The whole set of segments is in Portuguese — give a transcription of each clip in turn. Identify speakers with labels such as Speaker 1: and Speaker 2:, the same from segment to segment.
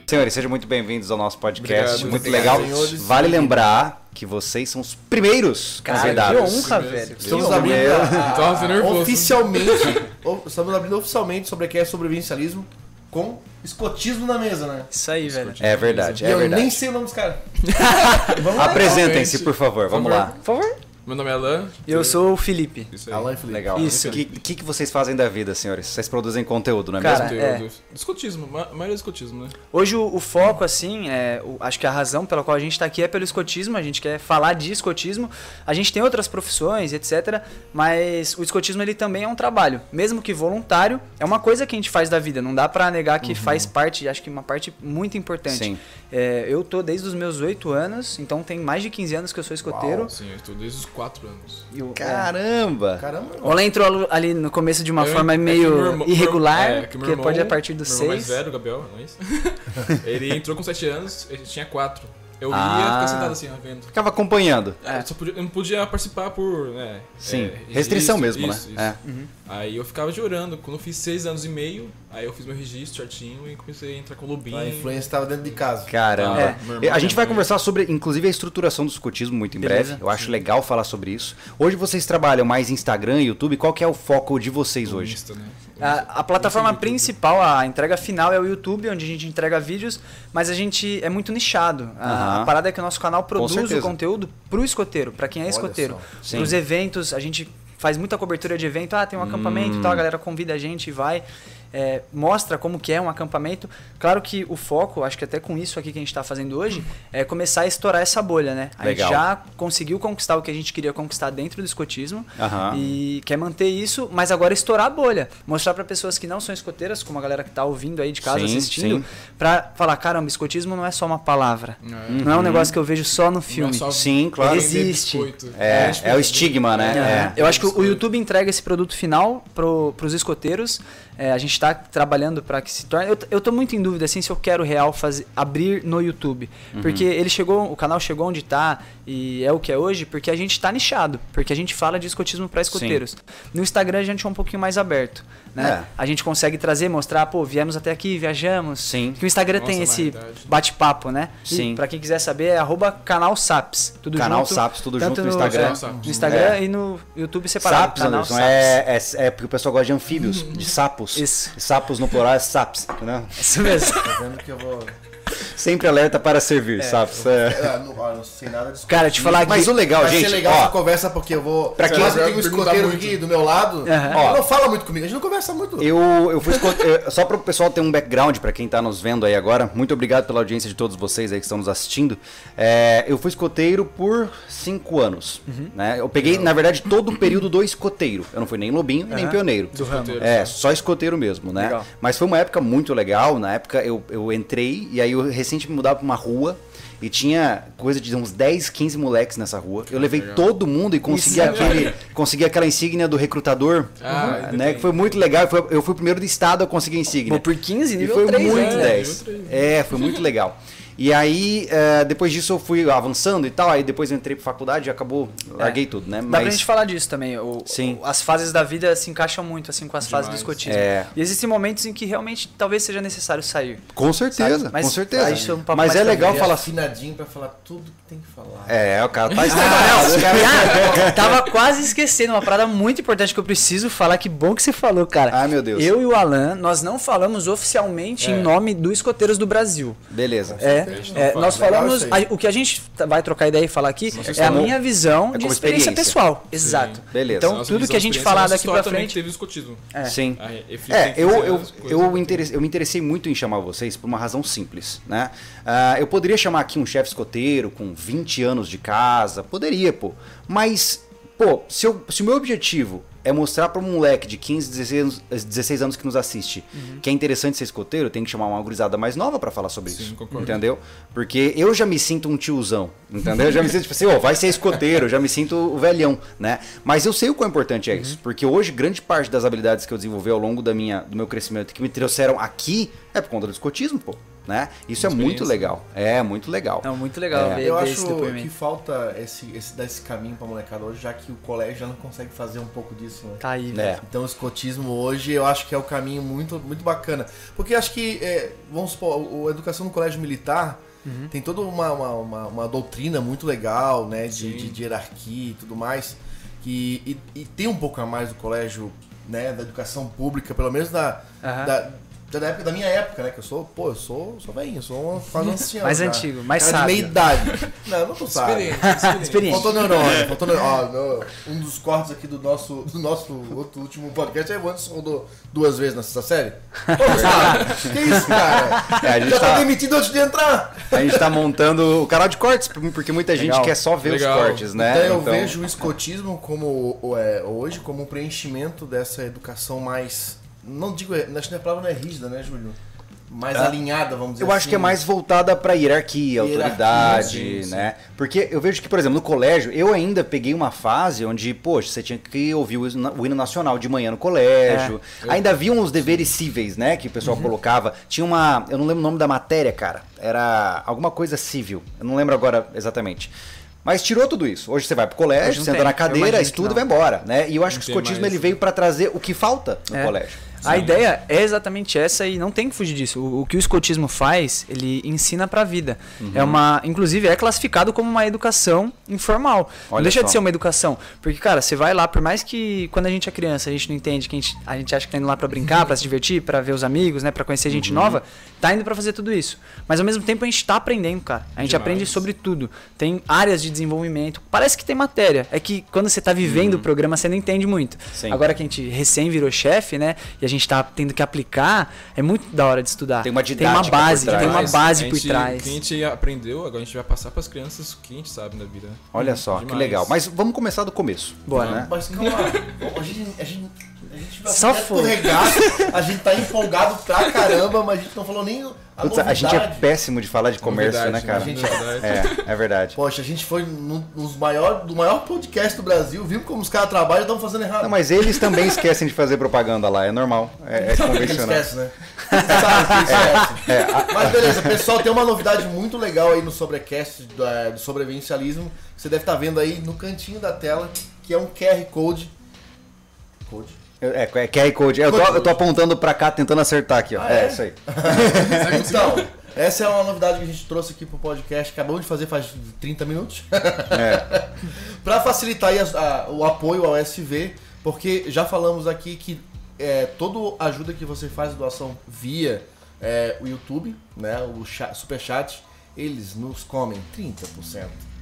Speaker 1: Senhores, sejam muito bem-vindos ao nosso podcast.
Speaker 2: Obrigado,
Speaker 1: muito legal.
Speaker 2: senhores.
Speaker 1: Vale lembrar que vocês são os primeiros convidados.
Speaker 3: Que honra, velho.
Speaker 2: Estamos abrindo estamos abrindo oficialmente sobre o que é sobrevivencialismo com escotismo na mesa, né?
Speaker 3: Isso aí, velho.
Speaker 1: É verdade,
Speaker 2: E
Speaker 1: é
Speaker 2: eu
Speaker 1: verdade.
Speaker 2: nem sei o nome dos caras. Vamos lá.
Speaker 1: Apresentem-se, por favor. Vamos lá.
Speaker 3: Por favor.
Speaker 4: Meu nome é Alan.
Speaker 3: Eu sou o Felipe.
Speaker 4: Isso aí.
Speaker 2: Alan e Felipe.
Speaker 1: Legal.
Speaker 3: Isso.
Speaker 1: O que vocês fazem da vida, senhores? Vocês produzem conteúdo, não é
Speaker 3: Cara,
Speaker 1: mesmo?
Speaker 4: Conteúdo. Escotismo, a maioria é escotismo, né?
Speaker 3: Hoje o foco, assim, acho que a razão pela qual a gente está aqui é pelo escotismo, a gente quer falar de escotismo. A gente tem outras profissões, etc. Mas o escotismo ele também é um trabalho, mesmo que voluntário, é uma coisa que a gente faz da vida. Não dá para negar que faz parte, acho que uma parte muito importante.
Speaker 1: Sim.
Speaker 3: Eu tô desde os meus 8 anos, então tem mais de 15 anos que eu sou escoteiro.
Speaker 4: Sim, eu estou desde os 4 anos.
Speaker 1: Caramba!
Speaker 2: Caramba.
Speaker 3: O Alan entrou ali no começo de uma forma
Speaker 4: que
Speaker 3: meio
Speaker 4: meu irmão-
Speaker 3: irregular,
Speaker 4: que meu
Speaker 3: que
Speaker 4: irmão-
Speaker 3: pode a partir dos
Speaker 4: meu irmão mais
Speaker 3: 6.
Speaker 4: velho, o Gabriel, não é isso? Ele entrou com 7 anos, ele tinha 4. Eu ia
Speaker 1: Ah.
Speaker 4: ficar sentado assim, ó, vendo.
Speaker 1: Ficava acompanhando.
Speaker 4: Eu não podia participar por, né?
Speaker 1: Sim, restrição mesmo,
Speaker 4: isso,
Speaker 1: né?
Speaker 4: Isso.
Speaker 1: É.
Speaker 4: Aí eu ficava jurando. Quando eu fiz 6 anos e meio, aí eu fiz meu registro certinho e comecei a entrar com o lubinho.
Speaker 2: A influência estava dentro de casa.
Speaker 1: Caramba.
Speaker 4: Meu irmão,
Speaker 1: A gente vai
Speaker 4: minha mãe.
Speaker 1: conversar sobre, inclusive, a estruturação do escotismo muito em
Speaker 3: Beleza.
Speaker 1: breve. Eu acho legal falar sobre isso. Hoje vocês trabalham mais Instagram, YouTube. Qual que é o foco de vocês hoje?
Speaker 4: Insta, né?
Speaker 3: A plataforma principal, a entrega final é o YouTube, onde a gente entrega vídeos, mas a gente é muito nichado. A parada é que o nosso canal produz
Speaker 1: certeza.
Speaker 3: o conteúdo pro escoteiro, para quem é escoteiro.
Speaker 1: Sim.
Speaker 3: Nos eventos, a gente faz muita cobertura de evento. Tem um acampamento e tal, a galera convida a gente e vai. Mostra como que é um acampamento. Claro que o foco, acho que até com isso aqui que a gente está fazendo hoje, é começar a estourar essa bolha, né? A
Speaker 1: Legal.
Speaker 3: gente já conseguiu conquistar o que a gente queria conquistar dentro do escotismo e quer manter isso, mas agora estourar a bolha. Mostrar para pessoas que não são escoteiras, como a galera que está ouvindo aí de casa,
Speaker 1: Sim,
Speaker 3: assistindo,
Speaker 1: sim.
Speaker 3: para falar, caramba, escotismo não é só uma palavra. Não é um negócio que eu vejo só no filme.
Speaker 4: Não é só
Speaker 1: Sim, claro.
Speaker 3: Ele
Speaker 4: vender
Speaker 3: existe.
Speaker 4: biscoito.
Speaker 1: É o estigma, né?
Speaker 3: Eu acho que o YouTube entrega esse produto final pros escoteiros. A gente está trabalhando para que se torne. Eu tô muito em dúvida assim se eu quero real abrir no YouTube, porque o canal chegou onde está e é o que é hoje, porque a gente está nichado, porque a gente fala de escotismo para escoteiros. No Instagram a gente é um pouquinho mais aberto, né? A gente consegue trazer, mostrar, viemos até aqui, viajamos.
Speaker 1: Sim.
Speaker 3: Que o Instagram
Speaker 4: Nossa,
Speaker 3: tem
Speaker 4: na
Speaker 3: esse
Speaker 4: verdade.
Speaker 3: bate-papo, né?
Speaker 1: Sim.
Speaker 3: Para quem quiser saber é @canalsaps, tudo
Speaker 1: Canal
Speaker 3: junto.
Speaker 1: Saps, tudo
Speaker 3: tanto
Speaker 1: junto no Instagram.
Speaker 3: No Instagram e no YouTube separado.
Speaker 1: Saps,
Speaker 3: canal
Speaker 1: Anderson,
Speaker 3: Saps.
Speaker 1: é porque o pessoal gosta de anfíbios, de sapos.
Speaker 3: Isso.
Speaker 1: Sapos no plural é saps, né?
Speaker 3: Isso mesmo.
Speaker 2: Tá vendo que eu vou.
Speaker 1: Sempre alerta para servir, saps.
Speaker 2: Não sei nada disso.
Speaker 3: Cara, te falar que...
Speaker 1: Mas o legal,
Speaker 2: Vai
Speaker 1: gente,
Speaker 2: ser legal
Speaker 1: ó,
Speaker 2: essa conversa porque eu vou.
Speaker 1: Pra quem-
Speaker 2: Mas eu tenho um
Speaker 4: perguntar
Speaker 2: escoteiro
Speaker 4: muito.
Speaker 2: aqui do meu lado.
Speaker 3: Aham.
Speaker 2: Ele não fala muito comigo, a gente não conversa muito.
Speaker 1: eu fui só para o pessoal ter um background, para quem está nos vendo aí agora, muito obrigado pela audiência de todos vocês aí que estão nos assistindo. Eu fui escoteiro por 5 anos. Né? Eu peguei, na verdade, todo o período do escoteiro. Eu não fui nem lobinho e nem pioneiro.
Speaker 3: Do ramo.
Speaker 1: Só escoteiro mesmo, né?
Speaker 3: Legal.
Speaker 1: Mas foi uma época muito legal. Na época eu entrei e aí eu recente me mudava para uma rua. E tinha coisa de uns 10, 15 moleques nessa rua. Eu levei todo mundo e consegui aquela insígnia do recrutador. Né? Que foi muito legal. Eu fui o primeiro do estado a conseguir a insígnia.
Speaker 3: Por 15,
Speaker 1: E
Speaker 3: nível
Speaker 1: foi
Speaker 3: 3,
Speaker 1: muito
Speaker 3: né?
Speaker 1: 10. Foi muito legal. E aí, depois disso eu fui avançando e tal, aí depois eu entrei pra faculdade e acabou, larguei tudo, né?
Speaker 3: Dá pra gente falar disso também.
Speaker 1: Sim.
Speaker 3: As fases da vida se encaixam muito assim com as fases do escotismo. E existem momentos em que realmente talvez seja necessário sair.
Speaker 1: Com certeza,
Speaker 3: Sabe? Mas
Speaker 1: com certeza.
Speaker 3: aí isso é um papo
Speaker 1: Mas
Speaker 3: mais
Speaker 1: é
Speaker 3: pra
Speaker 1: legal
Speaker 3: frente.
Speaker 1: falar
Speaker 2: afinadinho pra falar tudo que tem que falar.
Speaker 1: o cara tá estragado.
Speaker 3: Tava quase esquecendo uma parada muito importante que eu preciso falar. Que bom que você falou, cara.
Speaker 1: Ai, meu Deus.
Speaker 3: Eu e o Alan, nós não falamos oficialmente em nome do Escoteiros do Brasil.
Speaker 1: Beleza.
Speaker 3: Nós
Speaker 2: Legal
Speaker 3: falamos.
Speaker 2: isso aí.
Speaker 3: O que a gente vai trocar ideia e falar aqui é a
Speaker 1: como-
Speaker 3: minha visão
Speaker 1: é
Speaker 3: de
Speaker 1: como
Speaker 3: experiência
Speaker 1: experiência.
Speaker 3: pessoal. Exato.
Speaker 1: Beleza.
Speaker 3: Então,
Speaker 4: Nossa
Speaker 3: tudo
Speaker 4: visão,
Speaker 3: que a gente
Speaker 4: experiência,
Speaker 3: falar
Speaker 4: nossa
Speaker 3: daqui
Speaker 4: história
Speaker 3: pra
Speaker 4: também
Speaker 3: frente.
Speaker 4: teve o escotismo.
Speaker 1: Sim.
Speaker 4: Eu
Speaker 1: Eu me interessei muito em chamar vocês por uma razão simples, né? Eu poderia chamar aqui um chefe escoteiro com 20 anos de casa, poderia, pô. Mas, pô, se o meu objetivo é mostrar para um moleque de 15, 16 anos que nos assiste que é interessante ser escoteiro, tem que chamar uma gurizada mais nova para falar sobre isso.
Speaker 4: Concordo.
Speaker 1: Entendeu? Porque eu já me sinto um tiozão, entendeu? Eu já me sinto tipo assim, vai ser escoteiro, eu já me sinto o velhão, né? Mas eu sei o quão importante é isso, porque hoje grande parte das habilidades que eu desenvolvi ao longo do meu crescimento que me trouxeram aqui é por conta do escotismo, pô. né? Isso é muito legal. É muito legal.
Speaker 3: Não, muito legal ver,
Speaker 2: Eu
Speaker 3: ver
Speaker 2: acho
Speaker 3: esse depoimento.
Speaker 2: que falta dar esse caminho pra molecada hoje, já que o colégio já não consegue fazer um pouco disso, né?
Speaker 3: Tá aí,
Speaker 1: É.
Speaker 3: velho.
Speaker 2: Então o escotismo hoje eu acho que é o caminho muito, muito bacana. Porque acho que, vamos supor, a educação no colégio militar tem toda uma doutrina muito legal, né? De hierarquia e tudo mais. E tem um pouco a mais do colégio, né? Da educação pública, pelo menos da época da minha época, né? Que eu sou velhinho, eu sou quase ancião.
Speaker 3: Mais
Speaker 2: já.
Speaker 3: antigo, mais
Speaker 2: Cara de
Speaker 3: sábio.
Speaker 2: meia idade. Não, eu não tô sábio.
Speaker 3: Experiente.
Speaker 2: Faltou neurônio. Um dos cortes aqui do nosso outro último podcast é o Anderson rodou 2 vezes nessa série. Ô, Gustavo, que isso, cara?
Speaker 1: A gente
Speaker 2: Já tá demitido antes de entrar.
Speaker 1: A gente tá montando o canal de cortes, porque muita gente
Speaker 3: Legal.
Speaker 1: quer só ver
Speaker 4: Legal.
Speaker 1: os cortes, né?
Speaker 2: Então eu vejo o escotismo como hoje como um preenchimento dessa educação mais... Não digo... Acho que a palavra não é rígida, né, Júlio? Mais alinhada, vamos dizer
Speaker 1: Eu
Speaker 2: assim.
Speaker 1: acho que é mais voltada para hierarquia, autoridade,
Speaker 4: sim,
Speaker 1: né? Porque eu vejo que, por exemplo, no colégio, eu ainda peguei uma fase onde, poxa, você tinha que ouvir o hino nacional de manhã no colégio. Ainda havia uns deveres cíveis, né? Que o pessoal colocava. Tinha eu não lembro o nome da matéria, cara. Era alguma coisa civil. Eu não lembro agora exatamente. Mas tirou tudo isso. Hoje você vai pro colégio,
Speaker 3: Hoje não
Speaker 1: senta
Speaker 3: tem.
Speaker 1: na
Speaker 3: Eu
Speaker 1: cadeira,
Speaker 3: imagino
Speaker 1: estuda e
Speaker 3: que
Speaker 1: vai embora, né? E eu acho
Speaker 4: Não
Speaker 1: que o
Speaker 4: tem
Speaker 1: escotismo
Speaker 4: mais.
Speaker 1: ele veio para trazer o que falta no colégio.
Speaker 3: A ideia é exatamente essa e não tem que fugir disso. O que o escotismo faz, ele ensina pra vida. Inclusive é classificado como uma educação informal. Não
Speaker 1: Olha
Speaker 3: deixa
Speaker 1: só.
Speaker 3: de ser uma educação. Porque, cara, você vai lá, por mais que quando a gente é criança, a gente não entende, que a gente acha que tá indo lá pra brincar, pra se divertir, pra ver os amigos, né, pra conhecer gente nova, tá indo pra fazer tudo isso. Mas ao mesmo tempo a gente tá aprendendo, cara. A gente
Speaker 4: Demais.
Speaker 3: aprende sobre tudo. Tem áreas de desenvolvimento. Parece que tem matéria. É que quando você tá vivendo o programa, você não entende muito.
Speaker 1: Sim.
Speaker 3: Agora que a gente recém virou chefe, né, e a gente tá tendo que aplicar, é muito da hora de estudar.
Speaker 1: Tem uma didática
Speaker 3: Tem uma base,
Speaker 1: por trás.
Speaker 3: tem uma
Speaker 4: Mas
Speaker 3: base
Speaker 4: a
Speaker 3: por
Speaker 4: gente-
Speaker 3: trás.
Speaker 4: O que a gente aprendeu, agora a gente vai passar pras crianças o que a gente sabe na vida.
Speaker 1: Olha só, que
Speaker 4: Demais.
Speaker 1: legal. Mas vamos começar do começo.
Speaker 3: Bora.
Speaker 1: né?
Speaker 2: Mas calma lá. A gente vai
Speaker 3: Só
Speaker 2: direto
Speaker 3: foi.
Speaker 2: pro regaço, a gente tá empolgado pra caramba, mas a gente não falou nem a
Speaker 1: Putz,
Speaker 2: novidade.
Speaker 1: a gente é péssimo de falar de comércio,
Speaker 4: Novidade,
Speaker 1: né, cara?
Speaker 2: a gente
Speaker 1: É verdade.
Speaker 2: Poxa, a gente foi do maior podcast do Brasil, viu como os caras trabalham e estão fazendo errado.
Speaker 1: Não, mas eles também esquecem de fazer propaganda lá, é normal. É
Speaker 2: Sabe que
Speaker 1: convencional.
Speaker 2: esquece, né? Sabe que esquece. Mas beleza, pessoal, tem uma novidade muito legal aí no Sobrecast do sobrevivencialismo. Você deve estar vendo aí no cantinho da tela, que é um QR Code.
Speaker 1: É QR Code. Eu tô apontando pra cá, tentando acertar aqui, ó.
Speaker 2: Ah, é?
Speaker 1: Isso aí.
Speaker 2: Então, essa é uma novidade que a gente trouxe aqui pro podcast, acabamos de fazer faz 30 minutos. Para facilitar aí o apoio ao SV, porque já falamos aqui que toda ajuda que você faz, doação via o YouTube, né, o Superchat, eles nos comem 30%.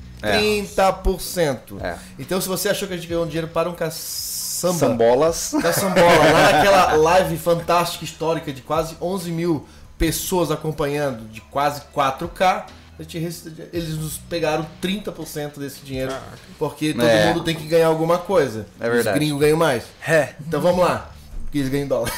Speaker 2: 30%.
Speaker 1: É.
Speaker 2: Então, se você achou que a gente ganhou dinheiro para um caçamba,
Speaker 1: Sambolas.
Speaker 2: Caçambola, lá naquela live fantástica, histórica, de quase 11 mil pessoas acompanhando, de quase 4K, eles nos pegaram 30% desse dinheiro, porque todo mundo tem que ganhar alguma coisa.
Speaker 1: É verdade.
Speaker 2: Os gringos ganham mais. Então vamos lá, porque eles ganham em dólar.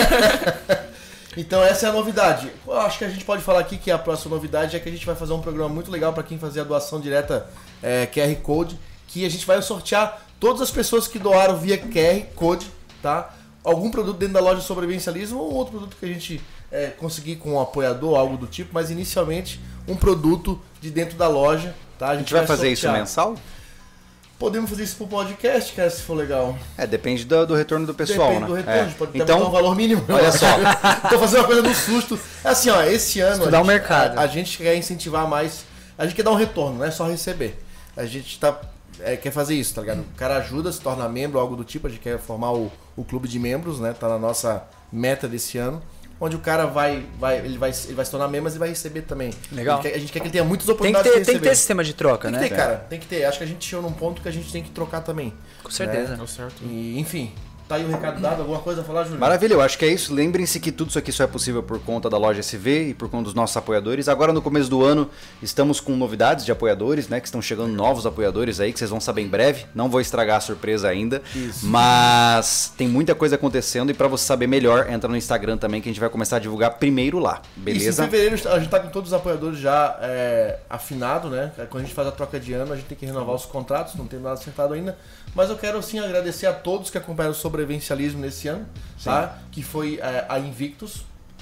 Speaker 2: Então essa é a novidade. Eu acho que a gente pode falar aqui que a próxima novidade é que a gente vai fazer um programa muito legal para quem fazer a doação direta QR Code, que a gente vai sortear todas as pessoas que doaram via QR Code, tá? Algum produto dentro da loja Sobrevivencialismo ou outro produto que a gente conseguir com um apoiador, algo do tipo, mas inicialmente um produto de dentro da loja, tá?
Speaker 1: A gente vai fazer isso
Speaker 2: sortear.
Speaker 1: mensal?
Speaker 2: Podemos fazer isso pro podcast, cara, se for legal.
Speaker 1: Depende do retorno do pessoal,
Speaker 2: Depende
Speaker 1: né?
Speaker 2: do retorno, a gente pode até
Speaker 1: Então,
Speaker 2: botar um valor mínimo.
Speaker 1: olha só.
Speaker 2: Tô fazendo uma coisa no susto. É assim, ó, esse ano
Speaker 3: Estudar o mercado.
Speaker 2: A gente quer incentivar mais, a gente quer dar um retorno, não é só receber. A gente quer fazer isso, tá ligado? O cara ajuda, se torna membro, algo do tipo, a gente quer formar o clube de membros, né? Tá na nossa meta desse ano. Onde o cara ele vai se tornar membro, mas ele vai receber também.
Speaker 3: Legal.
Speaker 2: A gente quer que ele tenha muitas
Speaker 3: Tem que
Speaker 2: oportunidades de
Speaker 3: ter
Speaker 2: receber.
Speaker 3: sistema de troca,
Speaker 2: Tem que
Speaker 3: né?
Speaker 2: ter, cara. Tem que ter. Acho que a gente chegou num ponto que a gente tem que trocar também.
Speaker 3: Com certeza.
Speaker 4: Tá certo.
Speaker 2: E, enfim, tá aí o recado dado. Alguma coisa a falar, Júlio?
Speaker 1: Maravilha, eu acho que é isso. Lembrem-se que tudo isso aqui só é possível por conta da loja SV e por conta dos nossos apoiadores. Agora, no começo do ano, estamos com novidades de apoiadores, né? Que estão chegando novos apoiadores aí, que vocês vão saber em breve. Não vou estragar a surpresa ainda.
Speaker 2: Isso.
Speaker 1: Mas tem muita coisa acontecendo e pra você saber melhor, entra no Instagram também, que a gente vai começar a divulgar primeiro lá.
Speaker 2: Isso, em
Speaker 1: Beleza?
Speaker 2: fevereiro a gente tá com todos os apoiadores já afinado, né? Quando a gente faz a troca de ano, a gente tem que renovar os contratos, não tem nada acertado ainda. Mas eu quero sim agradecer a todos que acompanharam o Sobrevivencialismo nesse ano, tá? Que foi a Invictus,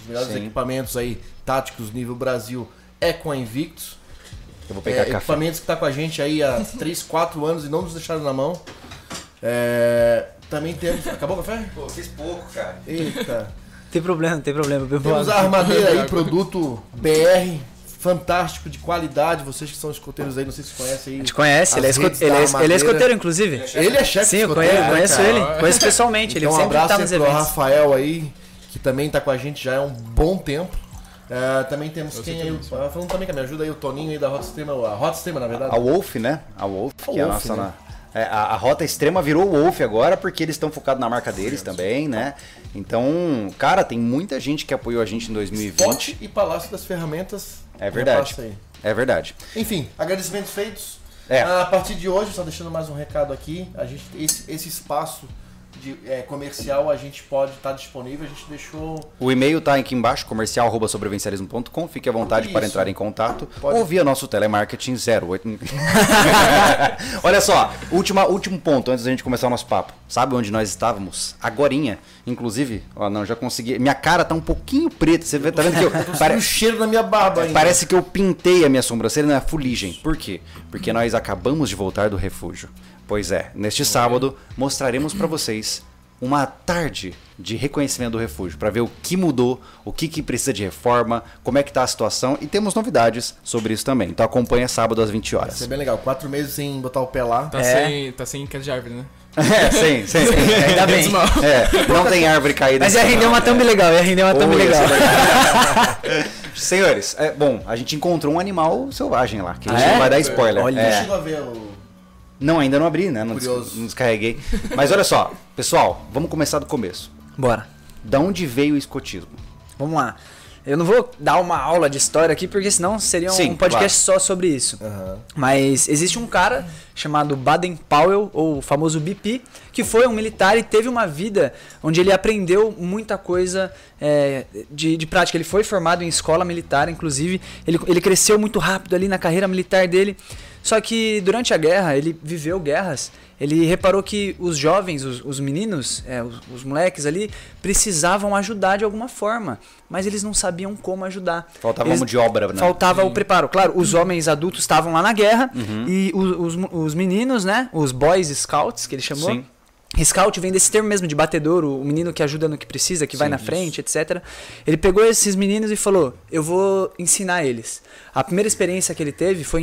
Speaker 2: melhores
Speaker 1: Sim.
Speaker 2: equipamentos aí, táticos nível Brasil, é com a Invictus.
Speaker 1: Eu vou pegar café.
Speaker 2: Equipamentos que tá com a gente aí há 3, 4 anos e não nos deixaram na mão. Também temos... Acabou o café?
Speaker 1: Pô, fiz pouco, cara.
Speaker 2: Eita.
Speaker 3: Tem problema.
Speaker 2: Temos a Armadeira aí, produto BR, fantástico, de qualidade. Vocês que são escoteiros aí, não sei se conhecem aí.
Speaker 3: A gente conhece, ele é,
Speaker 2: as redes da
Speaker 3: ele é
Speaker 2: Armadeira.
Speaker 3: escoteiro, inclusive.
Speaker 2: Ele é chefe
Speaker 3: Sim, eu
Speaker 2: escoteiro, né,
Speaker 3: conheço
Speaker 2: cara?
Speaker 3: ele. Conheço pessoalmente,
Speaker 2: Então,
Speaker 3: ele
Speaker 2: um
Speaker 3: sempre
Speaker 2: abraço
Speaker 3: tá
Speaker 2: aí
Speaker 3: nos
Speaker 2: pro
Speaker 3: eventos.
Speaker 2: Rafael aí, que também tá com a gente já há um bom tempo. Também temos quem aí, falando também que me ajuda aí, o Toninho aí da Rota Extrema, a Rota Extrema, na verdade.
Speaker 1: A Wolf, né? A Wolf, que é a
Speaker 2: Wolf,
Speaker 1: nossa...
Speaker 2: né?
Speaker 1: A Rota Extrema virou Wolf agora, porque eles estão focados na marca deles também, né? Então, cara, tem muita gente que apoiou a gente em 2020.
Speaker 2: Fonte e Palácio das Ferramentas.
Speaker 1: É verdade.
Speaker 2: Repassa aí.
Speaker 1: É verdade.
Speaker 2: Enfim, agradecimentos feitos.
Speaker 1: É.
Speaker 2: A partir de hoje, só deixando mais um recado aqui, a gente, esse espaço comercial a gente pode estar disponível, a gente deixou...
Speaker 1: O e-mail tá aqui embaixo, comercial@sobrevencialismo.com. Fique à vontade para
Speaker 2: Isso.
Speaker 1: entrar em contato.
Speaker 2: Pode.
Speaker 1: Ou via nosso telemarketing 08. Olha só, último ponto antes da gente começar o nosso papo. Sabe onde nós estávamos? Agorinha. Inclusive, ó, não, já consegui. Minha cara tá um pouquinho preta. Você tá vendo que eu...
Speaker 2: o cheiro na minha barba ainda.
Speaker 1: Parece que eu pintei a minha sobrancelha na fuligem. Por quê? Porque nós acabamos de voltar do refúgio. Pois é, neste sábado mostraremos para vocês uma tarde de reconhecimento do refúgio, para ver o que mudou, o que precisa de reforma, como é que tá a situação, e temos novidades sobre isso também. Então acompanha sábado às 20
Speaker 2: Vai
Speaker 1: horas.
Speaker 2: ser bem legal, 4 meses sem botar o pé lá.
Speaker 4: Tá sem queda de árvore, né?
Speaker 1: Sim.
Speaker 3: Ainda bem.
Speaker 1: Não tem árvore caída.
Speaker 3: Mas ia render uma thumb legal,
Speaker 1: Senhores, bom, a gente encontrou um animal selvagem lá, que a gente
Speaker 3: Ah, é?
Speaker 1: não vai dar spoiler.
Speaker 3: Olha.
Speaker 1: É.
Speaker 2: Chegou a ver o...
Speaker 1: Não, ainda não abri, né? Não
Speaker 2: Curioso.
Speaker 1: descarreguei. Mas olha só, pessoal, vamos começar do começo.
Speaker 3: Bora.
Speaker 1: Da onde veio o escotismo?
Speaker 3: Vamos lá. Eu não vou dar uma aula de história aqui, porque senão seria
Speaker 1: Sim,
Speaker 3: um podcast só sobre isso. Mas existe um cara chamado Baden-Powell, ou o famoso BP, que foi um militar e teve uma vida onde ele aprendeu muita coisa de prática. Ele foi formado em escola militar, inclusive. Ele cresceu muito rápido ali na carreira militar dele. Só que durante a guerra, ele viveu guerras, ele reparou que os jovens, os meninos, os moleques ali, precisavam ajudar de alguma forma, mas eles não sabiam como ajudar.
Speaker 1: Faltava mão de obra, né?
Speaker 3: Faltava o preparo. Claro, os homens adultos estavam lá na guerra e os meninos, né, os Boys Scouts, que ele chamou...
Speaker 1: Sim.
Speaker 3: Scout vem desse termo mesmo de batedor, o menino que ajuda no que precisa, que vai na frente, etc. Ele pegou esses meninos e falou, eu vou ensinar eles. A primeira experiência que ele teve foi em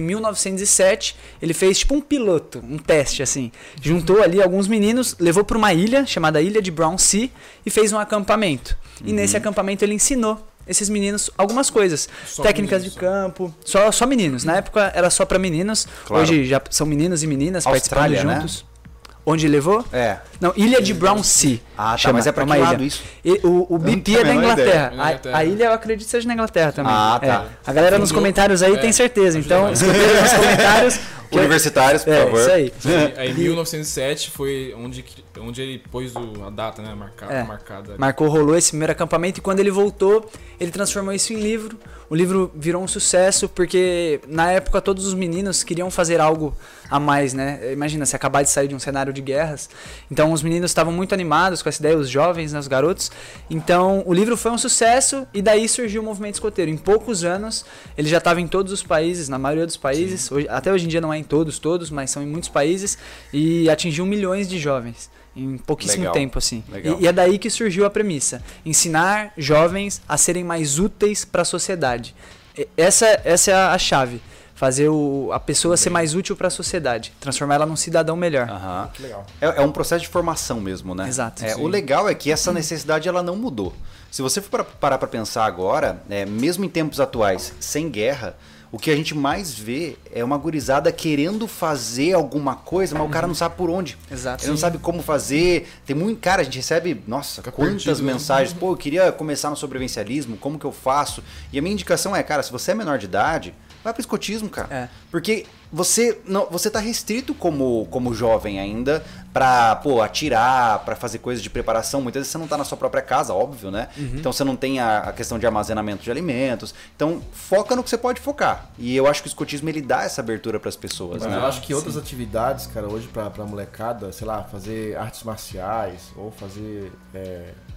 Speaker 3: 1907, ele fez tipo um piloto, um teste assim. Juntou ali alguns meninos, levou para uma ilha, chamada Ilha de Brown Sea, e fez um acampamento. E nesse acampamento ele ensinou esses meninos algumas coisas,
Speaker 4: Só
Speaker 3: técnicas
Speaker 4: meninos,
Speaker 3: de campo, só meninos. Na época era só para meninos,
Speaker 1: Claro.
Speaker 3: hoje já são meninos e meninas
Speaker 1: Austrália,
Speaker 3: participando
Speaker 1: né?
Speaker 3: juntos. Onde levou?
Speaker 1: É.
Speaker 3: Não, Ilha de Brown Sea.
Speaker 1: Ah, tá,
Speaker 3: chama,
Speaker 1: mas é pra
Speaker 3: uma
Speaker 1: que
Speaker 3: ilha.
Speaker 1: lado isso?
Speaker 3: O BP
Speaker 1: tenho
Speaker 3: é
Speaker 1: a
Speaker 3: da
Speaker 1: menor
Speaker 3: Inglaterra.
Speaker 4: ideia. Na Inglaterra.
Speaker 3: A ilha eu acredito que seja na Inglaterra também.
Speaker 1: Ah, tá.
Speaker 3: A galera nos comentários aí tem certeza. Então, escreve nos comentários.
Speaker 1: Universitários, por favor.
Speaker 3: Isso aí.
Speaker 4: Aí em 1907 foi onde ele pôs a data, né? Marcada.
Speaker 3: Marcou, rolou esse primeiro acampamento e quando ele voltou, ele transformou isso em livro. O livro virou um sucesso porque na época todos os meninos queriam fazer algo a mais, né? Imagina, se acabar de sair de um cenário de guerras. Então os meninos estavam muito animados com essa ideia, os jovens, né, os garotos. Então o livro foi um sucesso e daí surgiu o movimento escoteiro. Em poucos anos ele já estava em todos os países, na maioria dos países. Até hoje em dia não é em todos, mas são em muitos países e atingiu milhões de jovens. Em pouquíssimo
Speaker 1: Legal.
Speaker 3: tempo, assim.
Speaker 1: Legal.
Speaker 3: E é daí que surgiu a premissa. Ensinar jovens a serem mais úteis para a sociedade. Essa é a chave. Fazer a pessoa ser mais útil para a sociedade. Transformar ela num cidadão melhor.
Speaker 1: Aham.
Speaker 2: Que legal.
Speaker 1: É um processo de formação mesmo, né?
Speaker 3: Exato.
Speaker 1: O legal é que essa necessidade ela não mudou. Se você for parar para pensar agora, mesmo em tempos atuais, sem guerra, o que a gente mais vê é uma gurizada querendo fazer alguma coisa, mas o cara não sabe por onde.
Speaker 3: Exato.
Speaker 1: Ele não sabe como fazer. Tem muito cara, a gente recebe, nossa, quantas
Speaker 4: perdido, né?
Speaker 1: mensagens. Pô, eu queria começar no sobrevivencialismo, como que eu faço? E a minha indicação é, cara, se você é menor de idade, vai pro escotismo, cara.
Speaker 3: É.
Speaker 1: Porque você tá restrito como jovem ainda pra, atirar, pra fazer coisas de preparação. Muitas vezes você não tá na sua própria casa, óbvio, né? Então você não tem a questão de armazenamento de alimentos. Então foca no que você pode focar. E eu acho que o escotismo ele dá essa abertura pras pessoas,
Speaker 2: Mas
Speaker 1: né?
Speaker 2: eu acho que outras atividades, cara, hoje pra molecada, sei lá, fazer artes marciais ou fazer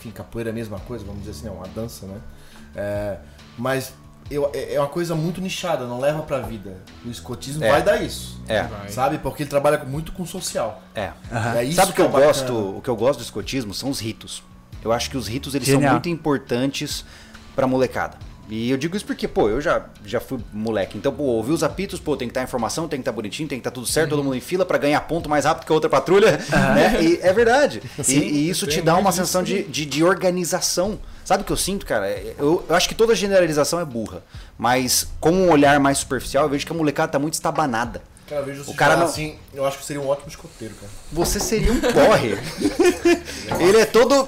Speaker 2: enfim, capoeira é a mesma coisa, vamos dizer assim, é uma dança, né? Mas é uma coisa muito nichada, não leva pra vida. O escotismo vai dar isso. Sabe? Porque ele trabalha muito com social. Isso.
Speaker 1: Sabe o que eu gosto? O que eu gosto do escotismo são os ritos. Eu acho que os ritos eles são muito importantes pra molecada. E eu digo isso porque, pô, eu já fui moleque. Então, pô, ouvir os apitos, pô, tem que estar informação, tem que estar bonitinho, tem que estar tudo certo, todo mundo em fila pra ganhar ponto mais rápido que a outra patrulha. Né? E é verdade. E isso te dá uma sensação de organização. Sabe o que eu sinto, cara? Eu acho que toda generalização é burra. Mas com um olhar mais superficial, eu vejo que a molecada tá muito estabanada.
Speaker 2: Cara, eu vejo
Speaker 1: o cara não...
Speaker 2: assim, eu acho que seria um ótimo escoteiro, cara.
Speaker 1: Você seria um porre. Ele é todo...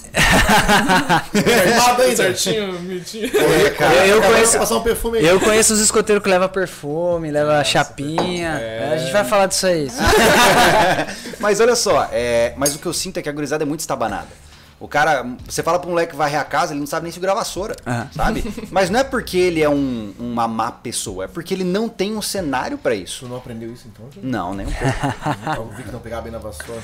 Speaker 4: certinho, bonitinho.
Speaker 3: Eu conheço os escoteiros que levam perfume, leva chapinha. A gente vai falar disso aí.
Speaker 1: Mas olha só, mas o que eu sinto é que a gurizada é muito estabanada. O cara, você fala pra um moleque que varrer a casa, ele não sabe nem segurar a vassoura, sabe? Mas não é porque ele é uma má pessoa, é porque ele não tem um cenário pra isso.
Speaker 2: Tu não aprendeu isso então? Já?
Speaker 1: Não, nem um pouco.
Speaker 2: Eu vi que não pegava bem na vassoura.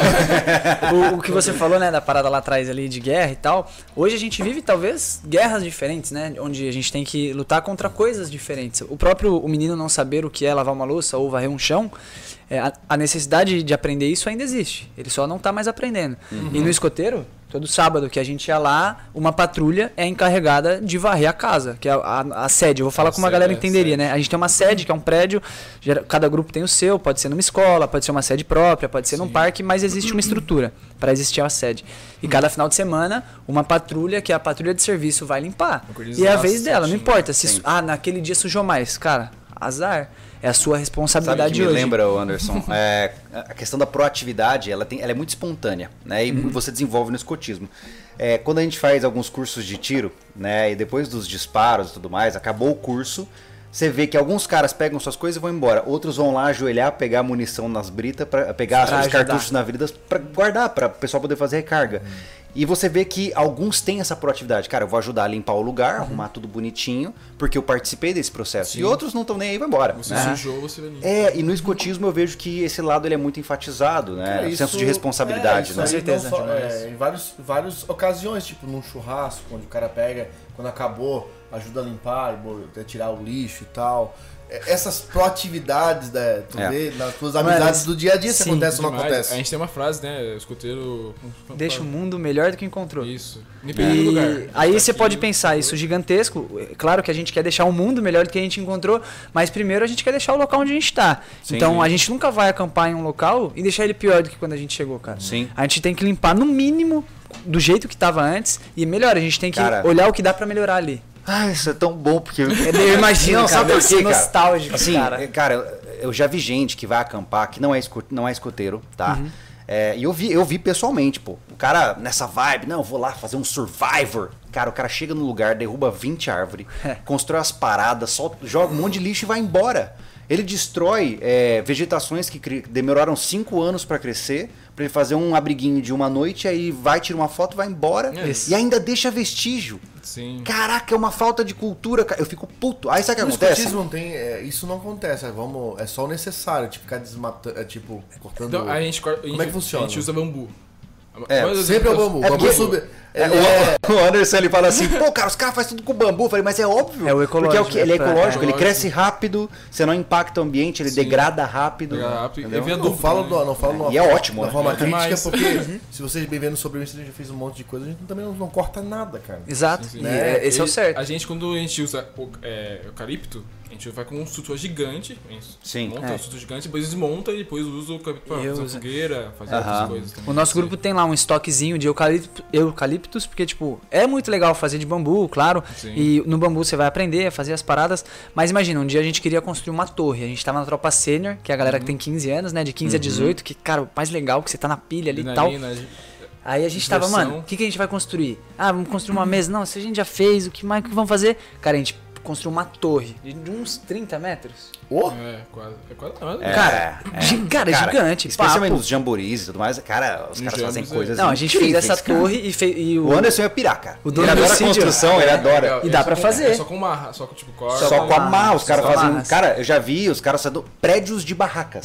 Speaker 3: O que você falou, né, da parada lá atrás ali de guerra e tal, hoje a gente vive talvez guerras diferentes, né? Onde a gente tem que lutar contra coisas diferentes. O menino não saber o que é lavar uma louça ou varrer um chão, a necessidade de aprender isso ainda existe. Ele só não tá mais aprendendo. E no escoteiro, todo sábado que a gente ia lá, uma patrulha é encarregada de varrer a casa, que é a sede. Eu vou falar com uma galera que entenderia, né? A gente tem uma sede, que é um prédio, cada grupo tem o seu, pode ser numa escola, pode ser uma sede própria, pode ser num parque, mas existe uma estrutura para existir a sede. E cada final de semana, uma patrulha, que é a patrulha de serviço, vai limpar. E é a vez dela, não importa se naquele dia sujou mais. Cara, azar. É a sua responsabilidade
Speaker 1: hoje.
Speaker 3: Sabe
Speaker 1: que me lembra, Anderson, a questão da proatividade, ela é muito espontânea, né? E você desenvolve no escotismo. Quando a gente faz alguns cursos de tiro, né? E depois dos disparos e tudo mais, acabou o curso, você vê que alguns caras pegam suas coisas e vão embora. Outros vão lá ajoelhar, pegar a munição nas britas, pegar os cartuchos nas britas para guardar, para o pessoal poder fazer recarga. E você vê que alguns têm essa proatividade. Cara, eu vou ajudar a limpar o lugar, arrumar tudo bonitinho, porque eu participei desse processo. Sim. E outros não estão nem aí, vai embora.
Speaker 4: Você sujou, você vai limpar.
Speaker 1: E no escotismo eu vejo que esse lado ele é muito enfatizado, né? O senso de responsabilidade, né?
Speaker 3: Com certeza.
Speaker 2: Em várias ocasiões, tipo num churrasco, onde o cara pega, quando acabou, ajuda a limpar, tirar o lixo e tal. Essas proatividades, né, tu vê nas tuas amizades do dia a dia, se acontece ou não acontece.
Speaker 4: A gente tem uma frase, né, o escoteiro...
Speaker 3: Deixa o mundo melhor do que encontrou.
Speaker 4: Isso, independente do lugar.
Speaker 3: Aí você pode pensar isso gigantesco, claro que a gente quer deixar o mundo melhor do que a gente encontrou, mas primeiro a gente quer deixar o local onde a gente está. Então a gente nunca vai acampar em um local e deixar ele pior do que quando a gente chegou, cara.
Speaker 1: Sim.
Speaker 3: A gente tem que limpar no mínimo do jeito que estava antes e melhor, a gente tem que olhar o que dá para melhorar ali.
Speaker 1: Isso é tão bom, porque...
Speaker 3: Eu imagino,
Speaker 1: não,
Speaker 3: cara,
Speaker 1: sabe por quê,
Speaker 3: nostálgico,
Speaker 1: assim, cara, eu já vi gente que vai acampar, que não é escoteiro, tá? E eu vi pessoalmente, pô. O cara, nessa vibe, não, eu vou lá fazer um Survivor. Cara, o cara chega no lugar, derruba 20 árvores, constrói as paradas, joga um monte de lixo e vai embora. Ele destrói vegetações que demoraram 5 anos para crescer, para ele fazer um abriguinho de uma noite, aí vai, tira uma foto, vai embora e ainda deixa vestígio.
Speaker 4: Sim.
Speaker 1: Caraca, é uma falta de cultura, cara. Eu fico puto. Aí sabe o que
Speaker 2: no
Speaker 1: acontece?
Speaker 2: Escotismo não tem, isso não acontece. É só o necessário, tipo, ficar desmatando, cortando.
Speaker 4: Então,
Speaker 2: como é que funciona?
Speaker 4: A gente usa bambu.
Speaker 2: Sempre é o bambu.
Speaker 1: O Anderson ele fala assim, pô, cara, os caras fazem tudo com bambu. Eu falei, mas é óbvio.
Speaker 3: É o ecológico.
Speaker 1: Porque ele é ecológico, ele cresce rápido, você não impacta o ambiente, ele degrada rápido.
Speaker 2: Não falo
Speaker 1: e é ótimo.
Speaker 2: Na forma crítica, porque se vocês bem vendo sobre isso, a gente já fez um monte de coisa, a gente também não corta nada, cara.
Speaker 3: Exato.
Speaker 4: Sim.
Speaker 3: Esse é o certo.
Speaker 4: A gente, quando a gente usa eucalipto, a gente vai com um estrutura gigante, monta um estrutura gigante, depois desmonta e depois usa o eucalipto pra fazer fogueira, fazer outras coisas também.
Speaker 3: O nosso grupo tem lá um estoquezinho de eucaliptos, porque, tipo, é muito legal fazer de bambu, claro, e no bambu você vai aprender a fazer as paradas, mas imagina, um dia a gente queria construir uma torre, a gente tava na tropa sênior, que é a galera que tem 15 anos, né, de 15 a 18, que, cara, o mais legal que você tá na pilha ali e tal. Aí a gente tava, mano, o que a gente vai construir? Vamos construir uma mesa? Não, se a gente já fez, o que mais que vamos fazer? Cara, a gente construiu uma torre de uns 30 metros.
Speaker 4: Quase.
Speaker 3: Cara, gigante.
Speaker 1: Especialmente nos jamboris e tudo mais. Cara, os caras fazem coisas
Speaker 3: Não, a gente fez essa torre e
Speaker 1: o Anderson ia pirar, cara.
Speaker 3: Ele adora a construção,
Speaker 1: ele adora.
Speaker 3: E dá pra fazer.
Speaker 4: Só com marra, só com tipo corda.
Speaker 1: Só com amarra, os caras fazem... Cara, eu já vi os caras fazendo prédios de barracas.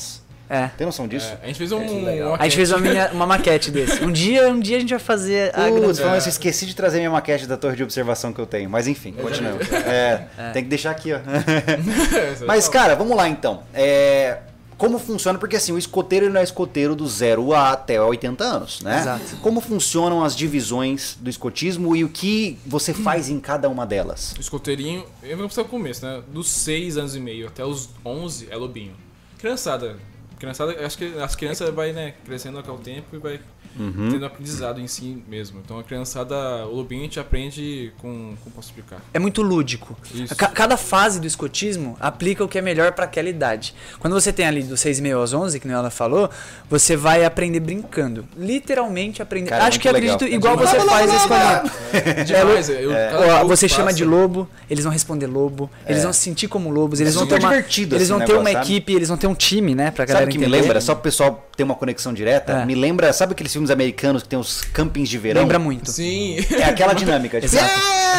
Speaker 1: Tem noção disso?
Speaker 4: A gente fez a
Speaker 3: gente fez uma maquete desse. Um dia a gente vai fazer a
Speaker 1: eu esqueci de trazer minha maquete da torre de observação que eu tenho. Mas enfim, continuamos. Tem que deixar aqui, ó. Mas, cara, vamos lá então. Como funciona? Porque assim, o escoteiro ele não é escoteiro do 0 até 80 anos, né?
Speaker 3: Exato.
Speaker 1: Como funcionam as divisões do escotismo e o que você faz em cada uma delas?
Speaker 4: O escoteirinho, eu vou começar do começo, né? Dos 6 anos e meio até os 11 é lobinho. Criançada, acho que as crianças vai, né, crescendo com o tempo e vai tendo aprendizado em si mesmo. Então a criançada, o lobinho a gente aprende como posso explicar?
Speaker 3: É muito lúdico. Cada fase do escotismo aplica o que é melhor para aquela idade. Quando você tem ali dos 6,5 aos 11, que ela falou, você vai aprender brincando. Literalmente aprender.
Speaker 1: Cara,
Speaker 3: acho que acredito
Speaker 1: legal.
Speaker 3: igual você faz escolinha. Você chama de lobo, eles vão responder lobo, eles vão se sentir como lobos, eles vão ter eles vão ter uma equipe, eles vão ter um time, né, pra galera entender.
Speaker 1: Sabe o que me lembra? Só pro pessoal ter uma conexão direta, me lembra, sabe aqueles filmes americanos que tem os campings de verão?
Speaker 3: Lembra muito.
Speaker 4: Sim.
Speaker 1: É aquela dinâmica.
Speaker 3: Exato.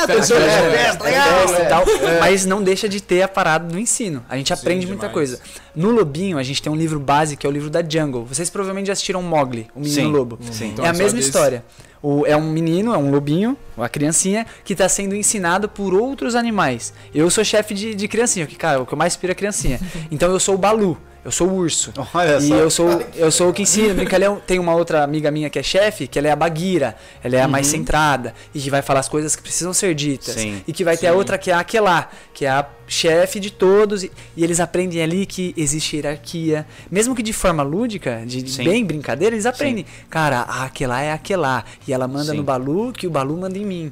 Speaker 3: Mas não deixa de ter a parada do ensino. A gente aprende muita coisa. No Lobinho, a gente tem um livro base, que é o livro da Jungle. Vocês provavelmente já assistiram Mowgli, o Menino Lobo.
Speaker 1: Sim.
Speaker 3: Então, é a mesma história. É um menino, é um lobinho, uma criancinha, que está sendo ensinado por outros animais. Eu sou chefe de criancinha, porque, cara, o que eu mais inspiro é criancinha. Então eu sou o Balu. Eu sou o urso.
Speaker 1: Olha
Speaker 3: e
Speaker 1: só.
Speaker 3: eu sou o que ensina. Tem uma outra amiga minha que é chefe, que ela é a Bagheera. Ela é a mais centrada. E que vai falar as coisas que precisam ser ditas.
Speaker 1: Sim.
Speaker 3: E que vai ter a outra que é a Aquelá, que é a chefe de todos. E eles aprendem ali que existe hierarquia. Mesmo que de forma lúdica, bem brincadeira, eles aprendem. Cara, a Aquelá é a Aquelá. E ela manda no Balu, que o Balu manda em mim.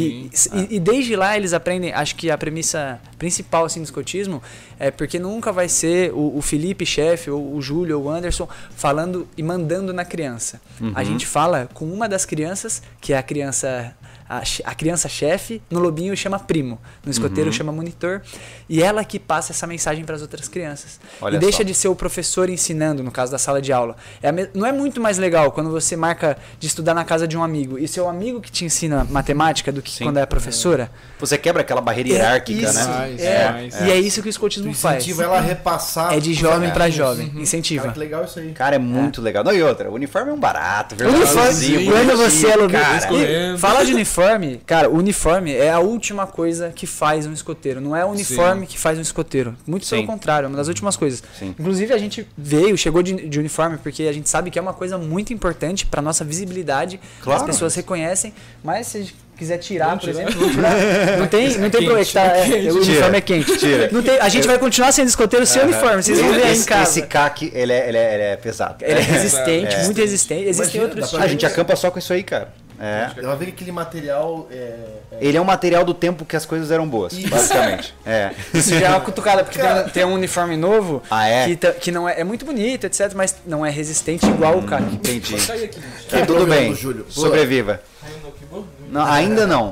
Speaker 3: E desde lá eles aprendem, acho que a premissa principal assim, do escotismo é porque nunca vai ser o Felipe, chefe, ou o Júlio, ou o Anderson falando e mandando na criança. A gente fala com uma das crianças, que é a criança chefe, no Lobinho chama primo, no escoteiro chama monitor, e ela que passa essa mensagem para as outras crianças.
Speaker 1: Olha
Speaker 3: e deixa
Speaker 1: só.
Speaker 3: de ser o professor ensinando, no caso da sala de aula. Não é muito mais legal quando você marca de estudar na casa de um amigo e seu amigo que te ensina matemática do que quando é a professora?
Speaker 1: Você quebra aquela barreira hierárquica, né?
Speaker 3: E é isso que o escotismo faz.
Speaker 2: Incentiva ela a repassar.
Speaker 3: É de jovem para jovem. Incentiva.
Speaker 2: Cara, que legal isso aí.
Speaker 1: Cara, é muito legal. Não, e outra, o uniforme é um barato.
Speaker 3: Uniforme, quando você é
Speaker 4: Escolhendo.
Speaker 3: fala de uniforme, cara, o uniforme é a última coisa que faz um escoteiro. Não é o uniforme que faz um escoteiro. Muito pelo contrário, é uma das últimas coisas.
Speaker 1: Sim.
Speaker 3: Inclusive, a gente chegou de uniforme, porque a gente sabe que é uma coisa muito importante para nossa visibilidade.
Speaker 1: Claro.
Speaker 3: As pessoas reconhecem, mas se a gente quiser tirar, por exemplo, vamos tirar. Não tem problema. O uniforme é quente.
Speaker 1: Tira.
Speaker 3: A gente vai continuar sendo escoteiro sem uniforme. Vocês vão ver aí em casa.
Speaker 1: Esse CAC, ele é pesado.
Speaker 3: Ele é resistente, muito resistente. Existem outros tipos.
Speaker 1: A gente acampa só com isso aí, cara.
Speaker 2: Ela vê que aquele material
Speaker 1: Ele é um material do tempo que as coisas eram boas, basicamente.
Speaker 3: Isso já é uma cutucada, porque tem um uniforme novo que não é muito bonito, etc, mas não é resistente igual o CAC.
Speaker 1: Entendi. Tudo bem, sobreviva. Não, ainda não.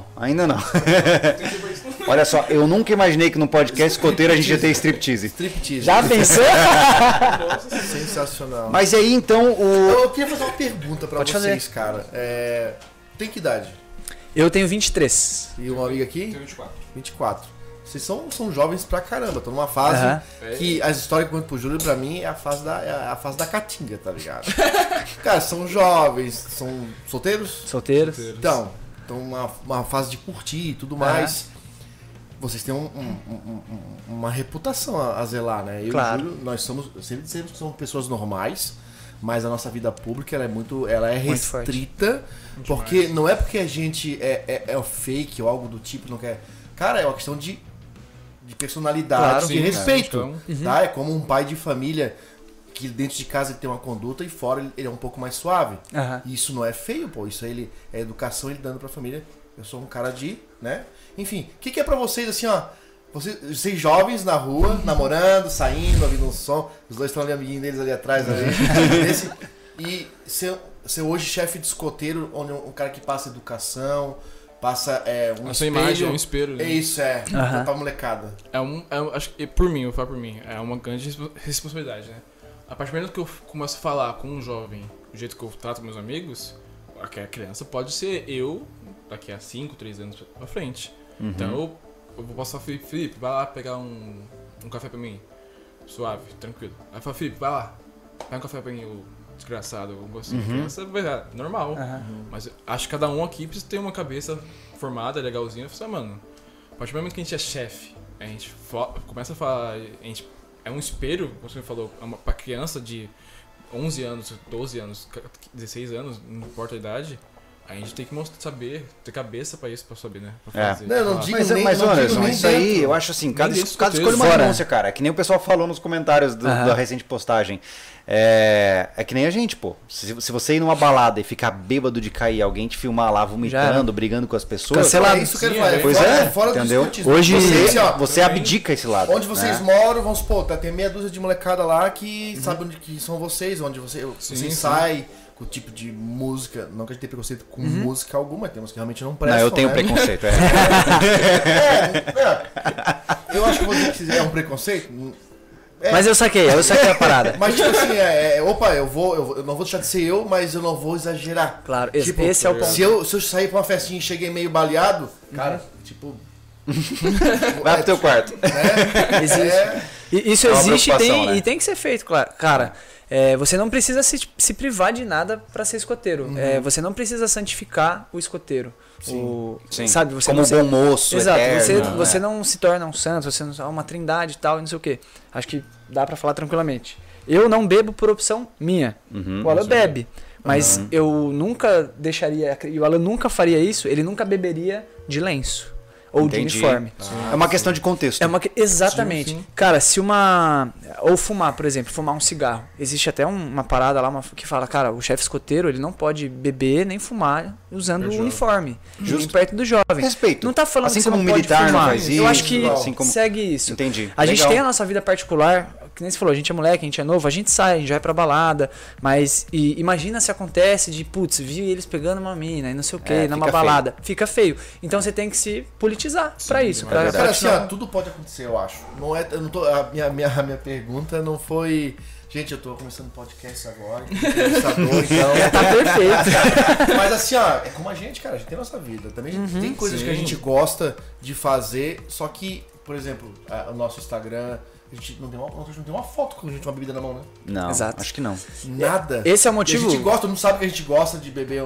Speaker 1: Olha só, eu nunca imaginei que no podcast escoteiro a gente ia ter striptease.
Speaker 3: Já pensou?
Speaker 2: Sensacional.
Speaker 1: Mas aí então
Speaker 2: Eu queria fazer uma pergunta pra
Speaker 3: Pode
Speaker 2: vocês, cara. Tem que idade?
Speaker 3: Eu tenho 23.
Speaker 2: E uma amiga aqui?
Speaker 4: Tenho 24.
Speaker 2: 24. Vocês são jovens pra caramba. Tô numa fase que as histórias que eu conto pro Júlio, pra mim, é a fase da caatinga, tá ligado? Cara, são jovens, são solteiros?
Speaker 3: Solteiros.
Speaker 2: Então uma fase de curtir e tudo mais. Vocês têm uma reputação a zelar, né? Eu e o Júlio, nós sempre dizemos que somos pessoas normais, mas a nossa vida pública ela é restrita, porque não é porque a gente é fake ou algo do tipo, não quer. Cara, é uma questão de personalidade, de respeito. Tá? É como um pai de família que dentro de casa ele tem uma conduta e fora ele é um pouco mais suave. E isso não é feio, pô. Isso aí é educação ele dando pra família. Eu sou um cara né? Enfim, o que é pra vocês, assim, ó? Vocês jovens na rua, namorando, saindo, ouvindo um som. Os dois estão ali, amiguinhos deles ali atrás. E ser hoje chefe de escoteiro, onde um cara que passa educação, passa um
Speaker 4: a
Speaker 2: espelho.
Speaker 4: sua imagem é um espelho.
Speaker 2: É isso, pra molecada.
Speaker 4: Acho que por mim, eu falo por mim, é uma grande responsabilidade, né? A partir do momento que eu começo a falar com um jovem, do jeito que eu trato meus amigos, a criança pode ser eu daqui a 5, 3 anos pra frente. Então eu vou passar, Felipe, vai lá pegar um café pra mim, suave, tranquilo. Aí eu falo, Felipe, vai lá. Pega um café pra mim, o desgraçado, algo assim. Criança, normal. Mas acho que cada um aqui precisa ter uma cabeça formada, legalzinha. Fala, mano, a partir do momento que a gente é chefe, a gente começa a falar, a gente é um espelho, como você falou, pra criança de 11 anos, 12 anos, 16 anos, não importa a idade. A gente tem que saber, ter cabeça pra isso, pra saber, né? Pra fazer,
Speaker 2: não digo
Speaker 1: mas,
Speaker 2: nem,
Speaker 1: mas
Speaker 2: não
Speaker 1: Anderson,
Speaker 2: digo nem
Speaker 1: isso aí,
Speaker 2: dentro.
Speaker 1: eu acho assim, cada
Speaker 4: dentro
Speaker 1: escolha
Speaker 4: do
Speaker 1: é uma
Speaker 3: fora.
Speaker 1: renúncia, cara. É que nem o pessoal falou nos comentários da recente postagem. É que nem a gente, pô. Se você ir numa balada e ficar bêbado de cair, alguém te filmar lá vomitando, brigando com as pessoas...
Speaker 3: Cancelado.
Speaker 2: É isso que eu quero falar.
Speaker 1: Pois
Speaker 2: Fora do
Speaker 1: entendeu?
Speaker 2: escotismo.
Speaker 3: Hoje-
Speaker 1: Você abdica esse lado.
Speaker 2: Onde vocês
Speaker 1: né?
Speaker 2: moram, vamos supor, tem meia dúzia de molecada lá que sabe onde que são vocês, onde você sai com o tipo de música. Não que a gente tenha preconceito com música alguma, temos que realmente não prestam.
Speaker 1: Não, eu tenho
Speaker 2: né?
Speaker 1: preconceito,
Speaker 2: Eu acho que eu vou dizer que é um preconceito.
Speaker 3: Mas eu saquei a parada.
Speaker 2: Mas tipo assim, opa, eu não vou deixar de ser eu, mas eu não vou exagerar.
Speaker 3: Claro,
Speaker 2: Tipo,
Speaker 3: esse é o ponto.
Speaker 2: Se eu sair pra uma festinha e cheguei meio baleado, cara, tipo.
Speaker 1: Vai pro teu quarto.
Speaker 3: Existe. Isso
Speaker 1: É uma
Speaker 3: existe
Speaker 1: preocupação, né?
Speaker 3: e tem que ser feito, claro. Cara, você não precisa se privar de nada pra ser escoteiro. Você não precisa santificar o escoteiro.
Speaker 1: Sim.
Speaker 3: Sabe, você
Speaker 1: Como
Speaker 3: não,
Speaker 1: bom moço,
Speaker 3: exato,
Speaker 1: eterno,
Speaker 3: você não se torna um santo, você não é uma trindade e tal, não sei o quê. Acho que dá pra falar tranquilamente. Eu não bebo por opção minha. O Alan bebe. Mas eu nunca deixaria, e o Alan nunca faria isso, ele nunca beberia de lenço. Ou de uniforme.
Speaker 1: É uma questão de contexto.
Speaker 3: Exatamente.
Speaker 4: Sim.
Speaker 3: Cara, se uma... Ou fumar, por exemplo, fumar um cigarro. Existe até uma parada lá que fala, cara, o chefe escoteiro, ele não pode beber nem fumar usando o uniforme. Nem perto do jovem.
Speaker 1: Respeito.
Speaker 3: Não tá falando
Speaker 1: Assim
Speaker 3: que você
Speaker 1: como
Speaker 3: não pode
Speaker 1: militar não
Speaker 3: fumar.
Speaker 1: faz
Speaker 3: Eu acho
Speaker 1: isso,
Speaker 3: que
Speaker 1: assim como-
Speaker 3: segue isso.
Speaker 1: Entendi.
Speaker 3: A gente
Speaker 1: Legal.
Speaker 3: tem a nossa vida particular, que nem você falou, a gente é moleque, a gente é novo, a gente sai, a gente vai pra balada, mas imagina se acontece de, putz, vi eles pegando uma mina e não sei o que, numa
Speaker 1: fica
Speaker 3: balada. Fica feio. Então você tem que se politizar pra isso. Pra
Speaker 2: Cara, assim,
Speaker 3: não-
Speaker 2: tudo pode acontecer, eu acho. Não é, eu não tô, a minha pergunta não foi. Gente, eu tô começando podcast agora, entrevistador, então.
Speaker 3: Tá perfeito.
Speaker 2: Mas assim, é como a gente, cara, a gente tem a nossa vida. Também tem coisas que a gente gosta de fazer, só que, por exemplo, o nosso Instagram, a gente não tem uma foto com a gente uma bebida na mão, né?
Speaker 1: Não,
Speaker 3: Exato.
Speaker 1: acho que não.
Speaker 2: Nada.
Speaker 3: Esse é o
Speaker 2: E
Speaker 3: motivo.
Speaker 2: a gente gosta, não sabe que a gente gosta de beber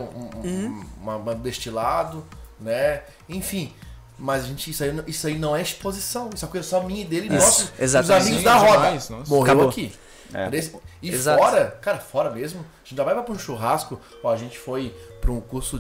Speaker 2: um destilado, né? Enfim. Mas isso aí não é exposição. Isso é coisa só minha e dele e nosso. Os
Speaker 3: exatamente.
Speaker 2: amigos
Speaker 4: Sim,
Speaker 2: da roda.
Speaker 4: demais, nossa.
Speaker 2: Morreu
Speaker 3: Acabou.
Speaker 2: aqui. E
Speaker 3: Exato.
Speaker 2: fora mesmo, a gente já vai pra um churrasco. Ó, a gente foi pra um curso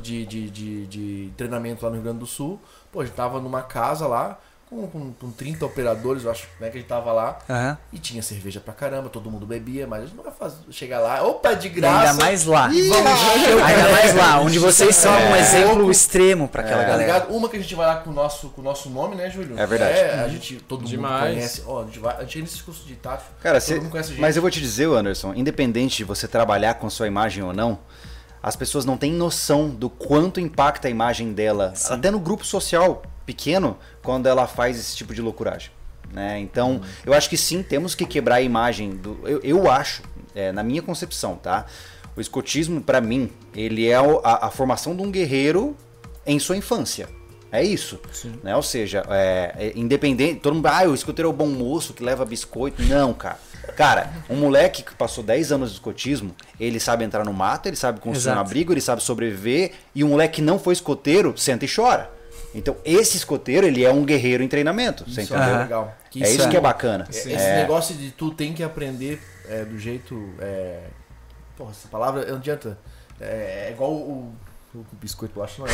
Speaker 2: de treinamento lá no Rio Grande do Sul. Pô, a gente tava numa casa lá, com 30 operadores, eu acho, né, que a gente tava lá.
Speaker 3: Aham.
Speaker 2: E tinha cerveja pra caramba, todo mundo bebia, mas a gente não vai chegar lá, opa, de
Speaker 3: E
Speaker 2: graça.
Speaker 3: ainda mais lá.
Speaker 2: Ih, vamos encher o
Speaker 3: Ainda
Speaker 2: caneco.
Speaker 3: mais lá, onde vocês são um exemplo extremo pra aquela
Speaker 2: Tá
Speaker 3: galera.
Speaker 2: ligado? Uma que a gente vai lá com o nosso nome, né, Júlio?
Speaker 1: É verdade.
Speaker 2: A gente, todo
Speaker 4: Demais.
Speaker 2: mundo conhece. Ó, a gente nesse curso de tato.
Speaker 1: Cara,
Speaker 2: todo mundo conhece a gente.
Speaker 1: mas eu vou te dizer, Anderson, independente de você trabalhar com sua imagem ou não, as pessoas não têm noção do quanto impacta a imagem dela, até no grupo social pequeno, quando ela faz esse tipo de loucuragem. Né? Então, eu acho que sim, temos que quebrar a imagem do... Eu acho, na minha concepção, tá? O escotismo, pra mim, ele é a formação de um guerreiro em sua infância. É isso. Né? Ou seja, independente... Todo mundo, o escoteiro é o bom moço que leva biscoito. Não, cara. Cara, um moleque que passou 10 anos de escotismo, ele sabe entrar no mato, ele sabe construir um
Speaker 3: Exato.
Speaker 1: abrigo, ele sabe sobreviver. E um moleque que não foi escoteiro, senta e chora. Então, esse escoteiro, ele é um guerreiro em treinamento. Você
Speaker 2: Isso
Speaker 1: entendeu?
Speaker 2: é legal.
Speaker 1: Isso que é bacana.
Speaker 2: Esse negócio de tu tem que aprender do jeito. Porra, essa palavra não adianta. É igual o biscoito, eu acho, não é?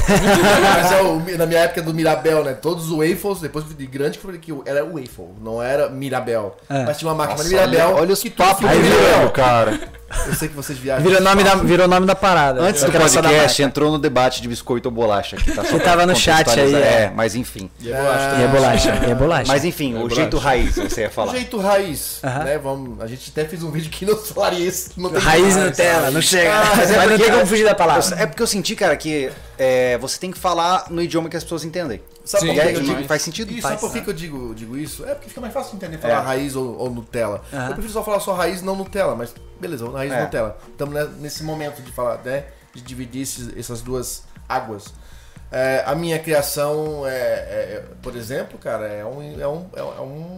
Speaker 2: Mas na minha época do Mirabel, né? Todos os waffles, depois de grande, que eu falei que era waffle, não era Mirabel. Mas tinha uma marca
Speaker 1: Nossa,
Speaker 2: chamada Mirabel.
Speaker 1: olha os
Speaker 2: que tu
Speaker 1: papos
Speaker 2: fica
Speaker 1: aí,
Speaker 2: Mirabel.
Speaker 1: cara.
Speaker 2: Eu sei que vocês viajam.
Speaker 3: Virou nome da parada.
Speaker 1: Antes do
Speaker 3: Aquela só da
Speaker 1: podcast,
Speaker 3: marca.
Speaker 1: entrou no debate de biscoito ou bolacha. Que
Speaker 3: Que tava no chat aí,
Speaker 1: mas enfim.
Speaker 3: E é bolacha, e é bolacha.
Speaker 1: Mas enfim, o jeito raiz, você ia
Speaker 2: O
Speaker 1: falar.
Speaker 2: jeito raiz,
Speaker 3: Aham.
Speaker 2: né? A gente até fez um vídeo que não falaria isso. Não tem
Speaker 3: Raiz
Speaker 2: mais.
Speaker 3: Nutella, não chega.
Speaker 1: Mas
Speaker 3: Mas não
Speaker 1: porque-
Speaker 3: tem como fugir da palavra.
Speaker 1: É porque eu senti, cara, que você tem que falar no idioma que as pessoas entendem.
Speaker 2: Sabe
Speaker 4: Sim,
Speaker 2: por
Speaker 1: E
Speaker 2: que
Speaker 1: aí,
Speaker 2: eu digo?
Speaker 4: demais.
Speaker 1: faz sentido?
Speaker 2: E
Speaker 3: Faz,
Speaker 2: sabe por que eu digo isso? É porque fica mais fácil de entender falar raiz ou Nutella.
Speaker 3: Aham.
Speaker 2: Eu prefiro só falar só raiz não Nutella, mas beleza, raiz e Nutella. Estamos nesse momento de falar, né? De dividir essas duas águas. A minha criação por exemplo, cara, é um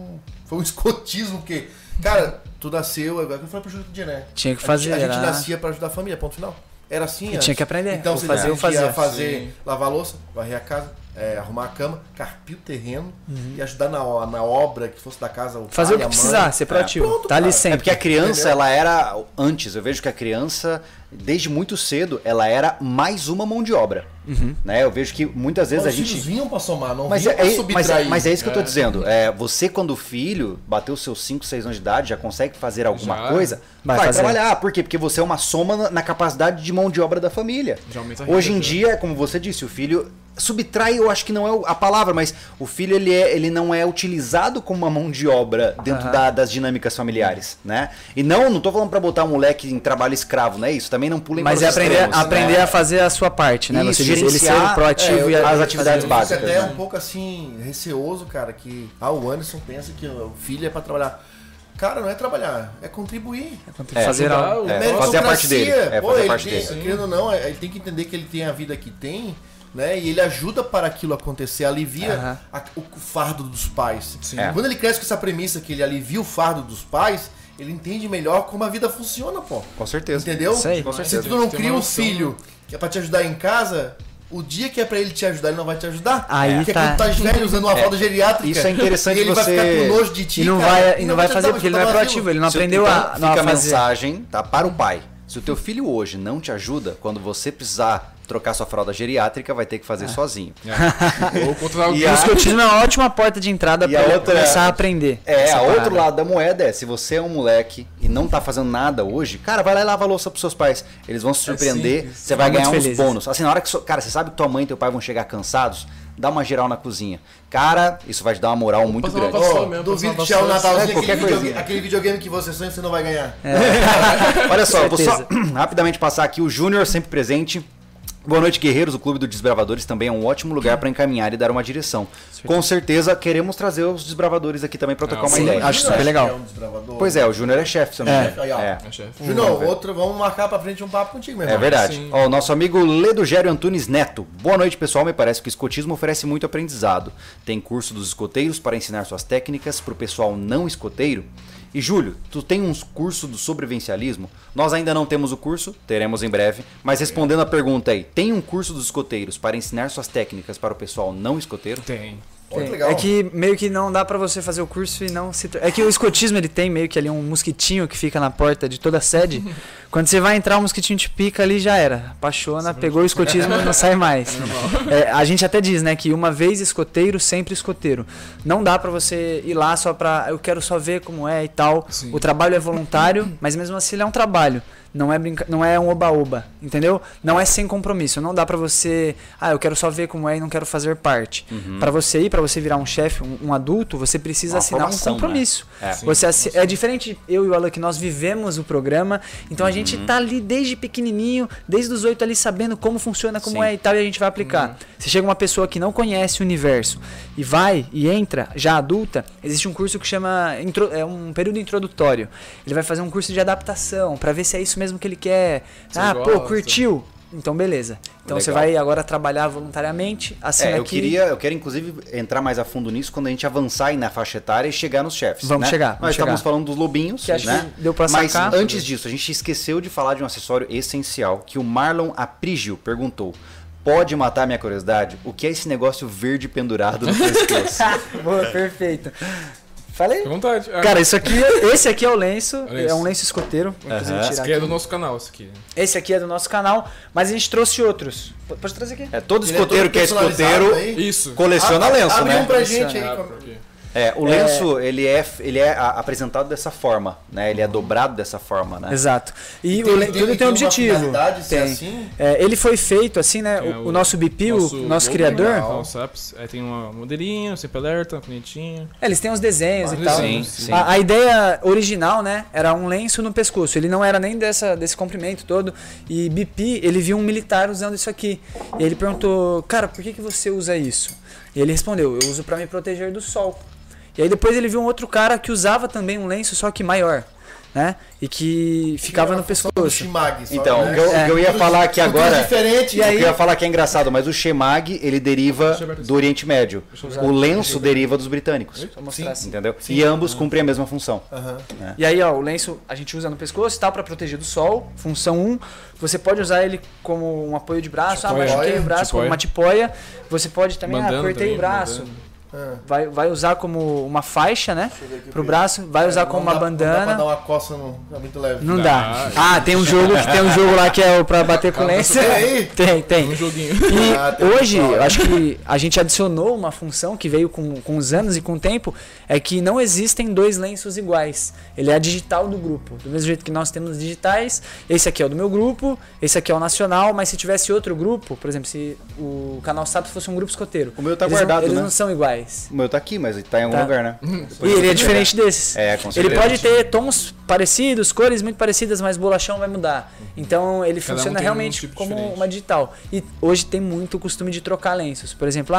Speaker 2: Foi um escotismo que... Cara, tu nasceu... Agora que eu falei pro Júlio outro dia, né?
Speaker 3: Tinha que fazer.
Speaker 2: A gente nascia pra ajudar a família, ponto final. Era assim
Speaker 3: E tinha que aprender.
Speaker 2: Então
Speaker 3: Ou
Speaker 2: você
Speaker 3: fazer, ou
Speaker 2: ia
Speaker 3: fazer.
Speaker 2: fazer, lavar a louça, varrer a casa, arrumar a cama, carpir o terreno e ajudar na obra que fosse da casa.
Speaker 3: Fazer o que precisar, ser proativo.
Speaker 2: Pronto,
Speaker 3: tá ali
Speaker 2: cara.
Speaker 3: sempre.
Speaker 1: É porque a criança,
Speaker 2: Entendeu?
Speaker 1: ela era... Antes, eu vejo que a criança, desde muito cedo, ela era mais uma mão de obra. Né? Eu vejo que muitas vezes
Speaker 2: Os
Speaker 1: a gente...
Speaker 2: filhos vinham pra somar, não
Speaker 1: Mas
Speaker 2: vinham pra
Speaker 1: é
Speaker 2: subtrair.
Speaker 1: mas é isso que eu tô dizendo. Você, quando filho, bateu seus 5, 6 anos de idade, já consegue fazer alguma
Speaker 4: Já.
Speaker 1: coisa,
Speaker 3: Vai
Speaker 1: vai
Speaker 3: fazer.
Speaker 1: trabalhar. Por quê? Porque você é uma soma na capacidade de mão de obra da família.
Speaker 4: Já aumenta a renda,
Speaker 1: Hoje em
Speaker 4: já.
Speaker 1: dia, como você disse, o filho subtrai, eu acho que não é a palavra, mas o filho ele não é utilizado como uma mão de obra dentro das dinâmicas familiares, né? E não tô falando pra botar um moleque em trabalho escravo, não é isso? Também não pulem
Speaker 3: Mas
Speaker 1: para
Speaker 3: é
Speaker 1: os
Speaker 3: aprender,
Speaker 1: extremos,
Speaker 3: aprender
Speaker 1: né?
Speaker 3: a fazer a sua parte, né?
Speaker 1: Isso,
Speaker 3: Você diz, ele ser
Speaker 1: gerenciar,
Speaker 3: proativo e
Speaker 1: as atividades
Speaker 2: Eu
Speaker 1: básicas.
Speaker 2: fico até
Speaker 1: né?
Speaker 2: um pouco assim, receoso, cara, que o Anderson pensa que o filho é pra trabalhar. Cara, não é trabalhar, é contribuir.
Speaker 3: fazer
Speaker 4: ajudar
Speaker 3: algo.
Speaker 4: o-
Speaker 1: Fazer a parte dele.
Speaker 2: Pô,
Speaker 1: Fazer a
Speaker 2: ele
Speaker 1: parte
Speaker 2: tem,
Speaker 1: dele.
Speaker 2: querendo ou não, ele tem que entender que ele tem a vida que tem, né? E ele ajuda para aquilo acontecer, alivia o fardo dos pais.
Speaker 4: Sim.
Speaker 1: É.
Speaker 2: Quando ele cresce com essa premissa que ele alivia o fardo dos pais, ele entende melhor como a vida funciona, pô.
Speaker 1: Com certeza.
Speaker 2: Entendeu?
Speaker 3: Isso aí.
Speaker 1: Com
Speaker 2: Se
Speaker 1: certeza.
Speaker 2: tu não
Speaker 4: Tem
Speaker 2: cria
Speaker 4: uma
Speaker 2: um
Speaker 4: noção,
Speaker 2: filho que é pra te ajudar em casa, o dia que é pra ele te ajudar, ele não vai te ajudar.
Speaker 3: Aí
Speaker 2: Porque
Speaker 3: tá.
Speaker 2: quando tu tá velho usando uma fralda geriátrica.
Speaker 1: Isso é interessante
Speaker 2: e ele vai
Speaker 1: você-
Speaker 2: ficar com nojo de ti,
Speaker 3: E não
Speaker 2: cara,
Speaker 3: vai, e não vai
Speaker 2: te
Speaker 3: fazer
Speaker 2: ajudar,
Speaker 3: porque ele não
Speaker 2: vai
Speaker 3: é
Speaker 2: te dar
Speaker 3: proativo, ele não
Speaker 1: Se-
Speaker 3: aprendeu
Speaker 1: então,
Speaker 3: a não
Speaker 1: fica
Speaker 3: a
Speaker 1: a
Speaker 3: fazer.
Speaker 1: mensagem, tá, para o pai. Se o teu filho hoje não te ajuda, quando você precisar trocar sua fralda geriátrica, vai ter que fazer sozinho.
Speaker 4: Ou contratar
Speaker 1: E
Speaker 3: O
Speaker 1: a-
Speaker 3: escotismo é uma ótima porta de entrada
Speaker 1: E
Speaker 3: para
Speaker 1: a
Speaker 3: ele
Speaker 1: outra-
Speaker 3: começar a aprender.
Speaker 1: É,
Speaker 3: essa
Speaker 1: a
Speaker 3: parada.
Speaker 1: outro lado da moeda é, se você é um moleque e não tá fazendo nada hoje, cara, vai lá e lava a louça pros seus pais. Eles vão se surpreender,
Speaker 4: simples.
Speaker 1: você vai
Speaker 3: Ficam
Speaker 1: ganhar
Speaker 3: muito
Speaker 1: uns
Speaker 3: felizes.
Speaker 1: bônus. Assim, na hora que, cara, você sabe que tua mãe e teu pai vão chegar cansados, dá uma geral na cozinha. Cara, isso vai te dar uma moral muito
Speaker 4: passar uma
Speaker 1: grande.
Speaker 4: vassoura
Speaker 2: Ó,
Speaker 4: mesmo,
Speaker 2: duvido
Speaker 4: passar
Speaker 2: que tiver o
Speaker 4: uma vassoura.
Speaker 2: Natalzinho,
Speaker 1: qualquer coisinha.
Speaker 2: aquele videogame que você sonha, você não vai ganhar.
Speaker 1: Olha só, eu vou só
Speaker 3: certeza.
Speaker 1: rapidamente passar aqui o Júnior, sempre presente. Boa noite, guerreiros. O Clube dos Desbravadores também é um ótimo lugar para encaminhar e dar uma direção. Com certeza queremos trazer os desbravadores aqui também para trocar uma
Speaker 4: sim.
Speaker 1: ideia.
Speaker 3: Acho super legal.
Speaker 2: É um desbravador.
Speaker 1: Pois é, o Júnior é chefe, se eu não me engano.
Speaker 2: Aí, ó.
Speaker 1: É.
Speaker 4: É, chefe.
Speaker 2: Junão,
Speaker 1: ver.
Speaker 2: outra, vamos marcar pra frente um papo contigo, meu
Speaker 1: É
Speaker 2: irmão.
Speaker 1: verdade.
Speaker 4: Sim.
Speaker 1: Ó, o nosso amigo Ledogério Antunes Neto. Boa noite, pessoal. Me parece que o escotismo oferece muito aprendizado. Tem curso dos escoteiros para ensinar suas técnicas para o pessoal não escoteiro. E Júlio, tu tem uns cursos do sobrevivencialismo? Nós ainda não temos o curso, teremos em breve. Mas respondendo a pergunta aí, tem um curso dos escoteiros para ensinar suas técnicas para o pessoal não escoteiro?
Speaker 4: Tem.
Speaker 2: Olha que
Speaker 3: Tem.
Speaker 2: legal.
Speaker 3: É que meio que não dá pra você fazer o curso e não se... É que o escotismo ele tem meio que ali um mosquitinho que fica na porta de toda a sede. Quando você vai entrar, o mosquitinho te pica ali já era. Apaixona, pegou o escotismo e não sai mais. A gente até diz, né, que uma vez escoteiro, sempre escoteiro. Não dá pra você ir lá só pra... Eu quero só ver como é e tal.
Speaker 4: Sim.
Speaker 3: O trabalho é voluntário, mas mesmo assim ele é um trabalho. Não é um oba-oba, entendeu? Não é sem compromisso. Não dá pra você... eu quero só ver como é e não quero fazer parte. Pra você ir, pra você virar um chefe, um adulto, você precisa
Speaker 1: Uma
Speaker 3: assinar um
Speaker 1: formação,
Speaker 3: compromisso.
Speaker 1: né? É.
Speaker 4: Sim.
Speaker 3: Você é diferente, eu e o Alan, que nós vivemos o programa, então a gente tá ali desde pequenininho, desde os 8 ali sabendo como funciona, como
Speaker 1: Sim.
Speaker 3: é e tal, e a gente vai aplicar. Se chega uma pessoa que não conhece o universo e vai e entra, já adulta, existe um curso que chama, é um período introdutório. Ele vai fazer um curso de adaptação, pra ver se é isso mesmo que ele quer.
Speaker 4: Você
Speaker 3: Pô,
Speaker 4: gosta.
Speaker 3: curtiu? Então beleza. Então você
Speaker 1: Legal.
Speaker 3: vai agora trabalhar voluntariamente, assina
Speaker 1: eu
Speaker 3: aqui.
Speaker 1: quero inclusive entrar mais a fundo nisso quando a gente avançar aí na faixa etária e chegar nos chefes.
Speaker 3: Vamos
Speaker 1: né?
Speaker 3: chegar,
Speaker 1: Nós
Speaker 3: vamos
Speaker 1: estávamos
Speaker 3: chegar.
Speaker 1: falando dos lobinhos,
Speaker 3: Que acho
Speaker 1: né?
Speaker 3: que deu pra
Speaker 1: Mas
Speaker 3: sacar.
Speaker 1: antes disso, a gente esqueceu de falar de um acessório essencial que o Marlon Aprígio perguntou. Pode matar minha curiosidade? O que é esse negócio verde pendurado no pescoço?
Speaker 3: Boa, perfeito. Falei?
Speaker 4: Fica à vontade.
Speaker 3: Cara, esse aqui é o lenço,
Speaker 4: Lenço.
Speaker 3: é um lenço escoteiro. Vou inclusive
Speaker 1: Aham.
Speaker 3: tirar
Speaker 4: Esse aqui é
Speaker 3: aqui.
Speaker 4: do nosso canal, esse aqui.
Speaker 3: Esse aqui é do nosso canal, mas a gente trouxe outros. Pode trazer aqui?
Speaker 1: Todo
Speaker 2: Ele
Speaker 1: escoteiro
Speaker 2: todo
Speaker 1: que é
Speaker 2: personalizado
Speaker 1: escoteiro
Speaker 2: aí.
Speaker 4: Isso.
Speaker 1: coleciona lenço,
Speaker 2: Abre
Speaker 1: né?
Speaker 2: um pra gente aí.
Speaker 4: Ah,
Speaker 2: como-
Speaker 4: porque-
Speaker 1: O lenço, ele é apresentado dessa forma, né? Ele é dobrado dessa forma, né?
Speaker 3: Exato. E
Speaker 2: Tem-
Speaker 3: tudo tem um
Speaker 2: uma
Speaker 3: objetivo.
Speaker 2: finalidade ser
Speaker 3: Tem.
Speaker 2: assim?
Speaker 3: Ele foi feito assim, né?
Speaker 4: Tem
Speaker 3: O nosso BP, o nosso
Speaker 4: logo,
Speaker 3: criador,
Speaker 4: legal, saps? Aí tem um modelinho, sempre alerta, bonitinho.
Speaker 3: eles têm os desenhos e tal.
Speaker 1: Sim, sim.
Speaker 3: A ideia original, né, era um lenço no pescoço. Ele não era nem desse comprimento todo. E BP, ele viu um militar usando isso aqui. E ele perguntou, cara, por que você usa isso? E ele respondeu, eu uso pra me proteger do sol. E aí depois ele viu um outro cara que usava também um lenço, só que maior. né? E que ficava no pescoço.
Speaker 2: Shemag, só,
Speaker 1: Então,
Speaker 2: né?
Speaker 1: o que eu ia falar aqui agora...
Speaker 2: diferente.
Speaker 1: O que eu ia falar que é engraçado, mas o Shemag, ele deriva do Oriente Médio. O lenço deriva dos britânicos.
Speaker 3: Vou mostrar assim.
Speaker 1: Entendeu? E ambos cumprem a mesma função.
Speaker 3: E aí, ó, o lenço a gente usa no pescoço e tal para proteger do sol. Função 1. Você pode usar ele como um apoio de braço. Machuquei o braço como uma tipóia. Você pode também, cortei o braço. Vai usar como uma faixa, né? Pro braço, vai usar como uma bandana.
Speaker 2: Não dá pra dar uma coça, não é muito leve.
Speaker 3: Não dá. Tem um jogo lá que é pra bater com lenço. Tem.
Speaker 4: Um joguinho.
Speaker 3: E hoje, eu acho que a gente adicionou uma função que veio com os anos e com o tempo, é que não existem dois lenços iguais. Ele é a digital do grupo. Do mesmo jeito que nós temos digitais, esse aqui é o do meu grupo, esse aqui é o nacional, mas se tivesse outro grupo, por exemplo, se o canal SAP fosse um grupo escoteiro,
Speaker 1: o meu tá guardado,
Speaker 3: eles
Speaker 1: né?
Speaker 3: não são iguais.
Speaker 1: O meu tá aqui, mas tá em algum lugar, né?
Speaker 3: E ele é diferente desses.
Speaker 1: Com
Speaker 3: ele
Speaker 1: certeza.
Speaker 3: pode ter tons parecidos, cores muito parecidas, mas o bolachão vai mudar. Então ele
Speaker 4: Cada um
Speaker 3: funciona
Speaker 4: tem
Speaker 3: realmente
Speaker 4: um tipo
Speaker 3: como
Speaker 4: diferente.
Speaker 3: uma digital. E hoje tem muito costume de trocar lenços. Por exemplo,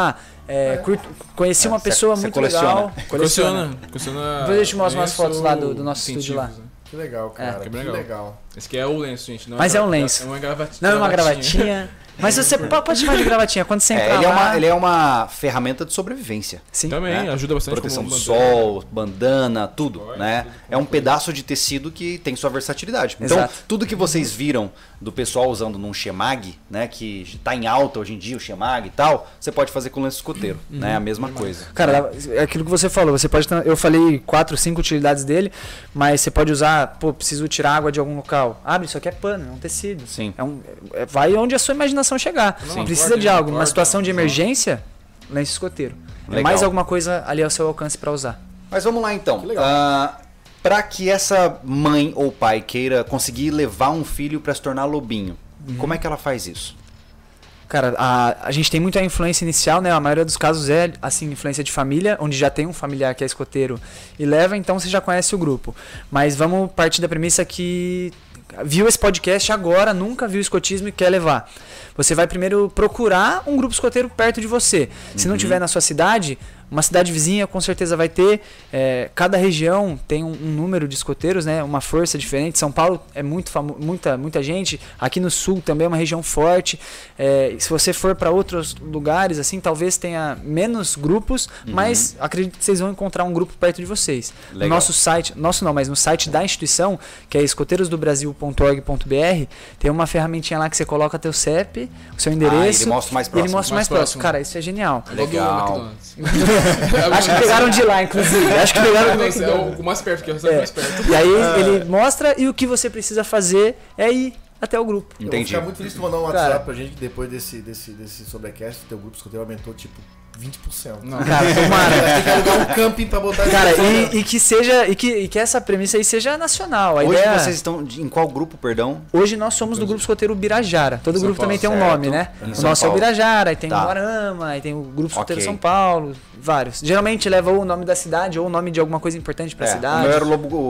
Speaker 3: conheci uma pessoa
Speaker 1: você
Speaker 3: muito
Speaker 1: coleciona.
Speaker 3: legal.
Speaker 4: Coleciona.
Speaker 3: Depois eu te mostro umas fotos lá do nosso estúdio lá.
Speaker 2: Que legal, cara.
Speaker 4: que
Speaker 2: Que
Speaker 4: bem legal.
Speaker 2: legal.
Speaker 4: Esse aqui é o lenço, gente. Não
Speaker 3: Mas é um lenço.
Speaker 4: É uma gravatinha.
Speaker 3: Não é uma gravatinha. Mas você pode chamar de gravatinha. Quando você entrar
Speaker 1: Ele é uma ferramenta de sobrevivência.
Speaker 3: Sim.
Speaker 4: Também,
Speaker 1: Né?
Speaker 4: ajuda bastante.
Speaker 1: Proteção do
Speaker 4: como
Speaker 1: sol, bandana, tudo,
Speaker 4: Olha,
Speaker 1: né?
Speaker 4: tudo
Speaker 1: É um pedaço de tecido que tem sua versatilidade. Então,
Speaker 3: Exato.
Speaker 1: tudo que vocês viram do pessoal usando num Shemag, né, que está em alta hoje em dia, o Shemag e tal, você pode fazer com lenço escoteiro, né? A mesma coisa.
Speaker 3: Cara, é aquilo que você falou. Você pode eu falei 4, 5 utilidades dele, mas você pode usar, preciso tirar água de algum local. Abre, isso aqui é pano, é um tecido.
Speaker 1: Sim.
Speaker 3: Vai onde a sua imaginação chegar.
Speaker 4: Sim.
Speaker 3: Precisa de algo, uma situação de emergência, lenço escoteiro.
Speaker 1: Legal.
Speaker 3: Mais alguma coisa ali ao seu alcance para usar.
Speaker 1: Mas vamos lá então.
Speaker 2: Que legal.
Speaker 1: Para que essa mãe ou pai queira conseguir levar um filho para se tornar lobinho, como é que ela faz isso?
Speaker 3: Cara, a gente tem muita influência inicial, né? A maioria dos casos é, assim, influência de família, onde já tem um familiar que é escoteiro e leva, então você já conhece o grupo. Mas vamos partir da premissa que viu esse podcast agora, nunca viu escotismo e quer levar. Você vai primeiro procurar um grupo escoteiro perto de você. Se não tiver na sua cidade, uma cidade vizinha com certeza vai ter. Cada região tem um número de escoteiros, né? Uma força diferente. São Paulo é muito muita gente. Aqui no sul também é uma região forte. Se você for para outros lugares, assim, talvez tenha menos grupos, mas acredito que vocês vão encontrar um grupo perto de vocês.
Speaker 1: Legal.
Speaker 3: No nosso site, mas no site da instituição, que é escoteirosdobrasil.org.br, tem uma ferramentinha lá que você coloca teu CEP, o seu endereço.
Speaker 1: Ele mostra mais
Speaker 3: e
Speaker 1: próximo.
Speaker 3: ele mostra mais próximo. Cara, isso é genial.
Speaker 1: Legal.
Speaker 3: Acho que pegaram de lá, inclusive. Acho que pegaram do
Speaker 4: É
Speaker 3: McDonald's.
Speaker 4: o mais perto, que é o mais perto.
Speaker 3: E aí ele mostra e o que você precisa fazer é ir até o grupo.
Speaker 2: Eu vou
Speaker 1: Entendi.
Speaker 2: ficar muito feliz de mandar um
Speaker 3: Cara.
Speaker 2: WhatsApp pra gente que depois desse sobrecast, teu grupo escoteiro aumentou tipo 20%.
Speaker 4: Não.
Speaker 3: Cara, tomara.
Speaker 2: Tem que alugar um camping pra botar
Speaker 3: Cara,
Speaker 2: isso.
Speaker 3: e que seja e que essa premissa aí seja nacional. A
Speaker 1: Hoje
Speaker 3: ideia,
Speaker 1: vocês estão em qual grupo, perdão?
Speaker 3: hoje nós somos do grupo escoteiro Birajara. Todo
Speaker 4: São
Speaker 3: grupo
Speaker 4: Paulo,
Speaker 3: também tem um
Speaker 1: certo.
Speaker 3: nome, né?
Speaker 1: Em
Speaker 3: O
Speaker 1: São
Speaker 3: nosso é o
Speaker 1: Paulo.
Speaker 3: Birajara, aí tem
Speaker 1: Tá.
Speaker 3: o Guarama, aí tem o grupo escoteiro
Speaker 1: Ok.
Speaker 3: São Paulo, vários. Geralmente leva ou o nome da cidade ou o nome de alguma coisa importante pra
Speaker 1: O
Speaker 3: cidade.
Speaker 1: meu era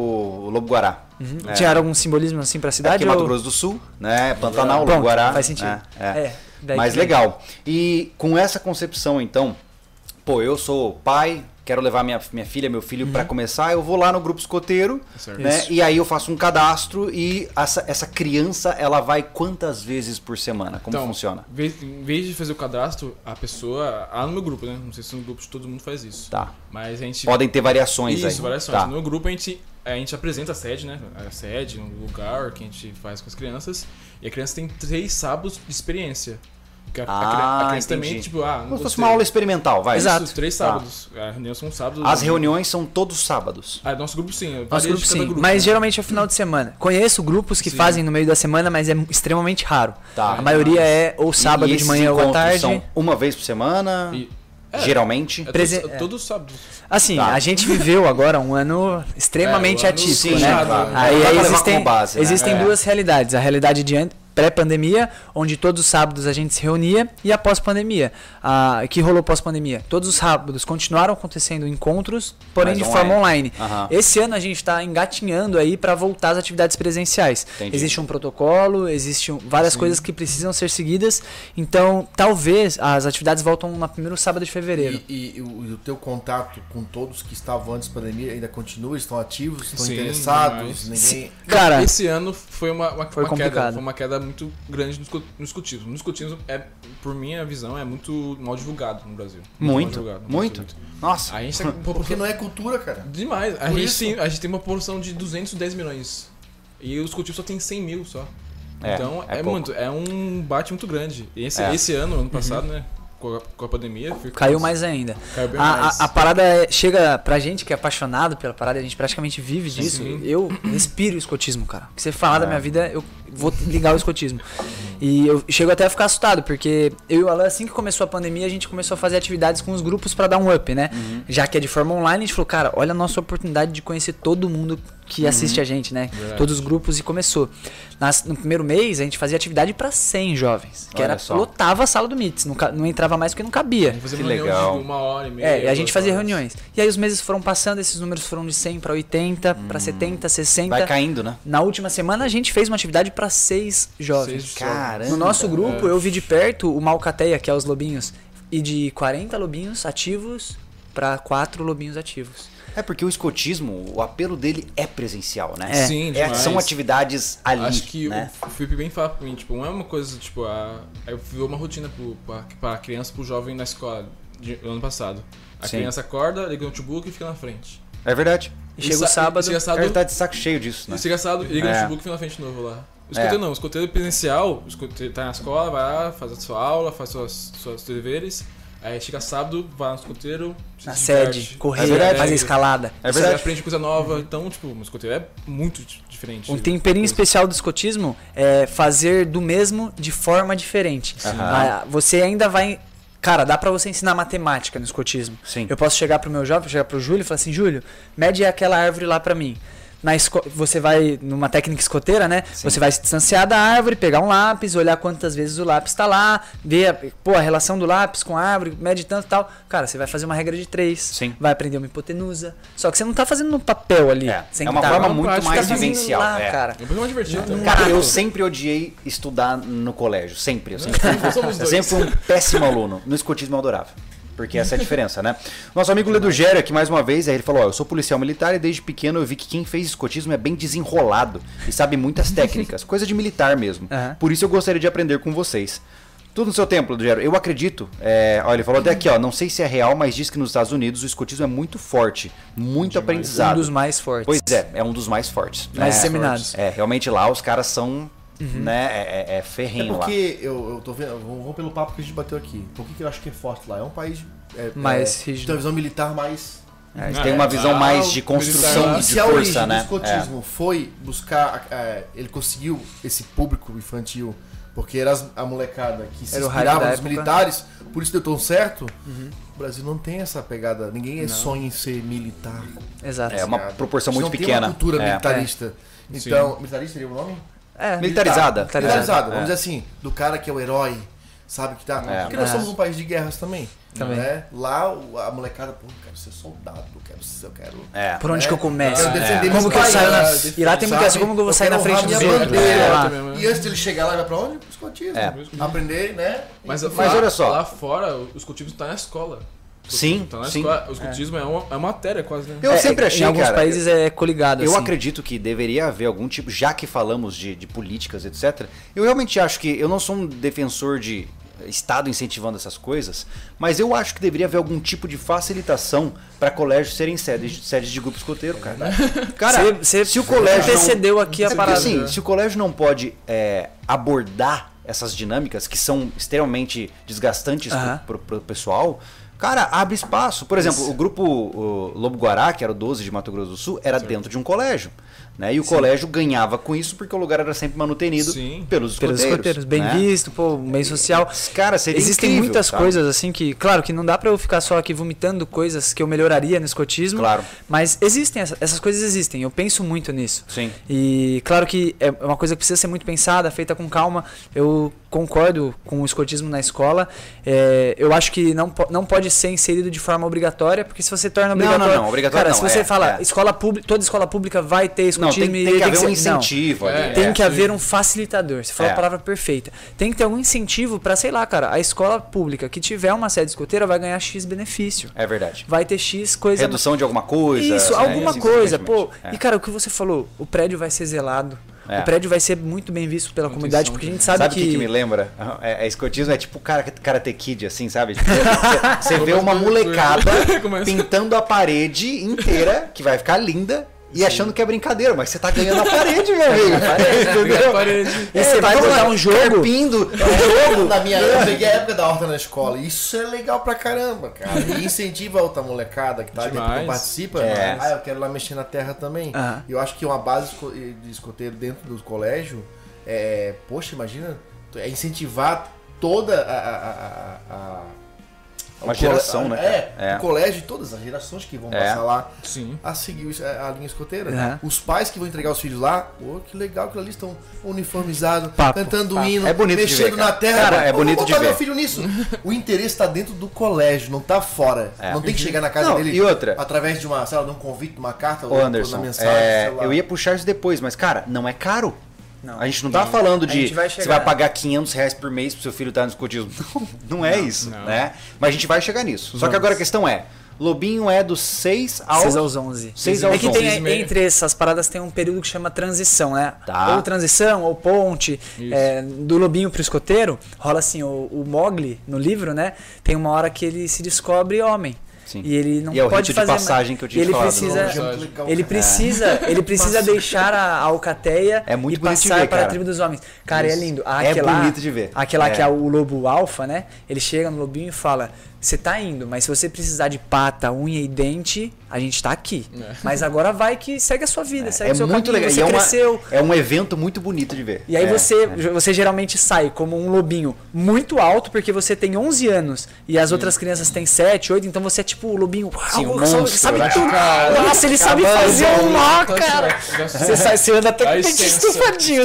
Speaker 1: o Lobo Guará. É.
Speaker 3: Tinha algum simbolismo assim pra cidade?
Speaker 1: Aqui em Mato
Speaker 3: ou-
Speaker 1: Grosso do Sul, né? Pantanal,
Speaker 3: Pronto,
Speaker 1: Lobo Guará.
Speaker 3: faz sentido. Daí
Speaker 1: Mas
Speaker 3: que-
Speaker 1: legal. E com essa concepção, então, eu sou pai, quero levar minha filha, meu filho para começar, eu vou lá no grupo escoteiro,
Speaker 4: Certo.
Speaker 1: né?
Speaker 3: Isso.
Speaker 1: E aí eu faço um cadastro e essa criança, ela vai quantas vezes por semana? Como funciona?
Speaker 4: Em vez de fazer o cadastro, a pessoa. No meu grupo, né? Não sei se no grupo de todo mundo faz isso.
Speaker 1: Tá.
Speaker 4: Mas a gente.
Speaker 1: Podem ter variações aí.
Speaker 4: Isso, variações.
Speaker 1: Tá.
Speaker 4: No meu grupo a gente apresenta a sede, né? A sede, um lugar que a gente faz com as crianças. E a criança tem 3 sábados de experiência. Porque a criança também,
Speaker 1: entendi.
Speaker 4: tipo, não
Speaker 1: Como se fosse
Speaker 4: gostei.
Speaker 1: uma aula experimental, vai.
Speaker 3: Exato.
Speaker 4: Isso, 3 sábados. A reunião são sábados.
Speaker 1: As reuniões são todos sábados.
Speaker 4: Nosso grupo sim.
Speaker 3: Nosso
Speaker 4: varia
Speaker 3: grupo
Speaker 4: de cada
Speaker 3: sim,
Speaker 4: grupo,
Speaker 3: mas
Speaker 4: né?
Speaker 3: geralmente é final de semana. Conheço grupos que
Speaker 4: Sim.
Speaker 3: fazem no meio da semana, mas é extremamente raro.
Speaker 1: Tá.
Speaker 3: A maioria é ou sábado
Speaker 1: E
Speaker 3: de
Speaker 1: esses
Speaker 3: manhã ou à
Speaker 1: encontros
Speaker 3: tarde.
Speaker 1: são uma vez por semana,
Speaker 4: E-
Speaker 1: geralmente.
Speaker 4: Todos sábados.
Speaker 3: Assim,
Speaker 1: Tá.
Speaker 3: a gente viveu agora um ano extremamente
Speaker 4: o ano
Speaker 3: atípico,
Speaker 1: sim,
Speaker 3: né?
Speaker 1: claro.
Speaker 3: Aí
Speaker 1: Dá pra levar
Speaker 3: existem,
Speaker 1: como base, né?
Speaker 3: existem
Speaker 4: É.
Speaker 3: duas realidades. A realidade de pré-pandemia, onde todos os sábados a gente se reunia, e a pós-pandemia, que rolou pós-pandemia. Todos os sábados continuaram acontecendo encontros, porém de forma online. Esse ano a gente está engatinhando aí para voltar às atividades presenciais.
Speaker 1: Entendi.
Speaker 3: Existe um protocolo, existem várias coisas que precisam ser seguidas, então talvez as atividades voltam no primeiro sábado de fevereiro.
Speaker 2: E o teu contato com todos que estavam antes da pandemia ainda continua? Estão ativos? Estão
Speaker 4: Sim,
Speaker 2: interessados?
Speaker 4: demais.
Speaker 2: Ninguém...
Speaker 3: Cara,
Speaker 4: Esse ano foi uma
Speaker 3: complicado.
Speaker 4: queda. Foi uma queda muito grande no escotismo. No escotismo, por minha visão, é muito mal divulgado no Brasil.
Speaker 1: Muito.
Speaker 4: Mal divulgado,
Speaker 1: Muito. Nossa.
Speaker 4: A gente tá com
Speaker 2: Porque não é cultura, cara.
Speaker 4: demais. A
Speaker 2: Por
Speaker 4: gente tem uma proporção de 210 milhões. E o escotismo só tem 100 mil só. Então é
Speaker 1: pouco.
Speaker 4: muito. É um bate muito grande. E esse ano passado, né? Com a pandemia.
Speaker 3: Caiu mais ainda.
Speaker 4: Caiu bem mais.
Speaker 3: A parada chega pra gente que é apaixonado pela parada, a gente praticamente vive disso.
Speaker 4: Sim.
Speaker 3: Eu respiro o escotismo, cara. O que você falar da minha vida, eu vou ligar o escotismo. E eu chego até a ficar assustado, porque eu e o Alan, assim que começou a pandemia, a gente começou a fazer atividades com os grupos pra dar um up, né? Já que é de forma online, a gente falou, cara, olha a nossa oportunidade de conhecer todo mundo que assiste a gente, né?
Speaker 4: Verdade.
Speaker 3: Todos os grupos, e começou. No primeiro mês, a gente fazia atividade pra 100 jovens, que
Speaker 1: Olha
Speaker 3: era
Speaker 1: só.
Speaker 3: lotava a sala do MITS, não entrava mais porque não cabia.
Speaker 4: Fazer
Speaker 1: Que
Speaker 4: uma reunião
Speaker 1: legal.
Speaker 4: de 1h30.
Speaker 3: E a gente
Speaker 4: 2
Speaker 3: fazia
Speaker 4: horas.
Speaker 3: reuniões. E aí os meses foram passando, esses números foram de 100 para 80, para 70, 60.
Speaker 1: Vai caindo, né?
Speaker 3: Na última semana a gente fez uma atividade para 6 jovens.
Speaker 4: 6
Speaker 1: Caramba.
Speaker 3: No nosso grupo,
Speaker 4: É.
Speaker 3: eu vi de perto o Malcateia, que é os lobinhos, e de 40 lobinhos ativos para 4 lobinhos ativos.
Speaker 1: É porque o escotismo, o apelo dele é presencial, né?
Speaker 3: É.
Speaker 4: Sim, demais.
Speaker 1: São atividades ali,
Speaker 4: Acho que
Speaker 1: né?
Speaker 4: o Felipe bem fala pra mim, tipo, não é uma coisa, tipo, eu vi uma rotina pra criança, pro jovem na escola, ano passado. A
Speaker 1: Sim.
Speaker 4: criança acorda, liga o notebook e fica na frente.
Speaker 1: É verdade.
Speaker 3: E chega o sábado,
Speaker 4: chega
Speaker 1: O cara
Speaker 4: sábado,
Speaker 1: tá de saco cheio disso, né?
Speaker 4: chega sábado, liga o
Speaker 1: É.
Speaker 4: notebook e fica na frente de novo lá. O escoteiro não, o escoteiro presencial, o escoteiro tá na escola, vai lá, faz a sua aula, faz seus deveres. Aí chega sábado, vai no escoteiro,
Speaker 3: na
Speaker 4: se
Speaker 3: sede,
Speaker 4: diverte.
Speaker 3: correr,
Speaker 1: É verdade.
Speaker 3: fazer escalada.
Speaker 1: É
Speaker 4: Você
Speaker 1: verdade.
Speaker 4: aprende coisa nova, então, tipo, o escoteiro é muito diferente.
Speaker 3: Um temperinho especial do escotismo é fazer do mesmo de forma diferente. Você ainda vai... Cara, dá pra você ensinar matemática no escotismo.
Speaker 1: Sim.
Speaker 3: Eu posso chegar pro meu jovem, chegar pro Júlio e falar assim, Júlio, mede aquela árvore lá pra mim. Você vai, numa técnica escoteira, né?
Speaker 1: Sim.
Speaker 3: Você vai se distanciar da árvore, pegar um lápis, olhar quantas vezes o lápis tá lá, ver a relação do lápis com a árvore, mede tanto e tal. Cara, você vai fazer uma regra de 3,
Speaker 1: Sim.
Speaker 3: vai aprender uma hipotenusa. Só que você não tá fazendo no papel ali. Você
Speaker 1: É uma
Speaker 3: tá
Speaker 1: forma
Speaker 3: na
Speaker 1: muito
Speaker 3: prática,
Speaker 1: mais
Speaker 3: tá fazendo
Speaker 1: vivencial.
Speaker 3: lá,
Speaker 1: É.
Speaker 3: cara.
Speaker 4: É um pouco mais divertido.
Speaker 3: Não-
Speaker 4: Então.
Speaker 1: Cara, eu sempre odiei estudar no colégio. Sempre. Eu sempre
Speaker 4: Somos
Speaker 1: eu
Speaker 4: dois.
Speaker 1: sempre fui um péssimo aluno. No escotismo eu adorava. Porque essa é a diferença, né? Nosso amigo Ledo Gério aqui mais uma vez, aí ele falou, ó, eu sou policial militar e desde pequeno eu vi que quem fez escotismo é bem desenrolado e sabe muitas técnicas, coisa de militar mesmo.
Speaker 3: Aham.
Speaker 1: Por isso eu gostaria de aprender com vocês. Tudo no seu tempo, Ledo Gério. Eu acredito, ó, ele falou até aqui, ó, não sei se é real, mas diz que nos Estados Unidos o escotismo é muito forte, muito
Speaker 3: Um
Speaker 1: aprendizado.
Speaker 3: dos mais fortes.
Speaker 1: Pois é um dos mais fortes.
Speaker 3: Mais
Speaker 1: né?
Speaker 3: disseminados.
Speaker 1: É, realmente lá os caras são, né, é ferrenho
Speaker 2: É
Speaker 1: lá.
Speaker 2: porque eu tô vendo, vamos pelo papo que a gente bateu aqui. Por que eu acho que é forte lá? É um país
Speaker 3: Mais
Speaker 2: tem
Speaker 3: rígido.
Speaker 2: uma visão militar mais.
Speaker 1: Eles têm uma visão mais de construção
Speaker 2: E
Speaker 1: de
Speaker 2: se a
Speaker 1: força,
Speaker 2: origem
Speaker 1: né?
Speaker 2: do escotismo foi buscar, ele conseguiu esse público infantil, porque era a molecada que se
Speaker 3: Era o hype
Speaker 2: inspirava
Speaker 3: da
Speaker 2: nos
Speaker 3: época.
Speaker 2: militares, por isso deu tão certo. O Brasil não tem essa pegada, ninguém sonha em ser militar.
Speaker 3: Exato.
Speaker 1: É uma proporção
Speaker 2: A gente
Speaker 1: muito
Speaker 2: não
Speaker 1: pequena.
Speaker 2: Tem uma cultura
Speaker 1: É.
Speaker 2: militarista. Então, militarista seria o nome?
Speaker 1: Militarizada.
Speaker 2: Militarizada,
Speaker 1: É.
Speaker 2: vamos dizer assim, do cara que é o herói, sabe que tá.
Speaker 1: É.
Speaker 2: Porque nós somos um país de guerras também.
Speaker 3: Também.
Speaker 2: Né? Lá a molecada, pô, eu quero ser soldado, eu quero.
Speaker 1: É.
Speaker 3: Por onde que eu começo?
Speaker 2: Quero defender
Speaker 3: Como
Speaker 2: meu
Speaker 3: que eu
Speaker 2: país,
Speaker 3: saio na...
Speaker 2: né?
Speaker 3: E lá tem muito
Speaker 2: Sabe?
Speaker 3: essa, como que eu vou sair
Speaker 2: quero
Speaker 3: na frente
Speaker 2: honrar
Speaker 3: dos
Speaker 2: minha
Speaker 3: outros?
Speaker 2: bandeira.
Speaker 3: É, lá.
Speaker 2: E antes dele chegar lá, ele vai pra onde? Pro escotismo.
Speaker 1: É.
Speaker 2: Aprender, né?
Speaker 4: Mas
Speaker 1: olha só.
Speaker 4: Lá fora, o escotismo tá na escola.
Speaker 1: Sim,
Speaker 4: Tá na
Speaker 1: sim.
Speaker 4: escola. O escotismo é uma matéria quase, né?
Speaker 1: Eu sempre achei,
Speaker 3: em alguns
Speaker 1: cara,
Speaker 3: países é coligado,
Speaker 1: Eu
Speaker 3: assim.
Speaker 1: acredito que deveria haver algum tipo, já que falamos de políticas, etc. Eu realmente acho que eu não sou um defensor de Estado incentivando essas coisas, mas eu acho que deveria haver algum tipo de facilitação para colégios serem sedes de grupo escoteiro, cara. Cara, se o colégio
Speaker 3: antecedeu aqui a
Speaker 1: porque,
Speaker 3: parada.
Speaker 1: assim, se o colégio não pode abordar essas dinâmicas que são extremamente desgastantes pro pessoal, cara, abre espaço. Por exemplo, o grupo Lobo Guará, que era o 12 de Mato Grosso do Sul, era dentro de um colégio. Né? E o colégio ganhava com isso porque o lugar era sempre manutenido pelos escoteiros.
Speaker 3: Bem visto, pô, bem social.
Speaker 1: Cara, seria
Speaker 3: Existem
Speaker 1: incrível,
Speaker 3: muitas
Speaker 1: sabe?
Speaker 3: coisas assim que, claro, que não dá pra eu ficar só aqui vomitando coisas que eu melhoraria no escotismo.
Speaker 1: Claro.
Speaker 3: Mas existem, essas coisas existem. Eu penso muito nisso.
Speaker 1: Sim.
Speaker 3: E claro que é uma coisa que precisa ser muito pensada, feita com calma. Eu concordo com o escotismo na escola. Eu acho que não pode ser inserido de forma obrigatória, porque se você torna obrigatório...
Speaker 1: Não, obrigatório
Speaker 3: cara,
Speaker 1: não.
Speaker 3: se você fala, escola pública, toda escola pública vai ter escotismo...
Speaker 1: Tem que haver um incentivo ali.
Speaker 3: Tem que haver um facilitador. Você falou a palavra perfeita. Tem que ter algum incentivo para, sei lá, cara, a escola pública que tiver uma sede escoteira vai ganhar X benefício.
Speaker 1: É verdade.
Speaker 3: Vai ter X coisa...
Speaker 1: Redução de alguma coisa.
Speaker 3: Isso, alguma coisa. Pô,
Speaker 1: É.
Speaker 3: E cara, o que você falou, o prédio vai ser zelado. O prédio vai ser muito bem visto pela comunidade, porque a gente sabe que...
Speaker 1: Sabe o que me lembra? Escotismo é tipo Karate Kid, assim, sabe? Você vê uma molecada pintando a parede inteira, que vai ficar linda, e achando que é brincadeira, mas você tá ganhando a parede, meu amigo.
Speaker 3: E você vai botar um jogo...
Speaker 1: Carpindo,
Speaker 2: Eu peguei a época da horta na escola. Isso é legal pra caramba, cara. E incentiva a outra molecada que tá dentro, que não participa. Eu quero lá mexer na terra também. E eu acho que uma base de escoteiro dentro do colégio poxa, imagina, incentivar toda
Speaker 1: uma geração, né?
Speaker 2: O colégio e todas as gerações que vão passar lá a seguir a linha escoteira. Os pais que vão entregar os filhos lá, que legal que ali estão uniformizados, cantando hino, mexendo na terra.
Speaker 1: Cara, é bonito de ver.
Speaker 2: Meu filho nisso. O interesse está dentro do colégio, não está fora. Não tem que chegar na casa dele
Speaker 1: e outra,
Speaker 2: através de uma, sei lá, de um convite, de uma carta ou
Speaker 1: Anderson,
Speaker 2: uma mensagem.
Speaker 1: eu ia puxar isso depois, mas cara, não é caro.
Speaker 3: Não.
Speaker 1: A gente não tá falando de
Speaker 3: você
Speaker 1: vai pagar R$500 por mês pro seu filho estar no escotismo. Não é isso, né? Mas a gente vai chegar nisso. Só que agora a questão é, Lobinho é dos 6 aos
Speaker 3: 11.
Speaker 1: 6 aos 11.
Speaker 3: É que tem, entre essas paradas tem um período que chama transição, né?
Speaker 1: Tá.
Speaker 3: Ou transição, ou ponte. Do Lobinho pro escoteiro, rola assim, o Mowgli, no livro, né? Tem uma hora que ele se descobre homem.
Speaker 1: Sim.
Speaker 3: E ele não
Speaker 1: é o
Speaker 3: pode
Speaker 1: rito de
Speaker 3: fazer
Speaker 1: passagem que eu tinha falado.
Speaker 3: Ele precisa deixar a alcateia e passar para a tribo dos homens. Cara, é lindo.
Speaker 1: Bonito de ver.
Speaker 3: Aquela que é o lobo alfa, né? Ele chega no lobinho e fala: você tá indo, mas se você precisar de pata, unha e dente, a gente tá aqui. Mas agora vai que segue a sua vida, segue o seu
Speaker 1: muito
Speaker 3: caminho,
Speaker 1: legal.
Speaker 3: você cresceu.
Speaker 1: É um evento muito bonito de ver.
Speaker 3: E aí você geralmente sai como um lobinho muito alto, porque você tem 11 anos e as outras crianças têm 7, 8, então você é tipo o lobinho. Sabe tudo. Nossa, ele sabe fazer um nó, cara. Você anda até com estufadinho.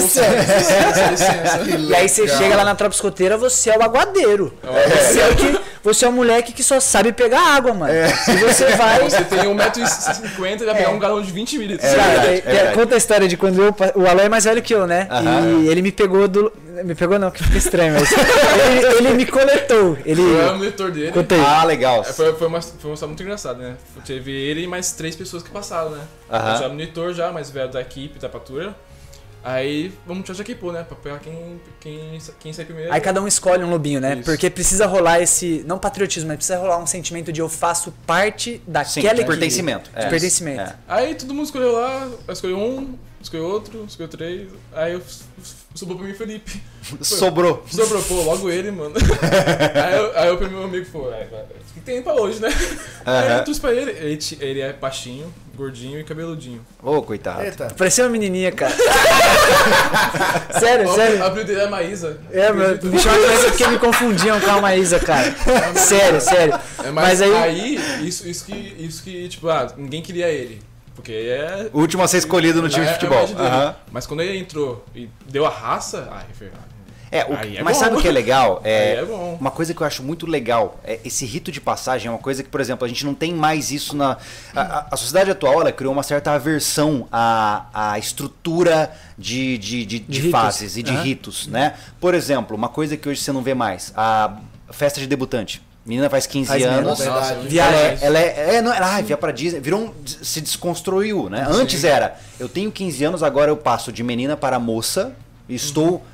Speaker 3: E aí você chega lá na tropa escoteira, você é o aguadeiro. Você é um moleque que só sabe pegar água, mano. E você vai...
Speaker 4: Você tem 1,50m e vai pegar um galão de 20 ml.
Speaker 3: Conta a história de quando o Alan é mais velho que eu, né? E ele me pegou do... Me pegou não, que fica estranho, mas... ele me coletou.
Speaker 4: Eu era o monitor dele.
Speaker 3: Contei.
Speaker 1: Legal.
Speaker 4: Foi uma história muito engraçada, né? Teve ele e mais 3 pessoas que passaram, né? Eu já era monitor já, mais velho da equipe, da patrulha. Aí vamos tirar aqui, pô, né? Pra pegar quem sai primeiro.
Speaker 3: Aí cada um escolhe um lobinho, né?
Speaker 4: Isso.
Speaker 3: Porque precisa rolar esse... Não patriotismo, mas precisa rolar um sentimento de eu faço parte daquela equipe.
Speaker 1: Pertencimento.
Speaker 3: De pertencimento.
Speaker 4: Aí todo mundo escolheu lá, escolheu um, escolheu outro, escolheu 3. Aí sobrou pra mim Felipe.
Speaker 1: Sobrou,
Speaker 4: pô, logo ele, mano. aí o meu amigo falou, o que tem pra hoje, né? Aí eu trouxe pra ele. Ele é baixinho, gordinho e cabeludinho.
Speaker 1: Coitado.
Speaker 2: Eita.
Speaker 3: Parecia uma menininha, cara. sério.
Speaker 4: A apelido dele é Maísa.
Speaker 3: Me chamaram mais porque me confundiam com a Maísa, cara. Sério.
Speaker 4: Mas aí isso que, tipo, ninguém queria ele. Porque
Speaker 1: o último a ser escolhido no time de futebol.
Speaker 4: Mas quando ele entrou e deu a raça,
Speaker 1: mas sabe o que é legal?
Speaker 4: É bom.
Speaker 1: Uma coisa que eu acho muito legal, esse rito de passagem é uma coisa que, por exemplo, a gente não tem mais isso na... A sociedade atual, ela criou uma certa aversão à estrutura de fases e de ritos, né? Por exemplo, uma coisa que hoje você não vê mais, a festa de debutante. Menina faz 15 anos.
Speaker 3: Viagem.
Speaker 1: Ela via pra Disney, se desconstruiu, né? Antes era, eu tenho 15 anos, agora eu passo de menina para moça, estou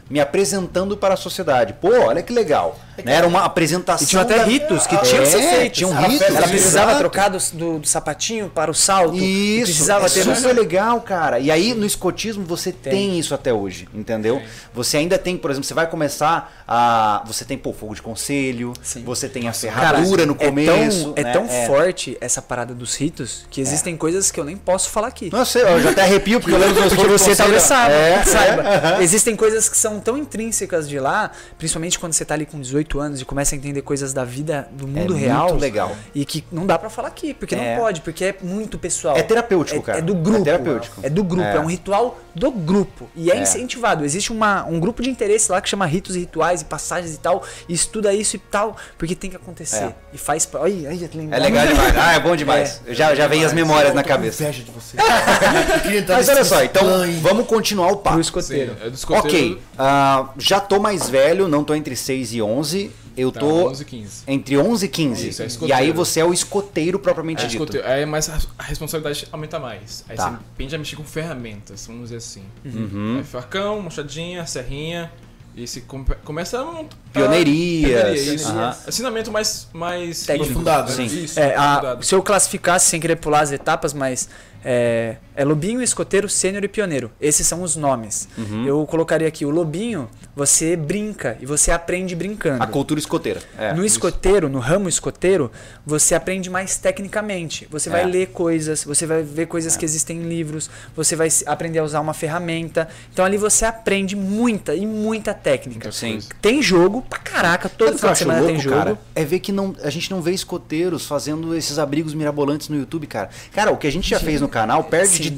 Speaker 1: me apresentando para a sociedade. Pô, olha que legal. Né? Era uma apresentação.
Speaker 3: E tinha até ritos que tinham que ser feitos.
Speaker 1: Tinham ritos.
Speaker 3: Ela precisava trocar do sapatinho para o salto.
Speaker 1: Isso,
Speaker 3: precisava ter
Speaker 1: super legal, cara. E aí no escotismo você tem isso até hoje, entendeu? Você ainda tem, por exemplo, você vai começar a... Você tem, fogo de conselho, você tem a ferradura no começo.
Speaker 3: É tão forte essa parada dos ritos que existem coisas que eu nem posso falar aqui.
Speaker 1: Não sei, eu já até arrepio porque eu lembro dos meus
Speaker 3: Porque você talvez saiba.
Speaker 1: Uhum.
Speaker 3: Existem coisas que são tão intrínsecas de lá, principalmente quando você tá ali com 18 anos e começa a entender coisas da vida, do mundo real.
Speaker 1: Muito legal.
Speaker 3: E que não dá pra falar aqui, porque não pode, porque é muito pessoal.
Speaker 1: É terapêutico, cara.
Speaker 3: É do grupo.
Speaker 1: É terapêutico.
Speaker 3: É do grupo, é um ritual do grupo. E é incentivado. Existe um grupo de interesse lá que chama Ritos e Rituais e Passagens e tal, e estuda isso e tal, porque tem que acontecer. E faz... Olha,
Speaker 1: é legal demais. Ah, é bom demais. Já vem as memórias na cabeça.
Speaker 2: Inveja de você.
Speaker 1: Mas olha só, então vamos continuar o papo.
Speaker 3: Pro escoteiro.
Speaker 4: Sim, é do escoteiro.
Speaker 1: Ok, já tô mais velho, não tô entre 6 e 11. Eu tô
Speaker 4: 11 e 15.
Speaker 1: entre 11 e 15.
Speaker 4: Isso, é
Speaker 1: e
Speaker 4: escoteiro.
Speaker 1: aí você é o escoteiro propriamente dito.
Speaker 4: Escoteiro. Aí mas a responsabilidade aumenta mais. Aí você aprende a mexer com ferramentas, vamos dizer assim. Aí facão, machadinha, serrinha. E se começa a montar...
Speaker 1: Pioneirias.
Speaker 4: Isso. Ensinamento mais
Speaker 3: técnico.
Speaker 2: Fundado.
Speaker 1: Sim.
Speaker 4: Isso,
Speaker 3: Se eu classificasse, sem querer pular as etapas, mas é lobinho, escoteiro, sênior e pioneiro. Esses são os nomes. Eu colocaria aqui o lobinho, você brinca e você aprende brincando.
Speaker 1: A cultura escoteira.
Speaker 3: No escoteiro, no ramo escoteiro, você aprende mais tecnicamente. Você vai ler coisas, você vai ver coisas que existem em livros, você vai aprender a usar uma ferramenta. Então ali você aprende muita técnica.
Speaker 1: Sim.
Speaker 3: Tem jogo pra caraca, todo final de semana tem jogo.
Speaker 1: Cara, é ver que a gente não vê escoteiros fazendo esses abrigos mirabolantes no YouTube, cara. Cara, o que a gente já fez no canal perde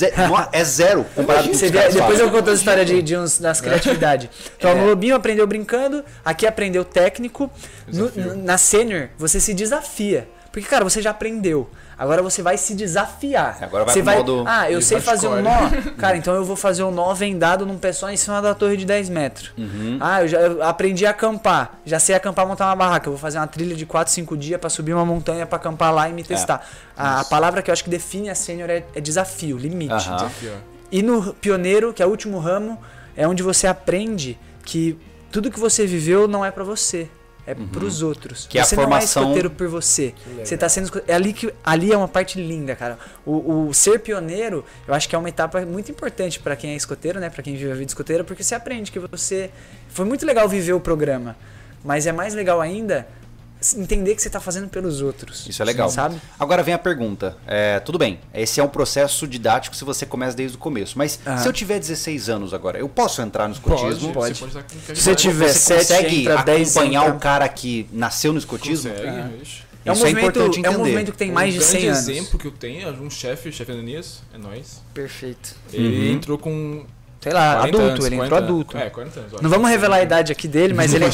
Speaker 1: é zero comparado com os caras
Speaker 3: depois eu conto a história das criatividades. Então, no lobinho aprendeu brincando, aqui aprendeu técnico. Na sênior, você se desafia. Porque, cara, você já aprendeu. Agora você vai se desafiar.
Speaker 1: Agora vai
Speaker 3: você
Speaker 1: pro modo
Speaker 3: eu sei fazer um nó. Cara, então eu vou fazer um nó vendado num pé só em cima da torre de 10 metros. Eu aprendi a acampar. Já sei acampar, montar uma barraca. Eu vou fazer uma trilha de 4, 5 dias pra subir uma montanha pra acampar lá e me testar. A palavra que eu acho que define a sênior é desafio, limite.
Speaker 4: Desafio.
Speaker 3: E no pioneiro, que é o último ramo, é onde você aprende que tudo que você viveu não é pra você. É pros outros.
Speaker 1: Que
Speaker 3: você
Speaker 1: a formação...
Speaker 3: não é escoteiro por você. Você tá sendo ali é uma parte linda, cara. O ser pioneiro, eu acho que é uma etapa muito importante para quem é escoteiro, né? Para quem vive a vida escoteira, porque você aprende que você... Foi muito legal viver o programa, mas é mais legal ainda entender que você tá fazendo pelos outros.
Speaker 1: Isso é legal.
Speaker 3: Sabe?
Speaker 1: Agora vem a pergunta. Tudo bem, esse é um processo didático se você começa desde o começo. Mas se eu tiver 16 anos agora, eu posso entrar no escotismo?
Speaker 3: Pode.
Speaker 4: Se
Speaker 3: você tiver
Speaker 1: você
Speaker 3: 7,
Speaker 1: consegue
Speaker 3: entra 10,
Speaker 1: acompanhar
Speaker 3: entra...
Speaker 1: o cara que nasceu no escotismo?
Speaker 3: É um
Speaker 1: Isso
Speaker 3: movimento,
Speaker 1: importante entender.
Speaker 3: é um movimento que tem mais de 100 anos.
Speaker 4: Um exemplo que eu tenho é um chefe Ananias, é nóis.
Speaker 3: Perfeito.
Speaker 4: Ele entrou com...
Speaker 3: Sei lá,
Speaker 4: 40
Speaker 3: adulto,
Speaker 4: anos,
Speaker 3: ele
Speaker 4: 40,
Speaker 3: entrou adulto.
Speaker 4: 40 anos.
Speaker 3: Não vamos revelar a idade aqui dele, mas ele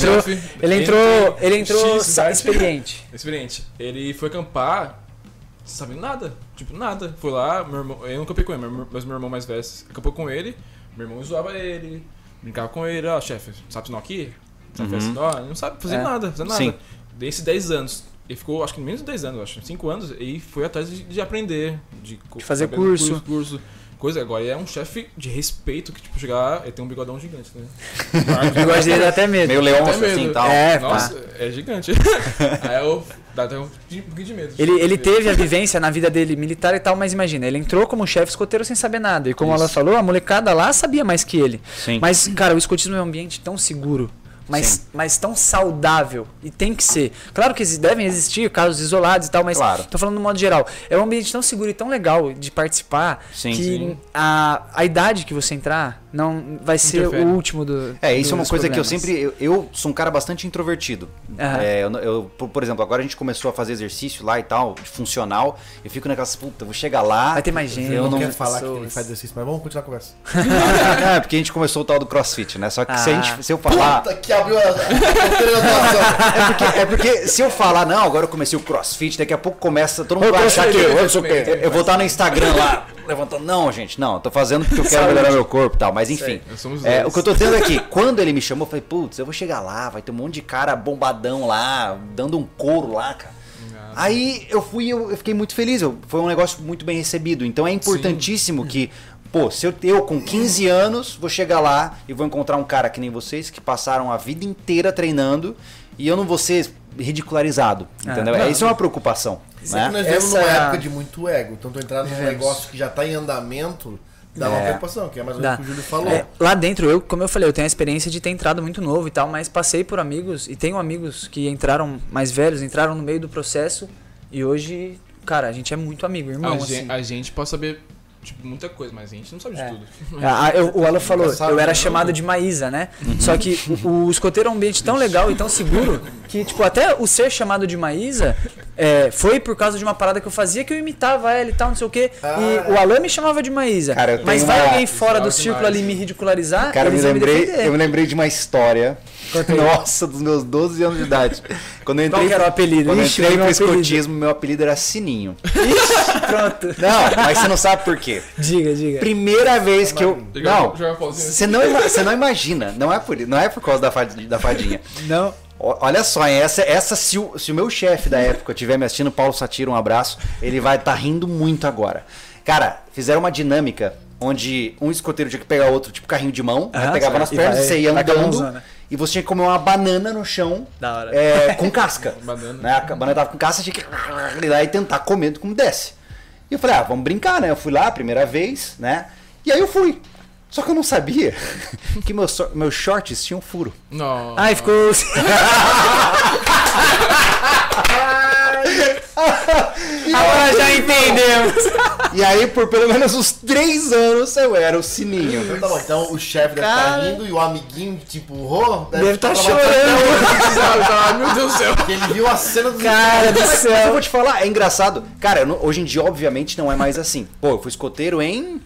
Speaker 3: entrou experiente.
Speaker 4: Experiente. Ele foi acampar, sabendo nada, tipo nada. Foi lá, meu irmão, eu não acampei com ele, mas meu irmão mais velho acampou com ele, meu irmão zoava ele, brincava com ele, chefe, sabe sinal aqui? Sabe fazer sinal? Ele não sabe fazer nada,
Speaker 1: Sim.
Speaker 4: Desde 10 anos. Ele ficou, acho que menos de 10 anos, acho, 5 anos, e foi atrás de aprender, de
Speaker 3: fazer curso.
Speaker 4: Coisa, agora ele é um chefe de respeito que, tipo, chegar. Ele tem um bigodão gigante, né?
Speaker 3: O bigode dele dá até medo.
Speaker 1: Meio leonço assim e tal.
Speaker 4: Nossa, é gigante. Aí eu dá até um pouquinho de medo.
Speaker 3: Ele teve a vivência na vida dele militar e tal, mas imagina, ele entrou como chefe escoteiro sem saber nada. E como ela falou, a molecada lá sabia mais que ele.
Speaker 1: Sim.
Speaker 3: Mas, cara, o escotismo é um ambiente tão seguro. Mas tão saudável. E tem que ser. Claro que devem existir casos isolados e tal, mas tô falando no modo geral. É um ambiente tão seguro e tão legal de participar que a idade que você entrar não vai ser o último do.
Speaker 1: Isso é uma coisa que eu sempre. Eu sou um cara bastante introvertido. Por exemplo, agora a gente começou a fazer exercício lá e tal, de funcional. Eu fico naquelas, puta, eu vou chegar lá.
Speaker 3: Vai ter mais gente.
Speaker 2: Eu não quero falar que ele faz exercício, mas vamos continuar a conversa.
Speaker 1: Porque a gente começou o tal do CrossFit, né? Só que se eu falar.
Speaker 2: Puta que abriu a doação.
Speaker 1: É porque se eu falar, não, agora eu comecei o CrossFit, daqui a pouco começa, todo mundo vai achar que eu vou estar no Instagram lá, levantando. Não, gente, não, eu tô fazendo porque eu quero melhorar meu corpo e tal, mas enfim. O que eu tô dizendo aqui, quando ele me chamou, eu falei, putz, eu vou chegar lá, vai ter um monte de cara bombadão lá, dando um couro lá, cara. Aí eu fiquei muito feliz, foi um negócio muito bem recebido, então é importantíssimo que Pô, se eu com 15 anos vou chegar lá e vou encontrar um cara que nem vocês que passaram a vida inteira treinando e eu não vou ser ridicularizado, entendeu? Isso é uma preocupação.
Speaker 2: Isso é que nós vivemos numa época de muito ego. Então, tu entrar num negócio que já tá em andamento, dá uma preocupação, que é mais ou menos o que o Júlio falou.
Speaker 3: Lá dentro, como eu falei, eu tenho a experiência de ter entrado muito novo e tal, mas passei por amigos, e tenho amigos que entraram mais velhos, entraram no meio do processo, e hoje, cara, a gente é muito amigo, irmão.
Speaker 4: A gente pode saber... Tipo, muita coisa, mas a gente não sabe de tudo.
Speaker 3: O Alan falou, eu era chamado de Maísa, né? Só que o escoteiro é um ambiente tão legal e tão seguro que, tipo, até o ser chamado de Maísa foi por causa de uma parada que eu fazia que eu imitava ela e tal, não sei o quê. E o Alan me chamava de Maísa.
Speaker 1: Cara,
Speaker 3: mas vai alguém fora do círculo ali me ridicularizar,
Speaker 1: cara, eu me lembrei de uma história. Nossa, dos meus 12 anos de idade. Quando eu entrei,
Speaker 3: qual que era o apelido?
Speaker 1: Quando eu entrei pro escotismo, meu apelido era Sininho.
Speaker 3: Ixi, pronto.
Speaker 1: Não, mas você não sabe por quê.
Speaker 3: Diga.
Speaker 1: Primeira vez que eu... Não, você não imagina. Não é por causa da fadinha.
Speaker 3: Não.
Speaker 1: Olha só, se o meu chefe da época estiver me assistindo, Paulo Satiro, um abraço, ele vai estar rindo muito agora. Cara, fizeram uma dinâmica onde um escoteiro tinha que pegar outro, tipo carrinho de mão, pegava nas pernas, você ia andando, e você tinha que comer uma banana no chão com casca. Né? A banana tava com casca, tinha que ir lá e tentar comer como desce. E eu falei, vamos brincar, né? Eu fui lá a primeira vez, né? E aí eu fui. Só que eu não sabia que meus shorts tinham furo.
Speaker 4: Não.
Speaker 3: Ai, ficou... Agora já entendemos.
Speaker 1: E aí, por pelo menos uns 3 anos, eu era o Sininho.
Speaker 2: Então tá bom, então o chefe deve estar rindo e o amiguinho que te empurrou
Speaker 3: deve estar chorando.
Speaker 4: Meu Deus do céu.
Speaker 2: Porque ele viu a cena do
Speaker 3: Cara do
Speaker 1: Mas eu
Speaker 3: céu.
Speaker 1: vou te falar, é engraçado. Cara, hoje em dia, obviamente, não é mais assim. Pô, eu fui escoteiro em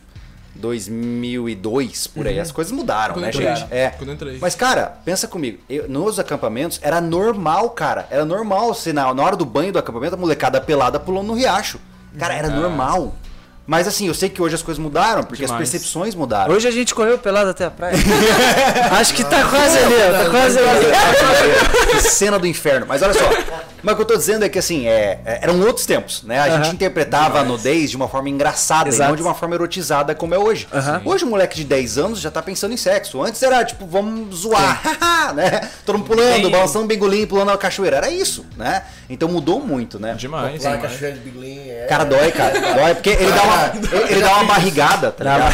Speaker 1: 2002, por aí. As coisas mudaram,
Speaker 4: Quando
Speaker 1: né,
Speaker 4: entrei.
Speaker 1: gente?
Speaker 4: Quando entrei.
Speaker 1: Mas, cara, pensa comigo. Nos acampamentos, era normal, cara. Era normal se na hora do banho do acampamento, a molecada pelada pulando no riacho. Cara, era normal. Mas assim, eu sei que hoje as coisas mudaram, porque as percepções mudaram.
Speaker 3: Hoje a gente correu pelado até a praia. Acho que tá quase ali, ó. Tá quase ali.
Speaker 1: Que cena do inferno. Mas olha só. Mas o que eu tô dizendo é que assim, eram outros tempos, né? A gente interpretava a nudez de uma forma engraçada e não de uma forma erotizada como é hoje. Hoje o moleque de 10 anos já tá pensando em sexo. Antes era tipo, vamos zoar, né? Todo mundo pulando, balançando um bengolim, pulando na cachoeira. Era isso, né? Então mudou muito, né?
Speaker 4: Demais.
Speaker 2: Lá na cachoeira de Biglim,
Speaker 1: Cara, dói, cara. Dói, porque ele dá uma barrigada, tá ligado?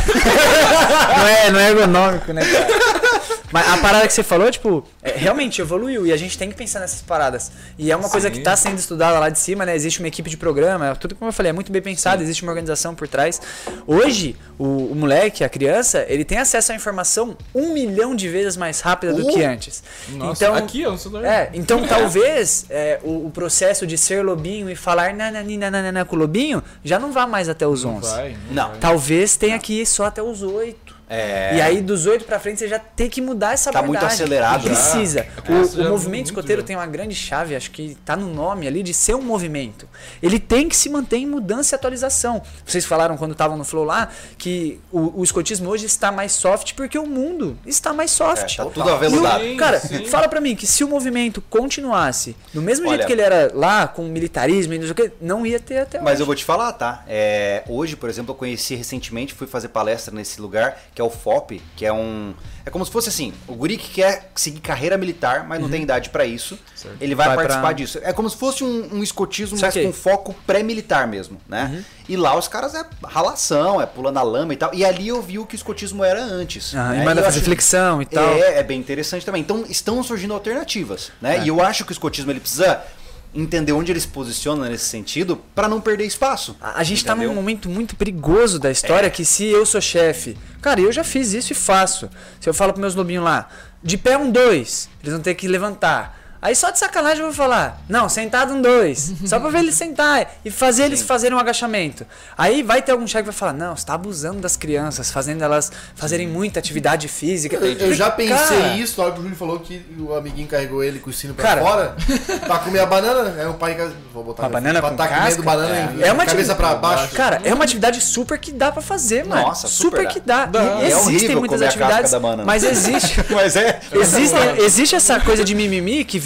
Speaker 3: Não é ergonômico, né, cara? Mas a parada que você falou, tipo, realmente evoluiu e a gente tem que pensar nessas paradas. E é uma coisa que está sendo estudada lá de cima, né? Existe uma equipe de programa, tudo como eu falei, é muito bem pensado, existe uma organização por trás. Hoje, o moleque, a criança, ele tem acesso à informação 1 milhão de vezes mais rápida do que antes.
Speaker 4: Nossa,
Speaker 3: então,
Speaker 4: aqui eu não sou
Speaker 3: então talvez o processo de ser lobinho e falar nananina com o lobinho já não vá mais até os 11.
Speaker 1: Não.
Speaker 3: Talvez tenha que ir só até os 8. E aí dos 8 pra frente você já tem que mudar essa abordagem.
Speaker 1: Tá muito acelerado.
Speaker 3: Precisa. O movimento escoteiro tem uma grande chave, acho que tá no nome ali, de ser um movimento. Ele tem que se manter em mudança e atualização. Vocês falaram quando estavam no Flow lá que o escotismo hoje está mais soft porque o mundo está mais soft.
Speaker 1: Tá tudo aveludado.
Speaker 3: Cara, fala pra mim que se o movimento continuasse do mesmo jeito que ele era lá, com militarismo e não sei o que, não ia ter até hoje.
Speaker 1: Mas eu vou te falar, tá? Hoje, por exemplo, eu conheci recentemente, fui fazer palestra nesse lugar, que é o FOP, que é como se fosse assim, o guri que quer seguir carreira militar, mas não tem idade pra isso, ele vai participar disso. É como se fosse um escotismo, mas com foco pré-militar mesmo, né? E lá os caras ralação, pulando a lama e tal. E ali eu vi o que o escotismo era antes.
Speaker 3: E manda fazer flexão e tal.
Speaker 1: É bem interessante também. Então estão surgindo alternativas, né? E eu acho que o escotismo ele precisa entender onde ele se posiciona nesse sentido para não perder espaço.
Speaker 3: A gente tá num momento muito perigoso da história que se eu sou chefe, cara, eu já fiz isso e faço. Se eu falo pros meus lobinhos lá, de pé 1, 2, eles vão ter que levantar. Aí só de sacanagem eu vou falar, não, sentado 1, 2, só pra ver eles sentar e fazer eles fazerem um agachamento. Aí vai ter algum chefe que vai falar, não, você tá abusando das crianças, fazendo elas fazerem muita atividade física.
Speaker 2: Eu já pensei isso na hora que o Júlio falou que o amiguinho carregou ele com o sino pra fora, pra comer a banana, aí o pai vou botar
Speaker 3: uma banana com
Speaker 2: tá
Speaker 3: casca,
Speaker 2: comendo banana cabeça pra baixo.
Speaker 3: Cara, é uma atividade super que dá pra fazer, mano.
Speaker 1: Nossa,
Speaker 3: super que dá.
Speaker 1: E
Speaker 3: existem muitas atividades, mas existe.
Speaker 1: Mas
Speaker 3: existe essa coisa de mimimi que veio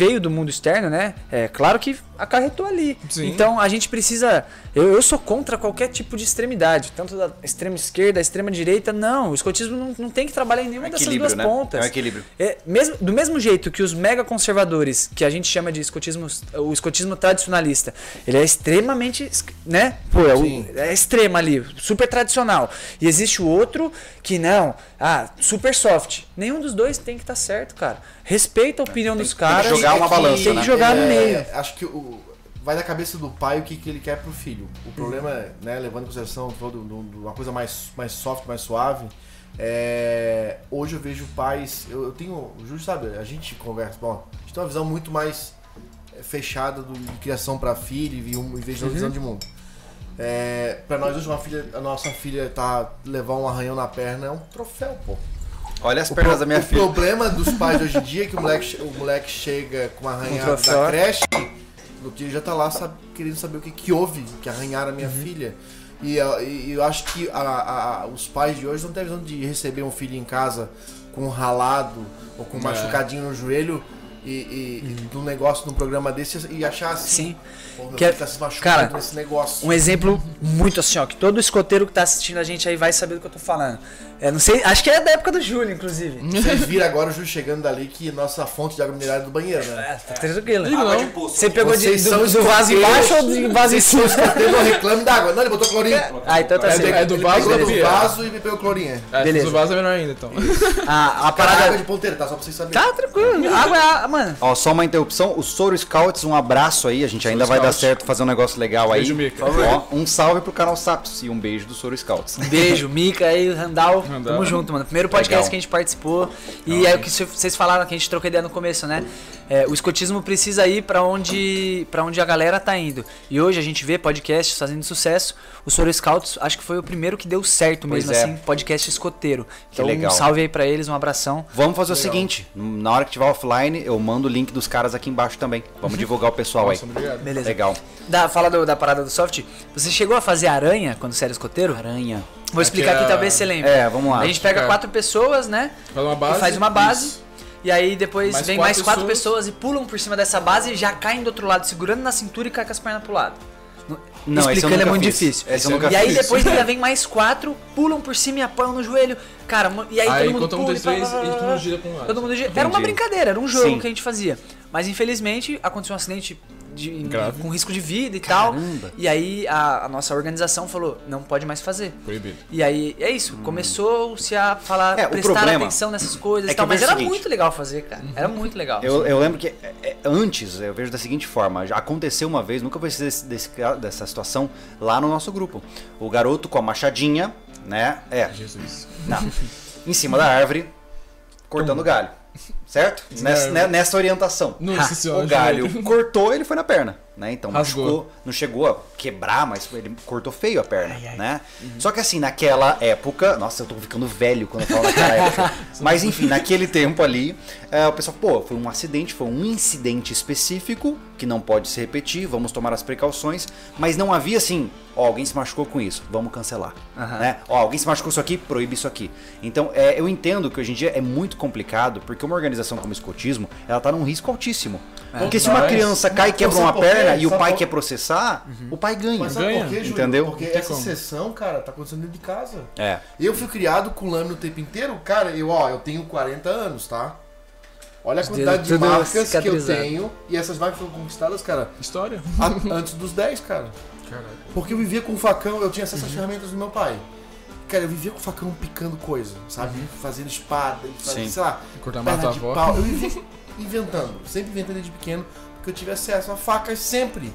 Speaker 3: veio do mundo externo, né? É claro que acarretou ali.
Speaker 4: Sim.
Speaker 3: Então a gente precisa... Eu sou contra qualquer tipo de extremidade, tanto da extrema esquerda, da extrema direita, não. O escotismo não tem que trabalhar em nenhuma dessas duas pontas.
Speaker 1: É um equilíbrio.
Speaker 3: Do mesmo jeito que os mega conservadores, que a gente chama de o escotismo tradicionalista, ele é extremamente, né? Pô, é extremo ali, super tradicional. E existe o outro que não, super soft. Nenhum dos dois tem que estar certo, cara. Respeita a opinião dos caras.
Speaker 1: Tem que jogar uma balança,
Speaker 3: tem que jogar no meio.
Speaker 2: Acho que vai da cabeça do pai o que ele quer pro filho. O problema é, né, levando em consideração uma coisa mais soft, mais suave, hoje eu vejo pais, eu tenho, o Júlio sabe, a gente conversa, bom, a gente tem uma visão muito mais fechada de criação para filho em vez de uma visão de mundo. Para nós hoje a nossa filha levar um arranhão na perna é um troféu, pô.
Speaker 1: Olha as pernas da minha filha.
Speaker 2: O problema dos pais hoje em dia é que o moleque chega com uma arranhada da creche, no dia já tá lá querendo saber o que houve, que arranharam a minha filha. E eu acho que os pais de hoje não têm a visão de receber um filho em casa com um ralado ou com um machucadinho no joelho e de um negócio num programa desse e achar assim.
Speaker 3: Sim.
Speaker 2: Pô, meu filho tá se machucando nesse negócio.
Speaker 3: Um exemplo muito assim, ó, que todo escoteiro que tá assistindo a gente aí vai saber do que eu tô falando. Não sei, acho que é da época do Júlio, inclusive.
Speaker 2: Vocês viram agora o Júlio chegando dali que nossa fonte de água mineral é do banheiro, né?
Speaker 3: Tá tranquilo.
Speaker 1: Você
Speaker 3: pegou do vaso embaixo ou do vaso em cima?
Speaker 2: Eu não reclame d'água. Não, ele botou clorinho.
Speaker 3: Então tá certo.
Speaker 4: É do vaso
Speaker 2: Ele pegou do vaso e me pegou clorinha.
Speaker 3: Beleza.
Speaker 4: Do vaso é melhor ainda, então.
Speaker 3: A
Speaker 2: Parada
Speaker 3: parada...
Speaker 2: água de ponteira, tá? Só pra vocês saberem.
Speaker 3: Tá tranquilo. Água mano.
Speaker 1: Ó, só uma interrupção. O Soro Scouts, um abraço aí. A gente ainda vai dar certo fazer um negócio legal aí.
Speaker 4: Beijo, Mica.
Speaker 1: Ó, um salve pro canal Saps e um beijo do Soro Scouts.
Speaker 3: Beijo, Mica aí, Randall. Tamo junto, mano. Primeiro podcast
Speaker 1: Legal.
Speaker 3: que a gente participou. E é o que vocês falaram, que a gente trocou ideia no começo, né? O escotismo precisa ir pra onde a galera tá indo. E hoje a gente vê podcasts fazendo sucesso. O Soro Scouts acho que foi o primeiro que deu certo mesmo, assim, podcast escoteiro. Então
Speaker 1: legal.
Speaker 3: Um salve aí pra eles, um abração.
Speaker 1: Vamos fazer o seguinte, na hora que tiver offline, eu mando o link dos caras aqui embaixo também. Vamos divulgar o pessoal aí.
Speaker 4: Obrigado.
Speaker 3: Beleza.
Speaker 1: Legal.
Speaker 3: Fala da parada do soft. Você chegou a fazer aranha quando você era escoteiro?
Speaker 1: Aranha.
Speaker 3: Vou explicar aqui, talvez você lembre.
Speaker 1: Vamos lá.
Speaker 3: A gente pega 4 pessoas, né?
Speaker 4: Faz uma base.
Speaker 3: Isso. E aí depois
Speaker 4: Mais
Speaker 3: vem
Speaker 4: quatro
Speaker 3: mais 4 pessoas e pulam por cima dessa base e já caem do outro lado, segurando na cintura e caem com as pernas pro lado.
Speaker 1: Não, esse eu
Speaker 3: explicando é
Speaker 1: nunca
Speaker 3: muito
Speaker 1: fiz.
Speaker 3: difícil.
Speaker 1: Esse eu nunca
Speaker 3: E aí
Speaker 1: fiz.
Speaker 3: depois ainda vem mais 4, pulam por cima e apoiam no joelho. Cara, e aí todo mundo
Speaker 4: conta
Speaker 3: pula
Speaker 4: um, 2, 3 e todo mundo gira pra um lado.
Speaker 3: todo mundo gira. Era uma
Speaker 1: Entendi.
Speaker 3: brincadeira, era um jogo
Speaker 1: Sim.
Speaker 3: que a gente fazia. Mas infelizmente aconteceu um acidente
Speaker 4: Grave.
Speaker 3: com risco de vida e
Speaker 1: Caramba.
Speaker 3: tal. E aí a nossa organização falou, não pode mais fazer.
Speaker 4: Proibido.
Speaker 3: E aí é isso, começou-se a falar,
Speaker 1: o
Speaker 3: prestar
Speaker 1: problema
Speaker 3: atenção nessas coisas
Speaker 1: é
Speaker 3: e tal.
Speaker 1: que eu
Speaker 3: Mas
Speaker 1: vejo
Speaker 3: era
Speaker 1: o seguinte.
Speaker 3: muito legal fazer, cara. Era muito legal.
Speaker 1: Eu lembro que antes, eu vejo da seguinte forma, já aconteceu uma vez, nunca vou esquecer dessa situação, lá no nosso grupo. O garoto com a machadinha, né?
Speaker 4: Jesus.
Speaker 1: Não, em cima da árvore, cortando galho. Certo? Nessa orientação.
Speaker 4: Nossa senhora,
Speaker 1: O galho
Speaker 4: joelho.
Speaker 1: cortou, ele foi na perna, né? Então
Speaker 4: Rasgou.
Speaker 1: machucou, não chegou a quebrar, mas ele cortou feio a perna, né? Só que assim, naquela época, nossa, eu tô ficando velho quando eu falo naquela época. Mas enfim, naquele tempo ali, o pessoal, foi um acidente, foi um incidente específico que não pode se repetir, vamos tomar as precauções, mas não havia assim, alguém se machucou com isso, vamos cancelar, né? Alguém se machucou isso aqui, proíbe isso aqui. Então, eu entendo que hoje em dia é muito complicado, porque uma organização como o escotismo, ela tá num risco altíssimo. Porque se uma criança cai e quebra uma perna e o pai quer processar, o pai ganha.
Speaker 2: Mas sabe por quê, Júlio?
Speaker 1: Entendeu?
Speaker 2: Porque
Speaker 4: Não tem
Speaker 2: essa
Speaker 4: como.
Speaker 2: sessão, cara, tá acontecendo dentro de casa.
Speaker 1: É.
Speaker 2: Eu fui criado com lâmina o tempo inteiro. Cara, eu tenho 40 anos, tá? Olha a quantidade de
Speaker 3: tudo
Speaker 2: marcas que eu
Speaker 3: cicatrizado.
Speaker 2: tenho. E essas marcas foram conquistadas, cara,
Speaker 4: História.
Speaker 2: antes dos 10, cara.
Speaker 4: Caralho.
Speaker 2: Porque eu vivia com facão, eu tinha acesso às ferramentas do meu pai. Cara, eu vivia com facão picando coisa, sabe? Fazendo espada, fazendo,
Speaker 1: Sim.
Speaker 2: sei lá,
Speaker 4: Cortar
Speaker 2: perna
Speaker 4: matar a
Speaker 2: de
Speaker 4: avó.
Speaker 2: pau. Eu vivia inventando, sempre inventando desde pequeno, porque eu tive acesso a facas sempre.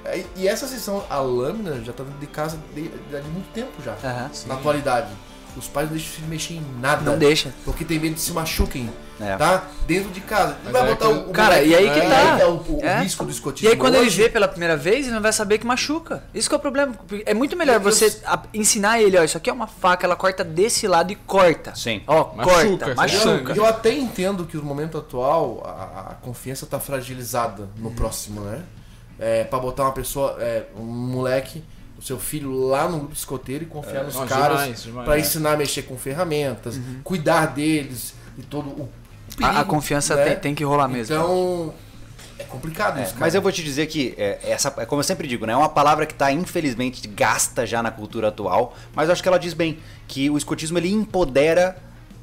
Speaker 2: E essa sessão, a lâmina, já tá dentro de casa de muito tempo já, na atualidade. Os pais não deixam o filho mexer em nada.
Speaker 3: Não deixa.
Speaker 2: Porque tem medo de se machuquem,
Speaker 1: É.
Speaker 2: tá? Dentro de casa.
Speaker 4: Mas
Speaker 2: Vai
Speaker 4: é
Speaker 2: botar
Speaker 4: que-
Speaker 2: o
Speaker 3: Cara,
Speaker 2: moleque-
Speaker 3: e aí que tá.
Speaker 2: aí que é o
Speaker 3: É.
Speaker 2: risco do
Speaker 3: E
Speaker 2: escotismo.
Speaker 3: aí quando ele
Speaker 2: hoje.
Speaker 3: vê pela primeira vez, ele não vai saber que machuca. Isso que é o problema. É muito melhor
Speaker 2: Eu-
Speaker 3: você ensinar ele, ó, isso aqui é uma faca, ela corta desse lado e corta.
Speaker 1: Sim.
Speaker 3: Ó,
Speaker 4: Machuca,
Speaker 3: corta, machuca.
Speaker 2: Eu até entendo que no momento atual a confiança tá fragilizada no próximo, né? Pra botar uma pessoa, um moleque, o seu filho lá no grupo escoteiro e confiar nos
Speaker 4: não,
Speaker 2: caras
Speaker 4: demais,
Speaker 2: pra ensinar a mexer com ferramentas, cuidar deles e todo o perigo,
Speaker 3: A confiança
Speaker 2: né?
Speaker 3: tem que rolar mesmo.
Speaker 2: Então, complicado isso, cara.
Speaker 1: Mas eu vou te dizer que, como eu sempre digo, né, é uma palavra que está infelizmente gasta já na cultura atual, mas eu acho que ela diz bem que o escotismo ele empodera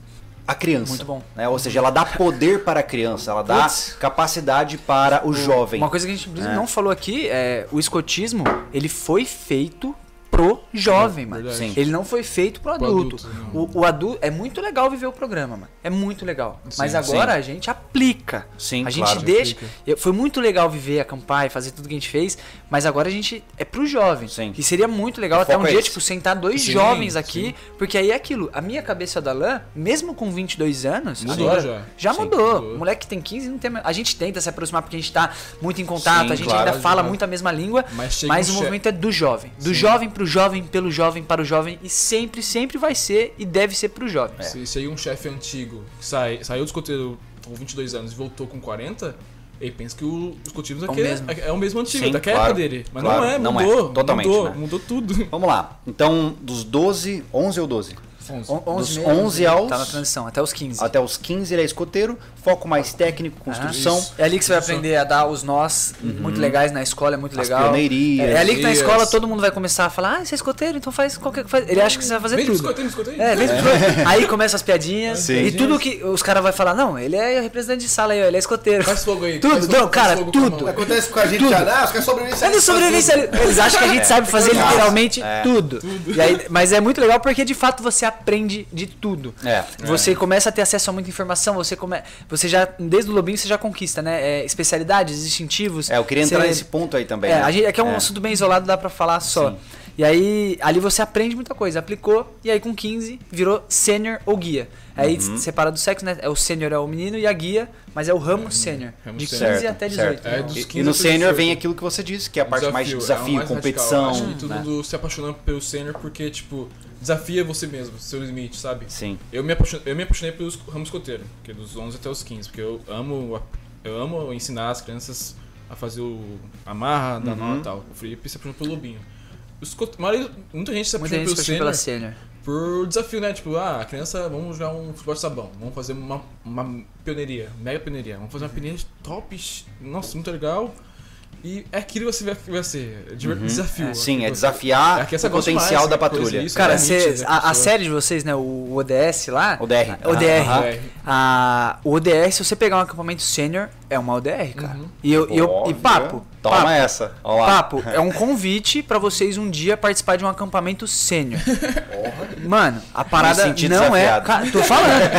Speaker 1: a criança.
Speaker 3: Muito bom.
Speaker 1: Né? Ou seja, ela dá poder para a criança, ela dá capacidade para o jovem.
Speaker 3: Uma coisa que a gente não falou aqui é o escotismo, ele foi feito pro jovem, mano.
Speaker 1: Sim.
Speaker 3: Ele não foi feito pro adulto.
Speaker 4: adulto,
Speaker 3: O adulto é muito legal viver o programa, mano. É muito legal.
Speaker 4: Sim,
Speaker 3: mas agora
Speaker 1: sim.
Speaker 3: a gente aplica.
Speaker 1: Sim,
Speaker 3: a gente
Speaker 1: claro.
Speaker 3: deixa. Foi muito legal viver, acampar e fazer tudo que a gente fez, mas agora a gente é pro jovem.
Speaker 1: Sim.
Speaker 3: E seria muito legal
Speaker 1: O
Speaker 3: até um
Speaker 1: foco é
Speaker 3: dia,
Speaker 1: esse.
Speaker 3: tipo, sentar dois
Speaker 4: Sim,
Speaker 3: jovens aqui,
Speaker 4: sim.
Speaker 3: porque aí é aquilo. A minha cabeça da Lan, mesmo com 22 anos,
Speaker 4: Mudou
Speaker 3: agora,
Speaker 4: já.
Speaker 3: já
Speaker 4: Sim,
Speaker 3: mudou.
Speaker 4: mudou.
Speaker 3: O moleque que tem 15 não tem. A gente tenta se aproximar porque a gente tá muito em contato,
Speaker 1: Sim,
Speaker 3: a gente
Speaker 1: claro.
Speaker 3: ainda fala
Speaker 4: Claro.
Speaker 3: muito a mesma língua,
Speaker 4: Mas chega
Speaker 3: mas
Speaker 4: um
Speaker 3: o
Speaker 4: che-
Speaker 3: movimento é do jovem. Do jovem pro jovem, pelo jovem, para o jovem e sempre vai ser e deve ser pro jovem.
Speaker 4: Se aí um chefe antigo que saiu do escoteiro com 22 anos e voltou com 40, ele pensa que o escotismo
Speaker 3: É o mesmo.
Speaker 4: é o mesmo antigo,
Speaker 1: Sim,
Speaker 4: daquela
Speaker 1: claro,
Speaker 4: época dele. Mas
Speaker 1: claro,
Speaker 4: não é,
Speaker 1: não é,
Speaker 4: mudou.
Speaker 1: totalmente,
Speaker 4: mudou,
Speaker 1: né?
Speaker 4: mudou tudo.
Speaker 1: Vamos lá. Então, dos 12, 11 ou 12?
Speaker 3: 11
Speaker 1: Dos 11 aos-
Speaker 3: Tá na transição, até os 15.
Speaker 1: Até os 15 ele é escoteiro, foco mais técnico, construção.
Speaker 4: isso.
Speaker 3: É ali que você vai aprender a dar os nós muito legais na escola, é muito
Speaker 1: As
Speaker 3: legal.
Speaker 1: pioneirias.
Speaker 3: É ali que na
Speaker 4: Isso.
Speaker 3: escola todo mundo vai começar a falar, você é escoteiro, então faz qualquer coisa. Ele acha que você vai fazer
Speaker 4: Vem pro
Speaker 3: tudo.
Speaker 4: escoteiro, escoteiro.
Speaker 3: É, vem pro escoteiro. Aí começam as piadinhas.
Speaker 1: Sim.
Speaker 3: E tudo que os caras vão falar, não, ele é representante de sala aí, ó, ele é escoteiro.
Speaker 4: Faz fogo aí.
Speaker 3: Tudo,
Speaker 4: faz fogo,
Speaker 3: não,
Speaker 4: faz
Speaker 3: cara,
Speaker 4: fogo com a
Speaker 3: tudo.
Speaker 4: mão.
Speaker 2: Acontece com a gente já, os caras sobrevivem.
Speaker 3: Eles sobrevivem, eles acham que a gente sabe fazer literalmente tudo. E aí, mas é muito legal porque de fato você aprende de tudo. Você começa a ter acesso a muita informação, você já, desde o Lobinho, você já conquista, né? Especialidades, distintivos.
Speaker 1: Eu queria entrar
Speaker 3: você-
Speaker 1: nesse ponto aí também. né?
Speaker 3: É que é um assunto bem isolado, dá pra falar só.
Speaker 1: Sim.
Speaker 3: E aí, ali você aprende muita coisa, aplicou, e aí com 15 virou sênior ou guia. Aí separa do sexo, né? O sênior é o menino e a guia, mas é o ramo sênior.
Speaker 4: Ramo
Speaker 3: De 15
Speaker 1: sênior.
Speaker 3: até
Speaker 1: Certo,
Speaker 3: 18.
Speaker 1: certo.
Speaker 4: É, dos
Speaker 1: E
Speaker 4: 15
Speaker 1: no
Speaker 4: até
Speaker 1: sênior
Speaker 4: 18.
Speaker 1: vem aquilo que você disse, que é a parte mais de desafio,
Speaker 4: é o mais
Speaker 1: competição.
Speaker 4: radical. Acho que todo
Speaker 1: né?
Speaker 4: mundo se apaixonando pelo sênior porque, tipo, desafia você mesmo, seu limite, sabe?
Speaker 1: Sim.
Speaker 4: Eu me apaixonei pelos ramos escoteiro, que é dos 11 até os 15, porque eu amo ensinar as crianças a fazer a marra, dar nó e tal. O Felipe se apaixonou pelo lobinho. Muita gente se
Speaker 3: Muita
Speaker 4: apaixonou
Speaker 3: gente
Speaker 4: pelo
Speaker 3: se pela
Speaker 4: sênior
Speaker 3: sênior.
Speaker 4: por desafio, né? Tipo, a criança, vamos jogar um futebol de sabão, vamos fazer uma pioneiria, mega pioneiria, vamos fazer uma pioneiria top, nossa, muito legal. E é aquilo que você vai ser, desafio.
Speaker 1: Sim, é
Speaker 4: Aquilo-
Speaker 1: desafiar
Speaker 4: é que essa
Speaker 1: o
Speaker 4: gosta
Speaker 1: potencial
Speaker 4: mais,
Speaker 1: da
Speaker 4: coisa
Speaker 1: patrulha.
Speaker 4: isso,
Speaker 3: Cara,
Speaker 4: permite, né,
Speaker 3: a
Speaker 4: pessoa.
Speaker 3: série de vocês, né? O ODS lá.
Speaker 1: ODR.
Speaker 3: O ODR.
Speaker 1: Aham.
Speaker 3: O ODR, se você pegar um acampamento sênior, é uma ODR, cara. E
Speaker 1: Óbvio.
Speaker 3: papo.
Speaker 1: Toma
Speaker 3: papo,
Speaker 1: essa. Olha lá.
Speaker 3: Papo, é um convite pra vocês um dia participar de um acampamento sênior. Mano, a parada
Speaker 1: Me senti
Speaker 3: não é.
Speaker 1: desafiado.
Speaker 3: Cara, tô falando.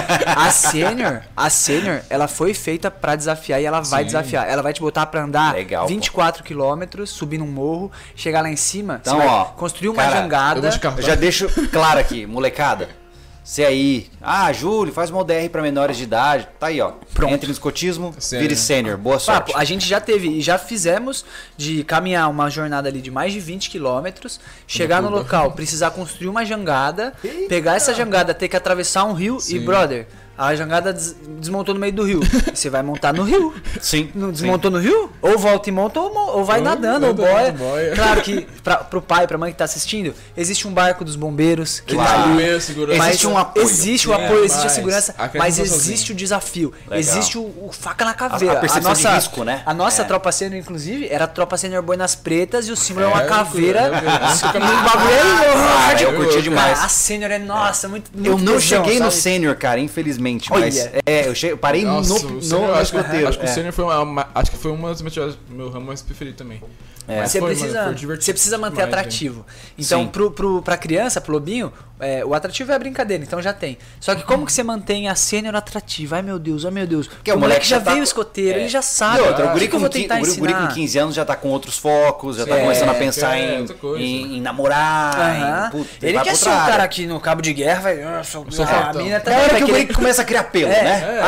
Speaker 3: A sênior, ela foi feita pra desafiar e ela vai
Speaker 4: Sim.
Speaker 3: desafiar. Ela vai te botar pra andar
Speaker 1: Legal,
Speaker 3: 24 quilômetros, subir num morro, chegar lá em cima,
Speaker 1: Então,
Speaker 3: você vai
Speaker 1: ó,
Speaker 3: construir uma
Speaker 1: cara,
Speaker 4: Eu
Speaker 3: jangada.
Speaker 4: vou de carro,
Speaker 1: Eu
Speaker 4: tá?
Speaker 1: já deixo claro aqui, molecada. Você aí, Júlio, faz uma ODR pra menores de idade. Tá aí, ó.
Speaker 3: Pronto.
Speaker 1: Entre no escotismo,
Speaker 4: Sênior.
Speaker 1: vire sênior. Boa sorte.
Speaker 3: Papo, a gente já teve e já fizemos de caminhar uma jornada ali de mais de 20 quilômetros, chegar no local, precisar construir uma jangada, pegar essa jangada, ter que atravessar um rio e,
Speaker 4: Sim.
Speaker 3: brother, a jangada desmontou no meio do rio. Você vai montar no rio.
Speaker 1: Sim.
Speaker 3: Não desmontou no rio? Ou volta e monta ou vai
Speaker 4: Ou
Speaker 3: nadando, ou
Speaker 4: nadando,
Speaker 3: boia.
Speaker 4: boia.
Speaker 3: Claro que pro pai, pra mãe que tá assistindo, existe um barco dos bombeiros que
Speaker 1: Claro.
Speaker 3: tá ali.
Speaker 4: Meio segurança.
Speaker 3: Mas
Speaker 1: Existe um apoio.
Speaker 3: Existe o
Speaker 4: É,
Speaker 3: apoio, existe a
Speaker 4: mas
Speaker 3: segurança,
Speaker 4: a criança
Speaker 3: mas
Speaker 4: não tá
Speaker 3: existe
Speaker 4: sozinha.
Speaker 3: o desafio.
Speaker 1: Legal.
Speaker 3: Existe o faca na caveira.
Speaker 1: A percepção de risco, né?
Speaker 3: A nossa
Speaker 1: É.
Speaker 3: tropa sênior, inclusive, era a tropa sênior Boinas Pretas e o símbolo é uma
Speaker 4: É,
Speaker 3: caveira.
Speaker 4: é, é,
Speaker 3: E o bagulho é
Speaker 1: Ah, eu curti demais.
Speaker 3: Cara, a sênior é nossa, muito
Speaker 1: Eu não
Speaker 3: tesão,
Speaker 1: cheguei no
Speaker 3: sabe?
Speaker 1: sênior, cara, infelizmente.
Speaker 3: Olha.
Speaker 1: Mas eu parei
Speaker 4: Nossa, o
Speaker 1: no
Speaker 4: sênior, acho que
Speaker 1: escoteiro.
Speaker 4: o sênior foi acho que foi uma das meu ramo mais preferido também. Mas
Speaker 3: Você
Speaker 4: foi,
Speaker 3: precisa,
Speaker 4: mano, foi divertido
Speaker 3: você precisa manter
Speaker 4: demais,
Speaker 3: atrativo. Então,
Speaker 1: Sim.
Speaker 3: pra criança, pro lobinho, o atrativo é a brincadeira, então já tem. Só que como que você mantém a sênior atrativa? Ai meu Deus, ai meu Deus.
Speaker 1: Porque
Speaker 3: o moleque já
Speaker 1: tá
Speaker 3: veio escoteiro,
Speaker 1: é.
Speaker 3: ele já sabe.
Speaker 1: E outra, o
Speaker 3: o
Speaker 1: guri
Speaker 3: que eu vou tentar
Speaker 1: o guri com
Speaker 3: ensinar?
Speaker 1: 15 anos já tá com outros focos, já tá
Speaker 3: É,
Speaker 1: começando a pensar
Speaker 4: quer outra coisa.
Speaker 1: em namorar.
Speaker 3: Aham.
Speaker 1: Em, puta,
Speaker 3: Ele
Speaker 1: vai
Speaker 3: quer
Speaker 1: pra
Speaker 3: ser
Speaker 1: outra
Speaker 3: um cara
Speaker 1: área.
Speaker 3: aqui no cabo de guerra, vai. A
Speaker 4: fortão.
Speaker 3: menina
Speaker 1: É
Speaker 3: também
Speaker 1: a hora
Speaker 3: vai
Speaker 1: que o
Speaker 3: querer.
Speaker 1: guri começa a criar pelo,
Speaker 3: É.
Speaker 1: né?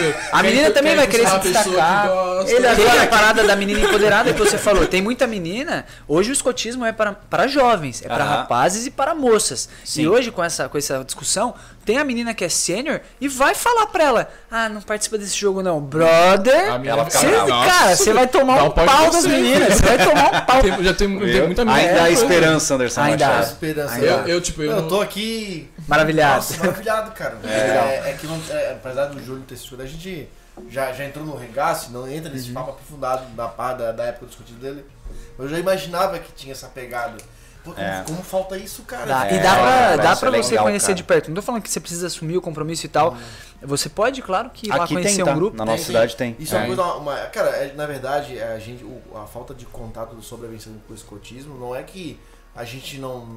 Speaker 3: A menina também vai querer se destacar.
Speaker 4: Ele
Speaker 3: Aquela parada da menina empoderada que você falou. Tem muita menina. Hoje o escotismo é para jovens, é para
Speaker 1: Aham.
Speaker 3: rapazes e para moças.
Speaker 1: Sim.
Speaker 3: E hoje, com essa discussão, tem a menina que é sênior e vai falar pra ela: não participa desse jogo não. Brother,
Speaker 4: A menina
Speaker 1: Ela fica
Speaker 3: você,
Speaker 1: brava.
Speaker 3: cara, você vai tomar
Speaker 4: Dá
Speaker 3: um
Speaker 4: um pau de
Speaker 3: pau das
Speaker 4: você.
Speaker 3: meninas. Você vai tomar um pau.
Speaker 4: Já tem muita menina.
Speaker 1: Ainda há
Speaker 4: coisa.
Speaker 1: esperança, Anderson
Speaker 3: Ainda há.
Speaker 1: Machado.
Speaker 2: Esperança.
Speaker 4: Eu
Speaker 2: Eu
Speaker 4: não-
Speaker 2: tô aqui
Speaker 3: Maravilhado.
Speaker 2: Nossa, maravilhado, cara. É que não, apesar do Júlio ter sido, a gente já entrou no regaço, não entra nesse papo aprofundado da época do escotismo dele. Mas eu já imaginava que tinha essa pegada. Pô, como falta isso, cara?
Speaker 3: E dá pra
Speaker 1: é
Speaker 3: você
Speaker 1: legal,
Speaker 3: conhecer
Speaker 1: cara.
Speaker 3: de perto. Não tô falando que você precisa assumir o compromisso e tal. Você pode, claro, que ir lá
Speaker 1: Aqui
Speaker 3: conhecer
Speaker 1: tem, tá?
Speaker 3: um grupo.
Speaker 1: Na nossa cidade tem.
Speaker 2: Isso é uma coisa. Cara, na verdade, a falta de contato sobre a vencendo com o escotismo não é que a gente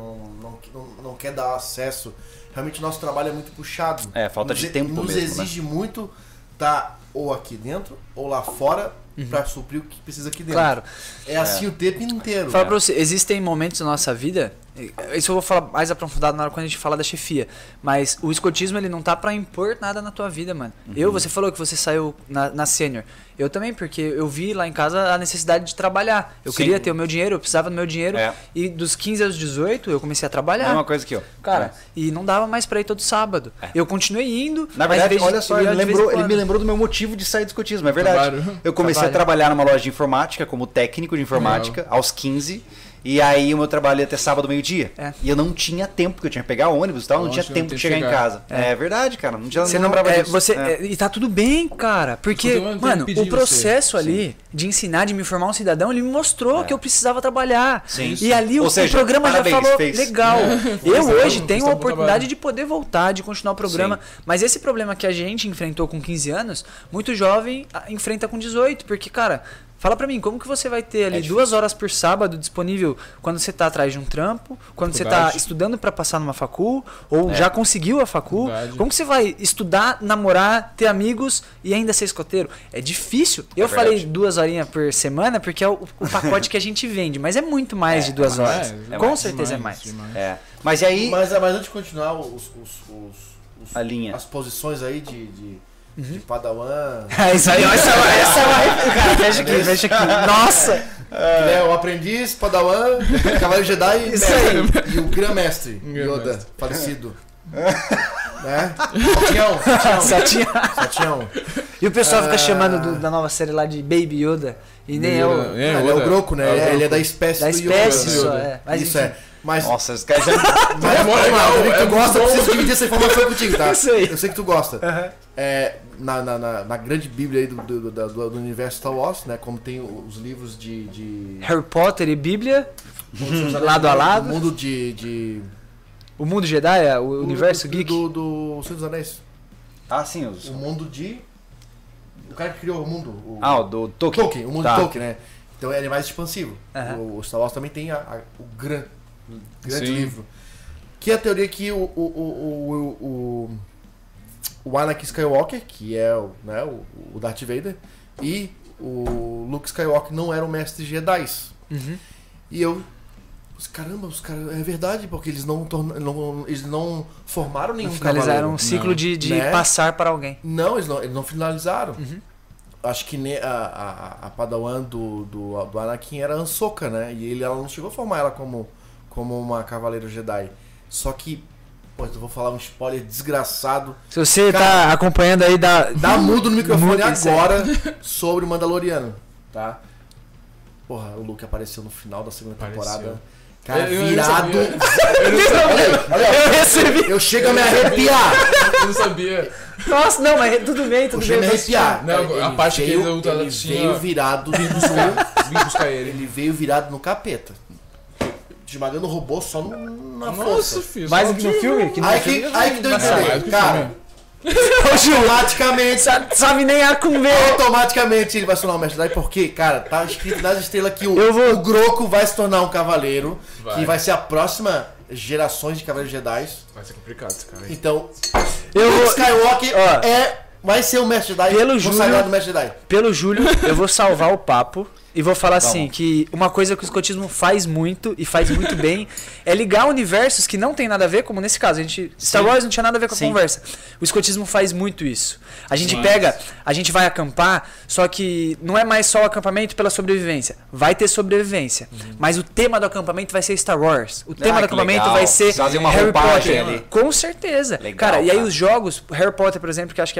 Speaker 2: não quer dar acesso. Realmente o nosso trabalho é muito puxado.
Speaker 1: Falta de tempo
Speaker 2: nos
Speaker 1: mesmo,
Speaker 2: exige muito estar ou aqui dentro ou lá fora pra suprir o que precisa aqui dentro.
Speaker 3: Claro.
Speaker 2: É assim o tempo inteiro.
Speaker 3: Fala pra você, existem momentos na nossa vida, isso eu vou falar mais aprofundado na hora quando a gente falar da chefia, mas o escotismo ele não tá pra impor nada na tua vida, mano. Você falou que você saiu na sênior. Eu também, porque eu vi lá em casa a necessidade de trabalhar. Eu queria ter o meu dinheiro, eu precisava do meu dinheiro. E dos 15 aos 18 eu comecei a trabalhar.
Speaker 1: É uma coisa aqui, ó.
Speaker 3: Cara, e não dava mais pra ir todo sábado. Eu continuei indo.
Speaker 1: Na verdade, olha só, ele me lembrou do meu motivo de sair do escotismo, é verdade. Eu comecei a trabalhar numa loja de informática, como técnico de informática, aos 15. E aí o meu trabalho ia até sábado, meio-dia. E eu não tinha tempo, porque eu tinha que pegar ônibus e tal, não tinha tempo de chegar em casa. É verdade, cara. Não lembrava disso.
Speaker 3: E tá tudo bem, cara. Porque, mano, o processo ali de ensinar, de me formar um cidadão, ele me mostrou que eu precisava trabalhar.
Speaker 1: Sim.
Speaker 3: E ali o programa já falou, legal. Eu hoje tenho a oportunidade de poder voltar, de continuar o programa. Mas esse problema que a gente enfrentou com 15 anos, muito jovem enfrenta com 18. Porque, cara... Fala pra mim, como que você vai ter ali 2 horas por sábado disponível quando você tá atrás de um trampo, quando você tá estudando pra passar numa facul, ou já conseguiu a facul? Como que você vai estudar, namorar, ter amigos e ainda ser escoteiro? É difícil. Eu falei 2 horinhas por semana porque é o pacote que a gente vende, mas é muito mais de 2 horas. Com certeza é mais.
Speaker 1: Mas e aí...
Speaker 2: Mas antes de continuar,
Speaker 1: a linha.
Speaker 2: As posições aí de Padawan.
Speaker 3: Isso aí, essa vai. Cara, fecha aqui. Nossa!
Speaker 2: O aprendiz, Padawan, Cavaleiro Jedi e o Grã-Mestre, Yoda, falecido. Né? Satião.
Speaker 3: E o pessoal fica chamando da nova série lá de Baby Yoda. E nem é o.
Speaker 2: Ele é o Groco, né? Ele é da espécie
Speaker 3: do Yoda. Da espécie só,
Speaker 2: Mas isso é. Mas,
Speaker 1: nossa, os caras já...
Speaker 2: tu gosta, eu preciso dividir essa informação contigo, tá?
Speaker 3: Eu
Speaker 2: sei que tu gosta. Na grande bíblia aí do universo Star Wars, né? Como tem os livros de...
Speaker 3: Harry Potter e Bíblia, lado a lado.
Speaker 2: O mundo
Speaker 3: o mundo Jedi, o universo geek?
Speaker 2: Do Senhor dos Anéis.
Speaker 1: Sim.
Speaker 2: O mundo de... O cara que criou o mundo.
Speaker 1: O do Tolkien.
Speaker 2: O mundo de Tolkien, né? Então ele é mais expansivo. O Star Wars também tem o grande livro. Que é a teoria que o Anakin Skywalker, que é o Darth Vader, e o Luke Skywalker não eram mestres Jedi. E caramba, os caras, é verdade, porque eles não formaram nenhum cavaleiro.
Speaker 3: Finalizaram um ciclo de passar para alguém.
Speaker 2: Não, eles não finalizaram. Acho que a Padawan do Anakin era a Ahsoka, né? E ela não chegou a formar ela como uma Cavaleiro Jedi. Só que, eu vou falar um spoiler desgraçado.
Speaker 3: Se você tá acompanhando aí,
Speaker 2: dá mudo no microfone agora sobre o Mandaloriano, tá? Porra, o Luke apareceu no final da segunda temporada. Cara, virado.
Speaker 3: Eu recebi.
Speaker 2: Eu chego a me arrepiar.
Speaker 4: Eu não sabia.
Speaker 3: Nossa, não, mas tudo bem.
Speaker 2: Eu chego a me arrepiar.
Speaker 4: Não, a parte que ele
Speaker 2: veio virado
Speaker 4: vim buscar ele.
Speaker 2: Ele veio virado no capeta. Esmagando o robô só na força.
Speaker 4: Filho,
Speaker 3: mais do que no filme?
Speaker 2: Aí que deu entender. Cara, automaticamente.
Speaker 3: Sabe nem a com B.
Speaker 2: Automaticamente ele vai se tornar um mestre Jedi, porque, cara, tá escrito nas estrelas que o Groco vai se tornar um cavaleiro, que vai ser a próxima gerações de cavaleiros Jedi.
Speaker 4: Vai ser complicado, cara.
Speaker 2: Então, o Skywalker vai ser o mestre Jedi, o sagrado mestre Jedi.
Speaker 3: Pelo Júlio, eu vou salvar o papo. E vou falar assim, que uma coisa que o escotismo faz muito, e faz muito bem, é ligar universos que não tem nada a ver, como nesse caso. Star Wars não tinha nada a ver com a conversa. O escotismo faz muito isso. A gente a gente vai acampar, só que não é mais só o acampamento pela sobrevivência. Vai ter sobrevivência. Mas o tema do acampamento vai ser Star Wars. O tema do acampamento vai ser
Speaker 1: uma
Speaker 3: Harry Potter.
Speaker 1: Ali.
Speaker 3: Com certeza. Legal, cara, e aí os jogos, Harry Potter, por exemplo, que acho que é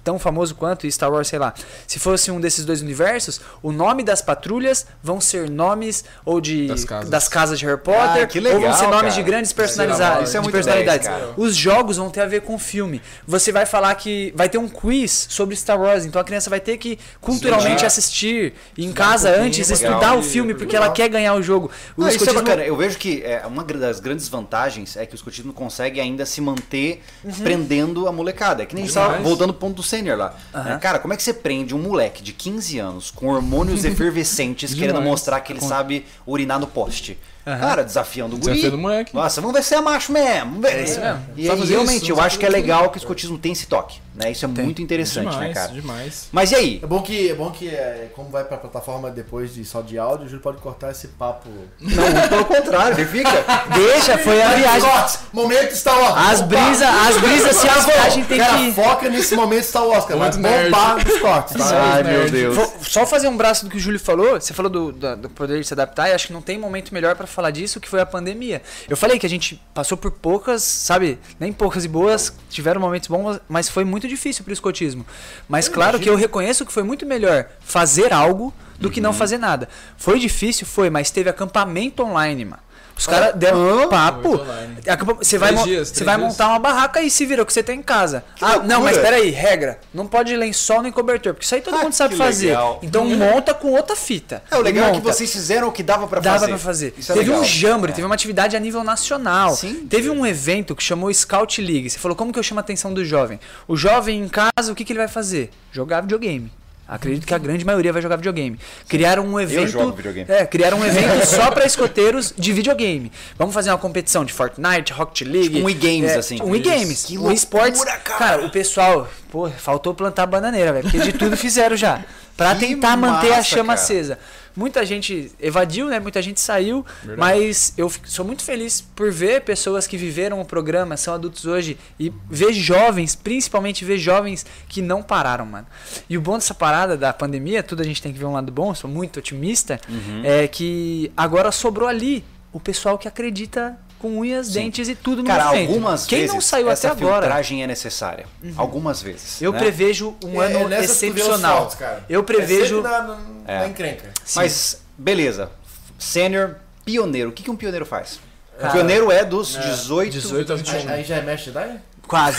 Speaker 3: tão famoso quanto Star Wars, sei lá. Se fosse um desses dois universos, o nome das patrulhas vão ser nomes ou das casas de Harry Potter,
Speaker 1: que legal,
Speaker 3: ou vão ser nomes
Speaker 1: cara.
Speaker 3: de grandes personalidades.
Speaker 1: Isso é muito
Speaker 3: personalidades.
Speaker 1: 10, cara.
Speaker 3: Os jogos vão ter a ver com o filme. Você vai falar que vai ter um quiz sobre Star Wars, então a criança vai ter que culturalmente assistir em casa antes, estudar o filme, porque ela quer ganhar o jogo. O
Speaker 1: Isso é bacana. Eu vejo que uma das grandes vantagens é que o escotismo consegue ainda se manter prendendo a molecada. É que nem a gente tava voltando pro ponto do sênior lá. Cara, como é que você prende um moleque de 15 anos com hormônios efervescentes querendo mostrar que ele sabe urinar no poste? Cara, desafiando o guri.
Speaker 4: Desafiando o moleque.
Speaker 1: Nossa, vamos ver se é macho mesmo. Vamos ver.
Speaker 3: É isso mesmo.
Speaker 1: E aí, realmente, eu acho que é legal que o escotismo tem esse toque. Né? Isso é muito interessante,
Speaker 4: Demais,
Speaker 1: né, cara?
Speaker 4: demais.
Speaker 1: Mas e aí?
Speaker 2: É bom que como vai pra plataforma depois só de áudio, o Júlio pode cortar esse papo.
Speaker 1: Não, pelo contrário, ele fica.
Speaker 3: Deixa, foi a viagem.
Speaker 2: Momento Star Wars.
Speaker 3: As brisas, se a viagem tem
Speaker 2: cara,
Speaker 3: que...
Speaker 2: foca nesse momento Star Wars, cara. Vai
Speaker 4: Momento nerd.
Speaker 2: bombar os cortes, tá?
Speaker 1: Ai, meu Deus.
Speaker 3: Só fazer um braço do que o Júlio falou. Você falou do poder de se adaptar, e acho que não tem momento melhor pra falar disso que foi a pandemia. Eu falei que a gente passou por poucas, sabe, nem poucas e boas, tiveram momentos bons, mas foi muito difícil pro escotismo. Mas claro que eu reconheço que foi muito melhor fazer algo do que não fazer nada. Foi difícil, mas teve acampamento online, mano. Os caras deram papo. Você vai montar uma barraca e se vira o que você tem em casa. Não, mas peraí, regra. Não pode lençol nem cobertor, porque isso aí todo mundo sabe fazer.
Speaker 1: Legal.
Speaker 3: Então monta com outra fita.
Speaker 1: O legal é que vocês fizeram o que dava pra fazer.
Speaker 3: Dava pra fazer.
Speaker 1: Isso é
Speaker 3: teve
Speaker 1: legal.
Speaker 3: um jamboree, teve uma atividade a nível nacional.
Speaker 1: Sim.
Speaker 3: Teve um evento que chamou Scout League. Você falou, como que eu chamo a atenção do jovem? O jovem em casa, o que ele vai fazer? Jogar videogame. Acredito que a grande maioria vai jogar videogame. Criaram um evento.
Speaker 1: Eu jogo videogame.
Speaker 3: Criaram um evento só pra escoteiros de videogame. Vamos fazer uma competição de Fortnite, Rocket League.
Speaker 1: Tipo um e-games, assim.
Speaker 3: Um e-games.
Speaker 1: Que
Speaker 3: Um
Speaker 1: loucura,
Speaker 3: esportes.
Speaker 1: cara.
Speaker 3: O pessoal, faltou plantar bananeira, velho. Porque de tudo fizeram já. Pra
Speaker 1: Que
Speaker 3: tentar manter a
Speaker 1: massa,
Speaker 3: chama
Speaker 1: cara.
Speaker 3: acesa. Muita gente evadiu, né? Muita gente saiu.
Speaker 4: Verdade.
Speaker 3: Mas eu sou muito feliz por ver pessoas que viveram o programa, são adultos hoje, e ver jovens, principalmente ver jovens que não pararam, mano. E o bom dessa parada da pandemia, tudo a gente tem que ver um lado bom, sou muito otimista, é que agora sobrou ali o pessoal que acredita com unhas, dentes e tudo no
Speaker 1: Cara,
Speaker 3: movimento.
Speaker 1: algumas
Speaker 3: Quem
Speaker 1: vezes
Speaker 3: não saiu
Speaker 1: essa
Speaker 3: até agora?
Speaker 1: filtragem é necessária. Algumas vezes.
Speaker 3: Eu
Speaker 1: né?
Speaker 3: prevejo um ano
Speaker 2: nessa tu vê os
Speaker 3: excepcional.
Speaker 2: fortes, cara.
Speaker 3: Eu prevejo.
Speaker 2: É sempre na encrenca.
Speaker 1: Mas, beleza. Sênior, pioneiro. O que um pioneiro faz?
Speaker 3: Cara,
Speaker 1: o pioneiro é dos 18...
Speaker 4: 18 a 21.
Speaker 2: Aí já é Mesh Jedi?
Speaker 3: Quase.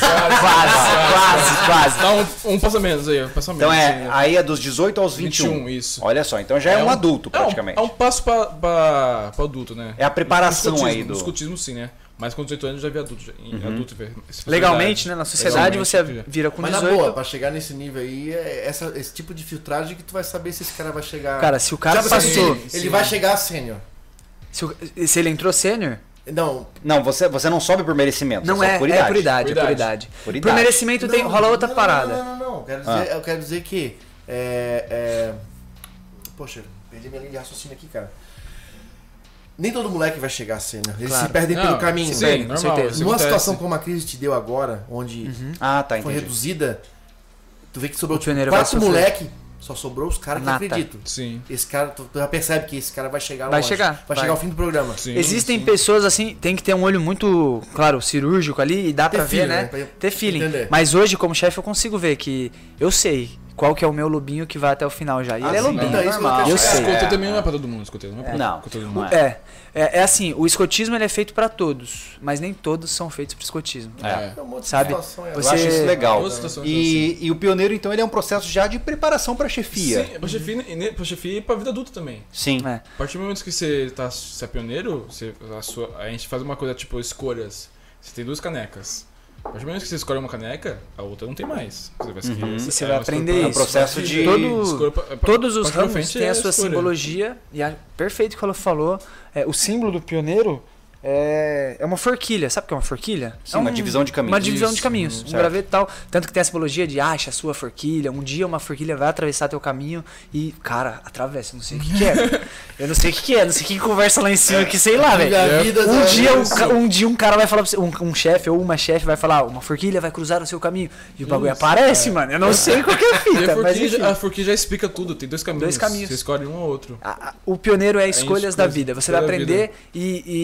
Speaker 4: Dá um passo a menos aí, um passo a menos.
Speaker 1: Então aí é dos 18 aos 21.
Speaker 4: 21, isso.
Speaker 1: Olha só, então já é um adulto praticamente.
Speaker 4: É um passo pra adulto, né?
Speaker 1: É a preparação
Speaker 4: No
Speaker 1: aí do...
Speaker 4: escotismo, sim, né? Mas com 18 anos já vi adulto. Adulto
Speaker 3: Legalmente, né? Na sociedade
Speaker 4: Legalmente,
Speaker 3: você vira com
Speaker 2: Mas
Speaker 3: 18.
Speaker 2: na boa, pra chegar nesse nível aí, esse tipo de filtragem que tu vai saber se esse cara vai chegar...
Speaker 3: Cara, se o cara
Speaker 2: Sabe assim,
Speaker 3: passou.
Speaker 2: ele vai chegar a sênior.
Speaker 3: Se ele entrou sênior?
Speaker 2: Não,
Speaker 1: você não sobe por merecimento.
Speaker 3: Não
Speaker 1: você sobe
Speaker 3: é,
Speaker 1: por idade.
Speaker 3: é por idade.
Speaker 4: Por
Speaker 3: É por
Speaker 4: idade.
Speaker 3: idade.
Speaker 1: Por idade.
Speaker 3: Por merecimento rola outra parada.
Speaker 2: Não. Eu quero dizer que... Poxa, perdi minha linha de raciocínio aqui, cara. Nem todo moleque vai chegar a sênior. Eles
Speaker 3: Claro.
Speaker 2: se perdem pelo caminho.
Speaker 4: Sim,
Speaker 2: velho.
Speaker 4: normal.
Speaker 3: certeza.
Speaker 4: isso
Speaker 2: Numa
Speaker 4: acontece.
Speaker 2: situação como a crise te deu agora, onde
Speaker 1: Ah, tá,
Speaker 2: foi
Speaker 1: entendi.
Speaker 2: reduzida, tu vê que sobrou
Speaker 3: O pioneiro vai
Speaker 2: 4
Speaker 3: sofrer.
Speaker 2: moleque, só sobrou os caras que
Speaker 3: Nata.
Speaker 2: acreditam.
Speaker 4: Sim.
Speaker 2: Esse cara, tu já percebe que esse cara vai chegar
Speaker 3: Vai
Speaker 2: longe.
Speaker 3: chegar,
Speaker 2: Vai
Speaker 3: vai.
Speaker 2: chegar ao fim do programa.
Speaker 4: Sim,
Speaker 3: Existem
Speaker 4: sim.
Speaker 3: pessoas assim, tem que ter um olho muito, claro, cirúrgico ali e dá
Speaker 2: Ter
Speaker 3: pra ver,
Speaker 2: feeling,
Speaker 3: né?
Speaker 2: né? Pra
Speaker 3: Ter feeling.
Speaker 2: entender.
Speaker 3: Mas hoje, como chefe, eu consigo ver que eu sei qual que é o meu lobinho que vai até o final já. E ele é
Speaker 1: sim,
Speaker 3: lobinho.
Speaker 2: então, isso que eu
Speaker 1: normal.
Speaker 2: quero
Speaker 3: Eu
Speaker 2: chegar.
Speaker 3: sei.
Speaker 4: Escoteiro também não é pra todo mundo. Escoteiro não é pra
Speaker 1: Não.
Speaker 4: todo mundo.
Speaker 1: Não é.
Speaker 3: É assim, o escotismo ele é feito pra todos, mas nem todos são feitos pro escotismo.
Speaker 4: É.
Speaker 2: É um monte de
Speaker 3: Sabe?
Speaker 2: situação,
Speaker 1: Eu
Speaker 3: Você-
Speaker 1: acho isso legal.
Speaker 4: Todas as situações
Speaker 1: E o pioneiro, então, ele é um processo já de preparação pra chefia.
Speaker 4: Sim, pra chefia e pra vida adulta também.
Speaker 1: Sim.
Speaker 3: É.
Speaker 4: A partir do momento que você é pioneiro, a gente faz uma coisa tipo escolhas. Você tem 2 canecas. A partir do momento que você escolhe uma caneca, a outra não tem mais. Você vai seguir.
Speaker 3: Você vai aprender
Speaker 1: É um
Speaker 3: isso.
Speaker 1: processo de...
Speaker 3: Todos os
Speaker 4: Partir pra
Speaker 3: ramos
Speaker 4: frente
Speaker 3: têm
Speaker 4: é
Speaker 3: a sua
Speaker 4: escolha.
Speaker 3: simbologia. E perfeito que ela falou. O símbolo do pioneiro é uma forquilha. Sabe o que é uma forquilha?
Speaker 1: Sim,
Speaker 3: É
Speaker 1: uma divisão de caminhos.
Speaker 3: Uma divisão de
Speaker 4: Isso,
Speaker 3: caminhos. Um
Speaker 1: certo.
Speaker 3: graveto e tal. Tanto que tem a simbologia de acha a sua forquilha. Um dia uma forquilha vai atravessar teu caminho e, cara, atravessa. Eu não sei o que é. Eu não sei o que é. Não sei quem conversa lá em cima que sei lá, velho.
Speaker 2: Minha vida,
Speaker 3: Um dia um cara vai falar pra você, um chefe ou uma chefe vai falar, uma forquilha vai cruzar o seu caminho. E o bagulho aparece, mano. Eu não sei qual que é a
Speaker 4: E
Speaker 3: fita, mas enfim.
Speaker 4: a forquilha já explica tudo, tem 2 caminhos.
Speaker 3: Dois caminhos.
Speaker 4: Você escolhe um ou outro.
Speaker 3: O pioneiro é escolhas da
Speaker 4: escolhas
Speaker 3: vida. Você vai
Speaker 4: da
Speaker 3: aprender e ele fecha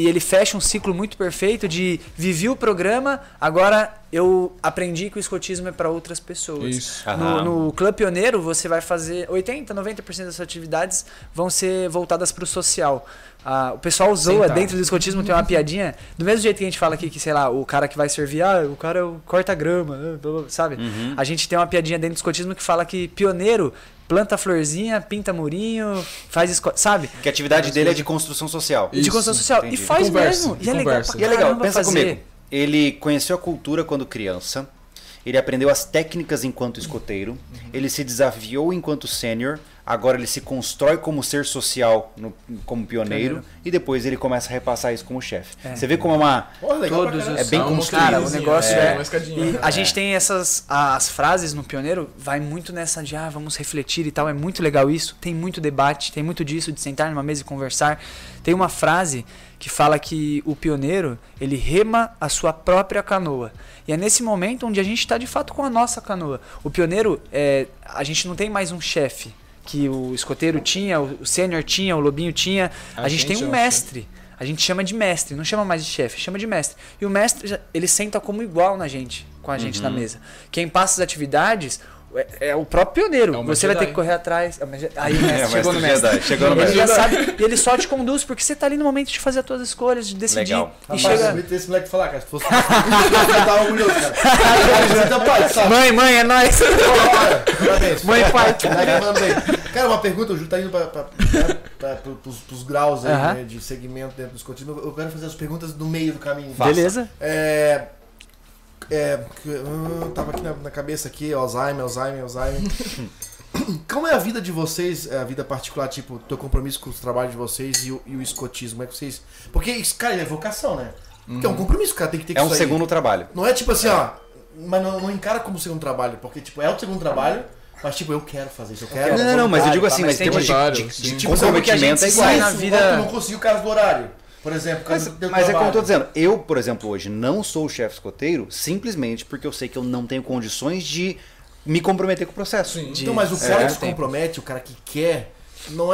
Speaker 3: fecha um ciclo muito perfeito de vivi o programa, agora eu aprendi que o escotismo é para outras pessoas.
Speaker 4: Isso.
Speaker 3: No Clube Pioneiro, você vai fazer 80%, 90% das suas atividades vão ser voltadas para o social. O pessoal zoa dentro do escotismo, tem uma piadinha, do mesmo jeito que a gente fala aqui que, sei lá, o cara que vai servir, o cara corta grama, sabe? A gente tem uma piadinha dentro do escotismo que fala que pioneiro planta florzinha, pinta murinho, faz sabe?
Speaker 1: Que a atividade dele é de construção social.
Speaker 3: De construção social.
Speaker 1: Entendi.
Speaker 3: E faz
Speaker 4: Conversa,
Speaker 3: mesmo.
Speaker 4: e
Speaker 3: E é legal
Speaker 4: conversa.
Speaker 3: pra
Speaker 1: E é legal,
Speaker 3: caramba
Speaker 1: pensa
Speaker 3: fazer.
Speaker 1: comigo. Ele conheceu a cultura quando criança, ele aprendeu as técnicas enquanto escoteiro, ele se desafiou enquanto sênior, agora ele se constrói como ser social como pioneiro e depois ele começa a repassar isso como chefe. Você vê como é uma...
Speaker 2: Legal pra
Speaker 3: Todos
Speaker 2: caralho.
Speaker 1: É bem construído.
Speaker 3: Cara, o negócio
Speaker 4: uma escadinha.
Speaker 3: E a gente tem as frases no Pioneiro, vai muito nessa de vamos refletir e tal, é muito legal isso. Tem muito debate, tem muito disso, de sentar numa mesa e conversar. Tem uma frase que fala que o pioneiro, ele rema a sua própria canoa. E é nesse momento onde a gente está de fato com a nossa canoa. O pioneiro, a gente não tem mais um chefe, que o escoteiro tinha, o sênior tinha, o lobinho tinha. A gente tem um mestre. A gente chama de mestre, não chama mais de chefe, chama de mestre. E o mestre, ele senta como igual com a gente na mesa. Quem passa as atividades é o próprio pioneiro. Você vai ter que correr atrás. Aí o mestre chegou no mestre.
Speaker 1: Chegou no
Speaker 3: Ele
Speaker 1: mestre.
Speaker 3: já sabe, e ele só te conduz, porque você tá ali no momento de fazer as suas escolhas, de decidir.
Speaker 1: Legal.
Speaker 3: E
Speaker 2: Rapaz,
Speaker 3: chega...
Speaker 2: esse moleque falar, cara, se fosse eu tava orgulhoso, cara. Então, pai, sabe?
Speaker 3: Mãe, é nóis.
Speaker 2: Parabéns.
Speaker 3: Mãe e pai.
Speaker 2: Moleque manda bem. Cara, uma pergunta, o Ju tá indo pros graus aí, né, de segmento dentro do escotismo. Eu quero fazer as perguntas no meio do caminho.
Speaker 3: Beleza.
Speaker 2: Tava aqui na cabeça aqui, Alzheimer. Como é a vida de vocês, a vida particular, tipo, teu compromisso com o trabalho de vocês e o escotismo? Como é que vocês... Porque isso, cara, é vocação, né? Porque é um compromisso, cara, tem que ter que
Speaker 1: É um segundo trabalho.
Speaker 2: Não é tipo assim, mas não encara como segundo trabalho, porque tipo, é o segundo trabalho, mas tipo, eu quero fazer isso, eu quero...
Speaker 1: Não, mas eu digo assim,
Speaker 3: mas
Speaker 1: mas tem
Speaker 4: voluntário,
Speaker 1: de
Speaker 4: sim.
Speaker 2: tipo,
Speaker 1: comprometimento é igual.
Speaker 3: sai na vida-
Speaker 2: Tu não conseguiu o caso do horário, por exemplo.
Speaker 1: Mas é como eu tô dizendo, eu, por exemplo, hoje não sou o chefe escoteiro simplesmente porque eu sei que eu não tenho condições de me comprometer com o processo.
Speaker 4: Sim.
Speaker 2: Então, mas o cara que se
Speaker 3: tempo.
Speaker 2: compromete, o cara que quer, não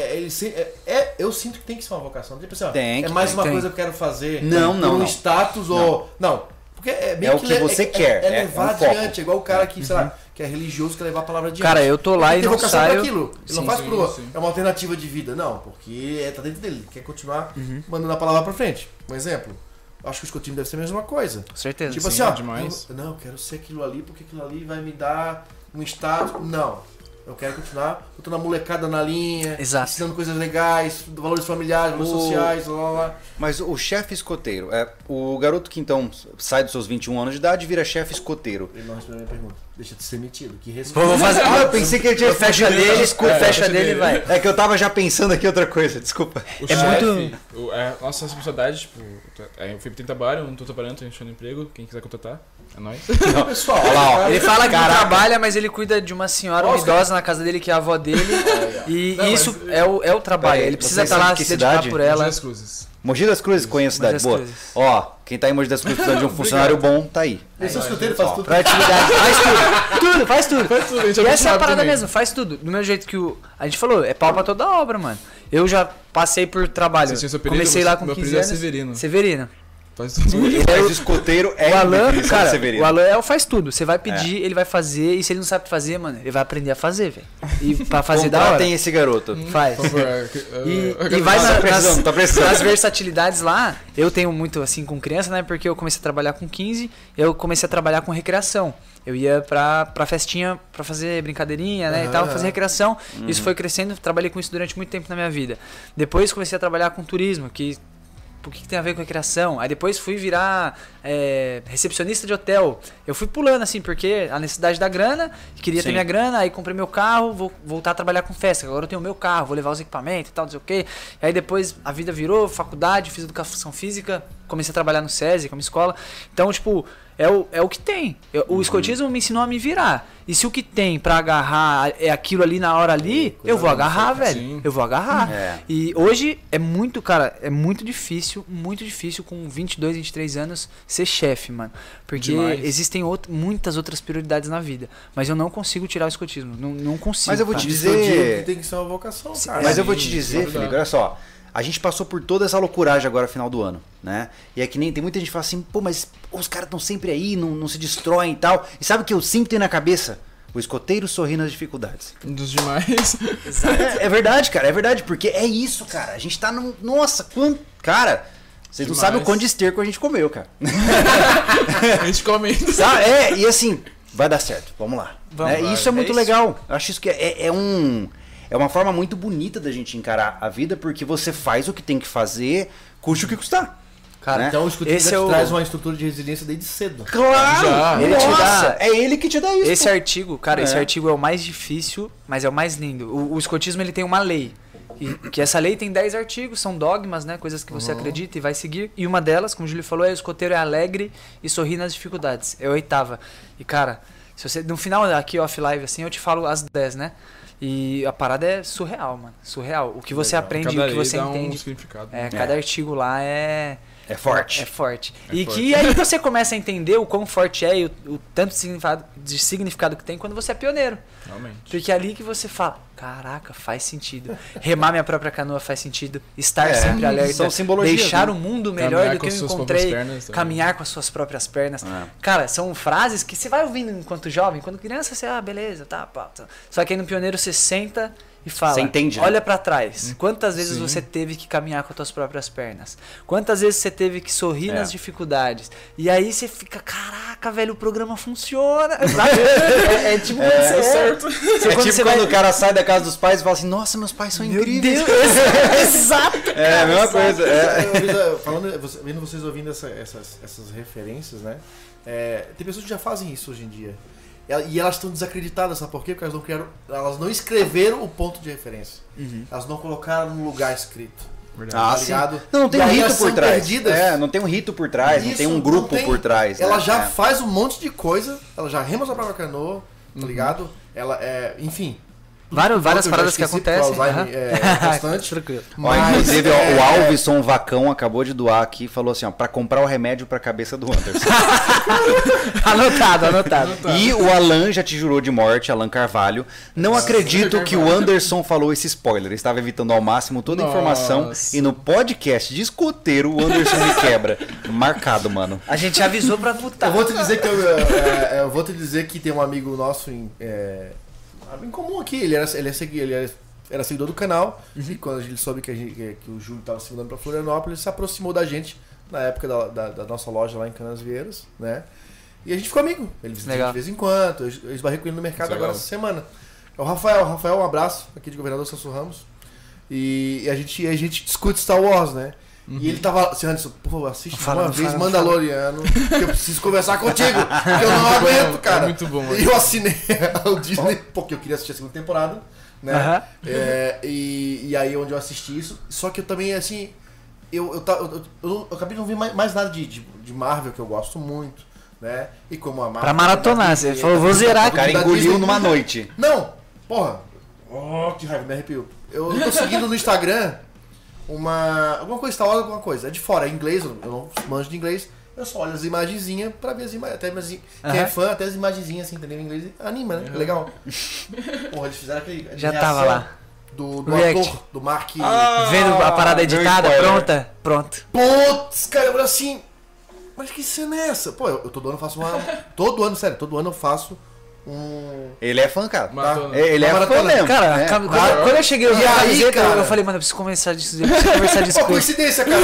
Speaker 2: eu sinto que tem que ser uma vocação. Tipo assim,
Speaker 1: Tem
Speaker 2: é
Speaker 1: que-
Speaker 2: mais uma
Speaker 3: tem.
Speaker 2: coisa que eu quero fazer
Speaker 1: Não,
Speaker 2: por um
Speaker 1: não.
Speaker 2: status ou... Não, porque é bem
Speaker 1: É o que você quer,
Speaker 2: É levar
Speaker 1: é um foco.
Speaker 2: adiante, é igual o cara que, sei lá, que é religioso, quer levar a palavra adiante.
Speaker 3: Cara, eu tô lá
Speaker 2: Ele
Speaker 3: e
Speaker 2: tem
Speaker 3: não
Speaker 2: vocação
Speaker 3: saio...
Speaker 2: pra aquilo. Ele não
Speaker 4: Sim,
Speaker 2: faz
Speaker 4: sim, sim.
Speaker 2: é uma alternativa de vida. Não, porque tá dentro dele. Ele quer continuar mandando a palavra pra frente. Um exemplo. Acho que o escotismo deve ser a mesma coisa.
Speaker 3: Com certeza.
Speaker 2: Tipo
Speaker 4: Sim,
Speaker 2: assim,
Speaker 4: demais.
Speaker 2: eu quero ser aquilo ali porque aquilo ali vai me dar um status. Não. Eu quero continuar botando a molecada na linha,
Speaker 3: Exato.
Speaker 2: ensinando coisas legais, valores familiares, valores sociais, blá blá blá.
Speaker 1: Mas o chefe escoteiro, o garoto que então sai dos seus 21 anos de idade e vira chefe escoteiro.
Speaker 2: Ele não respondeu a minha pergunta. Deixa de ser metido. Que respeito.
Speaker 3: Vou fazer...
Speaker 1: Eu pensei que ele tinha
Speaker 3: Fecha dele, fecha dele e vai.
Speaker 1: É que eu tava já pensando aqui outra coisa, desculpa.
Speaker 4: O
Speaker 3: É
Speaker 4: chefe,
Speaker 3: muito-
Speaker 4: nossa responsabilidade, tipo, eu fui pro trabalho, não tô trabalhando, tô enchendo emprego, quem quiser contratar, é nóis.
Speaker 2: Pessoal,
Speaker 1: Olha lá, ó.
Speaker 3: Ele fala que não trabalha, mas ele cuida de uma senhora, uma
Speaker 2: Nossa,
Speaker 3: idosa na casa dele, que é a avó dele. E
Speaker 2: Não,
Speaker 3: isso
Speaker 2: mas-
Speaker 3: é o trabalho.
Speaker 1: Peraí,
Speaker 3: Ele precisa
Speaker 1: vocês
Speaker 3: estar lá,
Speaker 1: sabem que
Speaker 3: se dedicar
Speaker 1: cidade?
Speaker 3: por
Speaker 4: Mogi
Speaker 3: ela.
Speaker 4: das Cruzes.
Speaker 1: Mogi das Cruzes, conheço cidade
Speaker 3: das
Speaker 1: boa.
Speaker 3: Cruzes.
Speaker 1: Ó, quem tá em Mogi das Cruzes precisando de um funcionário bom, tá aí.
Speaker 2: esse é o escoteiro, faz tudo.
Speaker 3: Pra atividade, faz tudo. Faz tudo.
Speaker 4: Faz tudo, a gente
Speaker 3: E
Speaker 4: é
Speaker 3: essa é a
Speaker 4: muito
Speaker 3: parada
Speaker 4: rápido
Speaker 3: mesmo, faz tudo. Do mesmo jeito que a gente falou, é pau pra toda obra, mano. Eu já passei por trabalho.
Speaker 4: Você tinha seu apelido?
Speaker 3: Comecei lá com
Speaker 4: Meu
Speaker 3: 15
Speaker 4: apelido é
Speaker 3: anos.
Speaker 4: Severino.
Speaker 3: Severino.
Speaker 4: Faz tudo.
Speaker 1: Mas o escoteiro é
Speaker 3: O Alan,
Speaker 1: definição
Speaker 3: cara,
Speaker 1: de Severino.
Speaker 3: o Alan faz tudo. Você vai pedir, ele vai fazer. E se ele não sabe fazer, mano, ele vai aprender a fazer, velho. E pra fazer da hora.
Speaker 1: Contratem esse garoto.
Speaker 3: Faz.
Speaker 4: Por favor,
Speaker 3: E vai
Speaker 1: Tá precisando, tá precisando.
Speaker 3: nas versatilidades lá, eu tenho muito assim com criança, né? Porque eu comecei a trabalhar com 15, eu comecei a trabalhar com recreação. Eu ia pra festinha pra fazer brincadeirinha, né? E tal, fazer recreação. Isso foi crescendo, trabalhei com isso durante muito tempo na minha vida. Depois comecei a trabalhar com turismo, que o que tem a ver com recreação? Aí depois fui virar recepcionista de hotel. Eu fui pulando assim, porque a necessidade da grana, queria ter
Speaker 1: Sim.
Speaker 3: minha grana, aí comprei meu carro, vou voltar a trabalhar com festa. Agora eu tenho o meu carro, vou levar os equipamentos e tal, não sei o quê. E aí depois a vida virou, faculdade, fiz educação física, comecei a trabalhar no SESI, como escola. Então, tipo, é o que tem. O escotismo me ensinou a me virar. E se o que tem pra agarrar é aquilo ali na hora ali, eu vou agarrar, velho.
Speaker 4: Sim.
Speaker 3: Eu vou agarrar.
Speaker 1: É.
Speaker 3: E hoje é muito, cara, é muito difícil com 22, 23 anos ser chefe, mano. Porque
Speaker 4: Demais.
Speaker 3: existem muitas outras prioridades na vida. Mas eu não consigo tirar o escotismo. Não consigo.
Speaker 1: Mas eu vou te
Speaker 3: cara.
Speaker 1: dizer-
Speaker 2: Tem que ser uma vocação, cara.
Speaker 1: Mas eu vou te
Speaker 4: Sim,
Speaker 1: dizer,
Speaker 4: é verdade.
Speaker 1: Felipe, olha só. A gente passou por toda essa loucuragem agora no final do ano, né? E é que nem tem muita gente que fala assim, pô, mas os caras estão sempre aí, não se destroem e tal. E sabe o que eu sempre tenho na cabeça? O escoteiro sorri nas dificuldades.
Speaker 4: Um dos demais.
Speaker 1: É verdade, cara, é verdade, porque é isso, cara. A gente tá num... Nossa, quanto... Cara, vocês não sabem o quanto de esterco a gente comeu, cara.
Speaker 4: A gente come.
Speaker 1: E assim, vai dar certo, vamos lá. Isso é muito legal. Eu acho isso que é uma forma muito bonita da gente encarar a vida, porque você faz o que tem que fazer, custe o que custar.
Speaker 2: Cara,
Speaker 1: né?
Speaker 2: então o escoteiro traz uma estrutura de resiliência desde cedo.
Speaker 1: Claro!
Speaker 3: Ele te dá,
Speaker 1: é ele que te dá isso.
Speaker 3: Esse artigo, cara, esse artigo é o mais difícil, mas é o mais lindo. O escotismo, ele tem uma lei. Que essa lei tem 10 artigos, são dogmas, né? Coisas que você acredita e vai seguir. E uma delas, como o Júlio falou, é o escoteiro é alegre e sorri nas dificuldades. É a 8ª. E, cara, se você, no final aqui, off-live, assim, eu te falo as 10, né? E a parada é surreal, mano. Surreal. O que você aprende e o que você entende. Cada artigo lá é forte. É forte. Que aí você começa a entender o quão forte é e o tanto de significado que tem quando você é pioneiro.
Speaker 4: Realmente.
Speaker 3: Porque é ali que você fala, caraca, faz sentido. Remar minha própria canoa faz sentido. Estar sempre alerta.
Speaker 1: São simbologias,
Speaker 3: deixar
Speaker 1: né?
Speaker 3: o mundo melhor
Speaker 4: Caminhar
Speaker 3: do que eu encontrei. Caminhar com as suas próprias pernas. Cara, são frases que você vai ouvindo enquanto jovem. Quando criança, você, beleza, tá. Só que aí no pioneiro você senta e fala,
Speaker 1: você entende, né?
Speaker 3: Olha pra trás. Quantas vezes você teve que caminhar com as suas próprias pernas? Quantas vezes você teve que sorrir nas dificuldades? E aí você fica, caraca, velho, o programa funciona. Tipo certo.
Speaker 1: Quando o cara sai da casa dos pais e fala assim, nossa, meus pais são incríveis.
Speaker 3: Exato.
Speaker 1: É a mesma coisa.
Speaker 2: Vendo vocês ouvindo essas referências, né? Tem pessoas que já fazem isso hoje em dia. E elas estão desacreditadas, sabe por quê? Porque elas não escreveram o ponto de referência. Elas não colocaram no lugar escrito.
Speaker 1: Tá ligado? Não tem um rito por trás. Não tem um rito por trás, não tem um grupo por trás.
Speaker 2: Ela já faz um monte de coisa, ela já rema sua própria canoa, tá ligado? Ela enfim.
Speaker 3: Várias paradas que acontecem.
Speaker 2: Bastante.
Speaker 1: Inclusive, o Alvison Vacão acabou de doar aqui e falou assim, pra comprar o remédio pra cabeça do Anderson.
Speaker 3: Anotado.
Speaker 1: E o Alan já te jurou de morte, Alan Carvalho. Não acredito que o Anderson falou esse spoiler. Ele estava evitando ao máximo toda a informação. E no podcast de escoteiro, o Anderson me quebra. Marcado, mano.
Speaker 3: A gente avisou pra votar.
Speaker 2: Eu vou te dizer que tem um amigo nosso em comum aqui, ele era seguidor do canal, e quando ele soube que o Júlio estava se mudando para Florianópolis, ele se aproximou da gente na época da nossa loja lá em Canasvieiras, né? E a gente ficou amigo, ele visitava de vez em quando, eu esbarrei com ele no mercado agora essa semana. É o Rafael, um abraço, aqui de Governador Celso Ramos, e a gente discute Star Wars, né? E ele tava assim, Anderson, por favor, assiste uma vez Mandaloriano, que eu preciso conversar contigo, que eu não aguento, cara.
Speaker 4: É muito bom.
Speaker 2: E eu assinei o Disney, porque eu queria assistir a segunda temporada, né? E aí onde eu assisti isso, só que eu também, assim, eu acabei de não ver mais nada de Marvel, que eu gosto muito, né? E como a Marvel...
Speaker 3: Pra maratonar, você falou, vou zerar.
Speaker 1: O cara engoliu numa noite.
Speaker 2: Não, porra, que raiva, me arrepio. Eu tô seguindo no Instagram... alguma coisa Star Wars, alguma coisa. É de fora, é inglês, eu não manjo de inglês. Eu só olho as imagenzinhas pra ver as imagens. Quem é fã, até as imagenzinhas assim, entendeu? Em inglês anima, né? Legal. Porra, eles fizeram aquele.
Speaker 3: Já tava lá.
Speaker 2: Do ator, do Mark.
Speaker 3: Vendo a parada editada, pronto.
Speaker 2: Putz, cara, eu assim. Mas que cena é essa? Pô, eu todo ano faço todo ano eu faço
Speaker 1: Ele é fã, cara.
Speaker 2: Ele é fã mesmo.
Speaker 3: Cara, quando eu cheguei a camiseta, eu falei, mano, eu preciso conversar disso.
Speaker 2: Pô, coincidência, cara.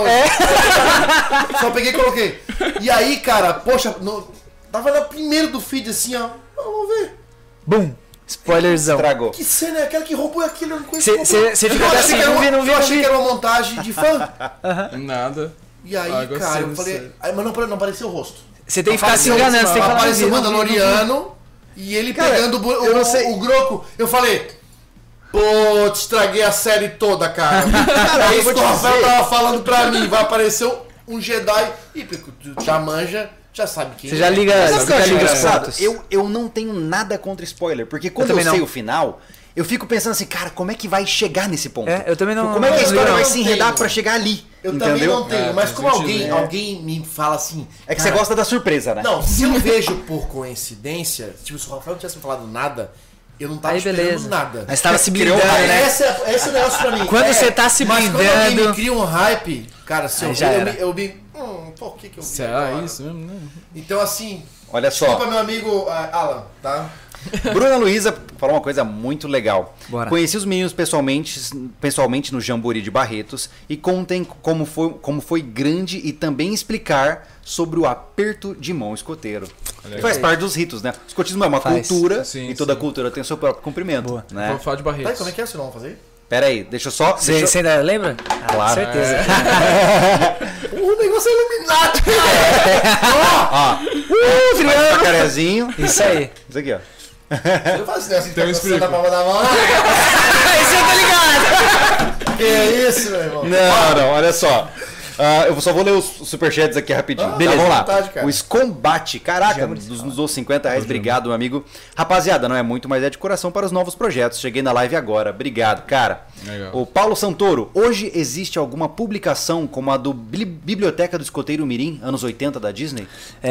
Speaker 2: Só peguei e coloquei. E aí, cara, poxa, tava no primeiro do feed assim, ó. Vamos ver.
Speaker 3: Bum. Spoilerzão.
Speaker 1: Estragou.
Speaker 2: Que cena é aquela que roubou aquilo? Eu não conheço.
Speaker 3: Você fica até assim, não vi.
Speaker 2: Eu achei que era uma montagem de fã.
Speaker 4: Nada.
Speaker 2: E aí, cara, eu falei... Mas não apareceu o rosto.
Speaker 3: Você tem que ficar se enganando, você tem que falar.
Speaker 2: Apareceu o Mandaloriano e ele pegando o Groco. Eu falei... Pô, te estraguei a série toda, cara. É isso que o Rafael tava falando pra mim. Vai aparecer um Jedi e tu já manja... Já sabe quem
Speaker 3: Você já liga os fatos.
Speaker 1: Eu não tenho nada contra spoiler, porque quando eu sei o final, eu fico pensando assim, cara, como é que vai chegar nesse ponto?
Speaker 3: Eu também não.
Speaker 1: Como é que a história vai se enredar pra chegar ali?
Speaker 2: Eu
Speaker 1: entendeu?
Speaker 2: também não tenho, mas como alguém me fala assim...
Speaker 1: É que você gosta da surpresa, né?
Speaker 2: Não, se eu vejo por coincidência, tipo, se o Rafael não tivesse me falado nada, eu não tava
Speaker 3: Aí,
Speaker 2: esperando
Speaker 3: beleza.
Speaker 2: nada.
Speaker 3: Mas tava se blindando,
Speaker 2: Aí,
Speaker 3: né?
Speaker 2: esse é o negócio pra mim.
Speaker 3: Quando você tá se
Speaker 2: Mas quando alguém
Speaker 3: blindando-
Speaker 2: me cria um hype, cara, se
Speaker 3: Aí
Speaker 2: eu
Speaker 3: já
Speaker 2: ver,
Speaker 3: era.
Speaker 2: eu vi, por que eu vi
Speaker 4: Será
Speaker 2: agora?
Speaker 4: isso mesmo? Não.
Speaker 2: Então, assim,
Speaker 1: Olha só.
Speaker 2: desculpa meu amigo Alan, tá?
Speaker 1: Bruna Luiza falou uma coisa muito legal.
Speaker 3: Bora.
Speaker 1: Conheci os meninos pessoalmente no Jamboree de Barretos e contem como foi grande e também explicar sobre o aperto de mão escoteiro. Que faz parte dos ritos, né? O escotismo é uma
Speaker 3: Faz.
Speaker 1: cultura
Speaker 4: Sim,
Speaker 1: e toda
Speaker 4: sim.
Speaker 1: cultura tem o seu próprio cumprimento.
Speaker 3: Boa.
Speaker 1: Né?
Speaker 4: Vamos falar de
Speaker 2: Tá,
Speaker 4: Barretos.
Speaker 2: como é que é? Vocês não vão fazer?
Speaker 1: Pera aí, deixa eu só...
Speaker 3: Você ainda lembra? Ah,
Speaker 1: Claro.
Speaker 3: certeza.
Speaker 2: O negócio é iluminado,
Speaker 1: Faz o jacarezinho.
Speaker 3: Isso aí.
Speaker 1: Isso aqui, ó.
Speaker 2: Eu faço assim, assim,
Speaker 4: Então
Speaker 2: tá
Speaker 4: explica.
Speaker 2: coçando a palma da mão.
Speaker 3: Isso eu tô ligado!
Speaker 2: Que é isso, meu irmão?
Speaker 1: Não, olha só. Eu só vou ler os superchats aqui rapidinho. Tá,
Speaker 2: Beleza,
Speaker 1: vamos lá.
Speaker 2: vontade, cara.
Speaker 1: O Scombate, caraca, nos dou 50 reais, obrigado, meu amigo. Rapaziada, não é muito, mas é de coração para os novos projetos. Cheguei na live agora, obrigado, cara.
Speaker 4: Legal.
Speaker 1: O Paulo Santoro, hoje existe alguma publicação como a do Biblioteca do Escoteiro Mirim, anos 80 da Disney?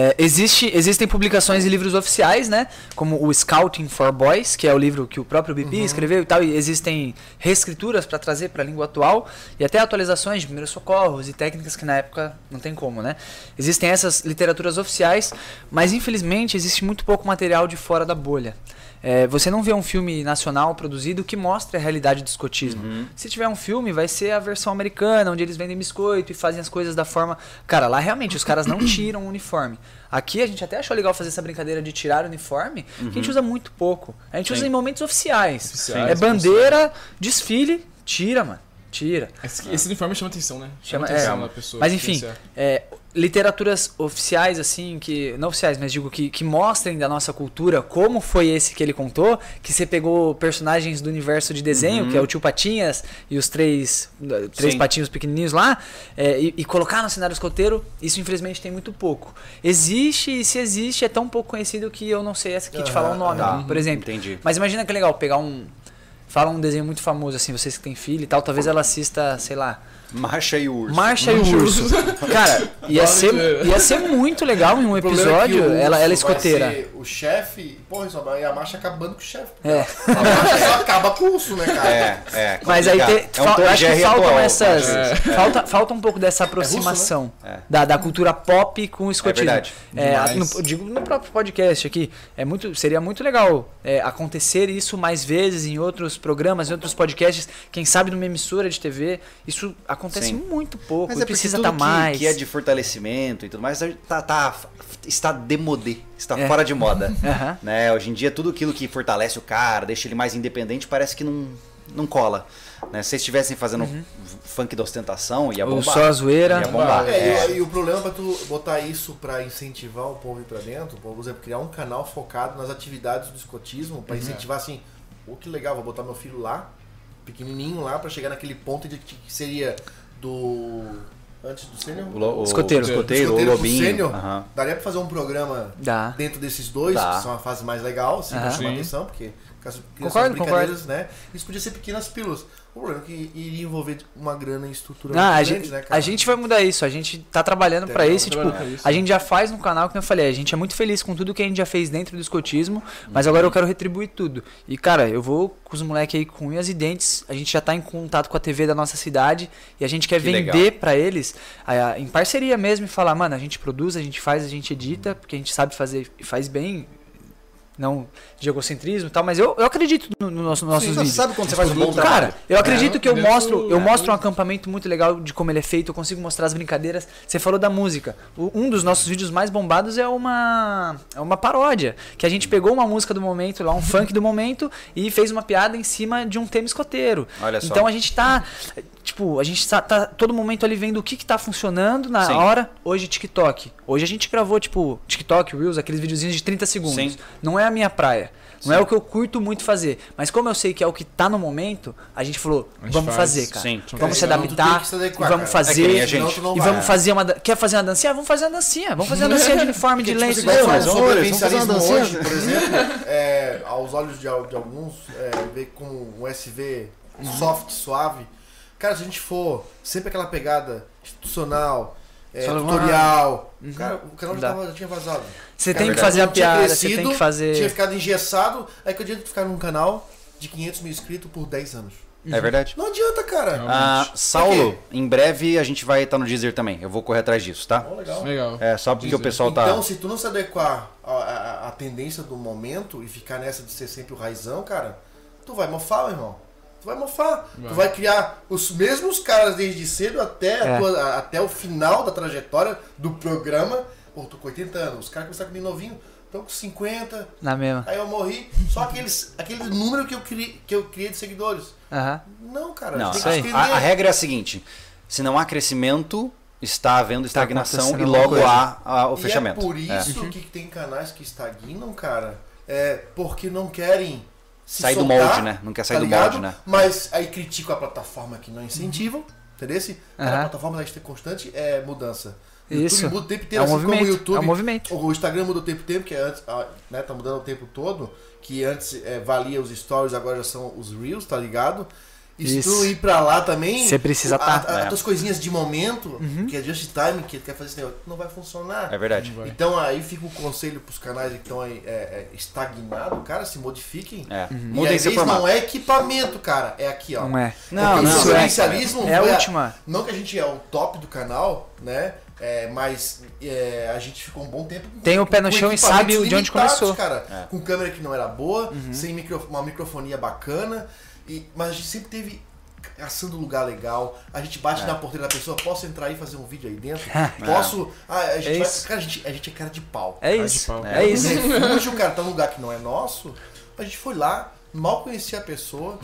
Speaker 3: Existem publicações e livros oficiais, né? Como o Scouting for Boys, que é o livro que o próprio BP escreveu e tal. E existem reescrituras para trazer para a língua atual e até atualizações de primeiros socorros e técnicas que na época não tem como, né? Existem essas literaturas oficiais, mas infelizmente existe muito pouco material de fora da bolha. Você não vê um filme nacional produzido que mostre a realidade do escotismo. Se tiver um filme, vai ser a versão americana, onde eles vendem biscoito e fazem as coisas da forma... Cara, lá realmente os caras não tiram o uniforme. Aqui a gente até achou legal fazer essa brincadeira de tirar o uniforme, que a gente usa muito pouco. A gente usa em momentos oficiais.
Speaker 4: Oficiais,
Speaker 3: Bandeira, desfile, tira, mano. Tira.
Speaker 4: Esse uniforme chama atenção, né?
Speaker 3: Chama-
Speaker 4: atenção na pessoa.
Speaker 3: Mas enfim,
Speaker 4: diferenciar.
Speaker 3: literaturas oficiais, assim, que. Não oficiais, mas digo que mostrem da nossa cultura como foi esse que ele contou, que você pegou personagens do universo de desenho, que é o tio Patinhas e os três
Speaker 1: Sim.
Speaker 3: patinhos pequenininhos lá, e colocar no cenário escoteiro, isso infelizmente tem muito pouco. Existe, e se existe, é tão pouco conhecido que eu não sei essa aqui te falar o nome,
Speaker 1: tá.
Speaker 3: por exemplo.
Speaker 1: Entendi.
Speaker 3: Mas imagina que legal pegar Fala um desenho muito famoso, assim, vocês que têm filho e tal, talvez ela assista, sei lá,
Speaker 1: Marcha e o Urso.
Speaker 3: Marcha e o Urso. Cara, ia ser muito legal em um
Speaker 2: O problema é que
Speaker 3: episódio,
Speaker 2: o
Speaker 3: ela
Speaker 2: urso
Speaker 3: escoteira.
Speaker 2: vai ser o chefe, porra, isso, e a marcha acabando com o chefe.
Speaker 3: É.
Speaker 2: A marcha só acaba com o urso, né, cara?
Speaker 3: Mas aí
Speaker 1: complicado.
Speaker 3: eu acho que
Speaker 1: Jerry
Speaker 3: faltam
Speaker 1: atual,
Speaker 3: essas.
Speaker 1: né?
Speaker 3: Falta um pouco dessa aproximação
Speaker 1: né?
Speaker 3: da cultura pop com o escotismo.
Speaker 1: verdade.
Speaker 3: Eu digo no próprio podcast aqui. Seria muito legal acontecer isso mais vezes em outros programas, em outros podcasts, quem sabe numa emissora de TV. Isso acontece
Speaker 1: Sim.
Speaker 3: muito pouco.
Speaker 1: Mas
Speaker 3: E
Speaker 1: é
Speaker 3: precisa
Speaker 1: porque
Speaker 3: estar
Speaker 1: tudo
Speaker 3: mais.
Speaker 1: que é de fortalecimento e tudo mais está demodé, está fora de moda.
Speaker 3: Aham.
Speaker 1: Né? Hoje em dia tudo aquilo que fortalece o cara, deixa ele mais independente, parece que não cola. Né? Se vocês estivessem fazendo funk da ostentação, ia bombar.
Speaker 3: Ou só a zoeira.
Speaker 1: Ia bombar.
Speaker 2: E o problema pra tu botar isso pra incentivar o povo ir pra dentro, por exemplo, criar um canal focado nas atividades do escotismo, pra incentivar assim, que legal, vou botar meu filho lá, pequenininho lá, pra chegar naquele ponto de que seria antes do sênior?
Speaker 1: O
Speaker 3: Escoteiro.
Speaker 1: escoteiro, o
Speaker 2: pro
Speaker 1: lobinho.
Speaker 2: sênior,
Speaker 1: Aham.
Speaker 2: daria pra fazer um programa
Speaker 3: Dá.
Speaker 2: dentro desses dois,
Speaker 1: Dá.
Speaker 2: que são a fase mais legal, assim, pra
Speaker 3: Aham.
Speaker 2: chamar
Speaker 4: Sim.
Speaker 2: atenção, porque as
Speaker 3: Concordo,
Speaker 2: brincadeiras, né? Isso podia ser pequenas pílulas. O problema é que iria envolver uma grana em estrutura
Speaker 3: Ah,
Speaker 2: muito grande, né, cara?
Speaker 3: a gente vai mudar isso, a gente tá trabalhando pra isso, tipo,
Speaker 4: trabalhando pra isso.
Speaker 3: a gente já faz no canal, como eu falei, a gente é muito feliz com tudo que a gente já fez dentro do escotismo, mas agora eu quero retribuir tudo. E cara, eu vou com os moleques aí com unhas e dentes, a gente já tá em contato com a TV da nossa cidade e a gente quer
Speaker 1: Que
Speaker 3: vender
Speaker 1: legal.
Speaker 3: pra eles, em parceria mesmo, e falar, mano, a gente produz, a gente faz, a gente edita, porque a gente sabe fazer e faz bem. Não de egocentrismo e tal, mas eu acredito nos nossos
Speaker 1: Sim,
Speaker 3: vídeos.
Speaker 1: você sabe quando você faz um bom trabalho.
Speaker 3: Cara, eu acredito que eu
Speaker 4: dentro-
Speaker 3: mostro um acampamento muito legal de como ele é feito, eu consigo mostrar as brincadeiras. Você falou da música. Um dos nossos vídeos mais bombados é uma paródia, que a gente pegou uma música do momento, lá um funk do momento, e fez uma piada em cima de um tema escoteiro.
Speaker 1: Olha só.
Speaker 3: Então a gente tá tá todo momento ali vendo o que tá funcionando na
Speaker 1: Sim.
Speaker 3: hora. Hoje TikTok. Hoje a gente gravou TikTok, Reels, aqueles videozinhos de 30 segundos.
Speaker 1: Sim.
Speaker 3: Não é a minha praia. Não é o que eu curto muito fazer. Mas como eu sei que é o que tá no momento, a gente falou,
Speaker 4: A gente
Speaker 3: vamos
Speaker 4: faz.
Speaker 3: fazer, cara.
Speaker 1: Sim.
Speaker 3: Vamos se
Speaker 2: Senão tu tem
Speaker 3: adaptar
Speaker 2: que se adequar,
Speaker 3: e vamos
Speaker 2: cara.
Speaker 3: fazer.
Speaker 1: É que nem a gente.
Speaker 2: Senão tu não
Speaker 3: E
Speaker 2: vai.
Speaker 3: vamos fazer quer fazer uma dancinha? Vamos fazer uma dancinha. Vamos fazer uma dancinha de uniforme, de
Speaker 2: Porque,
Speaker 3: lenço.
Speaker 2: tipo, igual
Speaker 1: mas
Speaker 2: fala
Speaker 1: olha,
Speaker 2: sobre
Speaker 1: vamos fazer uma
Speaker 2: vencialismo
Speaker 1: dancinha.
Speaker 2: hoje, por exemplo, aos olhos de alguns, ver com um SV soft, suave. Cara, se a gente for sempre aquela pegada institucional, tutorial. Cara, o canal já tinha vazado.
Speaker 3: Você tem que fazer a piada, você tem que fazer...
Speaker 2: Tinha ficado engessado, aí que adianta ficar num canal de 500 mil inscritos por 10 anos.
Speaker 1: É verdade.
Speaker 2: Não adianta, cara.
Speaker 1: Saulo, em breve a gente vai estar no Deezer também. Eu vou correr atrás disso, tá?
Speaker 4: Legal.
Speaker 1: Só porque
Speaker 4: Deezer.
Speaker 1: o pessoal tá...
Speaker 2: Então, se tu não se adequar à tendência do momento e ficar nessa de ser sempre o raizão, cara, tu vai mofar, meu irmão. Tu vai mofar. Tu vai criar os mesmos caras desde cedo até o final da trajetória do programa. Pô, tô com 80 anos. Os caras começaram comigo novinho. Estão com 50.
Speaker 3: Na mesma.
Speaker 2: Aí eu morri. Só aquele número que eu criei de seguidores. Não, cara.
Speaker 1: Não,
Speaker 2: tem que entender.
Speaker 1: a regra é a seguinte. Se não há crescimento, está havendo estagnação e
Speaker 3: acontecendo
Speaker 1: logo
Speaker 3: alguma
Speaker 1: há o fechamento.
Speaker 2: E é por isso que tem canais que estagnam, cara. Porque não querem
Speaker 1: sair do molde, né? Não quer sair do molde, né?
Speaker 2: Mas aí criticam a plataforma que não incentivam. Entendeu? A plataforma da gente ter constante mudança.
Speaker 3: Isso.
Speaker 2: YouTube muda o tempo inteiro,
Speaker 3: É um
Speaker 2: assim como o YouTube.
Speaker 3: É um movimento.
Speaker 2: O Instagram muda o tempo inteiro, que antes, né, tá mudando o tempo todo, que antes valia os stories, agora já são os reels, tá ligado? E se tu ir pra lá também,
Speaker 3: você precisa
Speaker 2: as tuas coisinhas de momento, que é just time, que tu quer fazer esse negócio, não vai funcionar.
Speaker 1: É verdade.
Speaker 2: Então aí fica o conselho pros canais que estão aí estagnados, cara, se modifiquem. E às vezes não é equipamento, cara, é aqui, ó.
Speaker 3: Não é.
Speaker 2: Não, o essencialismo
Speaker 3: é a última.
Speaker 2: Não que a gente é o top do canal, né? Mas a gente ficou um bom tempo
Speaker 3: tem o pé no chão e sabe de onde começou,
Speaker 2: cara, com câmera que não era boa, sem uma microfonia bacana, mas a gente sempre teve caçando lugar legal. A gente bate na porteira da pessoa, posso entrar aí e fazer um vídeo aí dentro? Posso? A gente é cara de pau.
Speaker 3: É isso.
Speaker 2: É isso. Refúgio, cara, tá num lugar que não é nosso. A gente foi lá, mal conhecia a pessoa.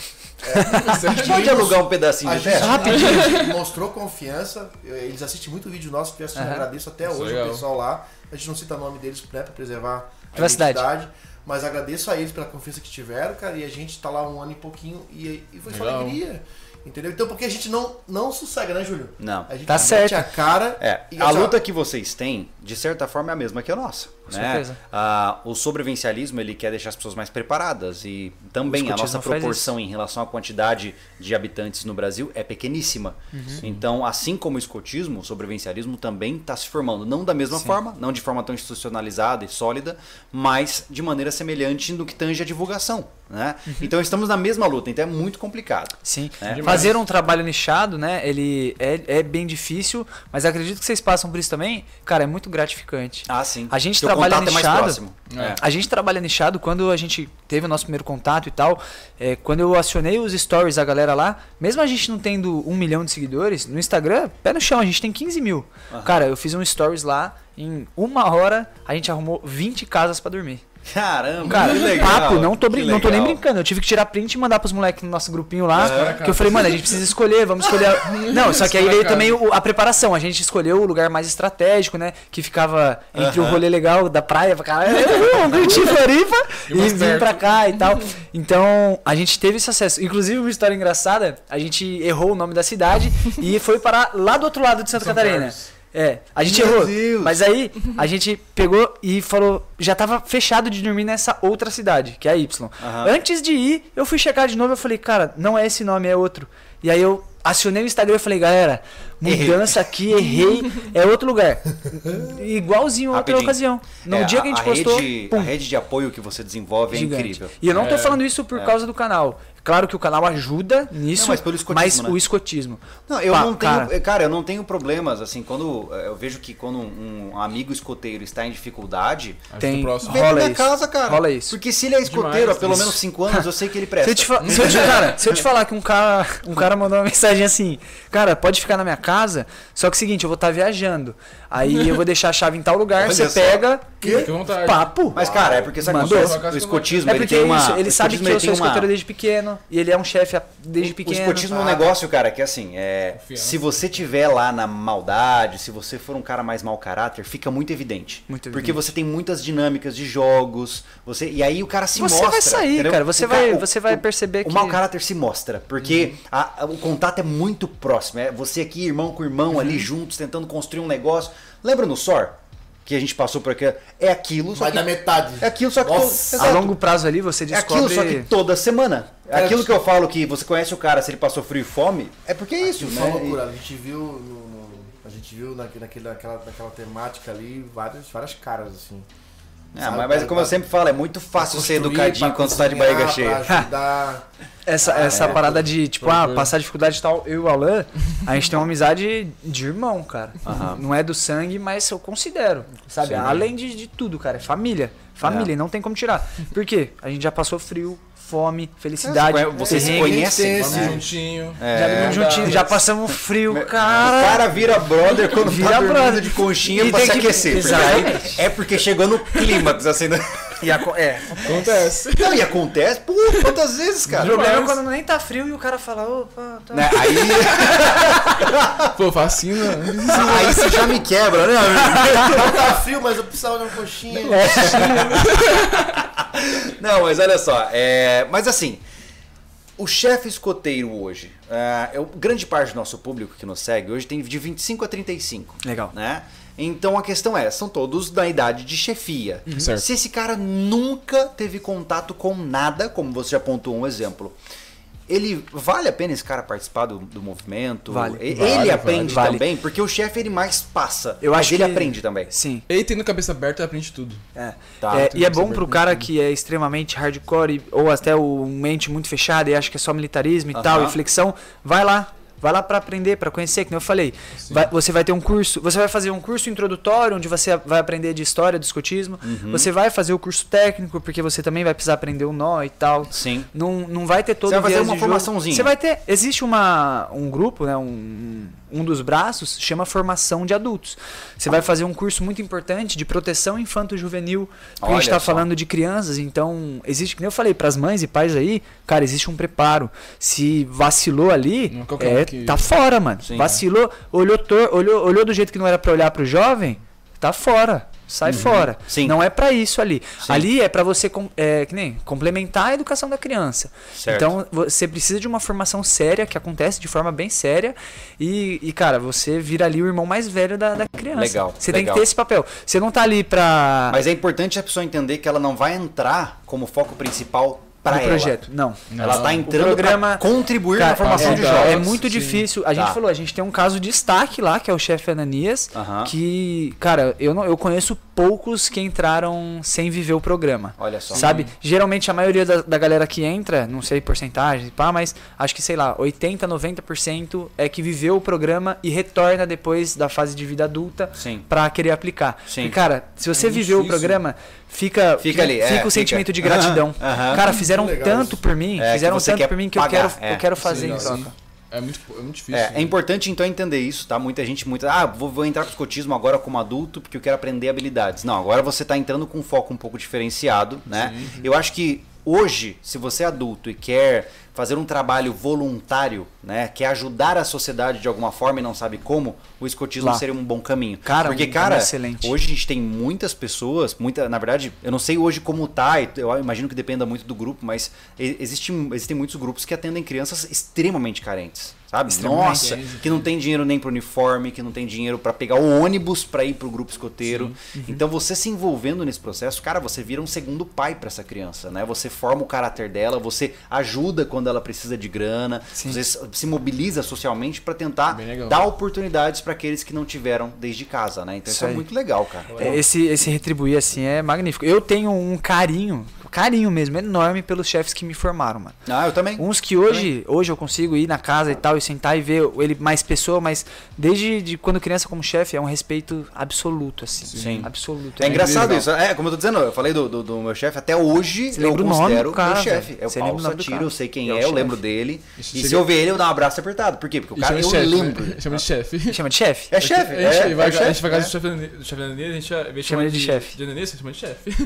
Speaker 1: A gente pode alugar um pedacinho de terra?
Speaker 2: A gente mostrou confiança. Eles assistem muito vídeo nosso, que eu agradeço até hoje o pessoal lá. A gente não cita o nome deles, né, pra preservar a identidade. Mas agradeço a eles pela confiança que tiveram, cara. E a gente tá lá um ano e pouquinho e foi só alegria. Entendeu? Então, porque a gente não sossega, né, Júlio?
Speaker 1: Não.
Speaker 2: A gente
Speaker 3: tá certo.
Speaker 2: a cara.
Speaker 1: A luta que vocês têm, de certa forma, é a mesma que a nossa.
Speaker 3: Com certeza.
Speaker 1: O sobrevivencialismo, ele quer deixar as pessoas mais preparadas. E também a nossa proporção em relação à quantidade de habitantes no Brasil é pequeníssima. Então, assim como o escotismo, o sobrevivencialismo também está se formando. Não da mesma forma, não de forma tão institucionalizada e sólida, mas de maneira semelhante no que tange a divulgação. Né? Então, estamos na mesma luta. Então, é muito complicado.
Speaker 3: Sim. Fazer um trabalho nichado, né? Ele é bem difícil, mas acredito que vocês passam por isso também. Cara, é muito gratificante.
Speaker 1: Sim.
Speaker 3: A gente trabalha nichado.
Speaker 1: É.
Speaker 3: A gente trabalha nichado quando a gente teve o nosso primeiro contato e tal. Quando eu acionei os stories da galera lá, mesmo a gente não tendo 1 milhão de seguidores, no Instagram, pé no chão, a gente tem 15 mil. Cara, eu fiz um stories lá, em 1 hora a gente arrumou 20 casas pra dormir.
Speaker 1: Caramba,
Speaker 3: cara,
Speaker 1: que legal,
Speaker 3: papo, não tô nem brincando. Eu tive que tirar print e mandar pros moleques no nosso grupinho lá. Que eu falei, mano, a gente precisa escolher, vamos escolher. Não, só que aí veio também a preparação. A gente escolheu o lugar mais estratégico, né? Que ficava entre o rolê legal da praia pra caralho. Eu curti Floripa e vim pra cá e tal. Então, a gente teve esse acesso. Inclusive, uma história engraçada, a gente errou o nome da cidade e foi parar lá do outro lado de Santa Catarina. A gente errou, mas aí a gente pegou e falou, já tava fechado de dormir nessa outra cidade, que é a Y. Antes de ir, eu fui checar de novo, eu falei, cara, não é esse nome, é outro. E aí eu acionei o Instagram e falei, galera, mudança aqui, errei, é outro lugar. Igualzinho outra ocasião. No dia que a gente postou,
Speaker 1: a rede de apoio que você desenvolve
Speaker 3: gigante.
Speaker 1: É incrível.
Speaker 3: E eu não tô falando isso por causa do canal. Claro que o canal ajuda nisso,
Speaker 1: mas pelo escotismo,
Speaker 3: o escotismo.
Speaker 1: Não, eu não tenho, cara, eu não tenho problemas assim, quando eu vejo que quando um amigo escoteiro está em dificuldade,
Speaker 3: vem
Speaker 1: na minha casa, cara.
Speaker 3: Rola isso.
Speaker 1: Porque se ele é escoteiro há pelo menos 5 anos, eu sei que ele presta.
Speaker 3: Se eu te falar que um cara mandou uma mensagem assim, cara, pode ficar na minha casa, só que é o seguinte, eu vou estar viajando. Aí eu vou deixar a chave em tal lugar, você pega papo.
Speaker 1: Mas, cara, é porque sabe o escotismo,
Speaker 3: ele tem uma... Ele sabe que eu sou escoteiro desde pequeno, e ele é um chefe desde pequeno.
Speaker 1: O escotismo é um negócio, cara, que assim, se você tiver lá na maldade, se você for um cara mais mau caráter, fica muito evidente. Porque você tem muitas dinâmicas de jogos, e aí o cara se mostra.
Speaker 3: Você vai sair, entendeu? Cara, você vai perceber que...
Speaker 1: O mau caráter se mostra, porque o contato é muito próximo. É você aqui, irmão com irmão, ali juntos, tentando construir um negócio. Lembra no SOR? Que a gente passou por aqui, é aquilo, só
Speaker 2: vai
Speaker 1: que...
Speaker 2: da metade.
Speaker 1: É aquilo, só que...
Speaker 3: A longo prazo ali você descobre...
Speaker 1: É aquilo, só que toda semana. É aquilo que eu falo que você conhece o cara, se ele passou frio e fome, é porque é isso,
Speaker 2: né? Loucura. A gente viu gente viu naquela temática ali várias caras, assim.
Speaker 1: Mas como eu sempre falo, é muito fácil ser educadinho quando você tá de barriga cheia.
Speaker 3: Essa parada de, tipo, passar dificuldade e tal, eu e o Alan, a gente tem uma amizade de irmão, cara. Não é do sangue, mas eu considero, sabe? Sim. Além de tudo, cara, é família. Família, não tem como tirar. Por quê? A gente já passou frio, fome, felicidade.
Speaker 1: Vocês se conhecem?
Speaker 4: Juntinho.
Speaker 3: Já vivemos juntinho, já passamos frio, cara.
Speaker 1: O cara vira brother quando
Speaker 3: vira
Speaker 1: tá dormindo
Speaker 3: brother
Speaker 1: de conchinha pra se aquecer.
Speaker 3: Exatamente.
Speaker 1: É porque chegou no clímax, assim, né?
Speaker 4: Acontece.
Speaker 1: Não, e acontece, pô, quantas vezes, cara?
Speaker 3: O problema é quando nem tá frio e o cara fala, opa, tá.
Speaker 1: Né? Aí.
Speaker 4: Pô, fascina.
Speaker 1: Aí você já me quebra, né?
Speaker 2: Não tá frio, mas eu precisava de uma coxinha.
Speaker 1: Não, mas olha só, mas assim, o chefe escoteiro hoje, grande parte do nosso público que nos segue hoje tem de 25 a 35.
Speaker 3: Legal.
Speaker 1: Né? Então a questão são todos da idade de chefia.
Speaker 4: Certo.
Speaker 1: Se esse cara nunca teve contato com nada, como você já apontou um exemplo, vale a pena esse cara participar do movimento?
Speaker 3: Vale.
Speaker 1: Ele aprende também, porque o chefe ele mais passa, mas ele aprende também.
Speaker 3: Sim.
Speaker 4: Ele tendo cabeça aberta, ele aprende tudo.
Speaker 3: E é bom pro cara que é extremamente hardcore ou até o mente muito fechada e acha que é só militarismo e tal, e flexão, vai lá para aprender, para conhecer, que nem eu falei. Você vai ter um curso, você vai fazer um curso introdutório, onde você vai aprender de história do escotismo. Você vai fazer o curso técnico, porque você também vai precisar aprender o nó e tal.
Speaker 1: Sim.
Speaker 3: Não vai ter todo
Speaker 1: o viés de jogo. Você vai fazer uma
Speaker 3: formaçãozinha. Você vai ter. Existe um grupo, né, um dos braços, chama Formação de Adultos. Você vai fazer um curso muito importante de proteção infanto-juvenil, porque a gente está falando de crianças, então existe, que nem eu falei, para as mães e pais aí, cara, existe um preparo. Se vacilou ali, tá fora, mano. Sim, vacilou, olhou do jeito que não era para olhar pro jovem, tá fora. Sai fora.
Speaker 1: Sim.
Speaker 3: Não é para isso ali.
Speaker 1: Sim.
Speaker 3: Ali é para você que nem complementar a educação da criança.
Speaker 1: Certo.
Speaker 3: Então você precisa de uma formação séria, que acontece de forma bem séria. E cara, você vira ali o irmão mais velho da criança.
Speaker 1: Legal.
Speaker 3: Você tem que ter esse papel. Você não tá ali pra.
Speaker 1: Mas é importante a pessoa entender que ela não vai entrar como foco principal para ela.
Speaker 3: Projeto. Não.
Speaker 1: Ela está entrando para contribuir na formação de jovens.
Speaker 3: É muito difícil. A gente falou, a gente tem um caso de destaque lá, que é o chefe Ananias, que, cara, eu conheço poucos que entraram sem viver o programa.
Speaker 1: Olha só.
Speaker 3: Sabe? Geralmente a maioria da galera que entra, não sei porcentagem, mas acho que, sei lá, 80, 90% é que viveu o programa e retorna depois da fase de vida adulta para querer aplicar.
Speaker 1: Sim.
Speaker 3: E, cara, se você viveu o programa, fica o sentimento de gratidão. Cara, fizeram tanto por mim, que eu quero fazer em troca.
Speaker 4: É muito difícil.
Speaker 1: É importante então entender isso, tá? Muita gente, vou entrar pro escotismo agora como adulto porque eu quero aprender habilidades. Não, agora você tá entrando com um foco um pouco diferenciado, né?
Speaker 4: Sim.
Speaker 1: Eu acho que hoje, se você é adulto e quer fazer um trabalho voluntário, né, quer ajudar a sociedade de alguma forma e não sabe como, o escotismo seria um bom caminho. Porque,
Speaker 3: excelente.
Speaker 1: Hoje a gente tem muitas pessoas, na verdade, eu não sei hoje como tá, eu imagino que dependa muito do grupo, mas existem muitos grupos que atendem crianças extremamente carentes. Sabe? Nossa, que não tem dinheiro nem para uniforme, que não tem dinheiro para pegar o ônibus para ir pro grupo escoteiro. Então você se envolvendo nesse processo, cara, você vira um segundo pai para essa criança, né? Você forma o caráter dela, você ajuda quando ela precisa de grana, você se mobiliza socialmente para tentar dar oportunidades para aqueles que não tiveram desde casa, né? Então isso é muito legal, cara.
Speaker 3: Esse retribuir assim é magnífico. Eu tenho um carinho mesmo, enorme pelos chefes que me formaram, mano.
Speaker 1: Eu também.
Speaker 3: Uns que hoje eu consigo ir na casa e tal, e sentar e ver ele mais pessoa, mas desde quando criança como chefe, é um respeito absoluto, assim.
Speaker 1: Sim.
Speaker 3: Absoluto.
Speaker 1: É engraçado isso. Como eu tô dizendo, eu falei do meu chefe, até hoje eu considero o meu chefe. É o Paulo Satiro, eu sei quem eu lembro dele. E se eu ver ele, eu dou um abraço apertado. Por quê? Porque o cara, eu lembro.
Speaker 4: Chama de chefe.
Speaker 3: Chama de chefe?
Speaker 1: É chefe.
Speaker 4: A gente vai casa do chefe Ananias, a gente vai
Speaker 3: chama ele de chefe.
Speaker 4: De Ananias, chama de chefe.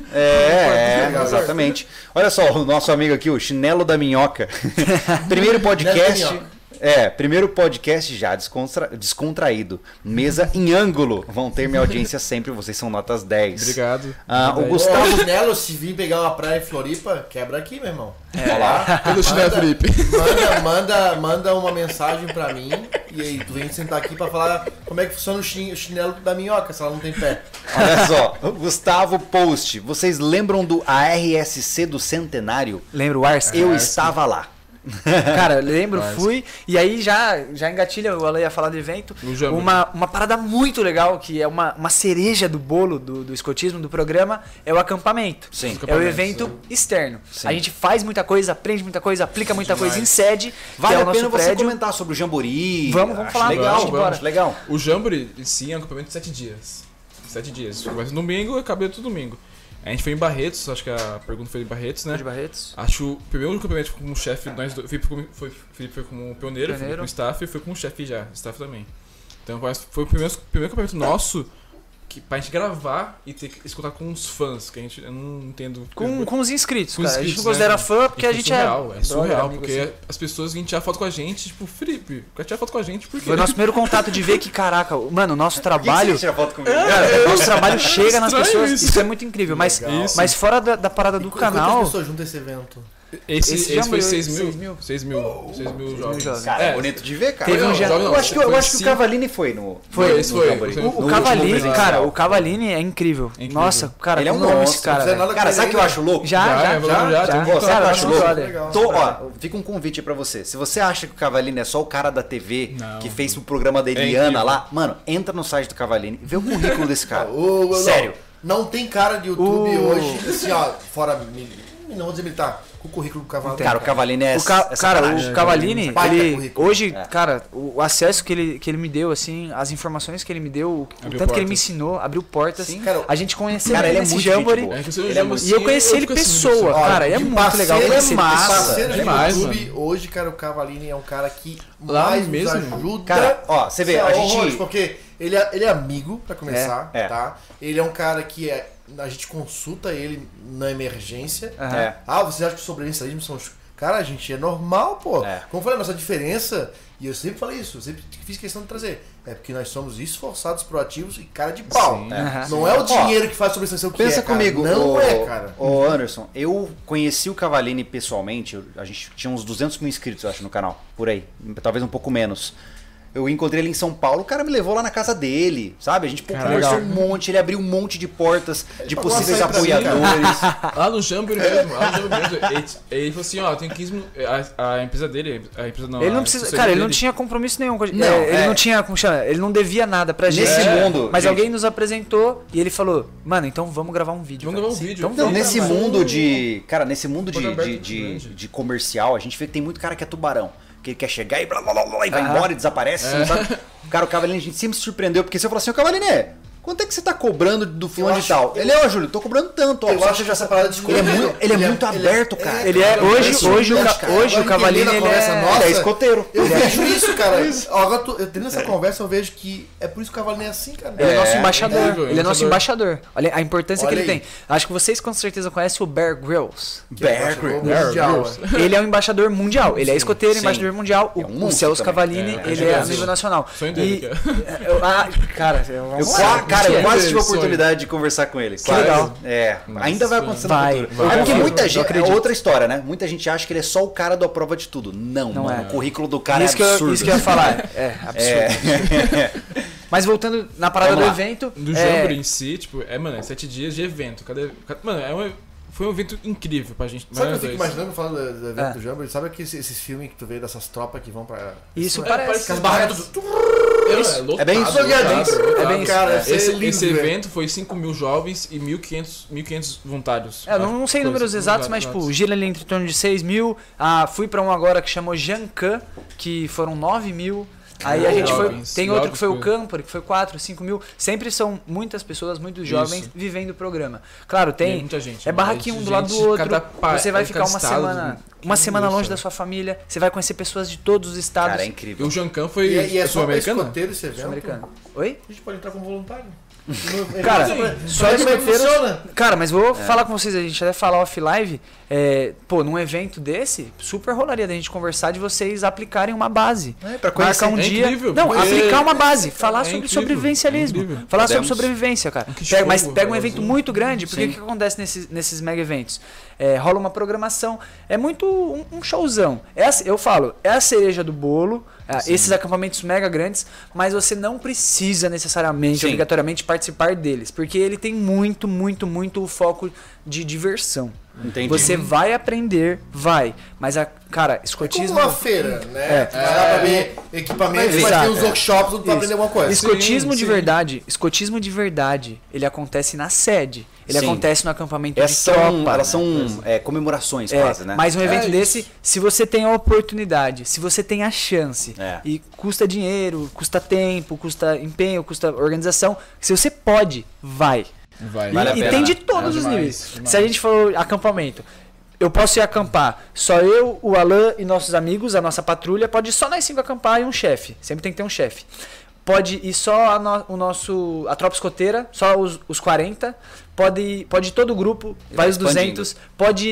Speaker 1: Exatamente. Olha só, o nosso amigo aqui, o Chinelo da Minhoca. Primeiro podcast já descontraído. Mesa em ângulo. Vão ter minha audiência sempre, vocês são notas 10.
Speaker 4: Obrigado.
Speaker 1: O Gustavo...
Speaker 2: Chinelo, se vir pegar uma praia em Floripa, quebra aqui, meu irmão.
Speaker 4: Todo chinelo, Felipe.
Speaker 2: Manda uma mensagem pra mim e aí tu vem sentar aqui pra falar como é que funciona o chinelo da minhoca, se ela não tem pé.
Speaker 1: Olha só, Gustavo Post, vocês lembram do ARSC do Centenário?
Speaker 3: Lembro, o ARSC.
Speaker 1: Eu estava lá.
Speaker 3: Cara, eu lembro, fui. E aí já engatilha, o Ale ia falar do evento. Uma parada muito legal, que é uma cereja do bolo do escotismo, do programa, é o acampamento.
Speaker 1: Sim.
Speaker 3: É o evento externo.
Speaker 1: Sim.
Speaker 3: A gente faz muita coisa, aprende muita coisa, aplica muita coisa em sede.
Speaker 1: Vale
Speaker 3: que é
Speaker 1: a
Speaker 3: o
Speaker 1: pena
Speaker 3: nosso
Speaker 1: você
Speaker 3: prédio.
Speaker 1: comentar sobre o Jamboree.
Speaker 3: Vamos falar.
Speaker 1: Legal,
Speaker 3: Vamos.
Speaker 1: legal.
Speaker 4: O Jamboree, sim, é um acampamento de 7 dias. 7 dias. Começa no domingo e acaba outro domingo. A gente foi em Barretos, acho que a pergunta foi em Barretos, né?
Speaker 3: De Barretos.
Speaker 4: Acho o primeiro acampamento foi como chefe, nós dois. Felipe foi como pioneiro, foi como staff e foi como chefe já, staff também. Então foi o primeiro acampamento nosso pra gente gravar e ter que escutar com os fãs, que eu não entendo.
Speaker 3: Com os inscritos,
Speaker 4: Com
Speaker 3: cara.
Speaker 4: inscritos,
Speaker 3: A gente não
Speaker 4: né?
Speaker 3: considera fã porque a gente
Speaker 4: É surreal,
Speaker 3: amigo,
Speaker 4: porque
Speaker 3: assim.
Speaker 4: as pessoas vinham tirar foto com a gente, tipo, Felipe, quer tirar foto com a gente por quê?
Speaker 3: Foi o nosso primeiro contato de ver que, caraca, mano, o nosso trabalho.
Speaker 1: Por que você tira foto comigo?
Speaker 3: Cara, o nosso trabalho chega nas
Speaker 4: estranho
Speaker 3: pessoas. Isso é muito incrível. Mas fora da parada do canal.
Speaker 2: Quantas pessoas juntam esse evento?
Speaker 4: Esse foi 6
Speaker 3: mil.
Speaker 4: 6 mil jovens.
Speaker 1: Cara, é bonito de ver, cara.
Speaker 3: Teve um
Speaker 1: eu
Speaker 3: não,
Speaker 1: acho que o Cavalini foi no.
Speaker 4: Foi.
Speaker 3: O Cavalini, cara, o Cavalini é incrível.
Speaker 4: incrível.
Speaker 3: Nossa, cara,
Speaker 1: Ele é um
Speaker 3: como amo esse
Speaker 1: monstro,
Speaker 3: cara.
Speaker 2: não
Speaker 3: velho.
Speaker 1: Cara, sabe o que eu acho louco?
Speaker 3: Já.
Speaker 1: Pô, sabe o que eu acho louco?
Speaker 2: Legal.
Speaker 1: Fica um convite aí pra você. Se você acha que o Cavalini é só o cara da TV
Speaker 4: Não.
Speaker 1: que fez o programa da Eliana
Speaker 4: incrível.
Speaker 1: lá, mano, entra no site do Cavalini e vê o currículo desse cara.
Speaker 2: Não,
Speaker 1: Sério.
Speaker 2: Não tem cara de YouTube hoje, assim, ó, fora. Não vou dizer militar, com o currículo do Cavalini.
Speaker 1: Cara, o Cavalini é.
Speaker 3: Cara, o Cavalini,
Speaker 2: Baita
Speaker 3: ele,
Speaker 2: currículo.
Speaker 3: hoje, cara, o acesso que ele me deu, assim, as informações que ele me deu, o
Speaker 4: Abriu
Speaker 3: tanto que ele me
Speaker 4: portas.
Speaker 3: ensinou, abriu portas.
Speaker 2: Sim, cara,
Speaker 3: a gente conheceu
Speaker 1: Cara, ele é
Speaker 3: nesse
Speaker 1: muito
Speaker 3: Jamboree.
Speaker 1: gente boa.
Speaker 3: E eu conheci ele pessoa,
Speaker 2: Olha,
Speaker 3: cara, é
Speaker 2: de
Speaker 3: muito legal
Speaker 2: parceiro,
Speaker 3: conhecer ele
Speaker 1: massa.
Speaker 3: pessoa.
Speaker 2: Parceiro de
Speaker 4: Demais,
Speaker 2: YouTube, hoje, cara, o Cavalini é um cara que
Speaker 4: Lá
Speaker 2: mais
Speaker 4: mesmo,
Speaker 2: nos ajuda.
Speaker 1: Cara, ó, você vê, a
Speaker 2: horrores,
Speaker 1: gente.
Speaker 2: porque ele é amigo, pra começar,
Speaker 1: É.
Speaker 2: tá? Ele é um cara que a gente consulta ele na emergência.
Speaker 3: Aham.
Speaker 1: É.
Speaker 2: Ah, você acha que o sobrevivencialismo são os... Cara, a gente é normal, pô.
Speaker 1: É.
Speaker 2: Como eu falei, a nossa diferença, e eu sempre falei isso, eu sempre fiz questão de trazer, é porque nós somos esforçados, proativos e cara de pau.
Speaker 4: Sim.
Speaker 2: Não é o dinheiro que faz sobrevivência, o que
Speaker 1: Pensa
Speaker 2: é, cara.
Speaker 1: comigo,
Speaker 2: Não é, cara.
Speaker 1: Ô Anderson, eu conheci o Cavalini pessoalmente, a gente tinha uns 200 mil inscritos, eu acho, no canal, por aí, talvez um pouco menos. Eu encontrei ele em São Paulo, o cara me levou lá na casa dele, sabe? A gente conversou um monte, ele abriu um monte de portas de
Speaker 2: pagou
Speaker 1: possíveis
Speaker 2: açaí pra mim,
Speaker 1: apoiadores.
Speaker 4: Lá no Jamboree mesmo, ele falou assim, ó, tem 15 minutos, a empresa dele, a empresa não...
Speaker 3: Ele não
Speaker 4: a
Speaker 3: precisa,
Speaker 4: assessoria
Speaker 3: cara, ele não
Speaker 4: dele-
Speaker 3: tinha compromisso nenhum com a gente.
Speaker 1: Não,
Speaker 3: ele não tinha, como chama? Ele não devia nada pra gente.
Speaker 1: Nesse mundo,
Speaker 3: Mas
Speaker 1: gente.
Speaker 3: alguém nos apresentou e ele falou, mano, então vamos gravar um vídeo.
Speaker 4: Vamos
Speaker 3: cara.
Speaker 4: gravar um vídeo.
Speaker 3: Então
Speaker 1: Não,
Speaker 3: vamos
Speaker 1: nesse
Speaker 3: gravar.
Speaker 1: mundo de. Cara, nesse mundo
Speaker 4: Porta aberta
Speaker 1: de
Speaker 4: grande.
Speaker 1: comercial, a gente vê que tem muito cara que é tubarão. Que ele quer chegar e blá blá blá, blá e vai embora e desaparece, sabe? Cara, o Cavalini, a gente sempre se surpreendeu, porque se eu falar assim, ô Cavalini, quanto é que você tá cobrando do fulano de tal? Ele ó, Júlio, tô cobrando tanto, ó.
Speaker 2: Eu acho que essa parada de
Speaker 1: Ele é muito aberto, cara.
Speaker 3: Ele é, hoje o Cavalini, ele
Speaker 2: nossa,
Speaker 1: Ele é escoteiro.
Speaker 2: Eu vejo isso, cara. Agora eu tendo essa conversa, eu vejo que é por isso que o Cavalini é assim, cara.
Speaker 3: Ele é nosso embaixador.
Speaker 4: incrível,
Speaker 3: Ele é nosso embaixador. Olha a importância
Speaker 2: Olha
Speaker 3: que ele
Speaker 2: aí.
Speaker 3: tem. Acho que vocês com certeza conhecem o Bear Grylls.
Speaker 1: Bear Grylls.
Speaker 2: Mundial,
Speaker 3: Ele é um embaixador mundial. Ele é escoteiro,
Speaker 1: Sim.
Speaker 3: embaixador mundial.
Speaker 1: É um
Speaker 3: O
Speaker 1: monstro
Speaker 3: Celso
Speaker 1: também.
Speaker 3: Cavalini, ele é a nível nacional.
Speaker 4: Sonho dele,
Speaker 3: Cara,
Speaker 1: Eu quase tive a oportunidade de conversar com ele. Quase.
Speaker 3: legal.
Speaker 1: É, ainda vai acontecer
Speaker 3: Vai.
Speaker 1: no futuro.
Speaker 3: Vai.
Speaker 1: É porque
Speaker 3: Eu
Speaker 1: muita
Speaker 3: acredito.
Speaker 1: gente. É outra história, né? Muita gente acha que ele é só o cara da prova de tudo. Não,
Speaker 3: Não
Speaker 1: mano.
Speaker 3: é.
Speaker 1: O currículo do cara
Speaker 3: Isso
Speaker 1: é absurdo.
Speaker 3: que eu ia falar. É absurdo. Mas voltando na parada do
Speaker 1: Vamos lá.
Speaker 3: evento.
Speaker 4: Do Jamboree em si, tipo, mano, é 7 dias de evento. Mano, foi um evento incrível pra gente.
Speaker 2: Sabe o que eu
Speaker 4: nós
Speaker 2: fico
Speaker 4: dois.
Speaker 2: imaginando falando do evento do Jamboree? Sabe esses filmes que tu vê dessas tropas que vão pra...
Speaker 3: Isso
Speaker 4: parece
Speaker 3: parece.
Speaker 2: Que as barracas tudo...
Speaker 1: É bem isso,
Speaker 3: É bem isso.
Speaker 2: Cara,
Speaker 4: Esse evento foi 5 mil jovens e 1.500 voluntários.
Speaker 3: Eu não sei números exatos, mas tipo, gira ali entre torno de 6 mil. Fui pra um agora que chamou Jancan, que foram 9 mil. Aí a gente foi.
Speaker 4: Jovens,
Speaker 3: Tem outro que foi o
Speaker 4: jovens,
Speaker 3: Camper, que foi 4, 5 mil. Sempre são muitas pessoas, muitos jovens
Speaker 4: Isso.
Speaker 3: vivendo o programa. Claro, tem.
Speaker 4: muita gente,
Speaker 3: É
Speaker 4: né?
Speaker 3: barraquinho um do lado do
Speaker 4: Gente de
Speaker 3: outro.
Speaker 4: cada
Speaker 3: Você vai
Speaker 4: cada
Speaker 3: ficar uma
Speaker 4: estado,
Speaker 3: semana.
Speaker 4: do-
Speaker 3: Uma semana
Speaker 4: isso,
Speaker 3: longe
Speaker 4: é.
Speaker 3: da sua família. Você vai conhecer pessoas de todos os estados.
Speaker 1: Cara, é
Speaker 4: E
Speaker 1: incrível.
Speaker 4: o Jancan foi
Speaker 2: E é só
Speaker 4: sul-americano?
Speaker 2: escoteiro esse evento?
Speaker 3: Americano. Oi?
Speaker 2: A gente pode entrar como voluntário.
Speaker 3: Cara,
Speaker 2: só como é que funciona?
Speaker 3: Cara, mas vou falar com vocês, a gente até falar off-live, num evento desse, super rolaria da gente conversar de vocês aplicarem uma base.
Speaker 1: Pra conhecer.
Speaker 3: Marcar um
Speaker 4: É
Speaker 3: dia.
Speaker 4: incrível,
Speaker 3: Não,
Speaker 4: porque-
Speaker 3: aplicar uma base. Falar
Speaker 4: É
Speaker 3: sobre
Speaker 4: incrível,
Speaker 3: sobrevivencialismo.
Speaker 4: é incrível.
Speaker 3: Falar sobre
Speaker 1: Podemos.
Speaker 3: sobrevivência, cara.
Speaker 4: Que show,
Speaker 3: Mas pega um evento
Speaker 4: valorzinho.
Speaker 3: muito grande, porque o
Speaker 1: Sim.
Speaker 3: que acontece nesses mega eventos? Rola uma programação, é muito um showzão. Eu falo, é a cereja do bolo, esses acampamentos mega grandes, mas você não precisa necessariamente,
Speaker 1: Sim.
Speaker 3: obrigatoriamente participar deles, porque ele tem muito, muito o foco de diversão.
Speaker 1: Entendi.
Speaker 3: Você vai aprender, vai, mas Cara,
Speaker 2: É
Speaker 3: escotismo...
Speaker 2: como uma feira, né? Vai lá pra ver equipamentos, vai ter uns workshops pra aprender alguma coisa.
Speaker 3: Escotismo
Speaker 4: Sim,
Speaker 3: de
Speaker 4: sim.
Speaker 3: verdade, escotismo de verdade, ele acontece na sede. Ele
Speaker 1: Sim.
Speaker 3: acontece no acampamento
Speaker 1: Elas
Speaker 3: de
Speaker 1: são,
Speaker 3: tropa.
Speaker 1: elas são comemorações
Speaker 3: É,
Speaker 1: quase, né?
Speaker 3: mas um evento
Speaker 2: É
Speaker 3: desse,
Speaker 2: isso.
Speaker 3: se você tem a oportunidade, se você tem a chance,
Speaker 1: É.
Speaker 3: e custa dinheiro, custa tempo, custa empenho, custa organização, se você pode, vai.
Speaker 4: Vai.
Speaker 3: E,
Speaker 1: Vale a
Speaker 3: e
Speaker 1: pena,
Speaker 3: tem
Speaker 1: né?
Speaker 3: de todos
Speaker 4: É
Speaker 3: os
Speaker 4: demais,
Speaker 3: níveis.
Speaker 4: demais.
Speaker 3: Se a gente for acampamento, eu posso ir acampar, só eu, o Alan e nossos amigos, a nossa patrulha, pode ir só nós 5 acampar e um chefe. Sempre tem que ter um chefe. Pode ir só a tropa escoteira, só os 40. Pode ir todo o grupo, vai os
Speaker 1: expandindo.
Speaker 3: 200. Pode ir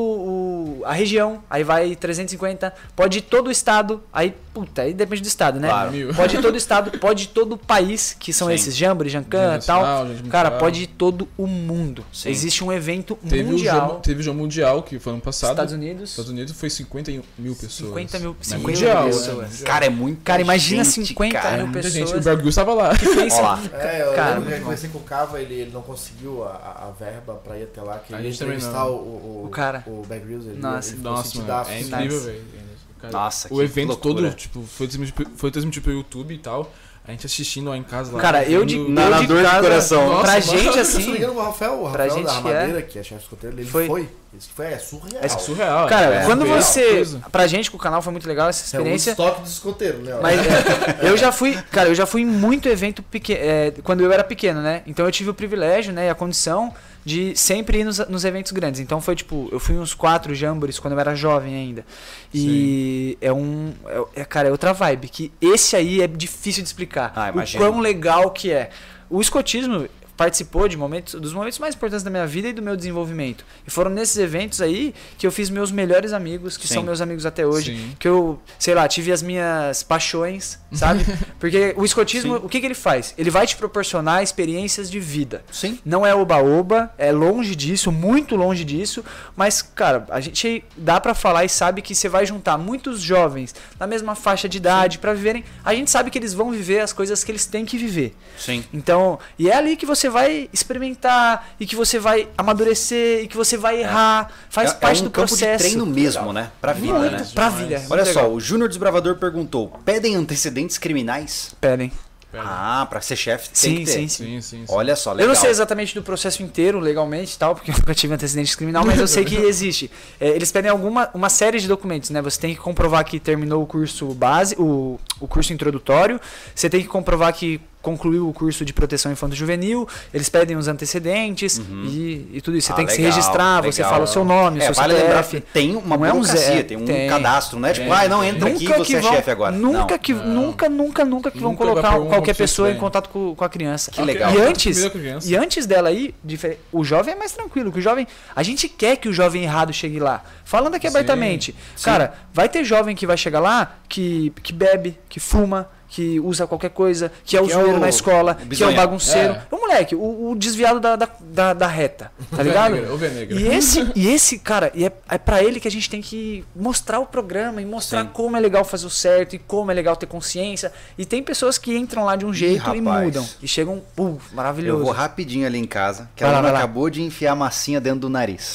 Speaker 3: a região, aí vai 350. Pode ir todo o estado, aí, puta, aí depende do estado, né?
Speaker 1: Claro.
Speaker 4: Mil.
Speaker 3: Pode ir todo o estado, pode ir todo o país, que são
Speaker 1: Sim.
Speaker 3: esses, Jamboree, Jancan e
Speaker 4: Dia
Speaker 3: tal.
Speaker 4: nacional, dia
Speaker 3: Cara,
Speaker 4: mundial.
Speaker 3: pode ir todo o mundo.
Speaker 1: Sim.
Speaker 3: Existe um evento
Speaker 4: Teve
Speaker 3: mundial.
Speaker 4: teve o jogo mundial, que foi ano passado.
Speaker 3: Estados Unidos.
Speaker 4: Estados Unidos foi 50 mil pessoas.
Speaker 3: 50 mil,
Speaker 4: Né?
Speaker 3: 50
Speaker 4: mundial,
Speaker 3: mil
Speaker 4: né?
Speaker 3: pessoas.
Speaker 4: Mundial.
Speaker 1: Cara, é muito
Speaker 3: Cara, imagina
Speaker 1: gente,
Speaker 3: 50
Speaker 1: cara.
Speaker 3: mil
Speaker 4: Muita
Speaker 3: pessoas.
Speaker 4: gente. O Bear Grylls tava lá.
Speaker 3: Fez
Speaker 1: Ó lá.
Speaker 2: Eu
Speaker 3: Cara,
Speaker 2: lembro que eu conversei com o Cava, ele não conseguiu a verba pra ir até lá, que
Speaker 4: A
Speaker 2: ele ia
Speaker 4: gente também
Speaker 2: entrevistar
Speaker 4: não.
Speaker 2: o
Speaker 3: cara.
Speaker 2: O Bear Grylls, ele
Speaker 3: Nossa.
Speaker 2: ele ficou
Speaker 4: Nossa,
Speaker 2: sentidaço,
Speaker 4: mano, é
Speaker 2: assim.
Speaker 4: incrível,
Speaker 3: Nice.
Speaker 4: velho. Cara,
Speaker 1: Nossa,
Speaker 4: o
Speaker 1: que
Speaker 4: evento
Speaker 1: loucura.
Speaker 4: todo, tipo, foi transmitido pelo YouTube e tal. A gente assistindo lá em casa. Lá,
Speaker 3: Cara, eu de,
Speaker 4: vendo-
Speaker 3: eu
Speaker 1: Na
Speaker 3: de
Speaker 1: dor de
Speaker 3: casa,
Speaker 1: coração.
Speaker 3: pra
Speaker 4: Nossa,
Speaker 3: gente
Speaker 4: mano.
Speaker 2: Se não me
Speaker 3: assim,
Speaker 2: engano, o Rafael
Speaker 3: pra gente
Speaker 2: da
Speaker 3: que
Speaker 2: Armadeira, que é chefe escoteiro, ele
Speaker 3: Foi.
Speaker 2: foi. Isso que foi surreal.
Speaker 4: É surreal.
Speaker 3: cara,
Speaker 4: é
Speaker 3: quando
Speaker 4: surreal.
Speaker 3: você,
Speaker 4: Coisa.
Speaker 3: pra gente com o canal foi muito legal essa
Speaker 2: É o
Speaker 3: experiência.
Speaker 2: estoque dos escoteiros, né?
Speaker 3: Mas eu já fui, cara, eu já fui em muito evento pequeno, quando eu era pequeno, né? Então eu tive o privilégio, né, e a condição de sempre ir nos eventos grandes. Então foi tipo, eu fui uns 4 jamborees quando eu era jovem ainda. E cara, é outra vibe, que esse aí é difícil de explicar.
Speaker 1: Ah,
Speaker 3: o
Speaker 1: imagino.
Speaker 3: quão legal que é. O escotismo participou dos momentos mais importantes da minha vida e do meu desenvolvimento. E foram nesses eventos aí que eu fiz meus melhores amigos, que
Speaker 1: Sim.
Speaker 3: são meus amigos até hoje.
Speaker 4: Sim.
Speaker 3: Que eu, sei lá, tive as minhas paixões, sabe? Porque o escotismo,
Speaker 1: Sim.
Speaker 3: o que ele faz? Ele vai te proporcionar experiências de vida.
Speaker 1: Sim.
Speaker 3: Não é oba-oba, é longe disso, muito longe disso, mas, cara, a gente dá pra falar e sabe que você vai juntar muitos jovens na mesma faixa de idade pra viverem. A gente sabe que eles vão viver as coisas que eles têm que viver.
Speaker 1: Sim.
Speaker 3: Então, e é ali que você vai experimentar e que você vai amadurecer e que você vai errar. Faz parte
Speaker 1: um
Speaker 3: do
Speaker 1: campo
Speaker 3: processo.
Speaker 1: de treino mesmo, né? Pra vida,
Speaker 3: Muito,
Speaker 1: né?
Speaker 3: pra vida. é
Speaker 1: Olha
Speaker 3: muito
Speaker 1: só,
Speaker 3: legal.
Speaker 1: o Júnior Desbravador perguntou: pedem antecedentes criminais?
Speaker 3: Pedem.
Speaker 1: Ah, pra ser chefe tem
Speaker 3: Sim,
Speaker 1: que ter.
Speaker 3: sim.
Speaker 4: Sim, sim.
Speaker 1: Olha só, legal.
Speaker 3: Eu não sei exatamente do processo inteiro, legalmente e tal, porque eu nunca tive antecedente criminal, mas eu sei que existe. Eles pedem uma série de documentos, né? Você tem que comprovar que terminou o curso base, o curso introdutório, você tem que comprovar que concluiu o curso de proteção infanto-juvenil, eles pedem os antecedentes e tudo isso. Você tem que se
Speaker 1: legal,
Speaker 3: registrar, você
Speaker 1: legal.
Speaker 3: fala o seu nome, o seu
Speaker 1: vale
Speaker 3: CPF.
Speaker 1: lembrar que tem uma
Speaker 3: Não é um
Speaker 1: burocracia,
Speaker 3: Zé,
Speaker 1: tem um
Speaker 3: tem.
Speaker 1: cadastro, não é tipo, não entra aqui e você é chefe agora.
Speaker 3: Nunca
Speaker 1: Não.
Speaker 3: que vão
Speaker 4: Nunca
Speaker 3: colocar
Speaker 4: vai pôr
Speaker 3: qualquer
Speaker 4: uma
Speaker 3: pessoa em
Speaker 4: estranha.
Speaker 3: contato com a criança.
Speaker 1: Que legal.
Speaker 3: E antes dela aí, o jovem é mais tranquilo, que o jovem, a gente quer que o jovem errado chegue lá. Falando aqui abertamente, cara, vai ter jovem que vai chegar lá que bebe, que fuma, que usa qualquer coisa, que é o zoeiro na escola, que é o
Speaker 1: bizonhão.
Speaker 3: bagunceiro.
Speaker 4: É.
Speaker 3: O moleque, o desviado da reta, tá ligado?
Speaker 4: Ovelha negra.
Speaker 3: E esse, cara, é pra ele que a gente tem que mostrar o programa e mostrar
Speaker 1: Sim.
Speaker 3: como é legal fazer o certo e como é legal ter consciência. E tem pessoas que entram lá de um jeito e
Speaker 1: rapaz.
Speaker 3: mudam. E chegam, maravilhoso.
Speaker 1: Eu vou rapidinho ali em casa, que
Speaker 3: Vai
Speaker 1: ela
Speaker 3: lá, vai lá.
Speaker 1: acabou de enfiar a massinha dentro do nariz.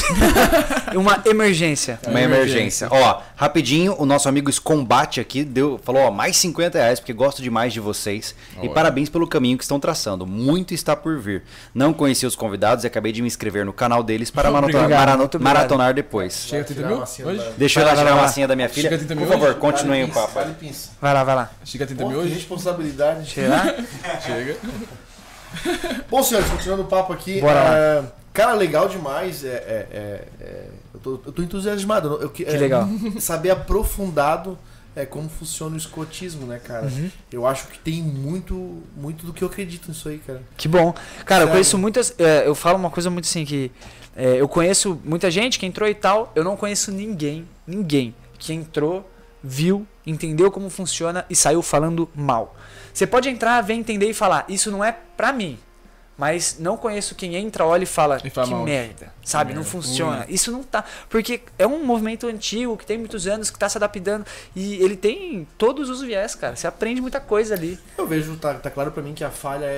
Speaker 3: Uma emergência.
Speaker 1: Uma emergência. Ó, rapidinho, o nosso amigo Scombate aqui falou, ó, mais R$50, porque gosto demais de vocês. E
Speaker 4: Olha.
Speaker 1: parabéns pelo caminho que estão traçando. Muito está por vir. Não conheci os convidados e acabei de me inscrever no canal deles para
Speaker 3: Obrigado, muito obrigado.
Speaker 1: maratonar depois.
Speaker 4: Chega a 30 mil? Hoje?
Speaker 1: Deixa eu
Speaker 3: Vai
Speaker 1: lá
Speaker 3: lá,
Speaker 1: tirar a
Speaker 3: vai lá.
Speaker 1: massinha da minha filha.
Speaker 4: Chega a 30
Speaker 1: Por
Speaker 4: mil
Speaker 1: favor,
Speaker 4: hoje?
Speaker 1: continuem o papo.
Speaker 2: Vale pinça.
Speaker 3: Vai lá.
Speaker 4: Chega a 30
Speaker 2: Pô,
Speaker 4: mil
Speaker 2: que
Speaker 4: hoje?
Speaker 2: responsabilidade.
Speaker 3: Chega.
Speaker 4: Chega.
Speaker 2: Bom, senhores, continuando o papo aqui.
Speaker 3: Bora lá.
Speaker 2: Cara, legal demais. Eu tô entusiasmado. Que
Speaker 3: legal.
Speaker 2: Saber aprofundado como funciona o escotismo, né, cara? Eu acho que tem muito do que eu acredito nisso aí, cara.
Speaker 3: Que bom. Cara, eu
Speaker 2: Sério?
Speaker 3: conheço muitas. Eu falo uma coisa muito assim que. Eu conheço muita gente que entrou e tal. Eu não conheço ninguém que entrou, viu, entendeu como funciona e saiu falando mal. Você pode entrar, ver, entender e falar, isso não é pra mim. mas não conheço quem entra, olha e fala,
Speaker 4: E fala
Speaker 3: que
Speaker 4: mal.
Speaker 3: merda, sabe? Não funciona. Isso não tá... Porque é um movimento antigo, que tem muitos anos, que tá se adaptando, e ele tem todos os viés, cara. Você aprende muita coisa ali.
Speaker 2: Eu vejo, tá claro pra mim que a falha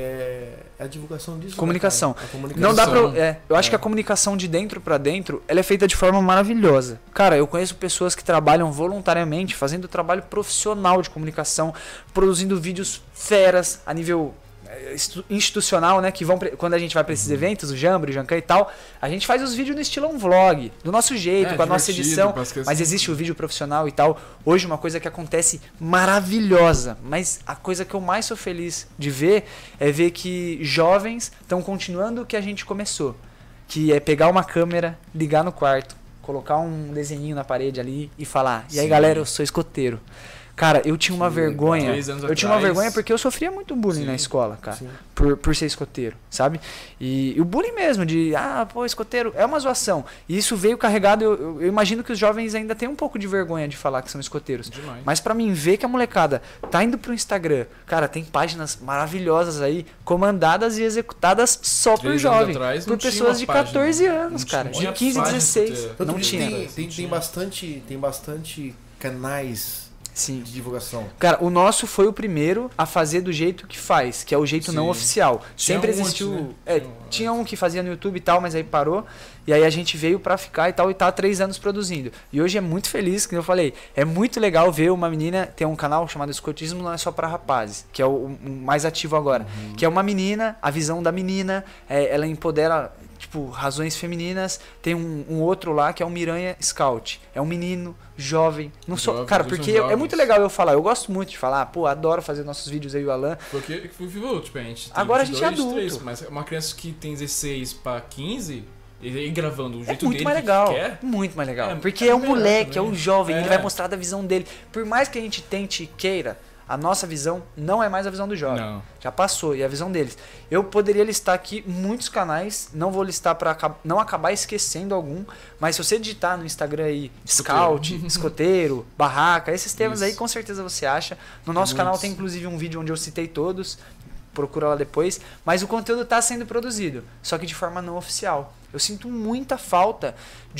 Speaker 2: é a divulgação disso.
Speaker 3: Comunicação.
Speaker 2: Né, cara? A comunicação.
Speaker 3: Não dá pra... eu acho que a comunicação de dentro pra dentro, ela é feita de forma maravilhosa. Cara, eu conheço pessoas que trabalham voluntariamente, fazendo trabalho profissional de comunicação, produzindo vídeos feras a nível institucional, né, que vão quando a gente vai para esses eventos, o Jamboree, o Jancan e tal, a gente faz os vídeos no estilo um vlog, do nosso jeito, com a nossa edição, mas existe o vídeo profissional e tal. Hoje uma coisa que acontece maravilhosa, mas a coisa que eu mais sou feliz de ver é ver que jovens estão continuando o que a gente começou, que é pegar uma câmera, ligar no quarto, colocar um desenhinho na parede ali e falar, e aí galera, eu sou escoteiro. Cara, eu tinha uma vergonha. Eu tinha uma vergonha porque eu sofria muito bullying na escola, cara. Por ser escoteiro, sabe? E o bullying mesmo, de, pô, escoteiro, é uma zoação. E isso veio carregado, eu imagino que os jovens ainda têm um pouco de vergonha de falar que são escoteiros.
Speaker 4: Demais.
Speaker 3: Mas pra mim, ver que a molecada tá indo pro Instagram, cara, tem páginas maravilhosas aí, comandadas e executadas só por jovens. Por pessoas de 14 anos, cara. De 15, 16. Não tinha.
Speaker 2: Tem bastante canais.
Speaker 3: Sim.
Speaker 2: De divulgação.
Speaker 3: Cara, o nosso foi o primeiro a fazer do jeito que faz, que é o jeito não oficial. Sempre existiu. Tinha um que fazia no YouTube e tal, mas aí parou. E aí a gente veio pra ficar e tal, e tá há 3 anos produzindo. E hoje é muito feliz, como eu falei, é muito legal ver uma menina ter um canal chamado Escotismo Não É Só Pra Rapazes, que é o mais ativo agora. Que é uma menina, a visão da menina, ela empodera, tipo, razões femininas. Tem um outro lá que é o Miranha Scout. É um menino jovem. Não sou, cara, porque é muito legal eu falar. Eu gosto muito de falar, pô, adoro fazer nossos vídeos aí, o Alan.
Speaker 4: Porque, tipo, a gente tem
Speaker 3: agora a gente é adulto.
Speaker 4: 3, mas uma criança que tem 16 pra 15, e gravando o jeito
Speaker 3: muito
Speaker 4: dele
Speaker 3: mais legal,
Speaker 4: que quer.
Speaker 3: Muito mais legal. Porque é um moleque,
Speaker 4: também.
Speaker 3: é um jovem, ele vai mostrar da visão dele. Por mais que a gente tente e queira, a nossa visão não é mais a visão do jovem.
Speaker 4: Não.
Speaker 3: Já passou, e a visão deles. Eu poderia listar aqui muitos canais, não vou listar para não acabar esquecendo algum, mas se você digitar no Instagram aí, Scout, Escoteiro, Barraca, esses temas aí com certeza você acha. No nosso canal tem inclusive um vídeo onde eu citei todos, procura lá depois, mas o conteúdo está sendo produzido, só que de forma não oficial. Eu sinto muita falta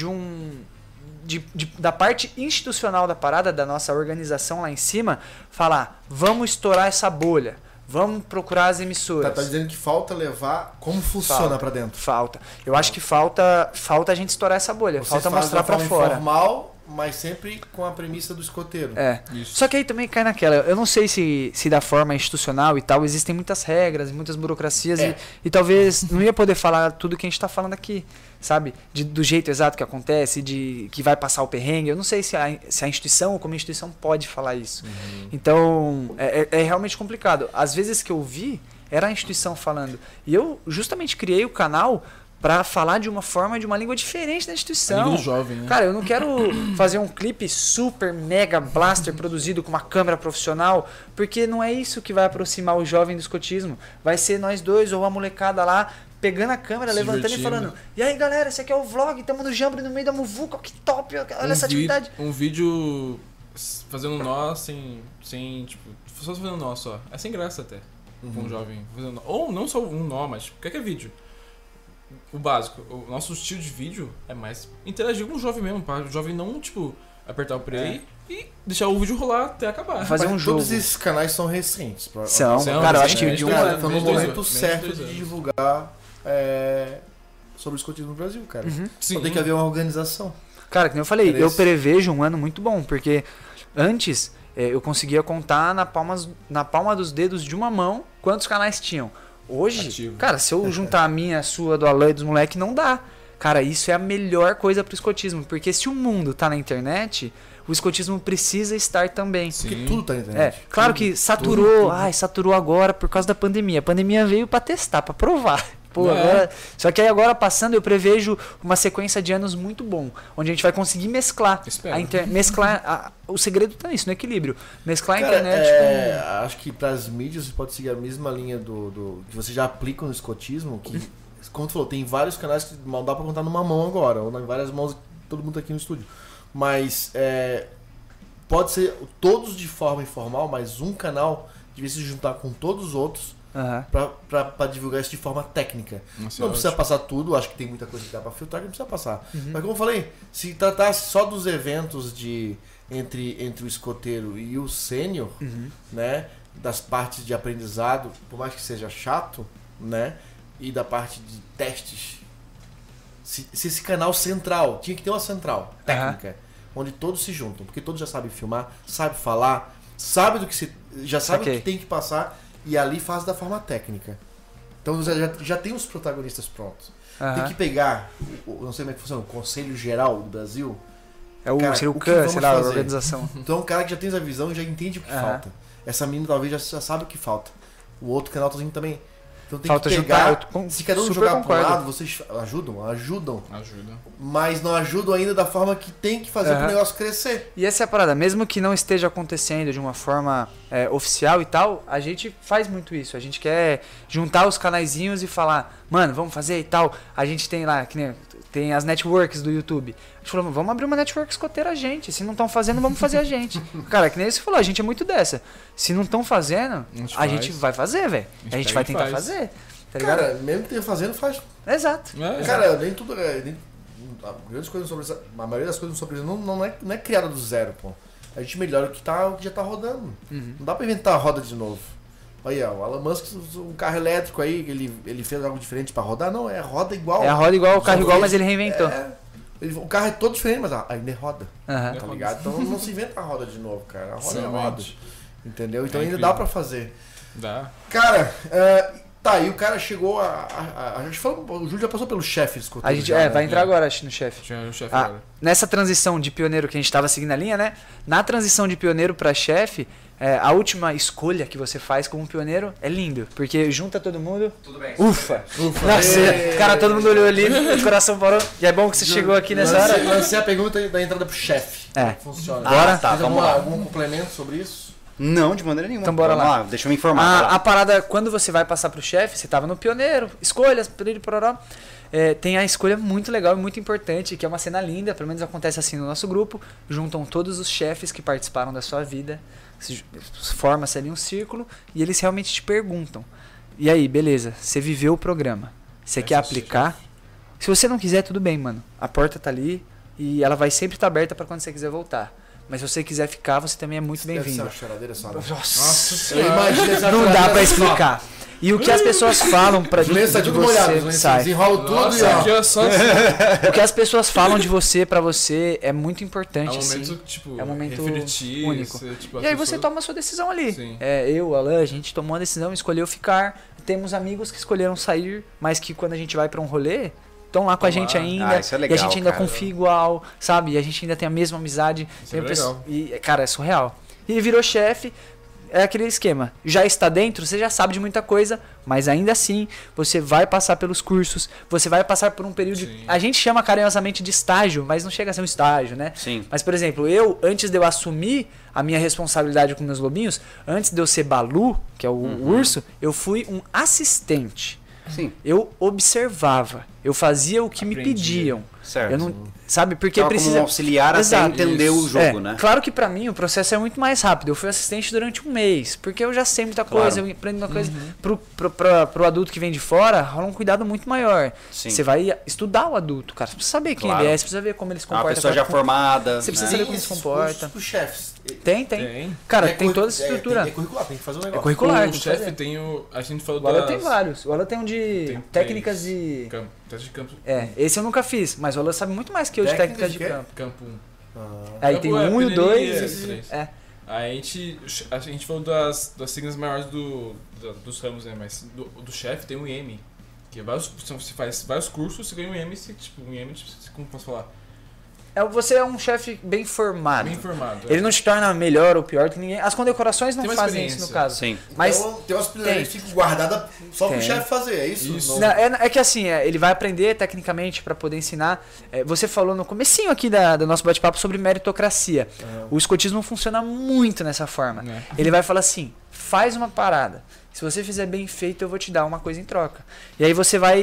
Speaker 3: da parte institucional da parada, da nossa organização lá em cima, falar, vamos estourar essa bolha, vamos procurar as emissoras.
Speaker 2: Tá dizendo que falta levar como funciona pra dentro.
Speaker 3: Falta. Eu acho que falta a gente estourar essa bolha, falta mostrar pra fora.
Speaker 2: Informal, mas sempre com a premissa do escoteiro.
Speaker 4: Isso.
Speaker 3: Só que aí também cai naquela, eu não sei se da forma institucional e tal, existem muitas regras, muitas burocracias e talvez não ia poder falar tudo que a gente tá falando aqui, sabe? Do jeito exato que acontece, que vai passar o perrengue. Eu não sei se a instituição ou como a instituição pode falar isso. Então, é realmente complicado. Às vezes que eu vi, era a instituição falando. E eu justamente criei o canal para falar de uma forma, de uma língua diferente da instituição.
Speaker 4: A língua do jovem, né?
Speaker 3: Cara, eu não quero fazer um clipe super mega blaster produzido com uma câmera profissional, porque não é isso que vai aproximar o jovem do escotismo. Vai ser nós dois ou a molecada lá pegando a câmera,
Speaker 4: se
Speaker 3: levantando
Speaker 4: divertindo.
Speaker 3: E falando: e aí galera, esse aqui é o vlog, estamos no Jamboree no meio da muvuca, que top, olha essa atividade.
Speaker 4: Um vídeo fazendo nó sem tipo, só fazendo nó só. É sem graça até. Com um jovem fazendo nó. Ou não só um nó, mas qualquer vídeo. O básico, o nosso estilo de vídeo é mais interagir com o jovem mesmo, para o jovem não, tipo, apertar o play e deixar o vídeo rolar até acabar.
Speaker 3: Fazer um jogo.
Speaker 2: Todos esses canais são recentes.
Speaker 3: São, cara, eu acho que de um ano.
Speaker 2: Estão no momento certo de divulgar sobre o escotismo no Brasil, cara. Só tem que haver uma organização.
Speaker 3: Cara, como eu falei, eu prevejo um ano muito bom, porque antes eu conseguia contar na palma dos dedos de uma mão quantos canais tinham. Hoje,
Speaker 4: ativo.
Speaker 3: Cara, se eu juntar a minha, a sua, do Alan e dos moleques, não dá. Cara, isso é a melhor coisa pro escotismo, porque se o mundo tá na internet, o escotismo precisa estar também.
Speaker 2: Porque tudo tá na internet.
Speaker 3: Claro que saturou, saturou agora por causa da pandemia. A pandemia veio pra testar, pra provar. Pô, agora, só que aí agora passando eu prevejo uma sequência de anos muito bom, onde a gente vai conseguir mesclar o segredo tá nisso, no equilíbrio. Mesclar a internet com...
Speaker 2: Acho que para as mídias você pode seguir a mesma linha do que você já aplica no escotismo, que como tu falou, tem vários canais que não dá para contar numa mão agora, ou em várias mãos, todo mundo aqui no estúdio. Mas pode ser todos de forma informal, mas um canal devia se juntar com todos os outros pra divulgar isso de forma técnica.
Speaker 4: Nossa,
Speaker 2: não precisa passar tudo, acho que tem muita coisa que dá pra filtrar que não precisa passar. Mas como eu falei, se tratasse só dos eventos entre o escoteiro e o sênior, né? Das partes de aprendizado, por mais que seja chato, né? E da parte de testes. Se esse canal central, tinha que ter uma central técnica, onde todos se juntam, porque todos já sabem filmar, sabem falar, sabem do que já sabem o que tem que passar e ali faz da forma técnica. Então já tem os protagonistas prontos. Tem que pegar, não sei como é que funciona, o Conselho Geral do Brasil.
Speaker 3: Seria o CAN, sei lá, a organização.
Speaker 2: Então o cara que já tem essa visão já entende o que falta. Essa menina talvez já sabe o que falta. O outro canal também. Então tem
Speaker 3: falta
Speaker 2: que pegar,
Speaker 3: juntar,
Speaker 2: se cada um jogar pro lado, vocês ajudam. Mas não ajudam ainda da forma que tem que fazer pro negócio crescer.
Speaker 3: E essa é a parada, mesmo que não esteja acontecendo de uma forma oficial e tal, a gente faz muito isso. A gente quer juntar os canaizinhos e falar, mano, vamos fazer e tal. A gente tem lá, que nem tem as networks do YouTube. A gente falou, vamos abrir uma network escoteira a gente. Se não estão fazendo, vamos fazer a gente. Cara, que nem você falou, a gente é muito dessa. Se não estão fazendo, a gente vai fazer, velho. A gente vai tentar fazer. Tá ligado?
Speaker 2: Cara, mesmo que tenha fazendo, faz.
Speaker 3: Exato.
Speaker 2: Cara, nem tudo. Grandes coisas sobre isso, a maioria das coisas sobre isso não é criada do zero, pô. A gente melhora o que já tá rodando. Não dá pra inventar a roda de novo. Aí, ó, o Elon Musk, um carro elétrico aí, ele fez algo diferente pra rodar. Não, é roda igual.
Speaker 3: É a roda igual, o carro igual, mas ele reinventou.
Speaker 2: O carro é todo diferente, mas ainda é roda.
Speaker 3: Tá
Speaker 2: ligado? Então não se inventa a roda de novo, cara. A roda é roda. Entendeu? Então ainda dá pra fazer.
Speaker 4: Dá.
Speaker 2: Cara, tá, e o cara chegou a gente falou, o Júlio já passou pelo chefe escoteiro.
Speaker 3: A gente vai entrar agora, acho, no chefe.
Speaker 4: Agora.
Speaker 3: Nessa transição de pioneiro que a gente estava seguindo a linha, né? Na transição de pioneiro para chefe, a última escolha que você faz como pioneiro é lindo, porque junta todo mundo. Tudo bem. Ufa! Nossa, cara, todo mundo olhou ali, o coração parou. E é bom que você chegou aqui nessa hora.
Speaker 2: Lancei a pergunta da entrada pro chefe.
Speaker 3: Funciona.
Speaker 1: Bora? Tá, vamos lá.
Speaker 2: Algum complemento sobre isso?
Speaker 1: Não, de maneira nenhuma.
Speaker 3: Então bora lá.
Speaker 1: Deixa eu me informar.
Speaker 3: A parada, quando você vai passar pro chefe, você tava no pioneiro, escolhas, pororó. Tem a escolha muito legal e muito importante, que é uma cena linda, pelo menos acontece assim no nosso grupo. Juntam todos os chefes que participaram da sua vida, forma-se ali um círculo e eles realmente te perguntam. E aí, beleza, você viveu o programa, você quer aplicar? Se você não quiser, tudo bem, mano. A porta tá ali e ela vai sempre estar aberta para quando você quiser voltar. Mas se você quiser ficar, você também é muito bem-vindo.
Speaker 2: Nossa, eu imagino essa
Speaker 3: não dá pra explicar. E o que as pessoas falam pra de você sai.
Speaker 2: Desenrola tudo
Speaker 3: O que as pessoas falam de você pra você é muito importante.
Speaker 4: É um momento,
Speaker 3: assim.
Speaker 4: tipo,
Speaker 3: é um momento
Speaker 4: refletir,
Speaker 3: único.
Speaker 4: Tipo,
Speaker 3: e aí você toma a sua decisão ali.
Speaker 4: Sim.
Speaker 3: Eu, Alan, a gente tomou a decisão, escolheu ficar. Temos amigos que escolheram sair, mas que quando a gente vai pra um rolê, estão lá com a gente ainda.
Speaker 1: Isso é legal,
Speaker 3: e a gente ainda
Speaker 1: cara.
Speaker 3: confia igual, sabe? E a gente ainda tem a mesma amizade.
Speaker 4: Isso é legal.
Speaker 3: E, cara, é surreal. E virou chefe. É aquele esquema, já está dentro, você já sabe de muita coisa, mas ainda assim, você vai passar pelos cursos, você vai passar por um período de... A gente chama carinhosamente de estágio, mas não chega a ser um estágio, né?
Speaker 1: Sim.
Speaker 3: Mas, por exemplo, antes de eu assumir a minha responsabilidade com meus lobinhos, antes de eu ser Balu, que é o urso, eu fui um assistente.
Speaker 1: Sim.
Speaker 3: Eu observava, eu fazia o que me pediam.
Speaker 1: Certo.
Speaker 3: Eu não, sabe, porque
Speaker 1: Tava
Speaker 3: precisa
Speaker 1: como um auxiliar até entender o jogo, né?
Speaker 3: Claro que pra mim o processo é muito mais rápido. Eu fui assistente durante um mês, porque eu já sei muita coisa, eu aprendo uma coisa. Pro adulto que vem de fora, rola um cuidado muito maior.
Speaker 1: Sim.
Speaker 3: Você vai estudar o adulto, cara. Você precisa saber quem ele é, você precisa ver como ele se comporta.
Speaker 1: Uma pessoa já formada.
Speaker 3: Você precisa
Speaker 1: né?
Speaker 3: saber como ele se comporta.
Speaker 2: Os chefes.
Speaker 3: Tem. Cara, tem toda essa estrutura.
Speaker 2: É curricular, tem que fazer um negócio.
Speaker 3: É curricular.
Speaker 4: O chefe tem o... A gente falou
Speaker 3: O Alan tem vários. O Alan tem um de técnicas de...
Speaker 4: Teste de campo.
Speaker 3: Esse eu nunca fiz, mas o Alan sabe muito mais que eu de técnicas de campo.
Speaker 4: Campo 1.
Speaker 3: Aí tem o 1 e o 2.
Speaker 4: Aí a gente falou das siglas maiores dos ramos, né? Mas do chefe tem o IEM. Que você faz vários cursos, você ganha um IEM, como posso falar?
Speaker 3: Você é um chefe bem formado.
Speaker 4: Bem formado.
Speaker 3: Ele não te torna melhor ou pior que ninguém. As condecorações não fazem isso no caso.
Speaker 1: Sim.
Speaker 3: Mas
Speaker 2: então, tem umas pilhas que ficam guardadas só pro chefe fazer, é isso?
Speaker 3: Não, é que assim, ele vai aprender tecnicamente para poder ensinar. Você falou no comecinho aqui do nosso bate-papo sobre meritocracia. O escotismo funciona muito nessa forma. Ele vai falar assim, faz uma parada. Se você fizer bem feito, eu vou te dar uma coisa em troca. E aí você vai...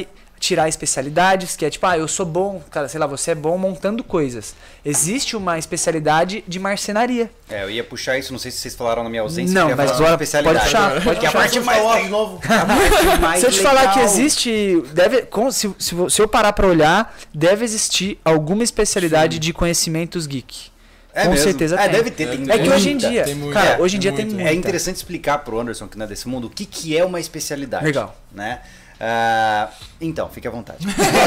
Speaker 3: tirar especialidades, que é tipo, eu sou bom, cara, sei lá, você é bom montando coisas. Existe uma especialidade de marcenaria.
Speaker 1: Eu ia puxar isso, não sei se vocês falaram na minha ausência.
Speaker 3: Não, mas agora
Speaker 1: especialidade.
Speaker 3: pode puxar.
Speaker 1: Porque a parte mais
Speaker 2: de novo.
Speaker 3: Se eu te falar que existe, se eu parar pra olhar, deve existir alguma especialidade de conhecimentos geek. Com
Speaker 1: mesmo?
Speaker 3: certeza tem.
Speaker 1: Deve ter.
Speaker 3: É que hoje em dia, hoje em dia tem muita.
Speaker 1: É interessante explicar pro Anderson, que não é desse mundo, o que é uma especialidade.
Speaker 3: Legal.
Speaker 1: Né? Então, fique à vontade.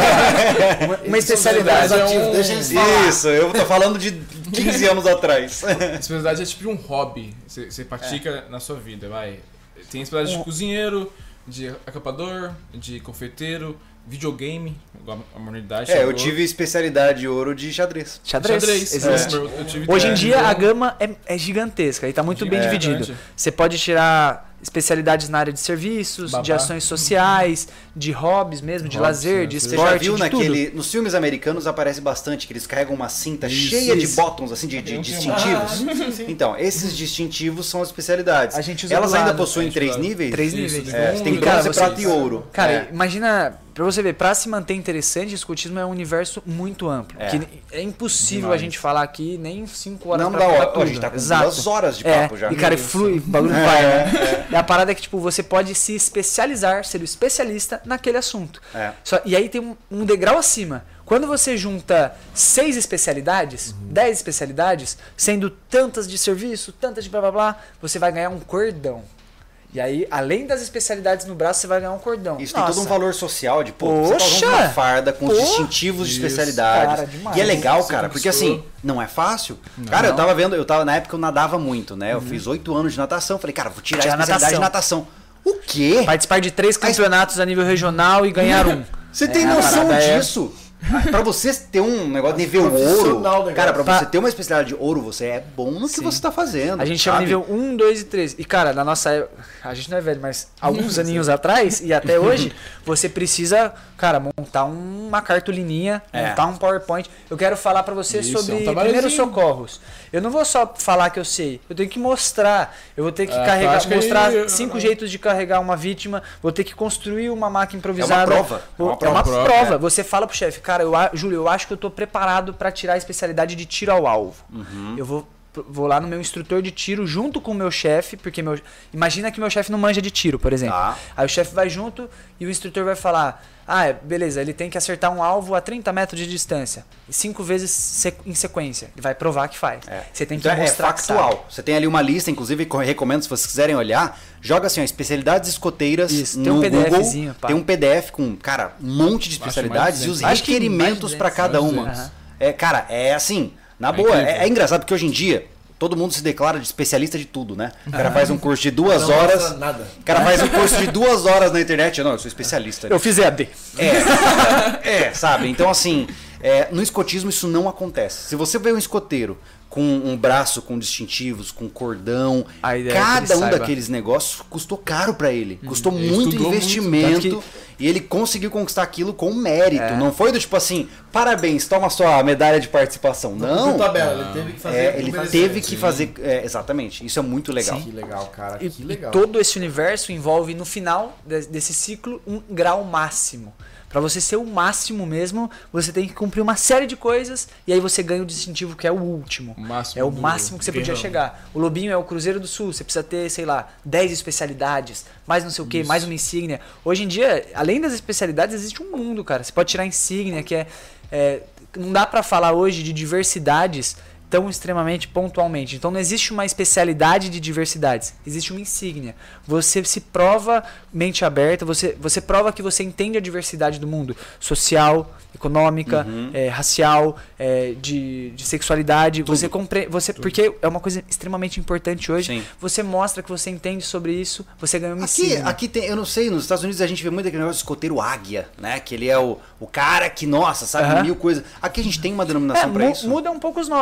Speaker 3: Uma especialidade
Speaker 2: Deixa eles falar.
Speaker 1: Isso, eu tô falando de 15 anos atrás.
Speaker 4: A especialidade é tipo um hobby. Você pratica na sua vida, vai. Tem especialidade de cozinheiro, de acampador, de confeiteiro, videogame, igual a modernidade.
Speaker 1: Eu tive especialidade ouro de xadrez.
Speaker 3: Xadrez.
Speaker 4: Eu tive
Speaker 3: Hoje em dia a gama é gigantesca e está muito bem dividido. Você pode tirar especialidades na área de serviços, de ações sociais, de hobbies mesmo, de lazer, de esporte.
Speaker 1: Você já viu nos filmes americanos aparece bastante que eles carregam uma cinta cheia de botões, assim, de distintivos? Então, esses distintivos são as especialidades.
Speaker 3: A gente usa
Speaker 1: Elas ainda possuem 3 níveis?
Speaker 3: 3 níveis.
Speaker 1: Tem bronze, prata e ouro.
Speaker 3: Cara, imagina, pra você ver, pra se manter interessante, o escotismo é um universo muito amplo. Que é impossível a gente falar aqui nem 5 horas pra falar tudo.
Speaker 1: A gente tá com 2 horas de papo já.
Speaker 3: E cara, flui, o bagulho vai, né? E a parada é que, tipo, você pode se especializar, ser o especialista naquele assunto. E aí tem um degrau acima. Quando você junta 6 especialidades, 10 especialidades, sendo tantas de serviço, tantas de blá blá blá, você vai ganhar um cordão. E aí, além das especialidades no braço, você vai ganhar um cordão.
Speaker 1: Isso tem todo um valor social de, você tá usando uma farda com distintivos de especialidades. Cara, demais. E é legal, cara, porque assim, não é fácil. Cara, eu tava vendo, na época eu nadava muito, né? Eu fiz 8 anos de natação, falei, cara, vou tirar a especialidade de natação. O quê?
Speaker 3: Participar de 3 campeonatos a nível regional e ganhar um.
Speaker 1: Você tem noção disso? Pra você ter um negócio de nível ouro, cara, pra você ter uma especialidade de ouro, você é bom no que você tá fazendo.
Speaker 3: A gente chama nível 1, 2 e 3. E, cara, na nossa época, a gente não é velho, mas alguns aninhos atrás e até hoje, você precisa, cara, montar uma cartolininha, montar um PowerPoint. Eu quero falar pra você sobre primeiros socorros. Eu não vou só falar que eu sei, eu tenho que mostrar. Eu vou ter que mostrar 5 jeitos de carregar uma vítima, vou ter que construir uma máquina improvisada.
Speaker 1: É uma
Speaker 3: prova. Você fala pro chefe, cara, Júlio, eu acho que eu tô preparado pra tirar a especialidade de tiro ao alvo. Eu vou lá no meu instrutor de tiro junto com o meu chefe, porque imagina que meu chefe não manja de tiro, por exemplo. Aí o chefe vai junto e o instrutor vai falar, beleza, ele tem que acertar um alvo a 30 metros de distância, 5 vezes em sequência. Ele vai provar que faz. Você tem que mostrar
Speaker 1: factual. Você tem ali uma lista, inclusive recomendo, se vocês quiserem olhar, joga assim, especialidades escoteiras no Google. Tem um PDF com, cara, um monte de especialidades e os requerimentos para cada uma. Cara, é assim, na boa, é engraçado porque hoje em dia todo mundo se declara de especialista de tudo, né? O cara faz um curso de 2 horas. O cara faz um curso de 2 horas na internet. Não, eu sou especialista.
Speaker 3: Eu fiz EAD.
Speaker 1: Sabe? Então, assim, no escotismo isso não acontece. Se você vê um escoteiro com um braço com distintivos, com cordão, cada um daqueles negócios custou caro para ele. Custou muito investimento. E ele conseguiu conquistar aquilo com mérito. Não foi do tipo assim, parabéns, toma sua medalha de participação. Não.
Speaker 2: Tabela, ele teve que fazer.
Speaker 1: Ele teve que fazer. Exatamente. Isso é muito legal.
Speaker 2: Que legal, cara. Que legal.
Speaker 3: E todo esse universo envolve, no final desse ciclo, um grau máximo. Pra você ser o máximo mesmo, você tem que cumprir uma série de coisas e aí você ganha o distintivo que é o último. É o máximo que você podia chegar. O Lobinho é o Cruzeiro do Sul, você precisa ter, sei lá, 10 especialidades, mais não sei o que, mais uma insígnia. Hoje em dia, além das especialidades, existe um mundo, cara. Você pode tirar insígnia, que não dá pra falar hoje de diversidades tão extremamente pontualmente. Então não existe uma especialidade de diversidades, existe uma insígnia. Você se prova mente aberta, você prova que você entende a diversidade do mundo social, econômica, racial, de sexualidade. Você porque é uma coisa extremamente importante hoje.
Speaker 1: Sim.
Speaker 3: Você mostra que você entende sobre isso, você ganha uma insígnia.
Speaker 1: Aqui tem, eu não sei, nos Estados Unidos a gente vê muito aquele negócio de escoteiro águia, né? Que ele é o cara que, nossa, sabe mil coisas. Aqui a gente tem uma denominação pra isso.
Speaker 3: Muda um pouco os nomes, né?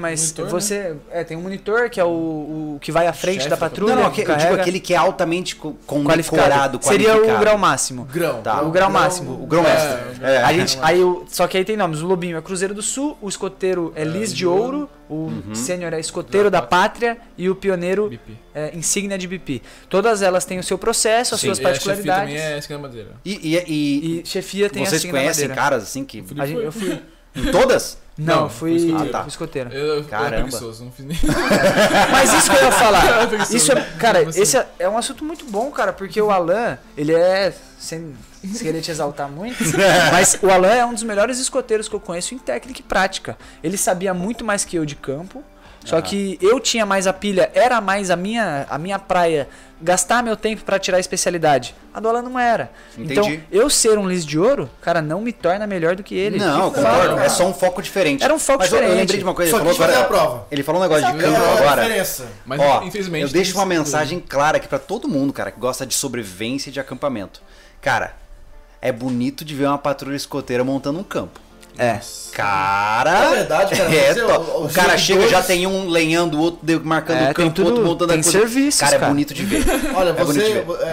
Speaker 3: mas
Speaker 4: Monitor,
Speaker 3: você... tem um monitor que é o que vai à frente
Speaker 4: Chefe
Speaker 3: da
Speaker 4: da
Speaker 3: patrulha.
Speaker 1: Não,
Speaker 3: que
Speaker 1: eu digo
Speaker 3: carrega.
Speaker 1: aquele que é altamente
Speaker 3: Qualificado.
Speaker 1: condecorado,
Speaker 3: Seria o
Speaker 1: qualificado.
Speaker 3: grau máximo.
Speaker 2: Grão.
Speaker 1: Tá.
Speaker 3: O grau máximo.
Speaker 1: O grão-mestre. É.
Speaker 3: A gente, só que aí tem nomes. O Lobinho é Cruzeiro do Sul, o escoteiro é Lis de Ouro, o Sênior é Escoteiro da Pátria e o Pioneiro
Speaker 4: BP.
Speaker 3: é Insígnia de BP. Todas elas têm o seu processo, as
Speaker 1: Sim.
Speaker 3: suas
Speaker 4: E a chefia
Speaker 3: particularidades.
Speaker 4: também é esquina madeira.
Speaker 3: E chefia tem a
Speaker 1: vocês
Speaker 3: Insígnia
Speaker 1: conhecem
Speaker 3: Madeira.
Speaker 1: caras assim que...
Speaker 3: Eu fui.
Speaker 1: Em todas?
Speaker 3: Não, fui
Speaker 4: escoteiro.
Speaker 1: tá.
Speaker 3: fui escoteiro.
Speaker 4: Eu
Speaker 1: Caramba.
Speaker 4: era preguiçoso, não fiz nem.
Speaker 3: Mas isso que eu ia falar.
Speaker 4: Preguiçoso.
Speaker 3: Isso é, cara,
Speaker 4: Você-
Speaker 3: esse é um assunto muito bom, cara, porque o Alan, ele é, sem querer te exaltar muito, mas o Alan é um dos melhores escoteiros que eu conheço em técnica e prática. Ele sabia muito mais que eu de campo, só que eu tinha mais a pilha, era mais a minha praia, gastar meu tempo pra tirar a especialidade. A do Alan não era.
Speaker 1: Entendi.
Speaker 3: Então, eu ser um Lis de Ouro, cara, não me torna melhor do que ele.
Speaker 1: Não,
Speaker 3: Que
Speaker 1: concordo.
Speaker 3: fala,
Speaker 1: É só um foco diferente.
Speaker 3: Era um foco
Speaker 1: Mas eu
Speaker 3: diferente.
Speaker 1: lembrei de uma coisa.
Speaker 2: Só
Speaker 1: Ele falou,
Speaker 2: quis fazer
Speaker 1: agora,
Speaker 2: a prova.
Speaker 1: ele falou um negócio de
Speaker 2: É
Speaker 1: campo
Speaker 2: a
Speaker 1: agora.
Speaker 2: diferença.
Speaker 4: Mas
Speaker 1: Ó,
Speaker 4: infelizmente.
Speaker 1: eu deixo
Speaker 4: tem
Speaker 1: uma
Speaker 4: isso
Speaker 1: mensagem clara aqui pra todo mundo, cara, que gosta de sobrevivência e de acampamento. Cara, é bonito de ver uma patrulha escoteira montando um campo.
Speaker 3: É.
Speaker 1: Cara,
Speaker 2: Na verdade, cara, você-
Speaker 1: o
Speaker 2: os
Speaker 1: cara chega
Speaker 2: seguidores-
Speaker 1: já tem um lenhando, o outro marcando o
Speaker 3: tem
Speaker 1: campo,
Speaker 3: tudo-
Speaker 1: outro montando
Speaker 3: tem
Speaker 1: a coisa.
Speaker 3: serviços,
Speaker 1: Cara, é
Speaker 3: cara.
Speaker 1: bonito de ver.
Speaker 2: Olha,
Speaker 1: É bonito
Speaker 2: você.
Speaker 1: de ver.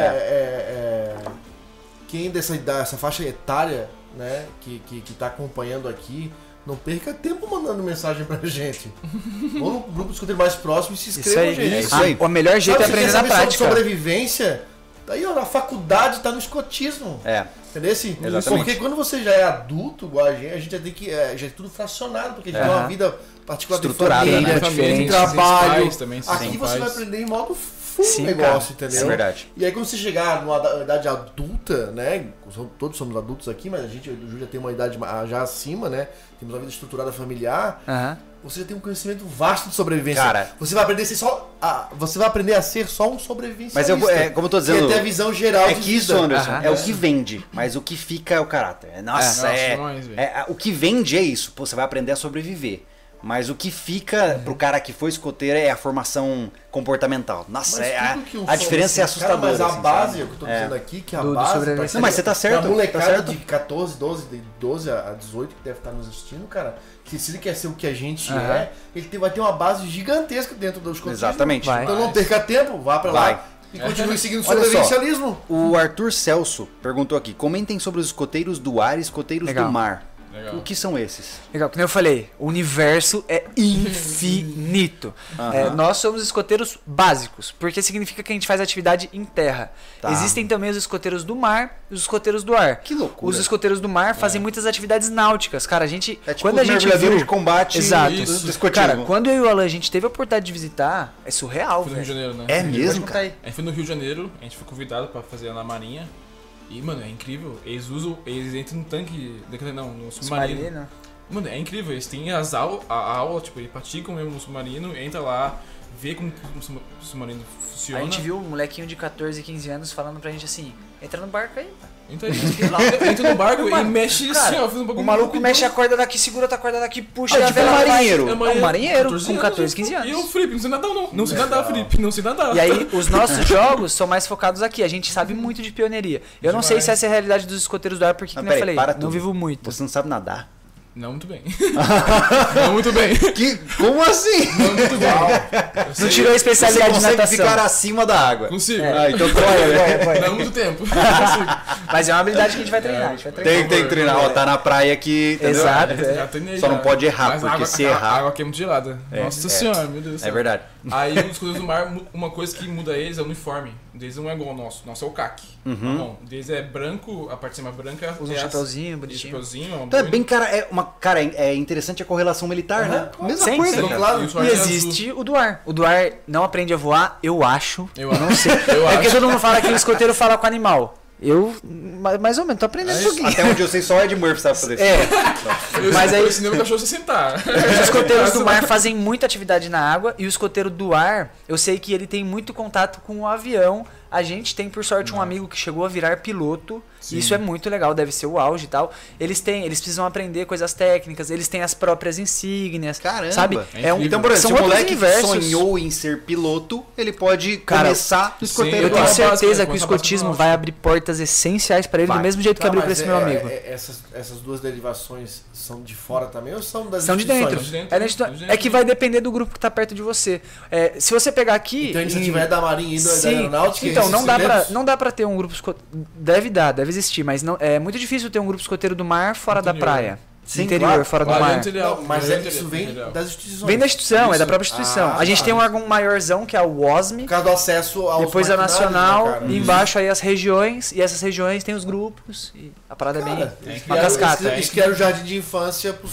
Speaker 2: Quem dessa faixa etária, né, que tá acompanhando aqui, não perca tempo mandando mensagem pra gente. Ou no grupo de escuteiro mais próximo e se
Speaker 3: Isso
Speaker 2: inscreva,
Speaker 3: aí.
Speaker 2: gente.
Speaker 1: É isso aí.
Speaker 3: O melhor jeito é
Speaker 2: Sabe,
Speaker 3: aprender
Speaker 2: você
Speaker 3: na
Speaker 2: quer saber
Speaker 3: prática.
Speaker 2: sobre sobrevivência, daí ó, na faculdade tá no escotismo.
Speaker 1: É.
Speaker 2: Entendeu? Assim,
Speaker 1: Exatamente.
Speaker 2: porque quando você já é adulto, igual a gente já tem que. Já é tudo fracionado, porque a gente tem uma vida particular de
Speaker 1: Estruturada,
Speaker 2: família,
Speaker 1: né?
Speaker 2: de
Speaker 3: Diferente.
Speaker 2: trabalho.
Speaker 4: Pais também,
Speaker 2: Aqui
Speaker 4: sim,
Speaker 2: você vai
Speaker 4: pais.
Speaker 2: aprender em modo full
Speaker 3: Sim,
Speaker 2: negócio,
Speaker 3: cara.
Speaker 2: entendeu?
Speaker 1: É verdade.
Speaker 2: E aí quando você chegar numa idade adulta, né? Todos somos adultos aqui, mas a gente, o Ju já tem uma idade já acima, né? Temos uma vida estruturada familiar.
Speaker 3: Aham.
Speaker 2: Você já tem um conhecimento vasto de sobrevivência.
Speaker 1: Cara.
Speaker 2: Você vai aprender a ser você vai aprender a ser só um sobrevivencialista.
Speaker 1: Mas como eu tô dizendo,
Speaker 2: Que ter a visão geral
Speaker 1: é
Speaker 2: de
Speaker 1: que isso,
Speaker 2: vida.
Speaker 1: Anderson,
Speaker 3: Aham.
Speaker 1: é o que vende, mas o que fica é o caráter. Nossa,
Speaker 4: Nossa, demais, velho.
Speaker 1: o que vende é isso. Pô, você vai aprender a sobreviver. Mas o que fica pro cara que foi escoteiro é a formação comportamental. Nossa,
Speaker 2: Mas tudo que
Speaker 1: a diferença é assustadora.
Speaker 2: Cara, mas a
Speaker 1: assim,
Speaker 2: base,
Speaker 1: sabe?
Speaker 2: é o que eu tô dizendo aqui, que a
Speaker 3: Do
Speaker 2: base...
Speaker 3: sobrevivência.
Speaker 1: Não, mas você tá certo,
Speaker 2: A molecada
Speaker 1: tá certo.
Speaker 2: de 14, 12 a 18 que deve estar nos assistindo, cara, que se ele quer ser o que a gente
Speaker 3: Aham.
Speaker 2: é, ele vai ter uma base gigantesca dentro dos escotismo.
Speaker 1: Exatamente.
Speaker 3: Vai.
Speaker 2: Então não perca tempo, vá pra
Speaker 1: Vai.
Speaker 2: lá e continue seguindo o
Speaker 1: Olha só.
Speaker 2: sobrevivencialismo.
Speaker 1: O Arthur Celso perguntou aqui: comentem sobre os escoteiros do ar e escoteiros
Speaker 3: Legal.
Speaker 1: do mar.
Speaker 4: Legal.
Speaker 1: O que são esses?
Speaker 3: Legal, como eu falei, o universo é infinito.
Speaker 1: Aham.
Speaker 3: Nós somos escoteiros básicos, porque significa que a gente faz atividade em terra.
Speaker 1: Tá.
Speaker 3: Existem também os escoteiros do mar e os escoteiros do ar.
Speaker 1: Que loucura.
Speaker 3: Os escoteiros do mar fazem muitas atividades náuticas. Cara, a gente.
Speaker 1: É tipo
Speaker 3: quando a
Speaker 1: os
Speaker 3: gente
Speaker 1: mergulhadores
Speaker 3: viu.
Speaker 1: de combate
Speaker 3: Exato.
Speaker 1: do escotismo.
Speaker 3: Cara, quando eu e o Alan a gente teve a oportunidade de visitar, é surreal,
Speaker 4: Fui no Rio de
Speaker 3: velho.
Speaker 4: Janeiro, né?
Speaker 1: É mesmo,
Speaker 3: Pode contar aí.
Speaker 4: A gente foi no Rio de Janeiro, a gente foi convidado pra fazer na Marinha. E, mano, é incrível. Eles entram no tanque. Não, no submarino.
Speaker 3: Submarino.
Speaker 4: Mano, é incrível. Eles têm a aula, tipo, eles praticam mesmo no submarino, entra lá, vê como o submarino funciona.
Speaker 3: A gente viu um molequinho de 14, 15 anos falando pra gente assim: entra no barco aí.
Speaker 4: Entra no barco e
Speaker 3: Mano,
Speaker 4: mexe
Speaker 3: cara,
Speaker 4: assim, ó. Faz um bagulho
Speaker 3: O maluco
Speaker 4: rapidão.
Speaker 3: mexe a corda daqui, segura outra corda daqui, puxa
Speaker 1: Ah,
Speaker 3: e a
Speaker 1: tipo
Speaker 3: vela
Speaker 1: um
Speaker 3: vai.
Speaker 1: marinheiro.
Speaker 3: É um marinheiro
Speaker 4: 14
Speaker 3: com 14, 15
Speaker 4: E o
Speaker 3: anos.
Speaker 4: Felipe, não sei nadar não. Não sei nadar, Felipe. Não sei nadar.
Speaker 3: E aí, os nossos jogos são mais focados aqui. A gente sabe muito de pioneiria. Eu não sei
Speaker 4: Demais.
Speaker 3: se essa é a realidade dos escoteiros do ar, porque,
Speaker 1: Não,
Speaker 3: como eu
Speaker 1: peraí,
Speaker 3: falei,
Speaker 1: para
Speaker 3: não
Speaker 1: tudo.
Speaker 3: vivo muito.
Speaker 1: Você não sabe nadar?
Speaker 4: Não muito bem. Não muito bem.
Speaker 1: Como assim?
Speaker 4: Não muito bem.
Speaker 3: Não tirou a
Speaker 1: Você
Speaker 3: especialidade de
Speaker 1: consegue
Speaker 3: natação.
Speaker 1: ficar acima da água.
Speaker 4: Consigo.
Speaker 1: Ah, então
Speaker 4: Não muito tempo.
Speaker 3: Mas é uma habilidade que a gente vai treinar. A gente vai treinar.
Speaker 1: tem que treinar. Ó, tá na praia aqui, entendeu?
Speaker 3: Exato.
Speaker 4: Já treinei
Speaker 1: Só
Speaker 4: já.
Speaker 1: não pode errar,
Speaker 4: Mas a
Speaker 1: porque
Speaker 4: água,
Speaker 1: se errar-
Speaker 4: A água aqui é muito gelada. Nossa senhora, meu Deus do céu.
Speaker 1: É verdade.
Speaker 4: Aí os escoteiros do mar, uma coisa que muda eles é o uniforme. O deles não é igual ao nosso. O nosso é o CAC. Bom, o deles é branco, a parte de cima branca.
Speaker 3: Usa um
Speaker 4: é
Speaker 3: chapeuzinho
Speaker 4: um
Speaker 3: bonitinho.
Speaker 4: chapeuzinho, uma
Speaker 1: Então é
Speaker 4: boina.
Speaker 1: bem, cara, é interessante a correlação militar, né? Mesma
Speaker 3: Sim,
Speaker 1: coisa,
Speaker 3: sim.
Speaker 1: cara.
Speaker 2: Claro.
Speaker 4: E o
Speaker 3: E
Speaker 4: short é
Speaker 3: existe o do ar. O do ar não aprende a voar, eu acho.
Speaker 4: Eu
Speaker 3: não
Speaker 4: acho.
Speaker 3: sei.
Speaker 4: Eu
Speaker 3: É porque
Speaker 4: acho.
Speaker 3: todo mundo fala que o escoteiro fala com animal. Eu, mais ou menos, tô aprendendo um pouquinho.
Speaker 1: Até onde eu sei, só o Ed Murphy sabe fazer isso.
Speaker 4: Eu
Speaker 3: Mas aí-
Speaker 4: ensinei meu cachorro a se sentar.
Speaker 3: Os escoteiros do mar fazem muita atividade na água e o escoteiro do ar, eu sei que ele tem muito contato com o avião, A gente tem, por sorte, um amigo que chegou a virar piloto. Isso é muito legal, deve ser o auge e tal. Eles precisam aprender coisas técnicas, eles têm as próprias insígnias.
Speaker 1: Caramba!
Speaker 3: Sabe?
Speaker 1: Então, por exemplo, se o moleque sonhou em ser piloto, ele pode começar no escoteiro.
Speaker 3: Eu tenho certeza que o escotismo vai abrir portas essenciais para ele, do mesmo jeito que abriu para esse meu amigo.
Speaker 2: Essas duas derivações são de fora também ou são das
Speaker 3: São de dentro. É que vai depender do grupo que tá perto de você. Se você pegar aqui...
Speaker 2: Então a iniciativa é da Marinha e da Aeronáutica?
Speaker 3: Então, não dá pra ter um grupo escoteiro. Deve existir, mas não, é muito difícil ter um grupo escoteiro do mar fora da praia.
Speaker 1: Sim,
Speaker 3: interior,
Speaker 1: claro.
Speaker 3: fora do mar.
Speaker 2: Não, mas isso vem das instituições.
Speaker 3: Vem da instituição, é da própria instituição. A gente tem um órgão maiorzão, que é o OSME.
Speaker 2: Por causa do acesso aos
Speaker 3: depois a nacional,
Speaker 2: né,
Speaker 3: e embaixo aí as regiões, e essas regiões tem os grupos, e a parada é bem uma cascata.
Speaker 2: Isso que era o jardim de infância pro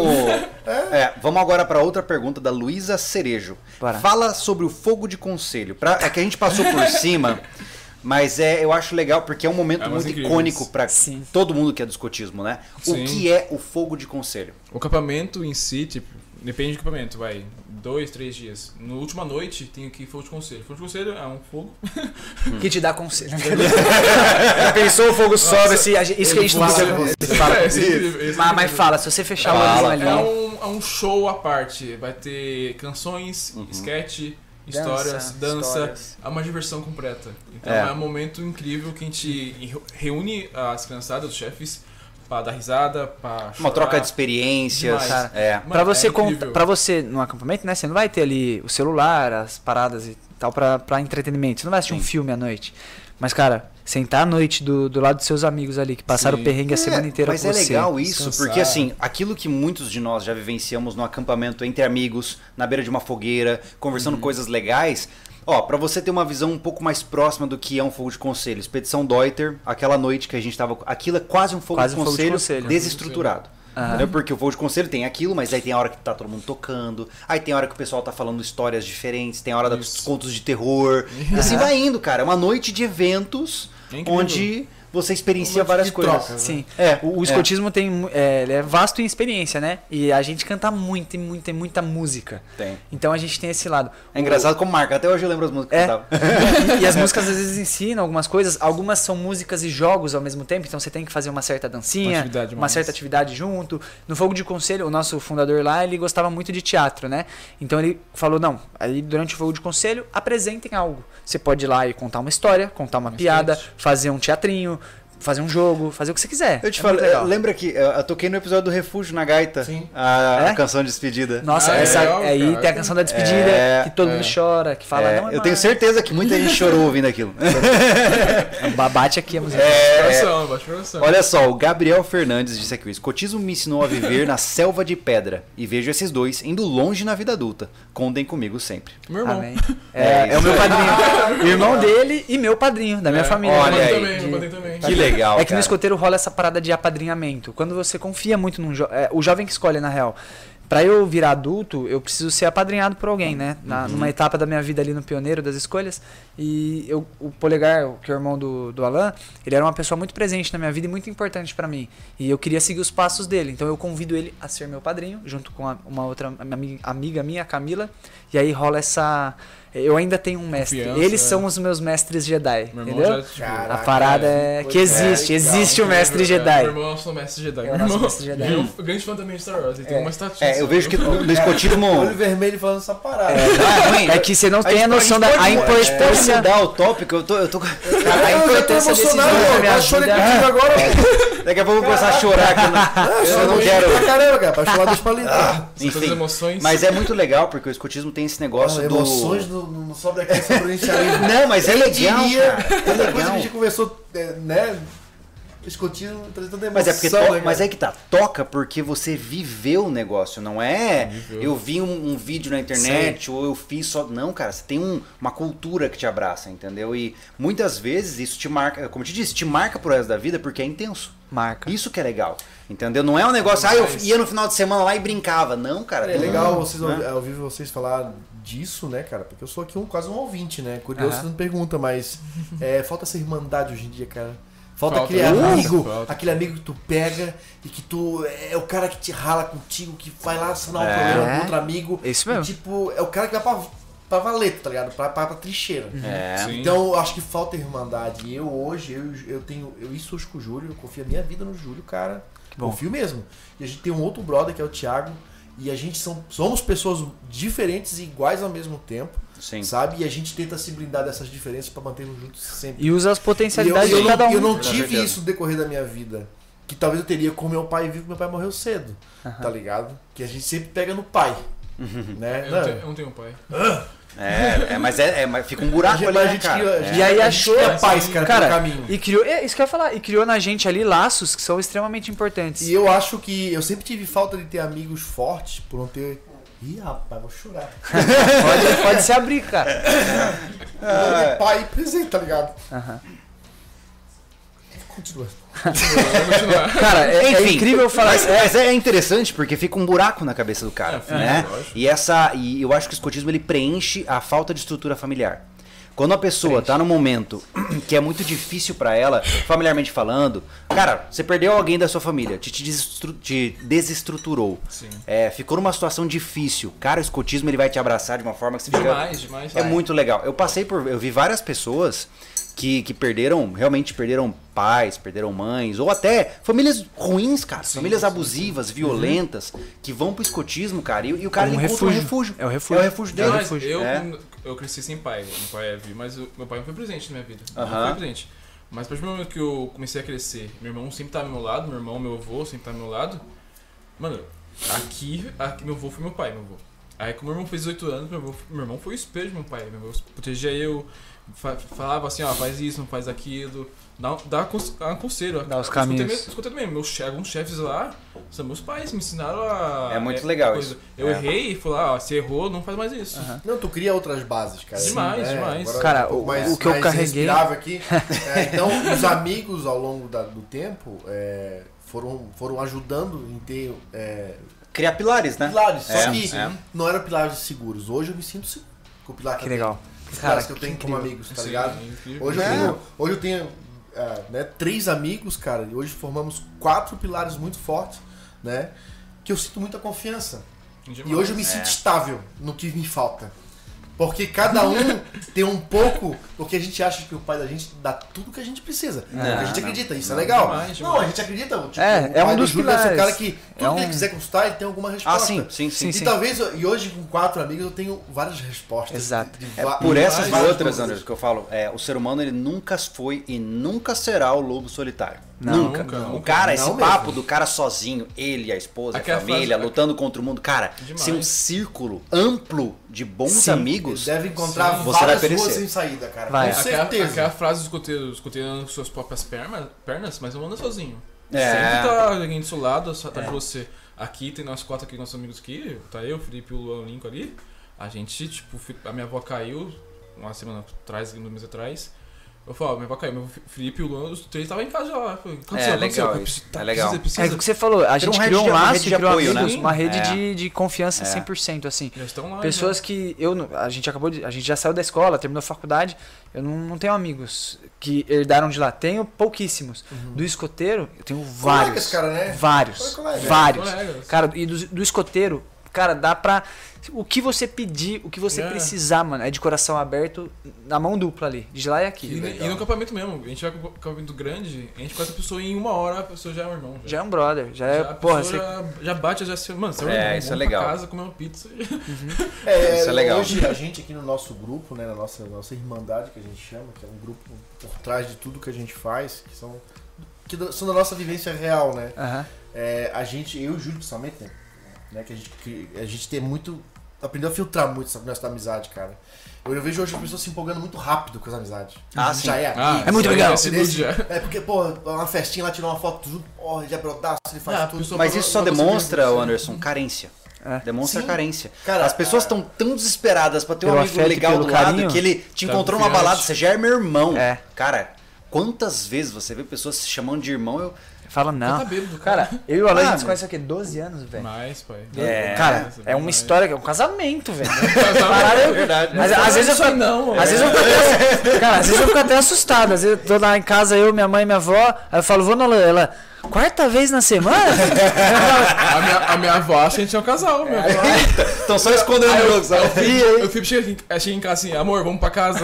Speaker 1: Vamos agora para outra pergunta da Luísa Cerejo.
Speaker 3: Bora.
Speaker 1: Fala sobre o fogo de conselho. É que a gente passou por cima... Mas eu acho legal, porque é um momento muito icônico para todo mundo que é do escotismo, né? O que é o fogo de conselho?
Speaker 4: O acampamento em si, tipo, depende do acampamento, vai 2, 3 dias. Na última noite tem aqui fogo de conselho. Fogo de conselho é um fogo
Speaker 3: que te dá conselho. Já pensou, o fogo sobe assim, isso que a gente não fala. Mas fala, se você fechar o olho ali...
Speaker 4: É um show à parte, vai ter canções, sketch... dança, é uma diversão completa. Então é um momento incrível que a gente reúne as criançadas, os chefes, pra dar risada, pra chorar.
Speaker 1: Uma troca de experiências.
Speaker 3: Pra você, no acampamento, né, você não vai ter ali o celular, as paradas e tal pra entretenimento. Você não vai assistir um filme à noite. Mas, cara, sentar à noite do lado dos seus amigos ali, que passaram o perrengue a semana inteira com você.
Speaker 1: Mas é legal isso, porque assim, aquilo que muitos de nós já vivenciamos no acampamento entre amigos, na beira de uma fogueira, conversando coisas legais. Ó, pra você ter uma visão um pouco mais próxima do que é um fogo de conselho, Expedição Deuter, aquela noite que a gente tava... Aquilo é quase um fogo de conselho desestruturado. Entendeu? Porque o fogo de conselho tem aquilo, mas aí tem a hora que tá todo mundo tocando, aí tem a hora que o pessoal tá falando histórias diferentes, tem a hora dos contos de terror, e assim vai indo, cara. É uma noite de eventos onde você experiencia várias coisas.
Speaker 3: Troca, sim. O escotismo ele é vasto em experiência, né? E a gente canta muita música.
Speaker 1: Tem.
Speaker 3: Então a gente tem esse lado.
Speaker 1: É engraçado como marca. Até hoje eu lembro as músicas que eu tava.
Speaker 3: E as músicas às vezes ensinam algumas coisas. Algumas são músicas e jogos ao mesmo tempo. Então você tem que fazer uma certa dancinha, uma certa atividade junto. No Fogo de Conselho, o nosso fundador lá, ele gostava muito de teatro, né? Então ele falou, não, aí durante o Fogo de Conselho, apresentem algo. Você pode ir lá e contar uma história, contar uma piada, fazer um teatrinho, fazer um jogo, fazer o que você quiser.
Speaker 1: Eu te falo, lembra que eu toquei no episódio do Refúgio na gaita, a canção de despedida.
Speaker 3: Nossa, aí tem a canção da despedida, que todo mundo chora, que fala... Não,
Speaker 1: eu tenho certeza que muita gente chorou ouvindo aquilo.
Speaker 3: Bate aqui a música.
Speaker 4: Bate coração.
Speaker 1: Olha só, o Gabriel Fernandes disse aqui, o escotismo me ensinou a viver na selva de pedra e vejo esses dois indo longe na vida adulta. Contem comigo sempre.
Speaker 4: Meu irmão.
Speaker 3: É o meu padrinho. O irmão dele e meu padrinho, da minha família.
Speaker 1: Olha aí.
Speaker 4: Também.
Speaker 1: Que legal,
Speaker 3: É que no escoteiro rola essa parada de apadrinhamento. Quando você confia muito num o jovem que escolhe, na real. Pra eu virar adulto, eu preciso ser apadrinhado por alguém, né? Numa etapa da minha vida ali no pioneiro das escolhas. E o Polegar, que é o irmão do Alan, ele era uma pessoa muito presente na minha vida e muito importante pra mim. E eu queria seguir os passos dele. Então eu convido ele a ser meu padrinho, junto com uma outra amiga minha, a Camila. E aí rola essa... Eu ainda tenho um mestre. Eles são os meus mestres Jedi, entendeu?
Speaker 2: Caraca,
Speaker 3: a parada é que existe o mestre Jedi.
Speaker 4: Meu irmão é o mestre Jedi.
Speaker 3: Eu sou mestre Jedi.
Speaker 4: Eu sou grande fã também de Star Wars. Ele tem uma estatística.
Speaker 1: Eu vejo que no escotismo...
Speaker 2: Olho vermelho falando essa parada.
Speaker 3: É que você não tem a noção da importância...
Speaker 1: Pode mudar o tópico? Eu tô...
Speaker 3: A importância desse jogo na minha vida.
Speaker 2: Agora,
Speaker 1: daqui a pouco eu vou começar a chorar aqui. Eu não quero...
Speaker 2: Caramba, cara, pra chorar dos palitos.
Speaker 1: Enfim,
Speaker 4: emoções.
Speaker 1: mas é muito legal porque o escotismo tem esse negócio do...
Speaker 2: Emoções não sobe aqui sobre o inicialismo.
Speaker 1: Não, mas é legal,
Speaker 2: Outra coisa que a gente conversou, né? Escotismo trazendo emoção.
Speaker 1: Mas é porque mas é que tá, toca porque você viveu o negócio, não é? Eu vi um vídeo na internet ou eu fiz só. Não, cara, você tem uma cultura que te abraça, entendeu? E muitas vezes isso te marca, como eu te disse, te marca pro resto da vida porque é intenso.
Speaker 3: Marca.
Speaker 1: Isso que é legal, entendeu? Não é um negócio, eu ia no final de semana lá e brincava. Não, cara.
Speaker 2: É legal vocês ouvir vocês falar disso, né, cara? Porque eu sou aqui quase um ouvinte, né? Curioso, você não pergunta, mas falta essa irmandade hoje em dia, cara. Falta aquele amigo, aquele amigo que tu pega e que tu é o cara que te rala contigo, que vai lá assinar um problema com outro amigo.
Speaker 3: Isso mesmo.
Speaker 2: E, tipo, é o cara que vai pra pra valer, tá ligado? Pra trincheira.
Speaker 4: Sim.
Speaker 2: Então eu acho que falta irmandade. E eu hoje, eu isso hoje com o Júlio, eu confio a minha vida no Júlio, cara. Confio mesmo. E a gente tem um outro brother que é o Thiago. E a gente somos pessoas diferentes e iguais ao mesmo tempo.
Speaker 1: Sim.
Speaker 2: Sabe? E a gente tenta se blindar dessas diferenças pra mantermos juntos sempre.
Speaker 3: E usa as potencialidades de cada um.
Speaker 2: Eu não tive isso no decorrer da minha vida. Que talvez eu teria com meu pai vivo, meu pai morreu cedo. Tá ligado? Que a gente sempre pega no pai. Né?
Speaker 4: Eu não tenho um pai.
Speaker 1: Mas fica um buraco ali, né, cara?
Speaker 3: E aí achou
Speaker 2: a paz, cara, pelo caminho.
Speaker 3: E criou, isso que eu ia falar, e criou na gente ali laços que são extremamente importantes.
Speaker 2: E eu acho que eu sempre tive falta de ter amigos fortes por não ter. Ih, rapaz, vou chorar.
Speaker 3: pode se abrir, cara.
Speaker 2: Pai presente, tá ligado? Continua.
Speaker 3: Cara, é
Speaker 1: Enfim,
Speaker 3: incrível falar
Speaker 1: mas é interessante porque fica um buraco na cabeça do cara, né? E eu acho que o escotismo ele preenche a falta de estrutura familiar. Quando a pessoa tá num momento que é muito difícil pra ela, familiarmente falando, cara, você perdeu alguém da sua família, te desestruturou, ficou numa situação difícil, cara, o escotismo ele vai te abraçar de uma forma que você fica...
Speaker 4: Demais.
Speaker 1: É muito legal. Eu vi várias pessoas que realmente perderam pais, perderam mães, ou até famílias ruins, cara, famílias abusivas, violentas, que vão pro escotismo, cara, e o cara encontra um refúgio.
Speaker 3: É o refúgio.
Speaker 1: É o refúgio dele.
Speaker 4: Mas eu cresci sem pai, meu pai é vivo, mas meu pai não foi presente na minha vida, não foi presente. Mas a partir do momento que eu comecei a crescer, meu irmão sempre tava ao meu lado, meu avô sempre tava ao meu lado, mano, aqui meu avô foi meu pai, meu avô. Aí como meu irmão fez 18 anos, meu irmão foi o espelho de meu pai, meu avô protegia eu, falava assim, ó, faz isso, não faz aquilo, dá conselho.
Speaker 3: Dá os caminhos.
Speaker 4: Escutei também, alguns chefes lá, são meus pais, me ensinaram a...
Speaker 1: É muito legal isso.
Speaker 4: Eu errei e falei, ó, se errou, não faz mais isso.
Speaker 2: Não, tu cria outras bases, cara.
Speaker 4: Demais.
Speaker 2: Agora,
Speaker 3: cara, o que eu carreguei...
Speaker 2: Aqui. Então, os amigos ao longo do tempo foram ajudando em ter...
Speaker 1: Criar pilares, né?
Speaker 2: Pilares, só que não eram pilares seguros. Hoje eu me sinto seguro com o pilar
Speaker 3: que legal.
Speaker 2: Os caras que eu tenho como amigos, tá ligado? Hoje eu tenho 3 amigos, cara, e hoje formamos 4 pilares muito fortes, né? Que eu sinto muita confiança. E hoje eu me sinto estável no que me falta. Porque cada um tem um pouco, porque a gente acha que o pai da gente dá tudo que a gente precisa. Porque a gente acredita, isso é legal.
Speaker 4: Demais.
Speaker 2: Não, a gente acredita. Tipo,
Speaker 3: é um dos pilares.
Speaker 2: É o cara que tudo que ele quiser consultar, ele tem alguma resposta.
Speaker 1: Sim.
Speaker 2: E talvez, e hoje com 4 amigos eu tenho várias respostas.
Speaker 3: Exato.
Speaker 1: Por essas e outras, Anderson, que eu falo, o ser humano ele nunca foi e nunca será o lobo solitário. Nunca. O cara, esse papo do cara sozinho, ele, a esposa, a família, lutando contra o mundo. Cara, ser um círculo amplo de bons amigos,
Speaker 2: deve encontrar
Speaker 1: você vai
Speaker 2: várias ruas
Speaker 1: perecer.
Speaker 2: sem saída, cara.
Speaker 3: Vai.
Speaker 2: Com certeza.
Speaker 4: Aquela frase do escoteiro anda com suas próprias pernas, mas não anda sozinho.
Speaker 1: É.
Speaker 4: Sempre tá alguém do seu lado, tá de você. Aqui tem nós 4 aqui, nossos amigos aqui, tá eu, o Felipe e o Luan Lincoln ali. A gente, tipo, a minha avó caiu uma semana atrás, um mês atrás. Eu falo, minha avó caiu, meu Felipe e o Luan, os 3 estavam em casa já.
Speaker 1: Legal isso. É legal.
Speaker 3: É o que você falou, a gente criou um laço, criou
Speaker 1: apoio,
Speaker 3: amigos,
Speaker 1: né?
Speaker 3: uma rede de confiança 100%, assim.
Speaker 4: Já estão lá,
Speaker 3: pessoas que a gente já saiu da escola, terminou a faculdade, eu não tenho amigos que herdaram de lá, tenho pouquíssimos. Do escoteiro, eu tenho vários.
Speaker 2: Colegas, cara, né?
Speaker 3: Vários.
Speaker 4: Colegas.
Speaker 3: Cara, e do escoteiro, cara, dá pra... O que você pedir, o que você precisar, mano, é de coração aberto, na mão dupla ali, de lá e aqui.
Speaker 4: E no acampamento mesmo, a gente vai com um acampamento grande, a gente conhece a pessoa e em 1 hora, a pessoa já é um irmão.
Speaker 3: Já é um brother,
Speaker 4: já bate, já se... Mano, você é um irmão,
Speaker 1: isso é
Speaker 4: vamos
Speaker 1: legal.
Speaker 4: pra casa comer uma pizza.
Speaker 1: Isso é legal.
Speaker 2: Hoje a gente aqui no nosso grupo, né, na nossa irmandade que a gente chama, que é um grupo por trás de tudo que a gente faz, que são da nossa vivência real, né? A gente, eu e o Júlio principalmente, né, que a gente tem muito... Aprendeu a filtrar muito essa nossa amizade, cara. Eu vejo hoje as pessoas se empolgando muito rápido com as amizades.
Speaker 1: Sim.
Speaker 2: Já
Speaker 3: é muito legal.
Speaker 2: Porque, pô, uma festinha lá, tirou uma foto junto, ele é brodaço, ele faz tudo.
Speaker 1: Mas isso só demonstra, Anderson, carência. Demonstra carência.
Speaker 2: Cara,
Speaker 1: as pessoas estão tão desesperadas pra ter um amigo legal do lado que ele te encontrou numa balada, você já é meu irmão. Cara, quantas vezes você vê pessoas se chamando de irmão,
Speaker 3: Fala, não.
Speaker 4: Bêbado,
Speaker 3: cara, eu e o Alan, a gente se conhece há 12 anos, velho.
Speaker 4: Mais, pai.
Speaker 3: Cara, é uma história, é um casamento, velho.
Speaker 1: É verdade.
Speaker 3: Mas às vezes eu fico. Às vezes eu fico até assustado. Às vezes eu tô lá em casa, eu, minha mãe e minha avó, aí eu falo, vou na Alan. Ela, quarta vez na semana?
Speaker 4: A minha avó acha que a gente é um casal, meu.
Speaker 1: Estão só escondendo o jogo, sabe?
Speaker 4: Eu cheguei em casa assim, amor, vamos pra casa.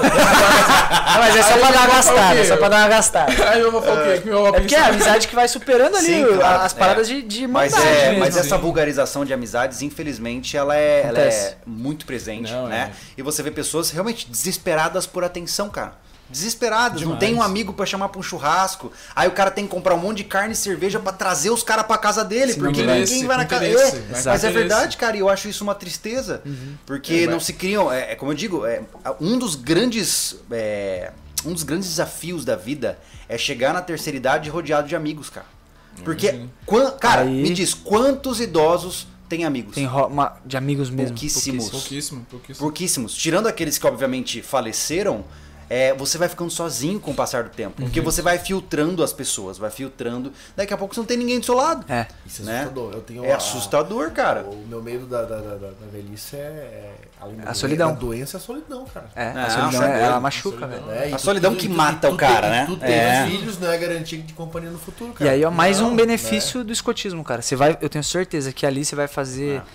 Speaker 3: Não, mas é só pra dar uma gastada, é só pra dar uma gastada.
Speaker 4: Aí eu vou falar o quê? Que meu avó
Speaker 3: É porque é a amizade que vai superando ali
Speaker 1: Sim, claro,
Speaker 3: as paradas de
Speaker 1: Mas,
Speaker 3: irmandade mesmo.
Speaker 1: mas essa
Speaker 4: sim.
Speaker 1: vulgarização de amizades, infelizmente, ela é
Speaker 3: Acontece.
Speaker 1: muito presente,
Speaker 4: Não,
Speaker 1: né? E você vê pessoas realmente desesperadas por atenção, cara. Desesperadas, não
Speaker 4: Demais.
Speaker 1: tem um amigo pra chamar pra um churrasco. Aí o cara tem que comprar um monte de carne e cerveja pra trazer os caras pra casa dele,
Speaker 3: Sim,
Speaker 1: porque
Speaker 4: interesse,
Speaker 1: ninguém vai na casa.
Speaker 4: interesse,
Speaker 1: Mas
Speaker 4: vai
Speaker 1: é
Speaker 4: interesse.
Speaker 1: verdade, cara, e eu acho isso uma tristeza. Porque não se criam. Como eu digo, um dos grandes. Um dos grandes desafios da vida é chegar na terceira idade rodeado de amigos, cara. Porque,
Speaker 4: Sim.
Speaker 1: cara,
Speaker 3: Aí-
Speaker 1: me diz, quantos idosos têm amigos?
Speaker 3: Tem de amigos mesmo.
Speaker 1: Pouquíssimos.
Speaker 4: Pouquíssimo.
Speaker 1: Pouquíssimos. Tirando aqueles que, obviamente, faleceram, você vai ficando sozinho com o passar do tempo. Porque você vai filtrando as pessoas, vai filtrando. Daqui a pouco você não tem ninguém do seu lado.
Speaker 3: É.
Speaker 2: Isso é
Speaker 1: Né?
Speaker 2: assustador. Eu tenho
Speaker 1: Assustador, cara.
Speaker 2: O meu medo da velhice além da
Speaker 3: solidão.
Speaker 2: da doença, é a solidão, cara.
Speaker 3: É,
Speaker 1: Não,
Speaker 3: a solidão
Speaker 1: solidão.
Speaker 3: ela machuca,
Speaker 4: Solidão.
Speaker 3: velho.
Speaker 2: É, e
Speaker 1: A solidão que mata o cara, né?
Speaker 2: Tu ter
Speaker 1: É.
Speaker 2: filhos não é garantia de companhia no futuro,
Speaker 3: E
Speaker 2: cara.
Speaker 3: aí é mais um
Speaker 2: Não,
Speaker 3: benefício
Speaker 2: né?
Speaker 3: do escotismo, cara. Eu tenho certeza que ali você vai fazer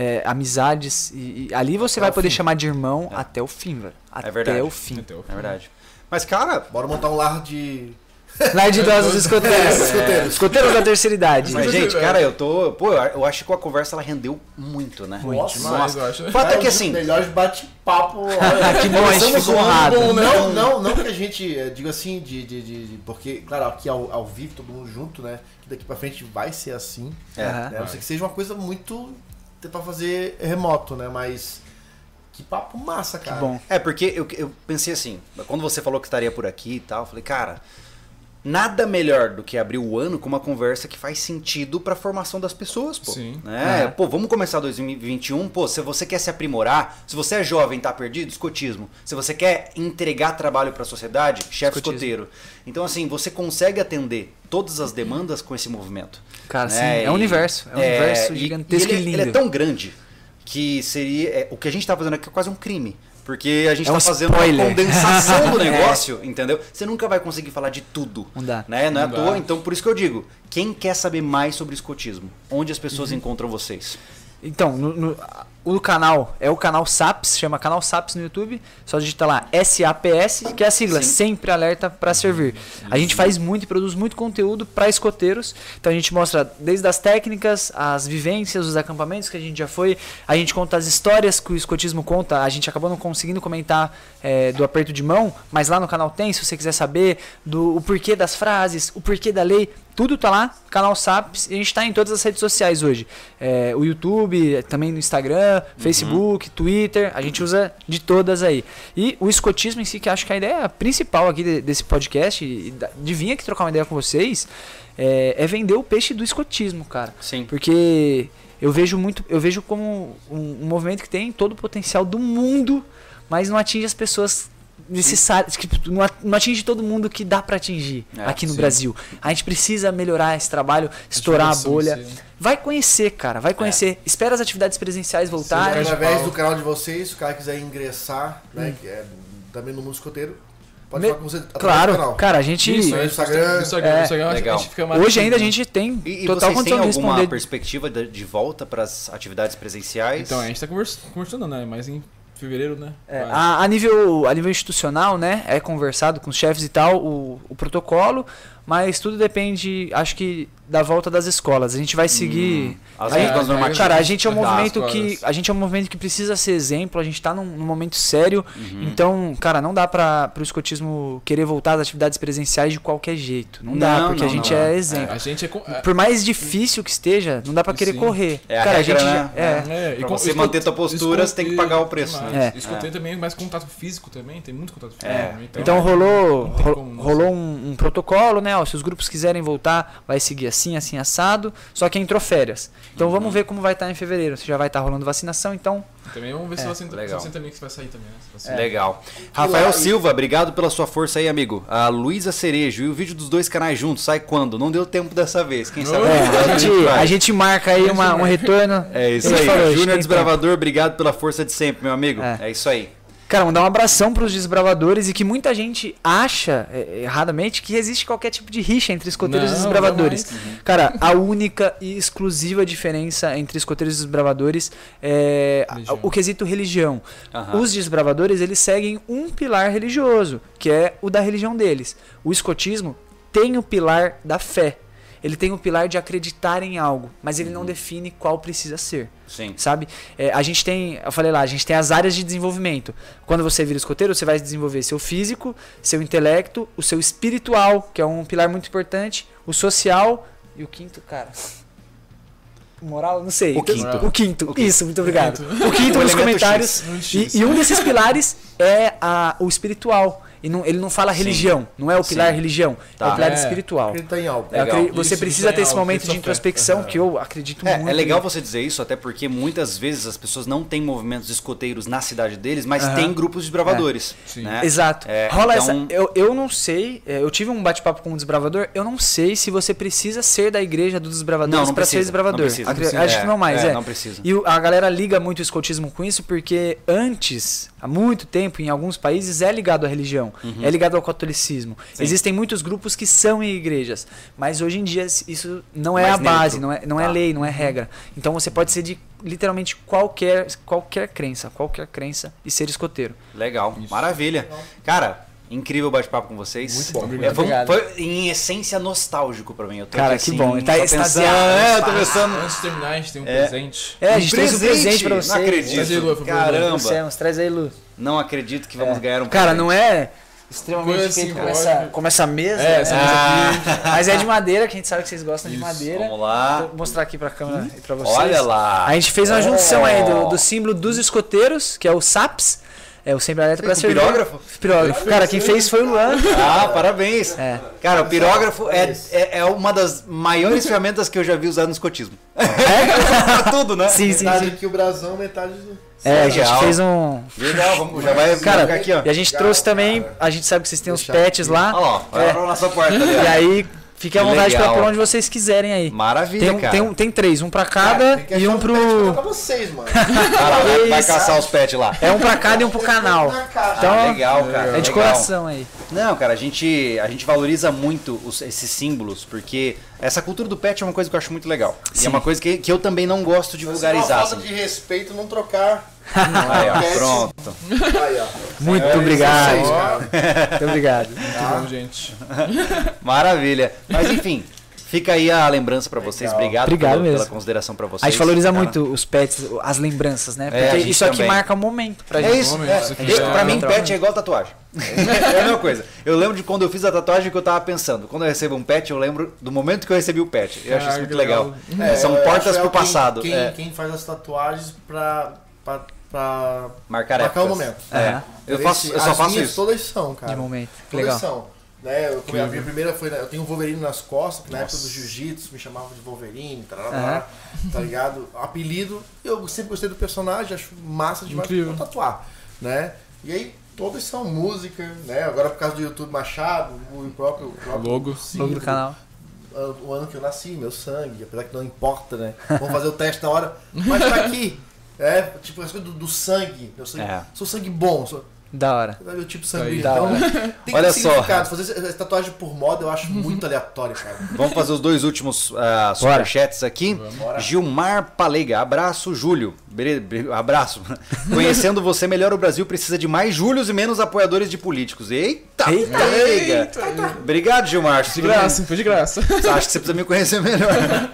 Speaker 3: amizades e ali você vai
Speaker 2: o
Speaker 3: poder
Speaker 2: fim.
Speaker 3: chamar de irmão até o fim, velho. Até
Speaker 1: verdade.
Speaker 3: o fim.
Speaker 1: É verdade. Mas, cara,
Speaker 2: Bora montar um lar de...
Speaker 3: Lá de idosos escoteiros.
Speaker 2: Escoteiros.
Speaker 3: Escoteiros da terceira idade.
Speaker 1: mas, gente,
Speaker 4: velho.
Speaker 1: cara, eu acho que a conversa ela rendeu muito, né?
Speaker 2: Nossa,
Speaker 4: Demais, eu acho.
Speaker 1: O fato é que
Speaker 2: um dos
Speaker 1: assim.
Speaker 2: melhores bate-papo.
Speaker 3: Que bom, a gente
Speaker 2: Começamos
Speaker 3: ficou
Speaker 2: um ano
Speaker 3: honrado.
Speaker 2: bom, não que a gente, diga assim, porque, claro, aqui ao vivo, todo mundo junto, né? Que daqui pra frente vai ser assim.
Speaker 3: Aham.
Speaker 2: Né? A não ser que seja uma coisa muito pra fazer remoto, né? Mas que papo massa, cara.
Speaker 3: Que bom.
Speaker 1: Porque eu pensei assim, quando você falou que estaria por aqui e tal, eu falei, cara, nada melhor do que abrir o ano com uma conversa que faz sentido pra formação das pessoas, pô.
Speaker 4: Sim.
Speaker 1: Né?
Speaker 3: Uhum.
Speaker 1: Pô, vamos começar 2021, pô, se você quer se aprimorar, se você é jovem, tá perdido, escotismo. Se você quer entregar trabalho pra sociedade, chefe
Speaker 3: Escotismo.
Speaker 1: escoteiro. Então, assim, você consegue atender todas as demandas com esse movimento.
Speaker 3: Cara,
Speaker 1: né?
Speaker 3: sim, é um universo. É um universo gigantesco e lindo.
Speaker 1: Ele é tão grande que seria... o que a gente tá fazendo aqui é quase um crime. Porque a gente
Speaker 3: É
Speaker 1: tá
Speaker 3: um
Speaker 1: fazendo
Speaker 3: spoiler.
Speaker 1: uma condensação do negócio, entendeu? Você nunca vai conseguir falar de tudo.
Speaker 3: Não dá.
Speaker 1: Né? Não é à
Speaker 4: Não
Speaker 1: toa.
Speaker 4: dá.
Speaker 1: Então, por isso que eu digo, quem quer saber mais sobre escotismo? Onde as
Speaker 3: Uhum.
Speaker 1: pessoas encontram vocês?
Speaker 3: Então, o canal é o canal SAPS, chama canal SAPS no YouTube. Só digita lá SAPS, que é a sigla,
Speaker 1: Sim.
Speaker 3: sempre alerta para servir. A gente faz muito e produz muito conteúdo para escoteiros. Então a gente mostra desde as técnicas, as vivências, os acampamentos que a gente já foi. A gente conta as histórias que o escotismo conta. A gente acabou não conseguindo comentar do aperto de mão, mas lá no canal tem, se você quiser saber o porquê das frases, o porquê da lei. Tudo tá lá, canal SAPS, e a gente tá em todas as redes sociais hoje. O YouTube, também no Instagram, Facebook, Twitter, a gente usa de todas aí. E o escotismo em si, que acho que a ideia principal aqui desse podcast, de vir aqui trocar uma ideia com vocês, é vender o peixe do escotismo, cara.
Speaker 1: Sim.
Speaker 3: Porque eu vejo como um movimento que tem todo o potencial do mundo, mas não atinge as pessoas necessárias, que não atinge todo mundo que dá pra atingir aqui no
Speaker 4: sim.
Speaker 3: Brasil. A gente precisa melhorar esse trabalho, estourar a
Speaker 4: divulgação
Speaker 3: bolha.
Speaker 4: em si, né?
Speaker 3: Vai conhecer, cara, vai conhecer. Espera as atividades presenciais voltarem.
Speaker 2: Através do canal de vocês, se o cara quiser ingressar, né? Que é também no mundo escoteiro, pode falar com você através do
Speaker 3: Claro,
Speaker 2: canal.
Speaker 3: cara, a gente
Speaker 2: Isso, no Instagram.
Speaker 1: Legal.
Speaker 4: a gente fica mais
Speaker 3: hoje ainda a gente tem
Speaker 1: E
Speaker 3: total
Speaker 1: vocês têm
Speaker 3: condição de
Speaker 1: alguma
Speaker 3: responder.
Speaker 1: perspectiva de volta para as atividades presenciais?
Speaker 4: Então, a gente tá conversando, né? Mas em fevereiro, né? Vai.
Speaker 3: A nível institucional, né, é conversado com os chefes e tal, o protocolo, mas tudo depende, acho que, da volta das escolas. A gente vai seguir.
Speaker 1: As
Speaker 3: Aí,
Speaker 1: regras normativas.
Speaker 3: cara, a gente é um
Speaker 4: das
Speaker 3: movimento que
Speaker 4: escolas.
Speaker 3: a gente é um movimento que precisa ser exemplo. A gente tá num momento sério. Então, cara, não dá para o escotismo querer voltar às atividades presenciais de qualquer jeito. Não dá,
Speaker 1: Não,
Speaker 3: porque
Speaker 1: não,
Speaker 3: a gente
Speaker 1: não.
Speaker 3: é exemplo.
Speaker 4: A gente é.
Speaker 3: Por mais difícil que esteja, não dá para querer
Speaker 4: Sim.
Speaker 3: correr.
Speaker 1: É a
Speaker 3: cara,
Speaker 1: regra,
Speaker 3: a gente
Speaker 1: né?
Speaker 3: é.
Speaker 1: Pra você manter tua postura, você tem que pagar o preço,
Speaker 3: né?
Speaker 4: Escutei também mais contato físico também, tem muito contato físico.
Speaker 3: Então rolou,
Speaker 4: não tem como não
Speaker 3: rolou um protocolo, né? Ó, se os grupos quiserem voltar, vai seguir assim, assim, assado. Só que entrou férias. Então vamos ver como vai estar em fevereiro. Se já vai estar rolando vacinação, então.
Speaker 4: Também vamos ver se você
Speaker 1: legal.
Speaker 4: também que vai sair também, né? Se você-
Speaker 1: Legal. Rafael Silva, obrigado pela sua força aí, amigo. A Luísa Cerejo, e o vídeo dos dois canais juntos, sai quando? Não deu tempo dessa vez. Quem sabe?
Speaker 3: A gente marca aí um retorno.
Speaker 1: É isso
Speaker 3: Ele
Speaker 1: aí.
Speaker 3: falou, a gente
Speaker 1: Júnior
Speaker 3: tem
Speaker 1: Desbravador, obrigado pela força de sempre, meu amigo. É isso aí.
Speaker 3: Cara, mandar um abração pros desbravadores e que muita gente acha, erradamente, que existe qualquer tipo de rixa entre escoteiros e desbravadores. Cara, a única e exclusiva diferença entre escoteiros e desbravadores é o quesito religião. Os desbravadores, eles seguem um pilar religioso, que é o da religião deles. O escotismo tem o pilar da fé. Ele tem o pilar de acreditar em algo, mas ele não define qual precisa ser.
Speaker 1: Sim.
Speaker 3: Sabe? A gente tem, eu falei lá, a gente tem as áreas de desenvolvimento. Quando você vira escoteiro, você vai desenvolver seu físico, seu intelecto, o seu espiritual, que é um pilar muito importante, o social e o quinto, cara. Moral? Não sei.
Speaker 1: O quinto.
Speaker 3: O quinto. Isso, muito obrigado. O quinto nos comentários. E um desses pilares é o espiritual. E ele não fala religião, não é o pilar religião, é o pilar espiritual.
Speaker 2: Acredita em algo.
Speaker 3: Você precisa ter esse momento de introspecção que eu acredito muito.
Speaker 1: É legal você dizer isso, até porque muitas vezes as pessoas não têm movimentos escoteiros na cidade deles, mas tem grupos de desbravadores. Né?
Speaker 3: Exato. Rola então... Eu não sei, eu tive um bate-papo com um desbravador, eu não sei se você precisa ser da igreja dos desbravadores para ser desbravador.
Speaker 1: Não precisa.
Speaker 3: Acho que não mais,
Speaker 1: Não precisa.
Speaker 3: E a galera liga muito o escotismo com isso, porque antes, há muito tempo, em alguns países, é ligado à religião. É ligado ao catolicismo.
Speaker 1: Sim.
Speaker 3: Existem muitos grupos que são em igrejas, mas hoje em dia isso não é
Speaker 1: mais
Speaker 3: a base,
Speaker 1: neutro.
Speaker 3: não é lei, não é regra. Então você pode ser de literalmente qualquer crença e ser escoteiro.
Speaker 1: Legal, maravilha. Cara, incrível o bate-papo com vocês.
Speaker 2: Muito bom.
Speaker 1: Foi em essência nostálgico pra mim. Eu tô
Speaker 3: Cara,
Speaker 1: aqui,
Speaker 3: que bom.
Speaker 1: Assim,
Speaker 3: Tá extasiado.
Speaker 1: eu tô pensando.
Speaker 4: Antes de terminar, a gente tem um presente.
Speaker 3: A gente trouxe um presente pra você.
Speaker 1: Não acredito. Caramba.
Speaker 3: Traz aí, Lu.
Speaker 1: Não acredito que vamos ganhar um
Speaker 3: Cara,
Speaker 1: presente.
Speaker 3: não é extremamente
Speaker 4: Coisa
Speaker 3: feito
Speaker 4: assim,
Speaker 3: como essa mesa.
Speaker 4: Essa mesa aqui.
Speaker 3: Mas é de madeira, que a gente sabe que vocês gostam de madeira.
Speaker 1: Vamos lá.
Speaker 3: Vou mostrar aqui pra câmera e pra vocês.
Speaker 1: Olha lá.
Speaker 3: A gente fez uma junção aí do símbolo dos escoteiros, que é o SAPS. É o Sempre Alerta pra Servir. Pirógrafo. Cara, quem fez foi o Luan.
Speaker 1: Parabéns. Cara, o pirógrafo é uma das maiores ferramentas que eu já vi usar no escotismo. Pra tudo, né?
Speaker 3: Sim.
Speaker 2: Metade aqui o brasão, metade do...
Speaker 3: A gente fez um...
Speaker 1: Legal, já vai ficar aqui, ó.
Speaker 3: E a gente trouxe também, a gente sabe que vocês têm os pets lá.
Speaker 1: Olha lá, vai lá na nossa porta ali, ó.
Speaker 3: E aí, fique à vontade pra
Speaker 1: Legal.
Speaker 3: pôr onde vocês quiserem aí.
Speaker 1: Maravilha, cara.
Speaker 3: Tem 3, um pra cada e um pro...
Speaker 2: Pra vocês, mano.
Speaker 1: Vai caçar os pets lá.
Speaker 3: É um pra cada e um pro canal. Então,
Speaker 1: Legal, cara.
Speaker 3: é de
Speaker 1: legal.
Speaker 3: coração aí.
Speaker 1: Não, cara, a gente valoriza muito esses símbolos, porque essa cultura do pet é uma coisa que eu acho muito legal. E é uma coisa que eu também não gosto de vulgarizar.
Speaker 2: Falta de respeito não trocar.
Speaker 1: Aí, ó, pronto.
Speaker 2: Aí, ó.
Speaker 3: Muito obrigado.
Speaker 2: Vocês, cara.
Speaker 3: Muito obrigado.
Speaker 4: Muito bom, gente.
Speaker 1: Maravilha. Mas enfim, fica aí a lembrança pra vocês. Obrigado
Speaker 3: mesmo.
Speaker 1: pela consideração pra vocês.
Speaker 3: A gente valoriza muito os pets, as lembranças, né?
Speaker 1: a
Speaker 3: Porque
Speaker 1: gente
Speaker 3: isso aqui
Speaker 1: também.
Speaker 3: marca um momento pra gente.
Speaker 1: É isso. Pra mim, pet é igual tatuagem. É a mesma coisa. Eu lembro de quando eu fiz a tatuagem que eu tava pensando. Quando eu recebo um pet, eu lembro do momento que eu recebi o pet. Eu acho isso muito legal. São portas pro passado.
Speaker 2: Quem faz as tatuagens pra
Speaker 1: Marcar
Speaker 2: o momento.
Speaker 1: Eu só faço
Speaker 2: minhas
Speaker 1: isso.
Speaker 2: todas são, cara.
Speaker 3: De momento.
Speaker 2: Todas
Speaker 3: Legal.
Speaker 2: são. Né? A minha primeira foi, eu tenho um Wolverine nas costas, que na época do jiu-jitsu me chamavam de Wolverine, tá ligado? Apelido, eu sempre gostei do personagem, acho massa demais pra tatuar, né? E aí todas são música, né? Agora por causa do YouTube Machado, o próprio
Speaker 4: Logo
Speaker 3: do canal.
Speaker 2: O ano que eu nasci, meu sangue, apesar que não importa, né? Vamos fazer o teste na hora, mas tá aqui. Tipo, as coisas do sangue. Eu sou sangue bom.
Speaker 3: Da hora.
Speaker 2: Meu tipo sanguíneo.
Speaker 3: Então,
Speaker 2: tem
Speaker 1: olha
Speaker 2: significado. Fazer tatuagem por moda eu acho muito aleatório, cara.
Speaker 1: Vamos fazer os dois últimos superchats aqui. Gilmar Palega, abraço, Júlio. Abraço. Conhecendo você melhor, o Brasil precisa de mais Júlios e menos apoiadores de políticos. Eita! Obrigado, Gilmar.
Speaker 4: De graça, foi de graça.
Speaker 1: Acho que você precisa me conhecer melhor.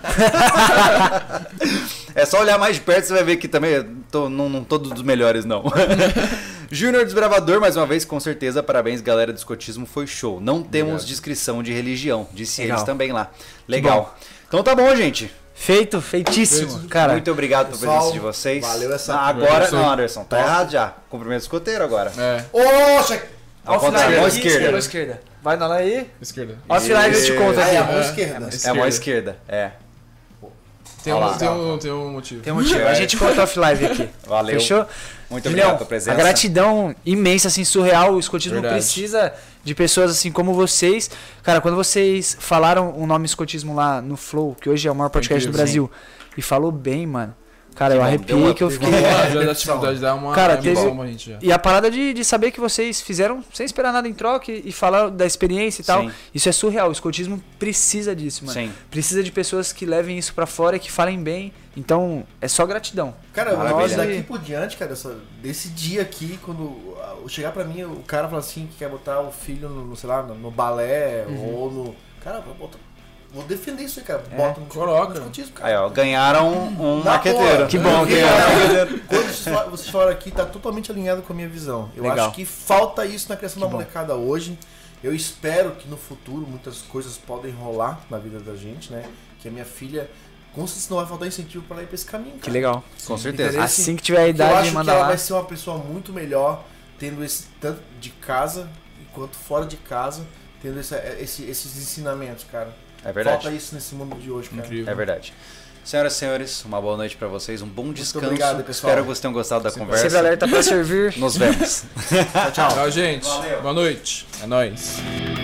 Speaker 1: É só olhar mais de perto, você vai ver que também não tô dos melhores, não. Júnior Desbravador, mais uma vez, com certeza, parabéns, galera do escotismo, foi show. Não temos descrição de religião, disse eles também lá. Legal. Então tá bom, gente.
Speaker 3: Feitíssimo. Cara,
Speaker 1: muito obrigado pela presença de vocês.
Speaker 2: Valeu essa...
Speaker 1: Agora, não, Anderson, tá errado já. Cumprimento escoteiro agora.
Speaker 2: Oxa!
Speaker 1: Ao contrário, mão esquerda.
Speaker 3: Mão esquerda. Vai na lá aí.
Speaker 4: Esquerda.
Speaker 3: Offline eu te conto
Speaker 2: Aí,
Speaker 3: aqui.
Speaker 2: a mão esquerda.
Speaker 1: É a mão esquerda,
Speaker 4: Tem um motivo.
Speaker 3: Tem um motivo. A gente conta offline aqui.
Speaker 1: Valeu.
Speaker 3: Fechou?
Speaker 1: Muito obrigado
Speaker 3: Julião,
Speaker 1: pela presença.
Speaker 3: a gratidão imensa, assim, surreal. O escotismo
Speaker 4: Verdade.
Speaker 3: precisa de pessoas assim como vocês. Cara, quando vocês falaram o nome escotismo lá no Flow, que hoje é o maior podcast do Brasil, e falou bem, mano. Cara, eu arrepiei que eu fiquei...
Speaker 4: Já da atividade dá uma
Speaker 3: Cara,
Speaker 4: emoção pra gente já.
Speaker 3: E a parada de saber que vocês fizeram sem esperar nada em troca e falar da experiência e tal,
Speaker 1: Sim.
Speaker 3: isso é surreal. O escotismo precisa disso, mano.
Speaker 1: Sim.
Speaker 3: Precisa de pessoas que levem isso pra fora e que falem bem. Então, é só gratidão.
Speaker 2: Cara,
Speaker 1: Maravilha.
Speaker 2: nós daqui por diante, cara, desse dia aqui, quando chegar pra mim, o cara fala assim que quer botar o filho no sei lá, no balé ou no... Cara, vou defender isso aí, cara. Bota no
Speaker 4: Coloca.
Speaker 2: escotismo, cara.
Speaker 1: Aí, ó, ganharam um
Speaker 2: Na
Speaker 1: maqueteiro.
Speaker 2: boa.
Speaker 3: Que bom, que
Speaker 2: Quando vocês falaram aqui, tá totalmente alinhado com a minha visão. Eu
Speaker 3: Legal.
Speaker 2: acho que falta isso na criação da
Speaker 3: bom.
Speaker 2: molecada hoje. Eu espero que no futuro muitas coisas podem rolar na vida da gente, né? Que a minha filha, com certeza não vai faltar incentivo pra ela ir pra esse caminho, cara.
Speaker 3: Que legal.
Speaker 1: Com certeza.
Speaker 2: Entendeu?
Speaker 3: Assim que tiver a
Speaker 2: Eu
Speaker 3: idade,
Speaker 2: acho que
Speaker 3: manda
Speaker 2: ela
Speaker 3: lá.
Speaker 2: vai ser uma pessoa muito melhor tendo esse tanto de casa quanto fora de casa, tendo esses ensinamentos, cara.
Speaker 1: É verdade.
Speaker 2: Falta isso nesse mundo de hoje, cara.
Speaker 4: Incrível.
Speaker 1: É verdade. Senhoras e senhores, uma boa noite pra vocês, um bom descanso.
Speaker 2: obrigado, pessoal.
Speaker 1: Espero que vocês tenham gostado da
Speaker 3: Sempre
Speaker 1: conversa.
Speaker 3: alerta pra servir.
Speaker 1: Nos vemos.
Speaker 2: Tchau, tchau.
Speaker 4: Tchau, gente. Boa noite. É nóis.